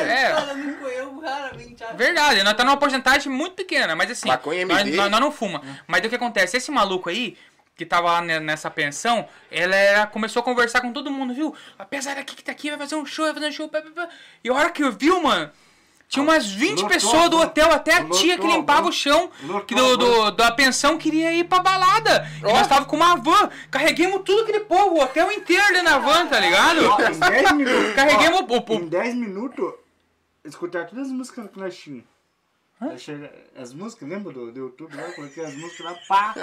Verdade, nós tá numa porcentagem muito pequena, mas assim, nós não fuma. Mas o que acontece? Esse maluco aí, que tava lá nessa pensão, começou a conversar com todo mundo, viu? Apesar daqui que tá aqui, vai fazer um show, E a hora que eu vi, mano, tinha umas 20 pessoas do hotel, até a tia que limpava o chão da pensão queria ir pra balada. E nós tava com uma van, carreguemos tudo aquele povo, o hotel inteiro ali na van, tá ligado? Em 10 minutos. Carreguemos Em 10 minutos, escutar todas as músicas que nós tínhamos. As músicas, lembra do YouTube lá? Eu coloquei as músicas lá, pá!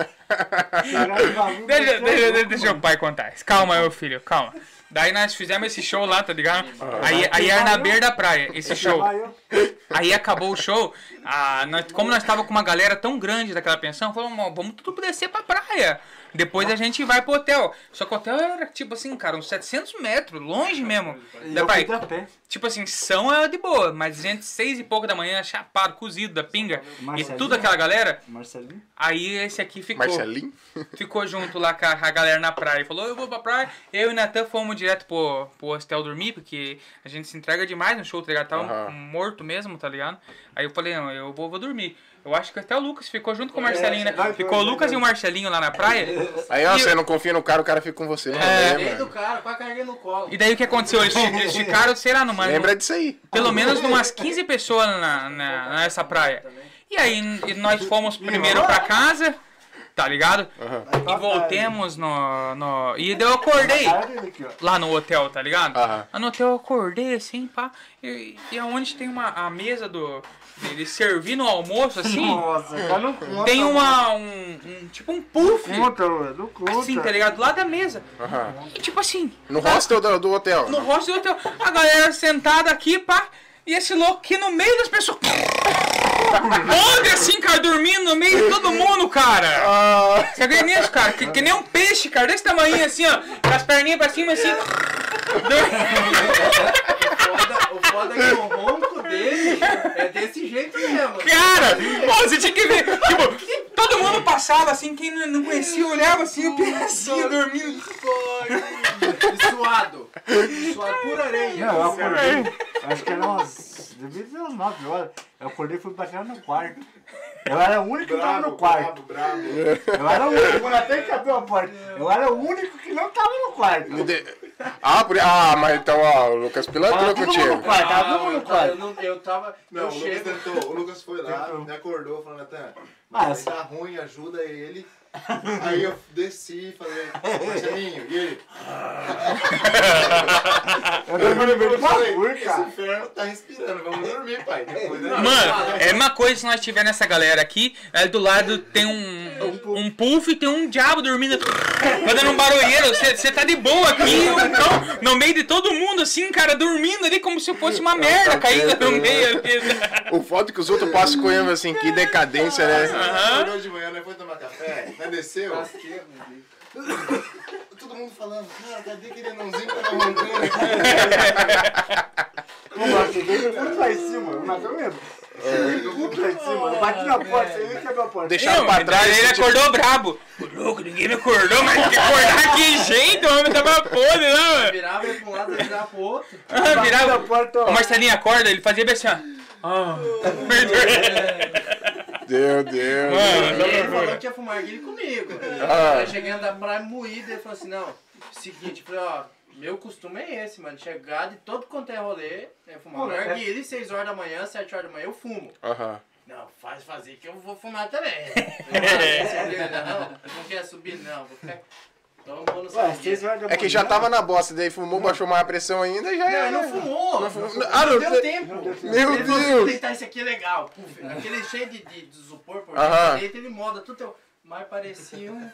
Deixa o pai contar. Calma, meu filho, calma. Daí nós fizemos esse show lá, tá ligado? Aí era na beira da praia, esse show. Aí acabou o show, como nós tava com uma galera tão grande daquela pensão, falamos, vamos tudo descer pra praia. Depois a gente vai pro hotel. Só que o hotel era tipo assim, cara, uns 700 metros, longe mesmo. Tipo assim, São é de boa, mas gente 6 e pouco da manhã, chapado, cozido da pinga. E tudo aquela galera. Marcelinho? Aí esse aqui ficou. Marcelinho? Ficou junto lá com a galera na praia. Falou, eu vou pra praia. Eu e o Natan fomos direto pro hostel dormir, porque a gente se entrega demais no show, tá ligado? Tava morto mesmo, tá ligado? Aí eu falei, não, eu vou dormir. Eu acho que até o Lucas ficou junto com o Marcelinho, né? Ficou o Lucas e o Marcelinho lá na praia. Aí, ó, você não confia no cara, o cara fica com você. Dentro do cara, quase carreguei no colo. E daí o que aconteceu? Eles ficaram, sei lá, lembra disso aí. Pelo menos umas 15 pessoas nessa praia. E aí nós fomos primeiro pra casa, tá ligado? E voltemos e daí eu acordei lá no hotel, tá ligado? Lá no hotel eu acordei assim, pá. E aonde tem a mesa ele servir no almoço, assim, nossa, não conta, tem tipo um puff, não conta. assim, tá ligado? Lá da mesa. E, tipo assim... No hostel do hotel. No hostel do hotel. A galera sentada aqui, pá, e esse louco aqui no meio das pessoas... Onde assim, cara, dormindo no meio de todo mundo, cara? Você vê nisso, cara? Que nem um peixe, cara, desse tamanho assim, ó, com as perninhas pra cima, assim... O foda é que o ronco dele é desse jeito mesmo. Cara, você tinha que ver. Tipo, todo mundo passava assim, quem não conhecia olhava assim, o pedacinho dormindo. E suado. Suado por areia. Não, eu acordei. Acho que era devia ser umas 9 horas. Eu acordei e fui bater no quarto. Eu era o único que tava no quarto. Bravo. Eu era o único, quando até que abriu a porta. Eu era o único que não tava no quarto. Mas então, ó, o Lucas pilantrou contigo. Tava todo mundo no quarto. Eu tava... Não, o Lucas tentou. O Lucas foi lá, me acordou, falando, Natan, mas tá ruim, ajuda ele. Aí eu desci e falei, Marcelinho, e ele? Eu dormi no meio do bagulho, Esse cara. inferno tá respirando, vamos dormir, pai. Depois, né? Mano, é uma coisa se nós tiver nessa galera aqui, aí do lado tem um puff e tem um diabo dormindo, fazendo um barulheiro, você tá de boa aqui, então, no meio de todo mundo assim, cara, dormindo ali como se fosse uma merda caindo no meio ali. O foda é que os outros passam com ele assim, que decadência, né? Acordou de manhã, né? Foi tomar café, né? Desceu. Todo mundo falando, cara, cadê aquele anãozinho que tava roncando aqui? Eu cheguei muito lá em cima, mas eu mesmo. Muito lá em cima, eu bati na porta, ele quebrou a porta. Deixaram pra trás. Ele acordou brabo. Louco, ninguém me acordou, mas que acordar que jeito, o homem tava podre, né, mano? Virava ele pra um lado, virava pro outro. Virava. a porta, O Marcelinho acorda, ele fazia bem assim, ó. Meu Deus. Mano, Ele falou que ia fumar narguilé comigo. Aí cheguei da praia moído, ele falou assim, não, seguinte, eu falei, ó, meu costume é esse, mano, chegar de todo quanto é rolê, fumar narguilé, 6 horas da manhã, 7 horas da manhã eu fumo. Não, fazer que eu vou fumar também. Não quer subir, não, vou ficar... É que já tava na bosta, daí fumou, baixou mais a pressão ainda e já era. Não fumou. Não deu tempo. Meu ele Deus. falou, tentar esse aqui é legal. Puf, aquele cheio de isopor por dentro, ele moda tudo. Mas parecia um...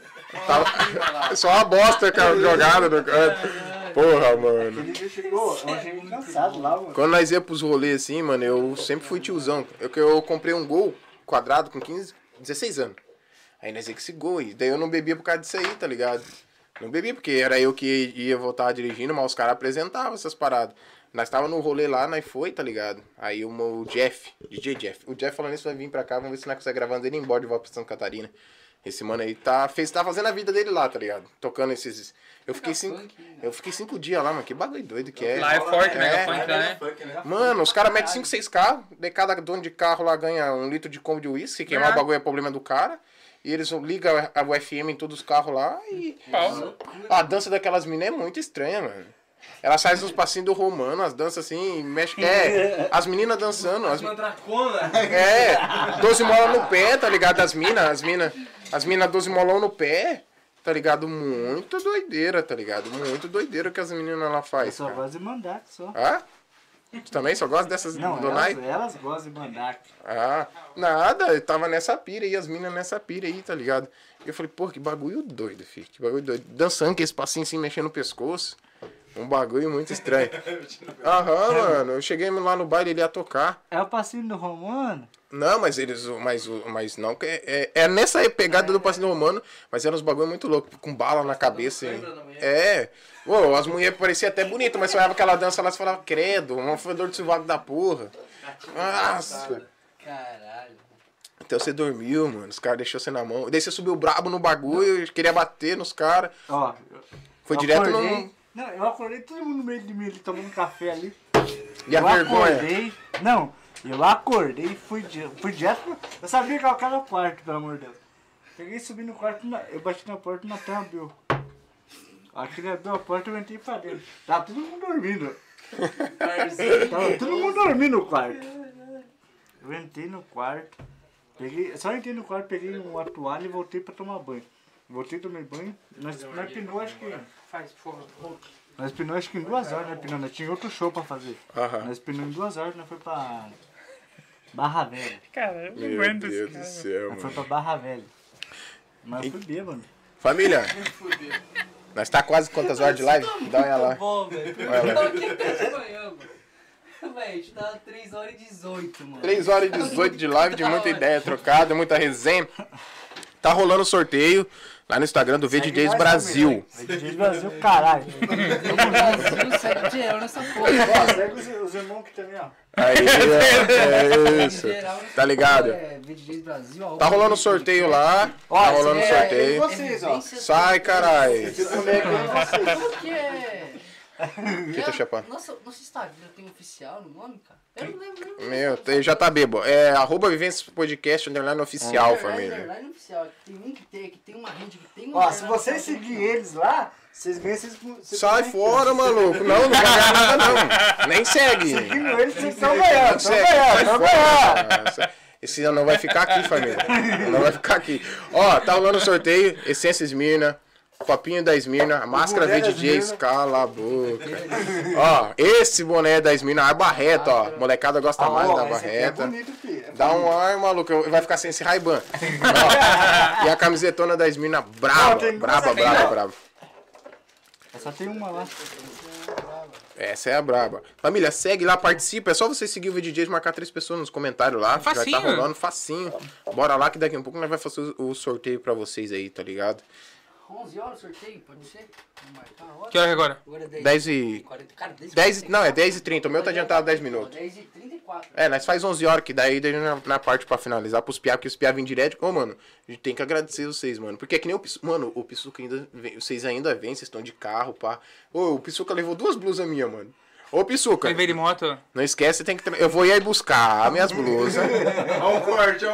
Só uma bosta, cara, jogada no canto. Porra, mano. Aquele dia chegou, eu achei muito cansado lá, mano. Quando nós ia pros rolês assim, mano, eu sempre fui tiozão. Eu comprei um Gol quadrado com 16 anos. Aí nós ia com esse Gol, e daí eu não bebia por causa disso aí, tá ligado? Não bebia porque era eu que ia voltar dirigindo, mas os caras apresentavam essas paradas. Nós tava no rolê lá, nós foi, tá ligado? Aí o Jeff, DJ Jeff. O Jeff falando isso vai vir pra cá, vamos ver se nós conseguimos gravar ele embora de volta pra Santa Catarina. Esse mano aí tá fazendo a vida dele lá, tá ligado? Tocando esses... Eu fiquei 5 dias lá, mano. Que bagulho doido que é. Lá é forte, né? Funk, né? Mano, os caras metem 5, 6 carros. Daí cada dono de carro lá ganha 1 litro de combo de uísque. Se queimar o bagulho é problema do cara. E eles ligam o FM em todos os carros lá e... A dança daquelas meninas é muito estranha, mano. Elas fazem uns passinhos do Romano, as danças assim, mexe. As meninas dançando. As mandracona. 12 molão no pé, tá ligado? As minas 12 molão no pé, tá ligado? Muito doideira, tá ligado? Muito doideira que as meninas lá fazem. Eu só gosto de mandaque, só. Ah? Tu também só gosta dessas donai? Elas gostam de mandaque. Ah, nada, eu tava nessa pira aí, as minas nessa pira aí, tá ligado? E eu falei, pô, que bagulho doido, filho. Que bagulho doido. Dançando com esse passinho assim, mexendo no pescoço. Um bagulho muito estranho. Aham, mano. Eu cheguei lá no baile, ele ia tocar. É o passinho do Romano? Não, mas eles. Mas não. É nessa pegada do passinho do Romano, mas eram uns bagulho muito louco, com bala na cabeça. Pô, as mulheres pareciam até bonitas, mas você olhava aquela dança lá e falava, credo, um fedor de sovaco da porra. Nossa. Caralho. Então você dormiu, mano. Os caras deixaram você na mão. Daí você subiu brabo no bagulho, queria bater nos caras. Ó. Foi direto no. Não, eu acordei todo mundo no meio de mim ali, tomando café ali. E a vergonha? Eu acordei e fui direto. Eu sabia que eu era o quarto, pelo amor de Deus. Peguei e subi no quarto, eu bati na porta e na terra abriu. Acho que ele abriu a porta e eu entrei pra dentro. Tava todo mundo dormindo. Tava todo mundo dormindo no quarto. Eu entrei no quarto, só entrei no quarto, peguei uma toalha e voltei pra tomar banho. Voltei, tomei banho, nós pinou acho que... Nós pinou acho que em 2 horas, né, pinando? Tinha outro show pra fazer. Nós pinamos em 2 horas, nós foi pra Barra Velha. Cara, eu não aguento esse cara. Meu Deus do céu, nós foi pra Barra Velha. Mas eu fui bêbado. Família, nós tá quase quantas horas de live? Dá uma olhada lá. Bom, velho. Velho, a gente tá 3 horas e 18, mano. 3 horas e 18 de live, de muita ideia trocada, muita resenha. Tá rolando o sorteio lá no Instagram do VDJs Brasil. VDJs Brasil, caralho. Brasil, segue de euro nessa porra. Segue os irmãos aqui também, ó. Aí, é isso. Tá ligado? VDJs Brasil, ó. Tá rolando o sorteio lá. Tá rolando o sorteio. Vocês, ó. Sai, caralho. Como que é? Que tá chapando? Nosso Instagram tem oficial no nome, cara? Eu não lembro. Meu, já tá bebo. É @Vivências Podcast _ oficial, família. Underline oficial. Tem um que tem uma rede que tem um. Ó, se vocês seguirem eles lá, vocês ganham. Sai fora, maluco. Não vai ganhar nada, não. Nem segue. Seguindo eles, vocês estão ganhando. Estão ganhando. Esse não vai ficar aqui, família. Não vai ficar aqui. Ó, tá rolando o sorteio. Essência Esmirna. Copinho da Esmirna, a máscara VDJs, cala a boca. Ó, esse boné da Esmirna, a barreta, ó. Molecada gosta mais da barreta. É bonito, filho. Dá um ar, maluco. Vai ficar sem esse Ray-Ban. E a camisetona da Esmirna, braba. Só tem uma lá. Essa é a braba. Família, segue lá, participa. É só você seguir o VDJs e marcar 3 pessoas nos comentários lá. Facinho. Vai tá rolando facinho. Bora lá que daqui a pouco nós vamos fazer o sorteio pra vocês aí, tá ligado? 11 horas o sorteio, pode ser? Vamos marcar a hora? Que hora é agora? Agora é 10 e... 40. Cara, 10, não, é 10h30. O meu tá adiantado 10 minutos. 10h34. É, nós faz 11 horas, que daí na parte pra finalizar pros piá, porque os piá vêm direto. Ô, mano, a gente tem que agradecer vocês, mano. Porque é que nem o Pissuca. Mano, o Pissuca ainda vem. Vocês ainda vêm, vocês estão de carro, pá. Ô, o Pissuca levou 2 blusas minhas, mano. Ô, Pissuca. Veio de moto? Não esquece, tem que... Eu vou ir aí buscar minhas blusas. Olha o corte.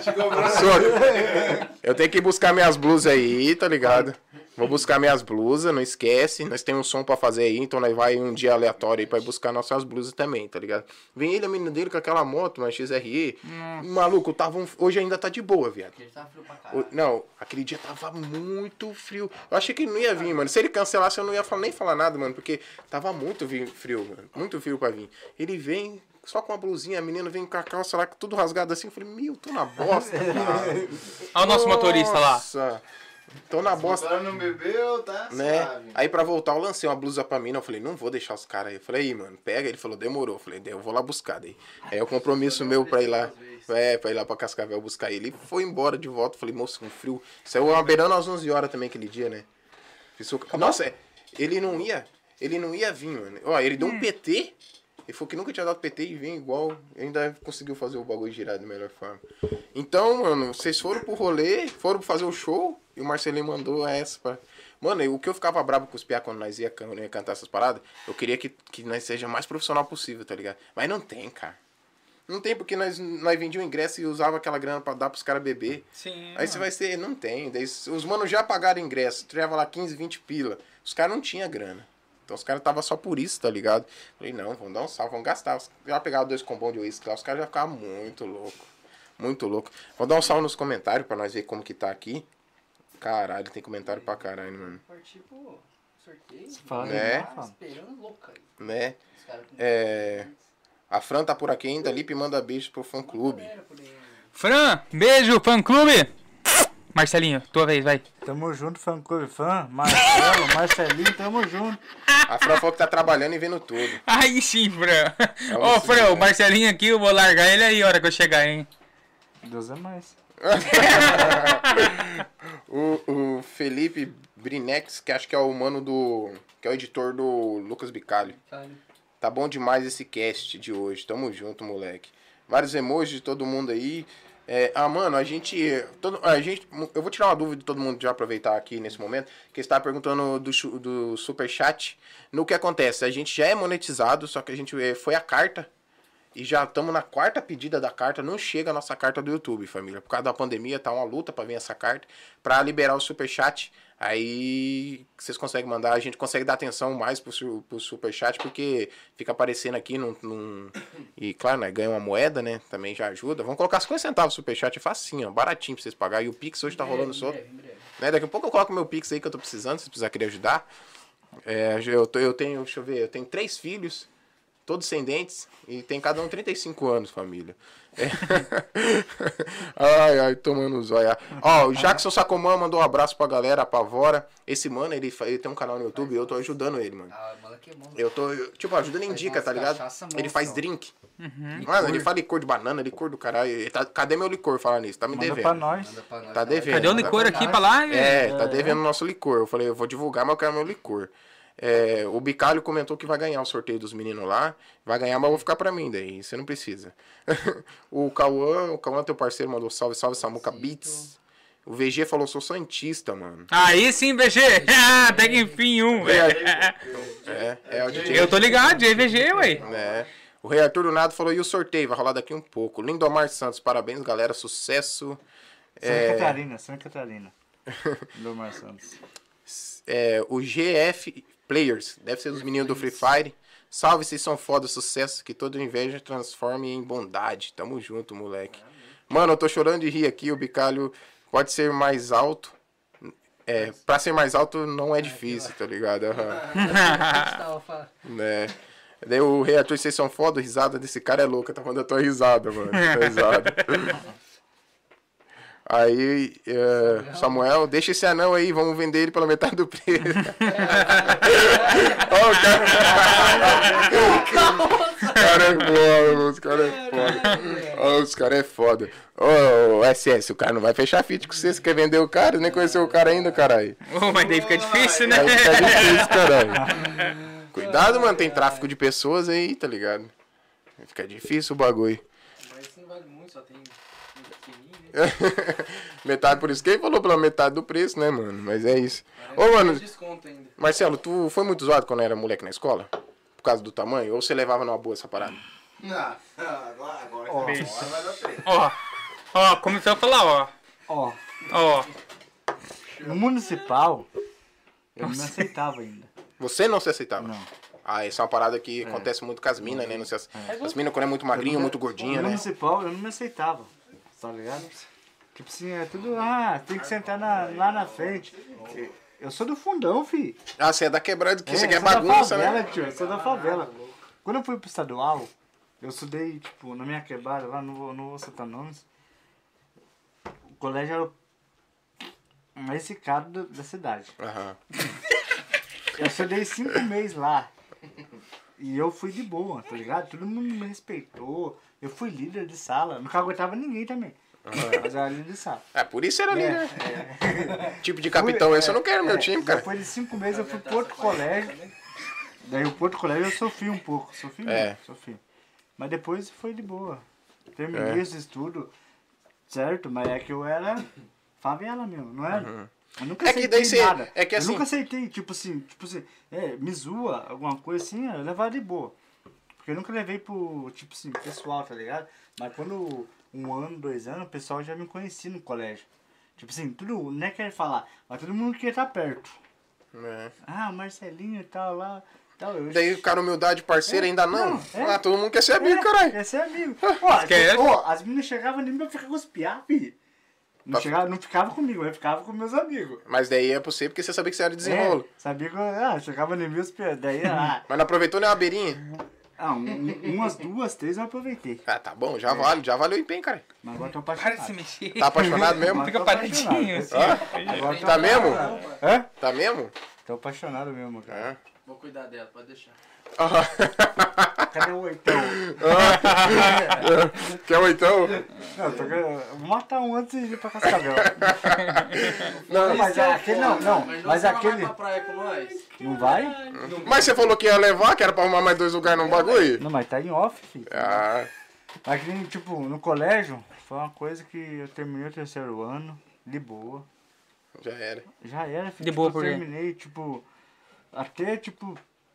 Eu tenho que ir buscar minhas blusas aí, tá ligado? Vou buscar minhas blusas, não esquece. Nós temos um som pra fazer aí, então nós vai um dia aleatório aí pra ir buscar nossas blusas também, tá ligado? Vem ele, a menina dele, com aquela moto, uma XRE. Maluco, hoje ainda tá de boa, viado. Ele tava frio pra caralho. Não, aquele dia tava muito frio. Eu achei que ele não ia vir, mano. Se ele cancelasse, eu não ia nem falar nada, mano, porque tava muito frio, mano. Muito frio pra vir. Ele vem, só com a blusinha, a menina vem com a calça lá, tudo rasgado assim. Eu falei, meu, tô na bosta, cara. Olha o nosso motorista lá. Nossa, tô na bosta. Agora não bebeu, tá? Né? Suave. Aí pra voltar eu lancei uma blusa pra mim, eu falei, não vou deixar os caras aí. Eu falei, aí, mano, pega. Ele falou, demorou. Eu falei, eu vou lá buscar daí. Aí é o compromisso meu pra ir lá. Pra ir lá pra Cascavel buscar ele. E foi embora de volta. Eu falei, moço, com frio. Saiu beirando às 11 horas também aquele dia, né? Nossa, ele não ia vir, mano. Ó, ele deu um PT. Ele falou que nunca tinha dado PT e vem igual. Ainda conseguiu fazer o bagulho girar da melhor forma. Então, mano, vocês foram pro rolê, foram fazer o show. E o Marcelinho mandou essa pra... Mano, o que eu ficava bravo com os piá quando nós ia cantar essas paradas, eu queria que nós seja mais profissional possível, tá ligado? Mas não tem, cara. Não tem, porque nós vendíamos ingresso e usava aquela grana pra dar pros caras beber. Sim. Aí você vai ser... Não tem. Daí, os manos já pagaram ingresso. Tirava lá 15, 20 pila. Os caras não tinham grana. Então os caras tava só por isso, tá ligado? Falei, não, vamos dar um salve, vamos gastar. Já pegavam 2 combos de uísque lá, os caras já ficavam muito louco. Muito louco. Vou dar um salve nos comentários pra nós ver como que tá aqui. Caralho, tem comentário pra caralho, mano. Partir pro sorteio. Né? Esperando louca aí. Né? A Fran tá por aqui ainda. Lipe manda beijo pro fã clube. Fran, beijo, fã clube. Marcelinho, tua vez, vai. Tamo junto, fã clube. Fã, Marcelo, Marcelinho, tamo junto. A Fran falou que tá trabalhando e vendo tudo. Aí sim, Fran. Ô, Fran, o Marcelinho aqui, eu vou largar ele aí a hora que eu chegar, hein. Deus é mais. o Felipe Brinex, que acho que é o mano do... que é o editor do Lucas Bicalho. Tá bom demais esse cast de hoje. Tamo junto, moleque. Vários emojis de todo mundo aí. Mano, eu vou tirar uma dúvida de todo mundo, já aproveitar aqui nesse momento, que está perguntando do superchat. No que acontece, a gente já é monetizado, só que a gente foi a carta. E já estamos na 4ª pedida da carta, não chega a nossa carta do YouTube, família. Por causa da pandemia, tá uma luta pra vir essa carta, pra liberar o superchat. Aí vocês conseguem mandar, a gente consegue dar atenção mais pro superchat, porque fica aparecendo aqui e claro, né, ganha uma moeda, né, também já ajuda. Vamos colocar 50 centavos no superchat, é facinho, baratinho pra vocês pagarem. E o Pix hoje tá rolando solto. Né, daqui a pouco eu coloco meu Pix aí que eu tô precisando, se vocês precisarem querer ajudar. Eu tenho, deixa eu ver, eu tenho 3 filhos. Todos sem dentes, e tem cada um 35 anos, família. Ai, tomando zóia. Ó, o Jackson Sacomã mandou um abraço pra galera, apavora. Esse mano, ele tem um canal no YouTube e eu tô ajudando ele, mano. Eu tô, tipo, ajudando em dica, tá ligado? Ele faz drink. Mano, ele faz licor de banana, licor do caralho. Cadê meu licor, falar nisso? Tá me devendo. Pra nós. Tá devendo. Cadê o licor aqui pra lá? Tá devendo o nosso licor. Eu falei, eu vou divulgar, mas eu quero meu licor. O Bicalho comentou que vai ganhar o sorteio dos meninos lá. Vai ganhar, mas eu vou ficar pra mim daí. Você não precisa. o Cauã, teu parceiro, mandou salve, salve, Samuca Beats. O VG falou, sou santista, mano. Aí sim, VG. Até que enfim, o DJ. Eu tô ligado, VG, ué. O Rei Arthur do Nado falou, e o sorteio? Vai rolar daqui um pouco. Lindomar Santos, parabéns, galera. Sucesso. Santa Catarina. Lindomar Santos. O GF Players, deve ser dos meninos do Free Fire. Salve, vocês são foda, sucesso, que toda inveja transforme em bondade. Tamo junto, moleque. Mano, eu tô chorando de rir aqui, o Bicalho pode ser mais alto. Pra ser mais alto não é difícil, tá ligado? Daí o Rei Arthur, vocês são foda, a risada desse cara é louca, tá falando da tua risada, mano. Risada. Aí, Samuel, deixa esse anão aí, vamos vender ele pela metade do preço. Os caras é foda. Ô, SS, o cara não vai fechar fit com você quer vender o cara, nem conheceu o cara ainda, caralho. Mas daí fica difícil, né? Aí fica difícil, caralho. Cuidado, mano, tem tráfico de pessoas aí, tá ligado? Fica difícil o bagulho. Mas isso não vale muito, só tem... Metade, por isso que ele falou pela metade do preço, né, mano? Mas é isso. Ô, mano, Marcelo, tu foi muito zoado quando era moleque na escola? Por causa do tamanho? Ou você levava numa boa essa parada? Não, agora vai dar treta. Ó, começou a falar, ó. No municipal, eu não me aceitava ainda. Você não se aceitava? Não. Isso é uma parada que acontece muito com as minas, né? As minas quando é muito magrinha, muito gordinha, né? No municipal, eu não me aceitava. Tá ligado? Tipo assim, é tudo... tem que sentar lá na frente. Eu sou do fundão, fi. Você é da quebrada, que você quer bagunça, favela, né? Tio, eu sou da favela. Quando eu fui pro estadual, Eu estudei, tipo, na minha quebrada lá, não vou citar nomes. O colégio era o mais cicado da cidade. Eu estudei 5 meses lá. E eu fui de boa, tá ligado? Todo mundo me respeitou. Eu fui líder de sala. Não aguentava ninguém também. Mas eu era líder de sala. Por isso era líder. Tipo de capitão, esse eu não quero no meu time, cara. Depois de 5 meses eu fui pro outro colégio. Daí o outro colégio eu sofri um pouco. Sofri muito. Mas depois foi de boa. Terminei esse estudo, certo? Mas é que eu era favela mesmo, não era? Eu nunca aceitei nada. Eu nunca aceitei, tipo assim, me zoa, alguma coisa assim, eu levava de boa. Porque eu nunca levei pro, tipo assim, pessoal, tá ligado? Mas quando 1 ano, 2 anos, o pessoal já me conhecia no colégio. Tipo assim, tudo, não é querer falar, mas todo mundo queria estar perto. Marcelinho e tal lá. Daí o cara, humildade, parceiro, ainda não. Todo mundo quer ser amigo, caralho. Quer ser amigo. As meninas chegavam em mim e ficavam com os piá, filho. Não ficava comigo, eu ficava com meus amigos. Mas daí é possível porque você sabia que você era de desenrolo. Sabia que chegava em mim os piá. Daí, Mas não aproveitou nem uma beirinha? Umas 2, 3 eu aproveitei. Tá bom, já valeu o empenho, cara. Mas agora tô apaixonado. Para de se mexer. Tá apaixonado mesmo? Fica paradinho, assim. Tá mesmo? Tá mesmo? Tô apaixonado mesmo, cara. Vou cuidar dela, pode deixar. Cadê o 8? Quer o 8? Não, vou matar um antes de ir pra Cascavel. Não, mas aquele não. Mas aquele. Vai pra praia com nós? Não vai? Mas você falou que ia levar, que era pra arrumar mais 2 lugares num bagulho? Não, mas tá em off, filho. Mas que, tipo, no colégio, foi uma coisa que eu terminei o 3º ano, de boa. Já era, filho. De boa, eu terminei, tipo, até, tipo,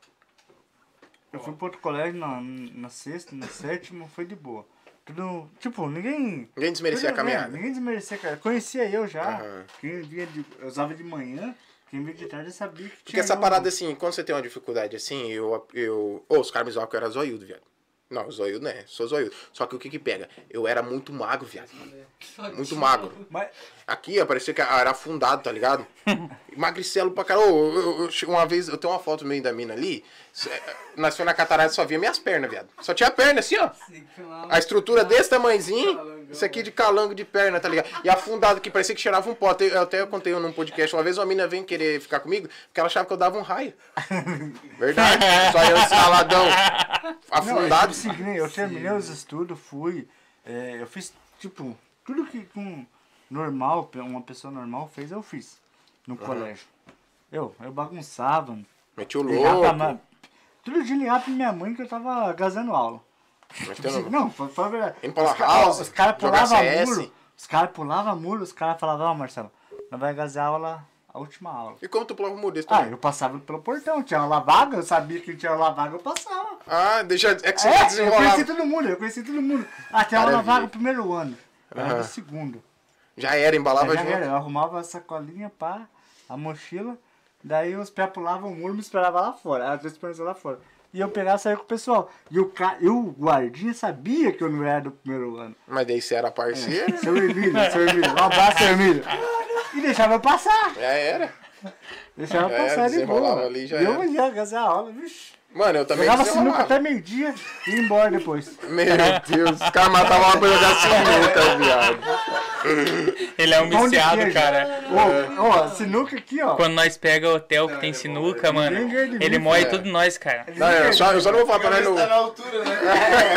eu fui pro outro colégio na 6ª, na 7ª, foi de boa. Tudo, tipo, ninguém desmerecia a caminhada. Ninguém desmerecia, cara. Conhecia eu já. Quem via eu usava de manhã, quem via de tarde sabia que tinha. Porque essa parada, assim, quando você tem uma dificuldade assim, os caras me zoavam que eu era zoiudo, viado. Não, zoiudo, né? Sou zoiudo. Só que o que pega? Eu era muito magro, viado. Muito magro. Aqui, parecia que era afundado, tá ligado? Magricelo pra caralho. Uma vez, eu tenho uma foto meio da mina ali. Nós fomos na catarata e só via minhas pernas, viado. Só tinha a perna assim, ó. A estrutura desse tamanhozinho. Isso aqui de calango de perna, tá ligado? E afundado, que parecia que cheirava um pote. Eu até contei num podcast. Uma vez uma mina veio querer ficar comigo porque ela achava que eu dava um raio. Verdade. Só eu escaladão. Afundado. Eu terminei os estudos, fui. Eu fiz, tipo, tudo que normal, uma pessoa normal fez, eu fiz no colégio. Eu bagunçava. Meti o louco. Tudo de ligar pra minha mãe que eu tava gazando aula. Tipo assim, não, foi a verdade. Os caras pulavam muro. Os caras pulavam muro, os caras falavam, Marcelo, nós vai gazear a última aula. E como tu pulava o muro desse também? Eu passava pelo portão, tinha uma vaga, eu sabia que tinha uma vaga, eu passava. É que você desenrolava. Eu conheci todo mundo. Tinha uma vaga no primeiro ano, era do segundo. Já era, embalava junto? Eu arrumava a sacolinha, a mochila, daí os pés pulavam o muro e me esperavam lá fora. Era 2 esperanças lá fora. E eu pegava e saía com o pessoal. E o guardinha sabia que eu não era do primeiro ano. Mas daí você era parceiro? Seu Emílio. Um abraço, seu Emílio. E deixava eu passar. Já era. Deixava eu passar de boa. Ali, já eu ia gazer a aula, vixe. Mano, eu também jogava sinuca até meio-dia e ia embora depois. Meu Deus, os caras matavam uma coisa da sinuca, viado. Ele é um viciado, cara. Sinuca aqui, ó. Quando nós pega o hotel que tem sinuca, mano, ele morre tudo nós, cara. Não, eu só não vou falar pra ele no... Tá na altura, né?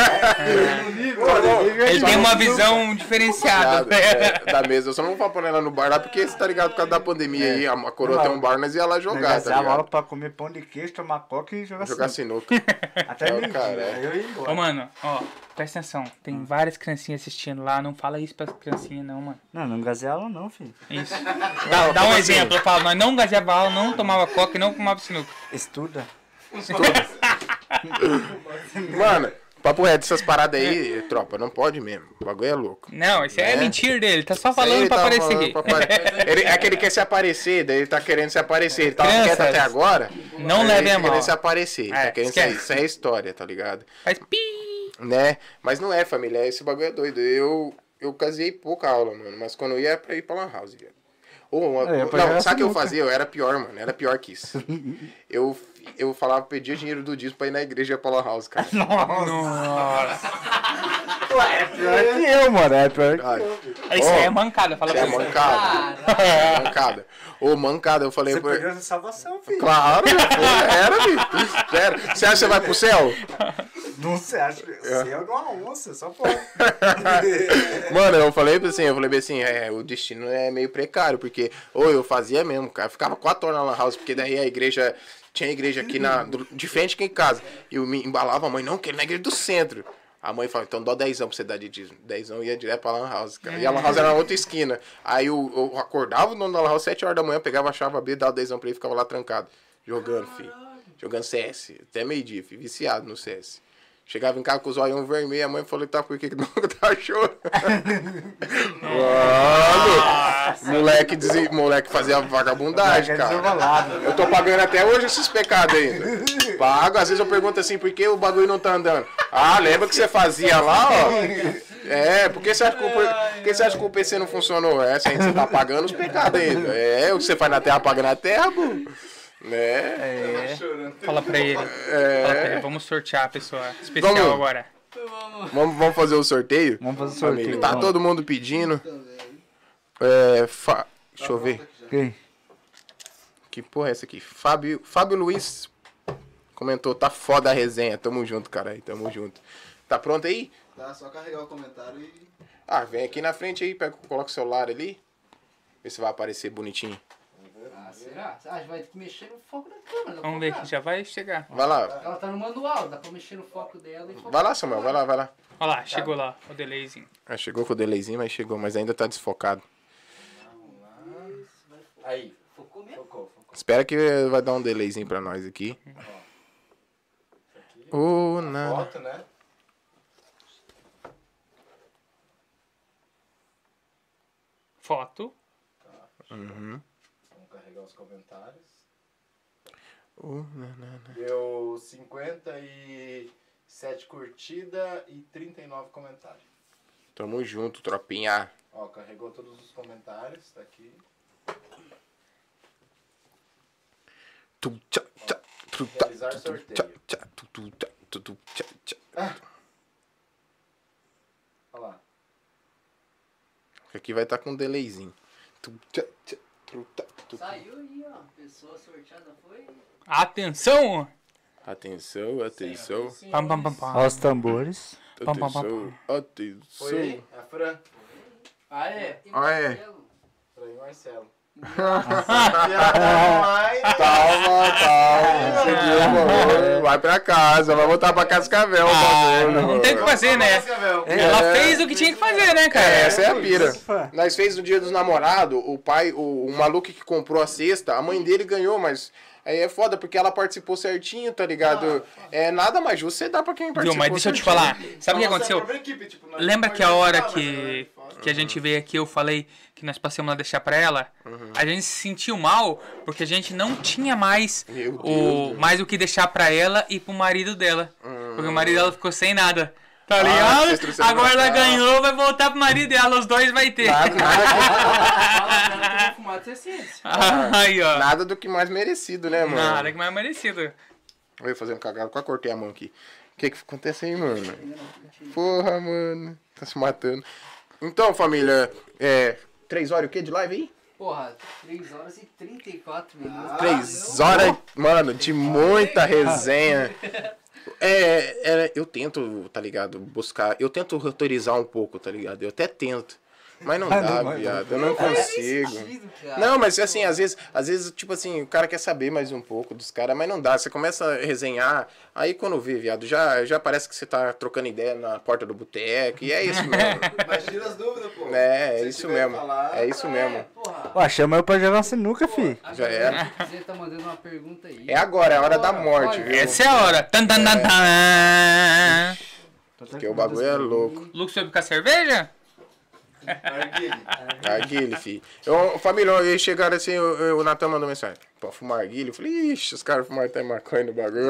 Ele tem uma visão diferenciada. Da mesa. Eu só não vou falar pra ela no bar lá, porque você tá ligado por causa da pandemia aí. A coroa tem um bar, nós ia lá jogar, tá ligado? Aula pra comer pão de queijo, tomar coca e jogar sinuca. Até meio-dia. Eu ia embora. Ô, mano, presta atenção. Tem várias criancinhas assistindo lá. Não fala isso pras criancinhas, não, mano. Não gazei aula não, filho. Isso. Dá um exemplo. Eu falo, nós não gazeava aula, não tomava coca e não fumava sinuca. Estuda. Mano, papo reto, essas paradas aí, tropa, não pode mesmo. O bagulho é louco. Não, isso é mentira dele. Ele tá só falando pra aparecer aqui. É que ele quer se aparecer, daí ele tá querendo se aparecer. Ele tava quieto até agora. Não leve a mal. Ele tá querendo se aparecer. Tá querendo isso é história, tá ligado? Faz pi. Né? Mas não é, família. Esse bagulho é doido. Eu casei pouca aula, mano. Mas quando eu ia é pra ir pra Lan House, velho. Não, sabe o que eu fazia? Eu era pior, mano. Era pior que isso. Eu falava, pedia dinheiro do dízimo pra ir na igreja pra Lan House, cara. Nossa. Ué, é pior que eu, mano. É pior que eu. Isso aí é mancada, fala pra você. É mancada. É mancada. Mancada, eu falei... Você perdeu essa salvação, filho. Claro, era, filho. Sério. Você acha que você vai pro céu? Não sei, acho que o céu não é uma onça, só pode. Mano, eu falei assim, o destino é meio precário, porque eu fazia mesmo, cara. Eu ficava 4 horas na Lan House, porque daí a igreja... Tinha igreja aqui de frente aqui em casa. E eu me embalava, a mãe, não, que ele na igreja do centro. A mãe falou, então dá 10 pra você dar de dízimo. 10 ia direto pra Lan House, cara. E a Lan House era na outra esquina. Aí eu acordava o dono da Lan House 7 horas da manhã, pegava a chave, abria, dava 10 pra ele e ficava lá trancado. Jogando, filho. Jogando CS. Até meio-dia, filho. Viciado no CS. Chegava em casa com os olhos vermelhos, a mãe falou, tá, por que não tá chorando? Mano, moleque fazia vagabundagem, cara. Eu tô pagando até hoje esses pecados ainda. Pago, às vezes eu pergunto assim, por que o bagulho não tá andando? Ah, lembra que você fazia lá, ó? Por que você acha que o PC não funcionou? Assim, você tá pagando os pecados ainda. O que você faz na terra, paga na terra, pô. Fala pra ele. Vamos sortear a pessoa especial agora. Vamos fazer o sorteio? Vamos fazer o sorteio. Família. Tá todo mundo pedindo. Deixa eu ver. Quem? Que porra é essa aqui? Fábio Luiz comentou, tá foda a resenha. Tamo junto, cara. Tamo junto. Tá pronto aí? Tá, só carregar o comentário e... Vem aqui na frente aí, coloca o celular ali. Vê se vai aparecer bonitinho. Será? Vai ter que mexer no foco da câmera. Vamos ver que já vai chegar. Vai lá. Ela tá no manual, dá pra mexer no foco dela e focar. Vai lá, Samuel, vai lá. Olha lá, chegou lá, o delayzinho. Chegou com o delayzinho, mas ainda tá desfocado. Aí. Focou mesmo? Focou. Espera que vai dar um delayzinho pra nós aqui. Não. Foto, né? Foto. Uhum. Vamos carregar os comentários. Não. Deu 57 curtidas e 39 comentários. Tamo junto, tropinha. Carregou todos os comentários, tá aqui. Realizar sorteio. Olha lá. Aqui vai estar com um delayzinho. Saiu aí, ó. Pessoa sorteada foi. Atenção! Atenção. Pam, pam, pam, pam. Olha os tambores. Atenção. Foi aí? A Fran. É. Fran e Marcelo. Calma. Vai pra casa, vai voltar pra Cascavel. Não tem o que fazer, né? Ela fez o que tinha que fazer, né, cara? Essa é a pira. Nós fez no Dia dos Namorados, o maluco que comprou a cesta, a mãe dele ganhou, mas... Aí é foda, porque ela participou certinho, tá ligado? Nada mais justo você dá pra quem participou. Mas deixa eu te falar, sabe o que aconteceu? Lembra que a hora que a gente veio aqui, eu falei que nós passamos lá deixar pra ela? A gente se sentiu mal, porque a gente não tinha mais o que deixar pra ela e pro marido dela. Porque o marido dela ficou sem nada. Tá ligado? Agora ela ganhou, vai voltar pro marido dela, os dois vai ter. Nada do que mais merecido, né, mano? Nada que mais merecido. Eu ia fazendo cagada, quase cortei a mão aqui. O que acontece aí, mano? Porra, mano. Tá se matando. Então, família, 3 horas o quê de live aí? Porra, 3 horas e 34 minutos. 3 horas, mano, de muita resenha. Eu tento, tá ligado, buscar, eu tento autorizar um pouco, tá ligado, eu até tento, mas não dá, viado, eu não consigo. Não, mas assim, às vezes, tipo assim, o cara quer saber mais um pouco dos caras, mas não dá, você começa a resenhar, aí quando vê, viado, já parece que você tá trocando ideia na porta do boteco, e é isso mesmo. Mas tira as dúvidas, pô. É isso mesmo, é isso mesmo. Chama eu pra jogar sinuca, fi. Já era. Você tá mandando uma pergunta aí. É agora, é a hora da morte, viu? Essa é a hora. Porque o bagulho é louco. Lucas foi buscar cerveja? Narguile, filho. Família, eles chegaram assim, o Natan mandou mensagem. Pô, fumar narguile? Eu falei, ixi, os caras fumaram até maconha no bagulho.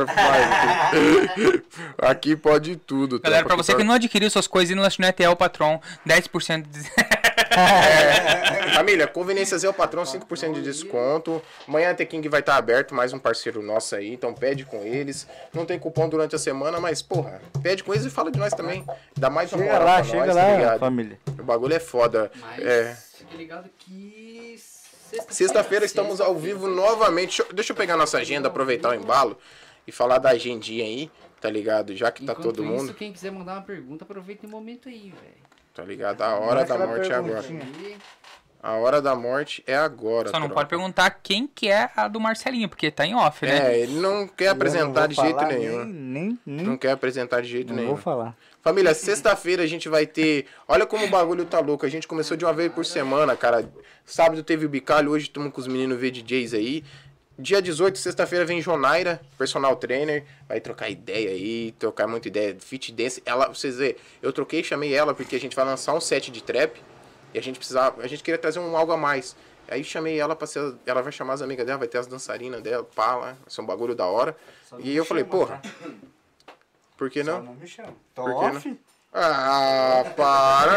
Aqui pode tudo. Galera, pra você que não adquiriu suas coisas, indo na Lanchonete El Patron, 10% de... Família, Conveniências é o patrão, 5% de desconto. Amanhã a T-King vai estar aberto, mais um parceiro nosso aí, então pede com eles. Não tem cupom durante a semana, mas, porra, pede com eles e fala de nós também. Dá mais uma moral pra nós, chega lá, família. O bagulho é foda. Mas, fique ligado que... Sexta-feira estamos ao vivo novamente. Deixa eu pegar nossa agenda, aproveitar o embalo e falar da agendinha aí, tá ligado? Já que tá todo mundo. Quem quiser mandar uma pergunta, aproveita o momento aí, velho. Tá ligado? A hora da morte é agora. A hora da morte é agora. Só não pode perguntar quem que é a do Marcelinho, porque tá em off, né? É, ele não quer apresentar de jeito nenhum. Não quer apresentar de jeito nenhum. Não vou falar. Família, sexta-feira a gente vai ter... Olha como o bagulho tá louco. A gente começou de uma vez por semana, cara. Sábado teve o Bicalho, hoje estamos com os meninos VDJs aí. Dia 18, sexta-feira, vem Jonaira, personal trainer. Vai trocar ideia aí, trocar muita ideia. Fit dance. Ela, vocês verem, eu troquei e chamei ela porque a gente vai lançar um set de trap. E a gente queria trazer algo a mais. Aí chamei ela pra ser... Ela vai chamar as amigas dela, vai ter as dançarinas dela, pá, lá. Vai ser um bagulho da hora. E eu falei, porra... Por que não? Só não me chama. Tô Por que off? não? Ah, para,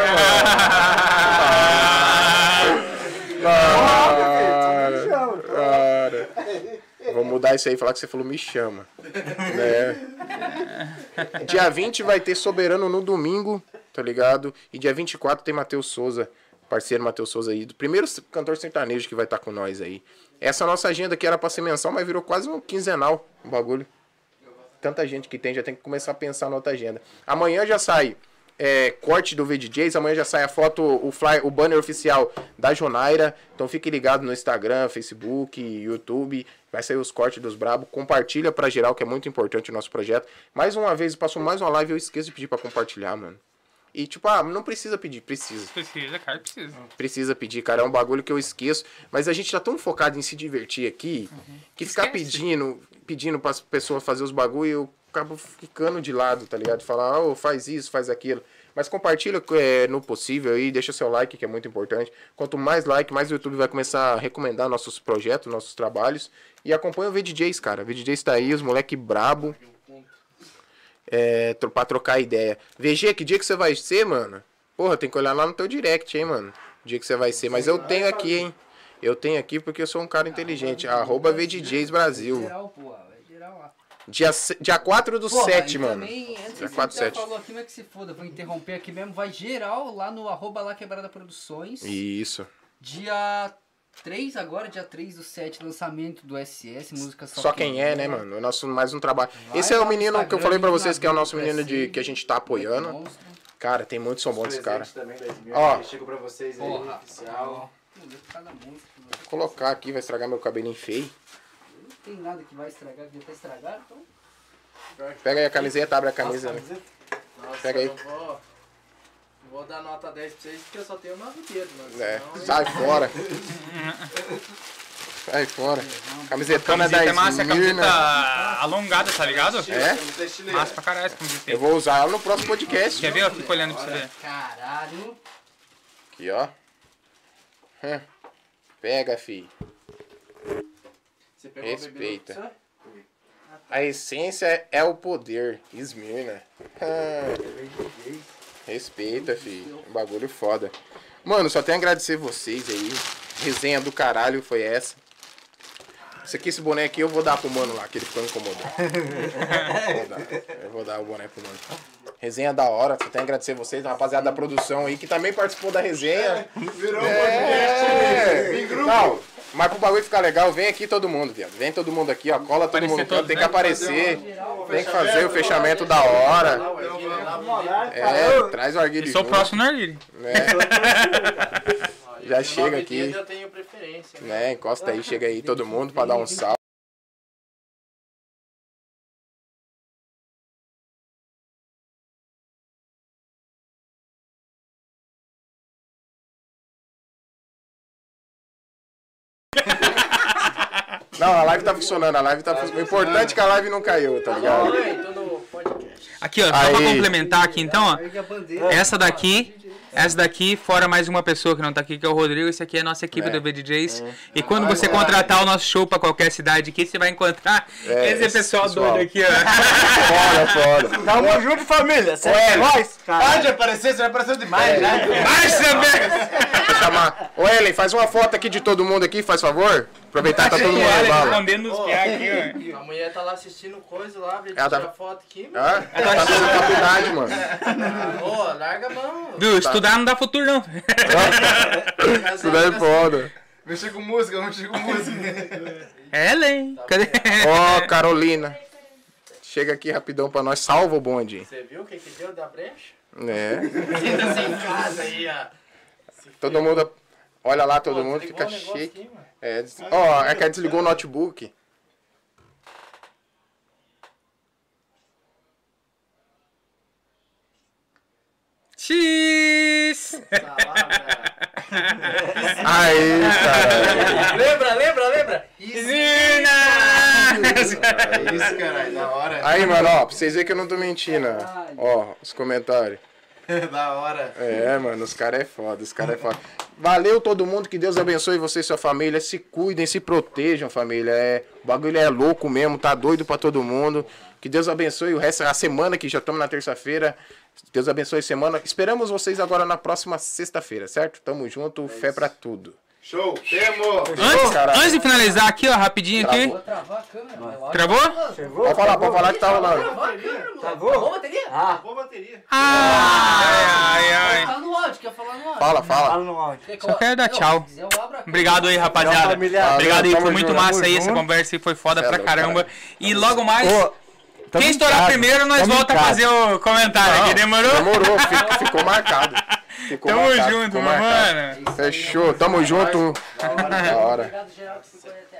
mano. Para. Vou mudar isso aí e falar que você falou me chama. Né? Dia 20 vai ter Soberano no domingo, tá ligado? E dia 24 tem Matheus Souza, parceiro Matheus Souza aí, do primeiro cantor sertanejo que vai estar com nós aí. Essa nossa agenda que era pra ser mensal, mas virou quase um quinzenal o bagulho. Tanta gente que tem, já tem que começar a pensar na outra agenda. Amanhã já sai corte do VDJs, amanhã já sai a foto, o banner oficial da Jonaira. Então fique ligado no Instagram, Facebook, YouTube. Vai sair os cortes dos brabo. Compartilha pra geral, que é muito importante o nosso projeto. Mais uma vez, passou mais uma live, eu esqueço de pedir pra compartilhar, mano. E tipo, não precisa pedir, precisa. Precisa, cara, precisa. Precisa pedir, cara, é um bagulho que eu esqueço. Mas a gente tá tão focado em se divertir aqui, que ficar pedindo pras pessoas fazer os bagulho, eu acabo ficando de lado, tá ligado? Falar, faz isso, faz aquilo. Mas compartilha no possível aí, deixa seu like, que é muito importante. Quanto mais like, mais o YouTube vai começar a recomendar nossos projetos, nossos trabalhos. E acompanha o VDJs, cara. O VDJs tá aí, os moleque brabo. Pra trocar ideia. VG, que dia que você vai ser, mano? Porra, tem que olhar lá no teu direct, hein, mano. O dia que você vai ser. Mas eu tenho aqui, hein. Eu tenho aqui porque eu sou um cara inteligente. @VDJs Brasil. Dia 4 do 7, mano. Também, antes dia 4 do 7. Falou aqui, mas que se foda, vou interromper aqui mesmo. Vai geral lá no @lá Quebrada Produções. Isso. Dia 3 agora, dia 3 do 7, lançamento do SS, música Só quem é, né, mano? O nosso, mais um trabalho. Esse é o menino que eu falei pra vocês, que é o nosso menino que a gente tá apoiando. Cara, tem muito som bom desse cara. Ó, chego pra vocês aí, oficial. Vou colocar aqui, vai estragar meu cabelinho feio. Não tem nada que vai estragar, que já tá estragado, então... Pega aí a camiseta, abre a camisa. Né? Nossa, pega aí. Eu vou dar nota 10 pra vocês porque eu só tenho 9 dedos, mano. Senão, sai fora. Sai fora. Camisetona da é massa, camiseta alongada, tá ligado? É? Massa pra caralho essa camiseta. Eu vou usar ela no próximo podcast. Quer ver? Eu fico olhando pra você ver. Caralho. Aqui, ó. Pega, fi. Respeita. A essência é o poder. Esmirna. Respeita, filho. Um bagulho foda. Mano, só tenho a agradecer vocês aí. Resenha do caralho foi essa. Esse boné aqui eu vou dar pro mano lá, que ele ficou incomodado. Eu vou dar o boné pro mano. Resenha da hora, só tenho a agradecer vocês, a rapaziada da produção aí, que também participou da resenha. Virou podcast. Não, mas pro bagulho ficar legal, vem aqui todo mundo, viado. Vem todo mundo aqui, ó. Cola todo mundo, tem que aparecer. Tem que fazer o fechamento da hora. Traz o arguilho. Eu sou o próximo no arguilho. Já chega aqui. Eu tenho preferência. Né, encosta aí, chega aí todo mundo pra dar um salve. Não, a live tá funcionando, O importante é que a live não caiu, tá ligado? Aqui, ó, só pra complementar aqui então, ó. Essa daqui Essa daqui, fora mais uma pessoa que não tá aqui, que é o Rodrigo, esse aqui é a nossa equipe do VDJs. E quando você contratar o nosso show pra qualquer cidade aqui, você vai encontrar esse pessoal doido aqui, ó. Foda. Tamo junto, família. Você é nóis, cara. Pode aparecer, você apareceu demais, né? Vai saber! Deixa eu chamar. Ô, Ellen, faz uma foto aqui de todo mundo aqui, faz favor. Aproveitar que tá todo mundo na bala. Respondendo os piá aqui, ó. A mulher tá lá assistindo coisa lá, veio Ela tirar tá... foto aqui, mano. Tá fazendo faculdade, mano. Ô, larga a mão. Du, estudar não dá futuro, não. Estudar é foda. Mexer com música, Ellen, cadê? Ó, Carolina. Chega aqui rapidão pra nós, salva o bonde. Você viu o que deu da brecha? É. Senta sem casa aí, ó. Todo mundo, olha lá, todo mundo fica chique. Ó, é que desligou o notebook. X! Aí, cara. Lembra? Zina! Isso, caralho, da hora. Aí, mano, ó, pra vocês verem que eu não tô mentindo. Ó, os comentários. Da hora. É, mano, os caras é foda, Valeu todo mundo, que Deus abençoe você e sua família. Se cuidem, se protejam, família. O bagulho é louco mesmo, tá doido pra todo mundo. Que Deus abençoe o resto da semana, que já estamos na terça-feira. Deus abençoe a semana. Esperamos vocês agora na próxima sexta-feira, certo? Tamo junto, fé pra tudo. Show, temo! Antes de finalizar aqui, ó, rapidinho aqui. Vou travar a câmera. Travou? Pode falar que tá rolando. Travou a bateria? Boa bateria. Ai. Tá no áudio, quer falar no áudio? Fala. no áudio. Só quero dar tchau. Obrigado aí, rapaziada. Obrigado aí, foi muito massa aí essa conversa aí, foi foda pra caramba. E logo mais... Quem estourar primeiro, nós volta a fazer o comentário aqui, demorou? Demorou, ficou marcado. Tamo junto, mano. Fechou, tamo junto. Da hora. Obrigado, geral, que ficou aí.